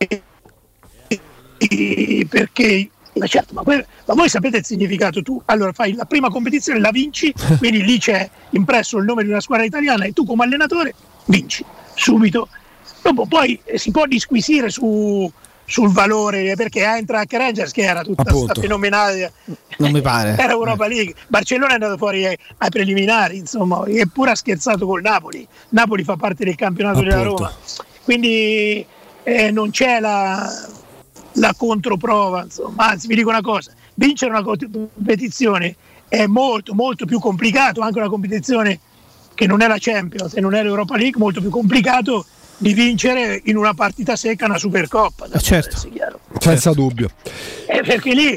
Perché certo, ma voi sapete il significato? Tu allora fai la prima competizione, la vinci, quindi lì c'è impresso il nome di una squadra italiana e tu come allenatore vinci subito. Dopo poi si può disquisire sul valore, perché Eintracht Rangers, che era tutta questa fenomenale, non mi pare, era Europa League, Barcellona è andato fuori ai preliminari, insomma, eppure ha scherzato col Napoli fa parte del campionato della Roma, quindi non c'è la controprova, insomma. Anzi, vi dico una cosa, vincere una competizione è molto molto più complicato, anche una competizione che non è la Champions e non è l'Europa League, molto più complicato di vincere in una partita secca una Supercoppa, certo, senza dubbio, perché lì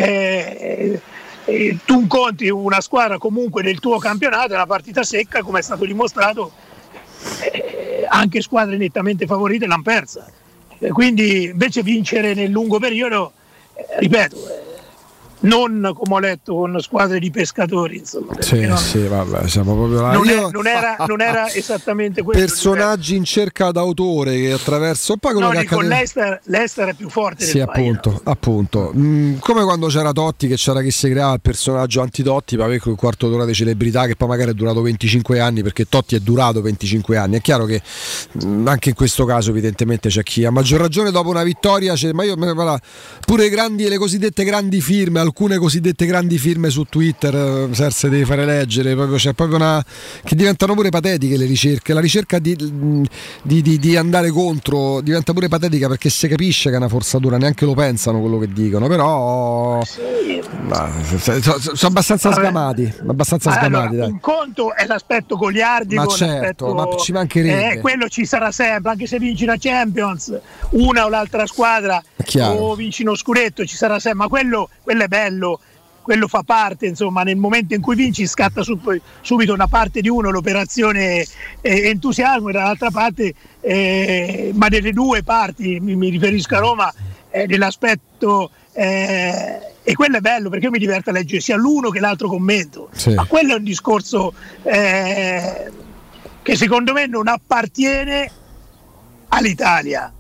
tu incontri una squadra comunque del tuo campionato, è una partita secca, come è stato dimostrato, anche squadre nettamente favorite l'hanno persa, quindi invece vincere nel lungo periodo, ripeto, non come ho letto con squadre di pescatori, insomma, vabbè, siamo proprio là. Non era esattamente quello. Personaggi in cerca d'autore che attraverso poi quello che accade... l'Ester è più forte del appunto. Come quando c'era Totti, che c'era chi si creava il personaggio anti-Totti per avere quel quarto d'ora di celebrità che poi magari è durato 25 anni, perché Totti è durato 25 anni. È chiaro che anche in questo caso evidentemente c'è chi a maggior ragione dopo una vittoria ma io pure le cosiddette grandi firme, alcune cosiddette grandi firme su Twitter, Serse devi fare leggere, c'è proprio che diventano pure patetiche le ricerche, la ricerca di andare contro diventa pure patetica, perché si capisce che è una forzatura, neanche lo pensano quello che dicono, però sono abbastanza sgamati, allora, un conto è l'aspetto goliardico, ma certo, ma ci mancherebbe, quello ci sarà sempre, anche se vinci la Champions, una o l'altra squadra, o vinci uno scudetto, ci sarà sempre, ma quello è bello, quello fa parte, insomma, nel momento in cui vinci scatta subito una parte di uno l'operazione entusiasmo, e dall'altra parte ma delle due parti, mi riferisco a Roma, dell'aspetto e quello è bello, perché io mi diverto a leggere sia l'uno che l'altro commento, ma quello è un discorso che secondo me non appartiene all'Italia,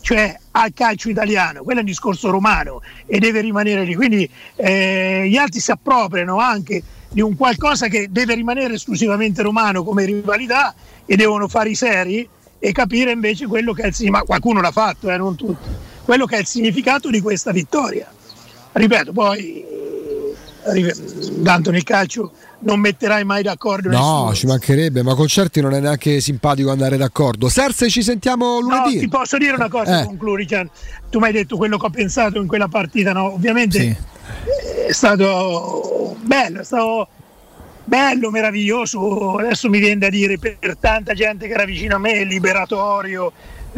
cioè al calcio italiano. Quello è un discorso romano e deve rimanere lì, quindi gli altri si appropriano anche di un qualcosa che deve rimanere esclusivamente romano come rivalità e devono fare i seri e capire invece quello che è ma qualcuno l'ha fatto, non tutti, quello che è il significato di questa vittoria. Ripeto, poi tanto nel calcio non metterai mai d'accordo nessuno. No, ci mancherebbe, ma con certi non è neanche simpatico andare d'accordo. Serse, ci sentiamo lunedì. No, ti posso dire una cosa, concludi, Gian. Tu mi hai detto quello che ho pensato in quella partita, no? Ovviamente sì. È stato bello, meraviglioso. Adesso mi viene da dire, per tanta gente che era vicino a me, liberatorio,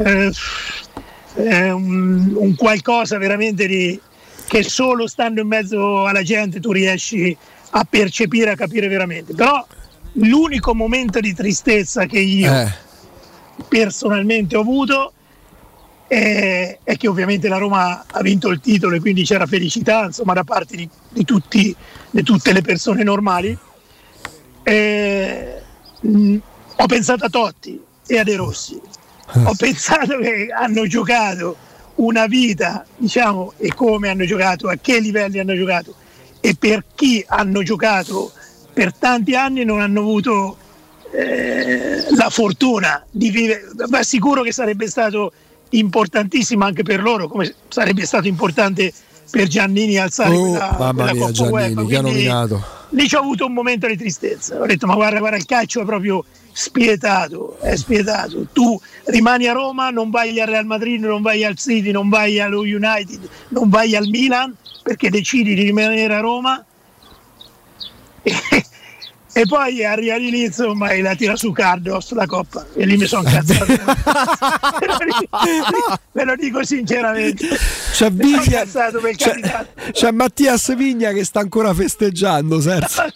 un qualcosa veramente che solo stando in mezzo alla gente tu riesci a percepire, a capire veramente. Però l'unico momento di tristezza che io personalmente ho avuto è che ovviamente la Roma ha vinto il titolo e quindi c'era felicità, insomma, da parte di tutte le persone normali. Ho pensato a Totti e a De Rossi, ho pensato che hanno giocato una vita, diciamo, e come hanno giocato, a che livelli hanno giocato, e per chi hanno giocato per tanti anni non hanno avuto la fortuna di vivere. Ma sicuro che sarebbe stato importantissimo anche per loro, come sarebbe stato importante per Giannini alzare quella Coppa Giannini, UEFA. che ha nominato. Lì c'ho avuto un momento di tristezza, ho detto ma guarda, il calcio è proprio spietato, è spietato. Tu rimani a Roma, non vai al Real Madrid, non vai al City, non vai allo United, non vai al Milan, perché decidi di rimanere a Roma e poi arriva lì, insomma, e la tira su Cardos la Coppa e lì mi sono incazzato. Ve lo dico sinceramente, c'è Mattias Vigna che sta ancora festeggiando, Serse.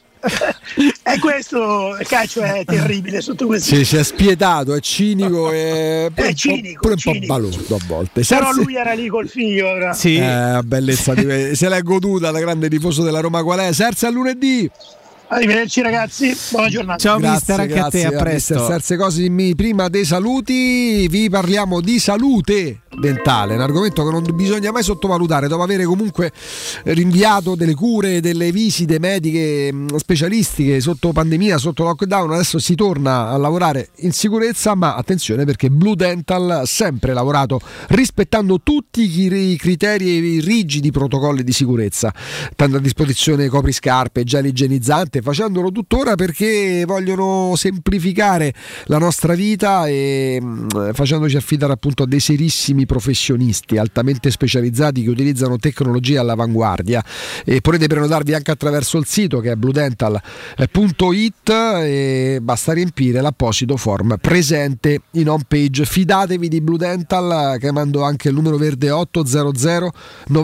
E questo il calcio è terribile sotto questo. Sì, è spietato, è cinico, è cinico, pure un po' balordo a volte. Però lui era lì col figlio. Sì. Bellezza se l'è goduta la grande tifoso della Roma qual è. Serse, a lunedì. Arrivederci ragazzi, buona giornata. Ciao mister, anche a te, a presto. Serse Cosimi, prima dei saluti vi parliamo di salute dentale, un argomento che non bisogna mai sottovalutare. Dopo avere comunque rinviato delle cure, delle visite mediche specialistiche sotto pandemia, sotto lockdown, adesso si torna a lavorare in sicurezza, ma attenzione, perché Blue Dental ha sempre lavorato rispettando tutti i criteri e i rigidi protocolli di sicurezza, tanto a disposizione copriscarpe, gel igienizzante, facendolo tuttora perché vogliono semplificare la nostra vita e facendoci affidare appunto a dei serissimi professionisti altamente specializzati che utilizzano tecnologie all'avanguardia. E potete prenotarvi anche attraverso il sito, che è bluedental.it, e basta riempire l'apposito form presente in home page. Fidatevi di Blue Dental, chiamando anche il numero verde 800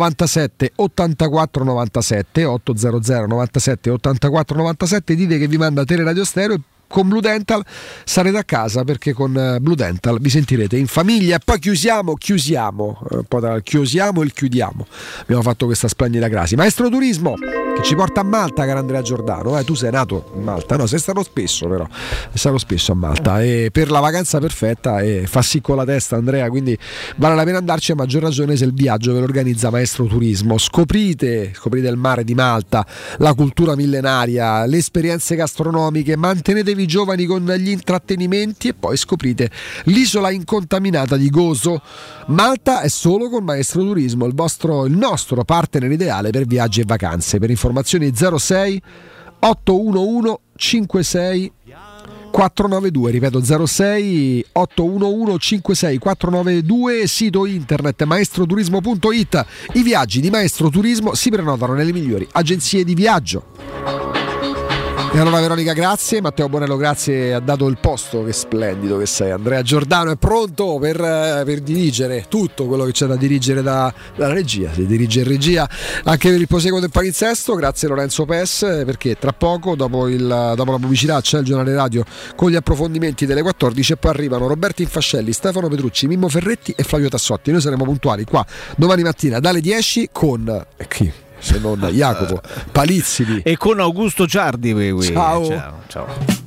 97 84 97 800 97 84 97. Dite che vi manda Teleradio Stereo e con Blue Dental sarete a casa, perché con Blue Dental vi sentirete in famiglia. E poi chiusiamo un po' tra il chiusiamo e il chiudiamo. Abbiamo fatto questa splendida crasi. Maestro Turismo che ci porta a Malta, caro Andrea Giordano. Tu sei nato in Malta? No, sei stato spesso, però sei stato spesso a Malta e per la vacanza perfetta, e fa sì con la testa Andrea, quindi vale la pena andarci, a maggior ragione se il viaggio ve lo organizza Maestro Turismo. Scoprite il mare di Malta, la cultura millenaria, le esperienze gastronomiche, mantenetevi giovani con gli intrattenimenti e poi scoprite l'isola incontaminata di Gozo. Malta è solo con Maestro Turismo, il nostro partner ideale per viaggi e vacanze. Per informazioni 06 811 56 492, ripeto 06 811 56 492, sito internet maestroturismo.it. I viaggi di Maestro Turismo si prenotano nelle migliori agenzie di viaggio. E allora Veronica, grazie. Matteo Bonello, grazie, ha dato il posto. Che splendido che sei. Andrea Giordano è pronto per dirigere tutto quello che c'è da dirigere dalla regia. Si dirige in regia anche per il proseguo del palinsesto. Grazie Lorenzo Pes, perché tra poco, dopo la pubblicità, c'è il giornale radio con gli approfondimenti delle 14 e poi arrivano Roberto Infascelli, Stefano Petrucci, Mimmo Ferretti e Flavio Tassotti. Noi saremo puntuali qua domani mattina dalle 10 con chi? Se non Jacopo Palizzini e con Augusto Ciardi. Ciao.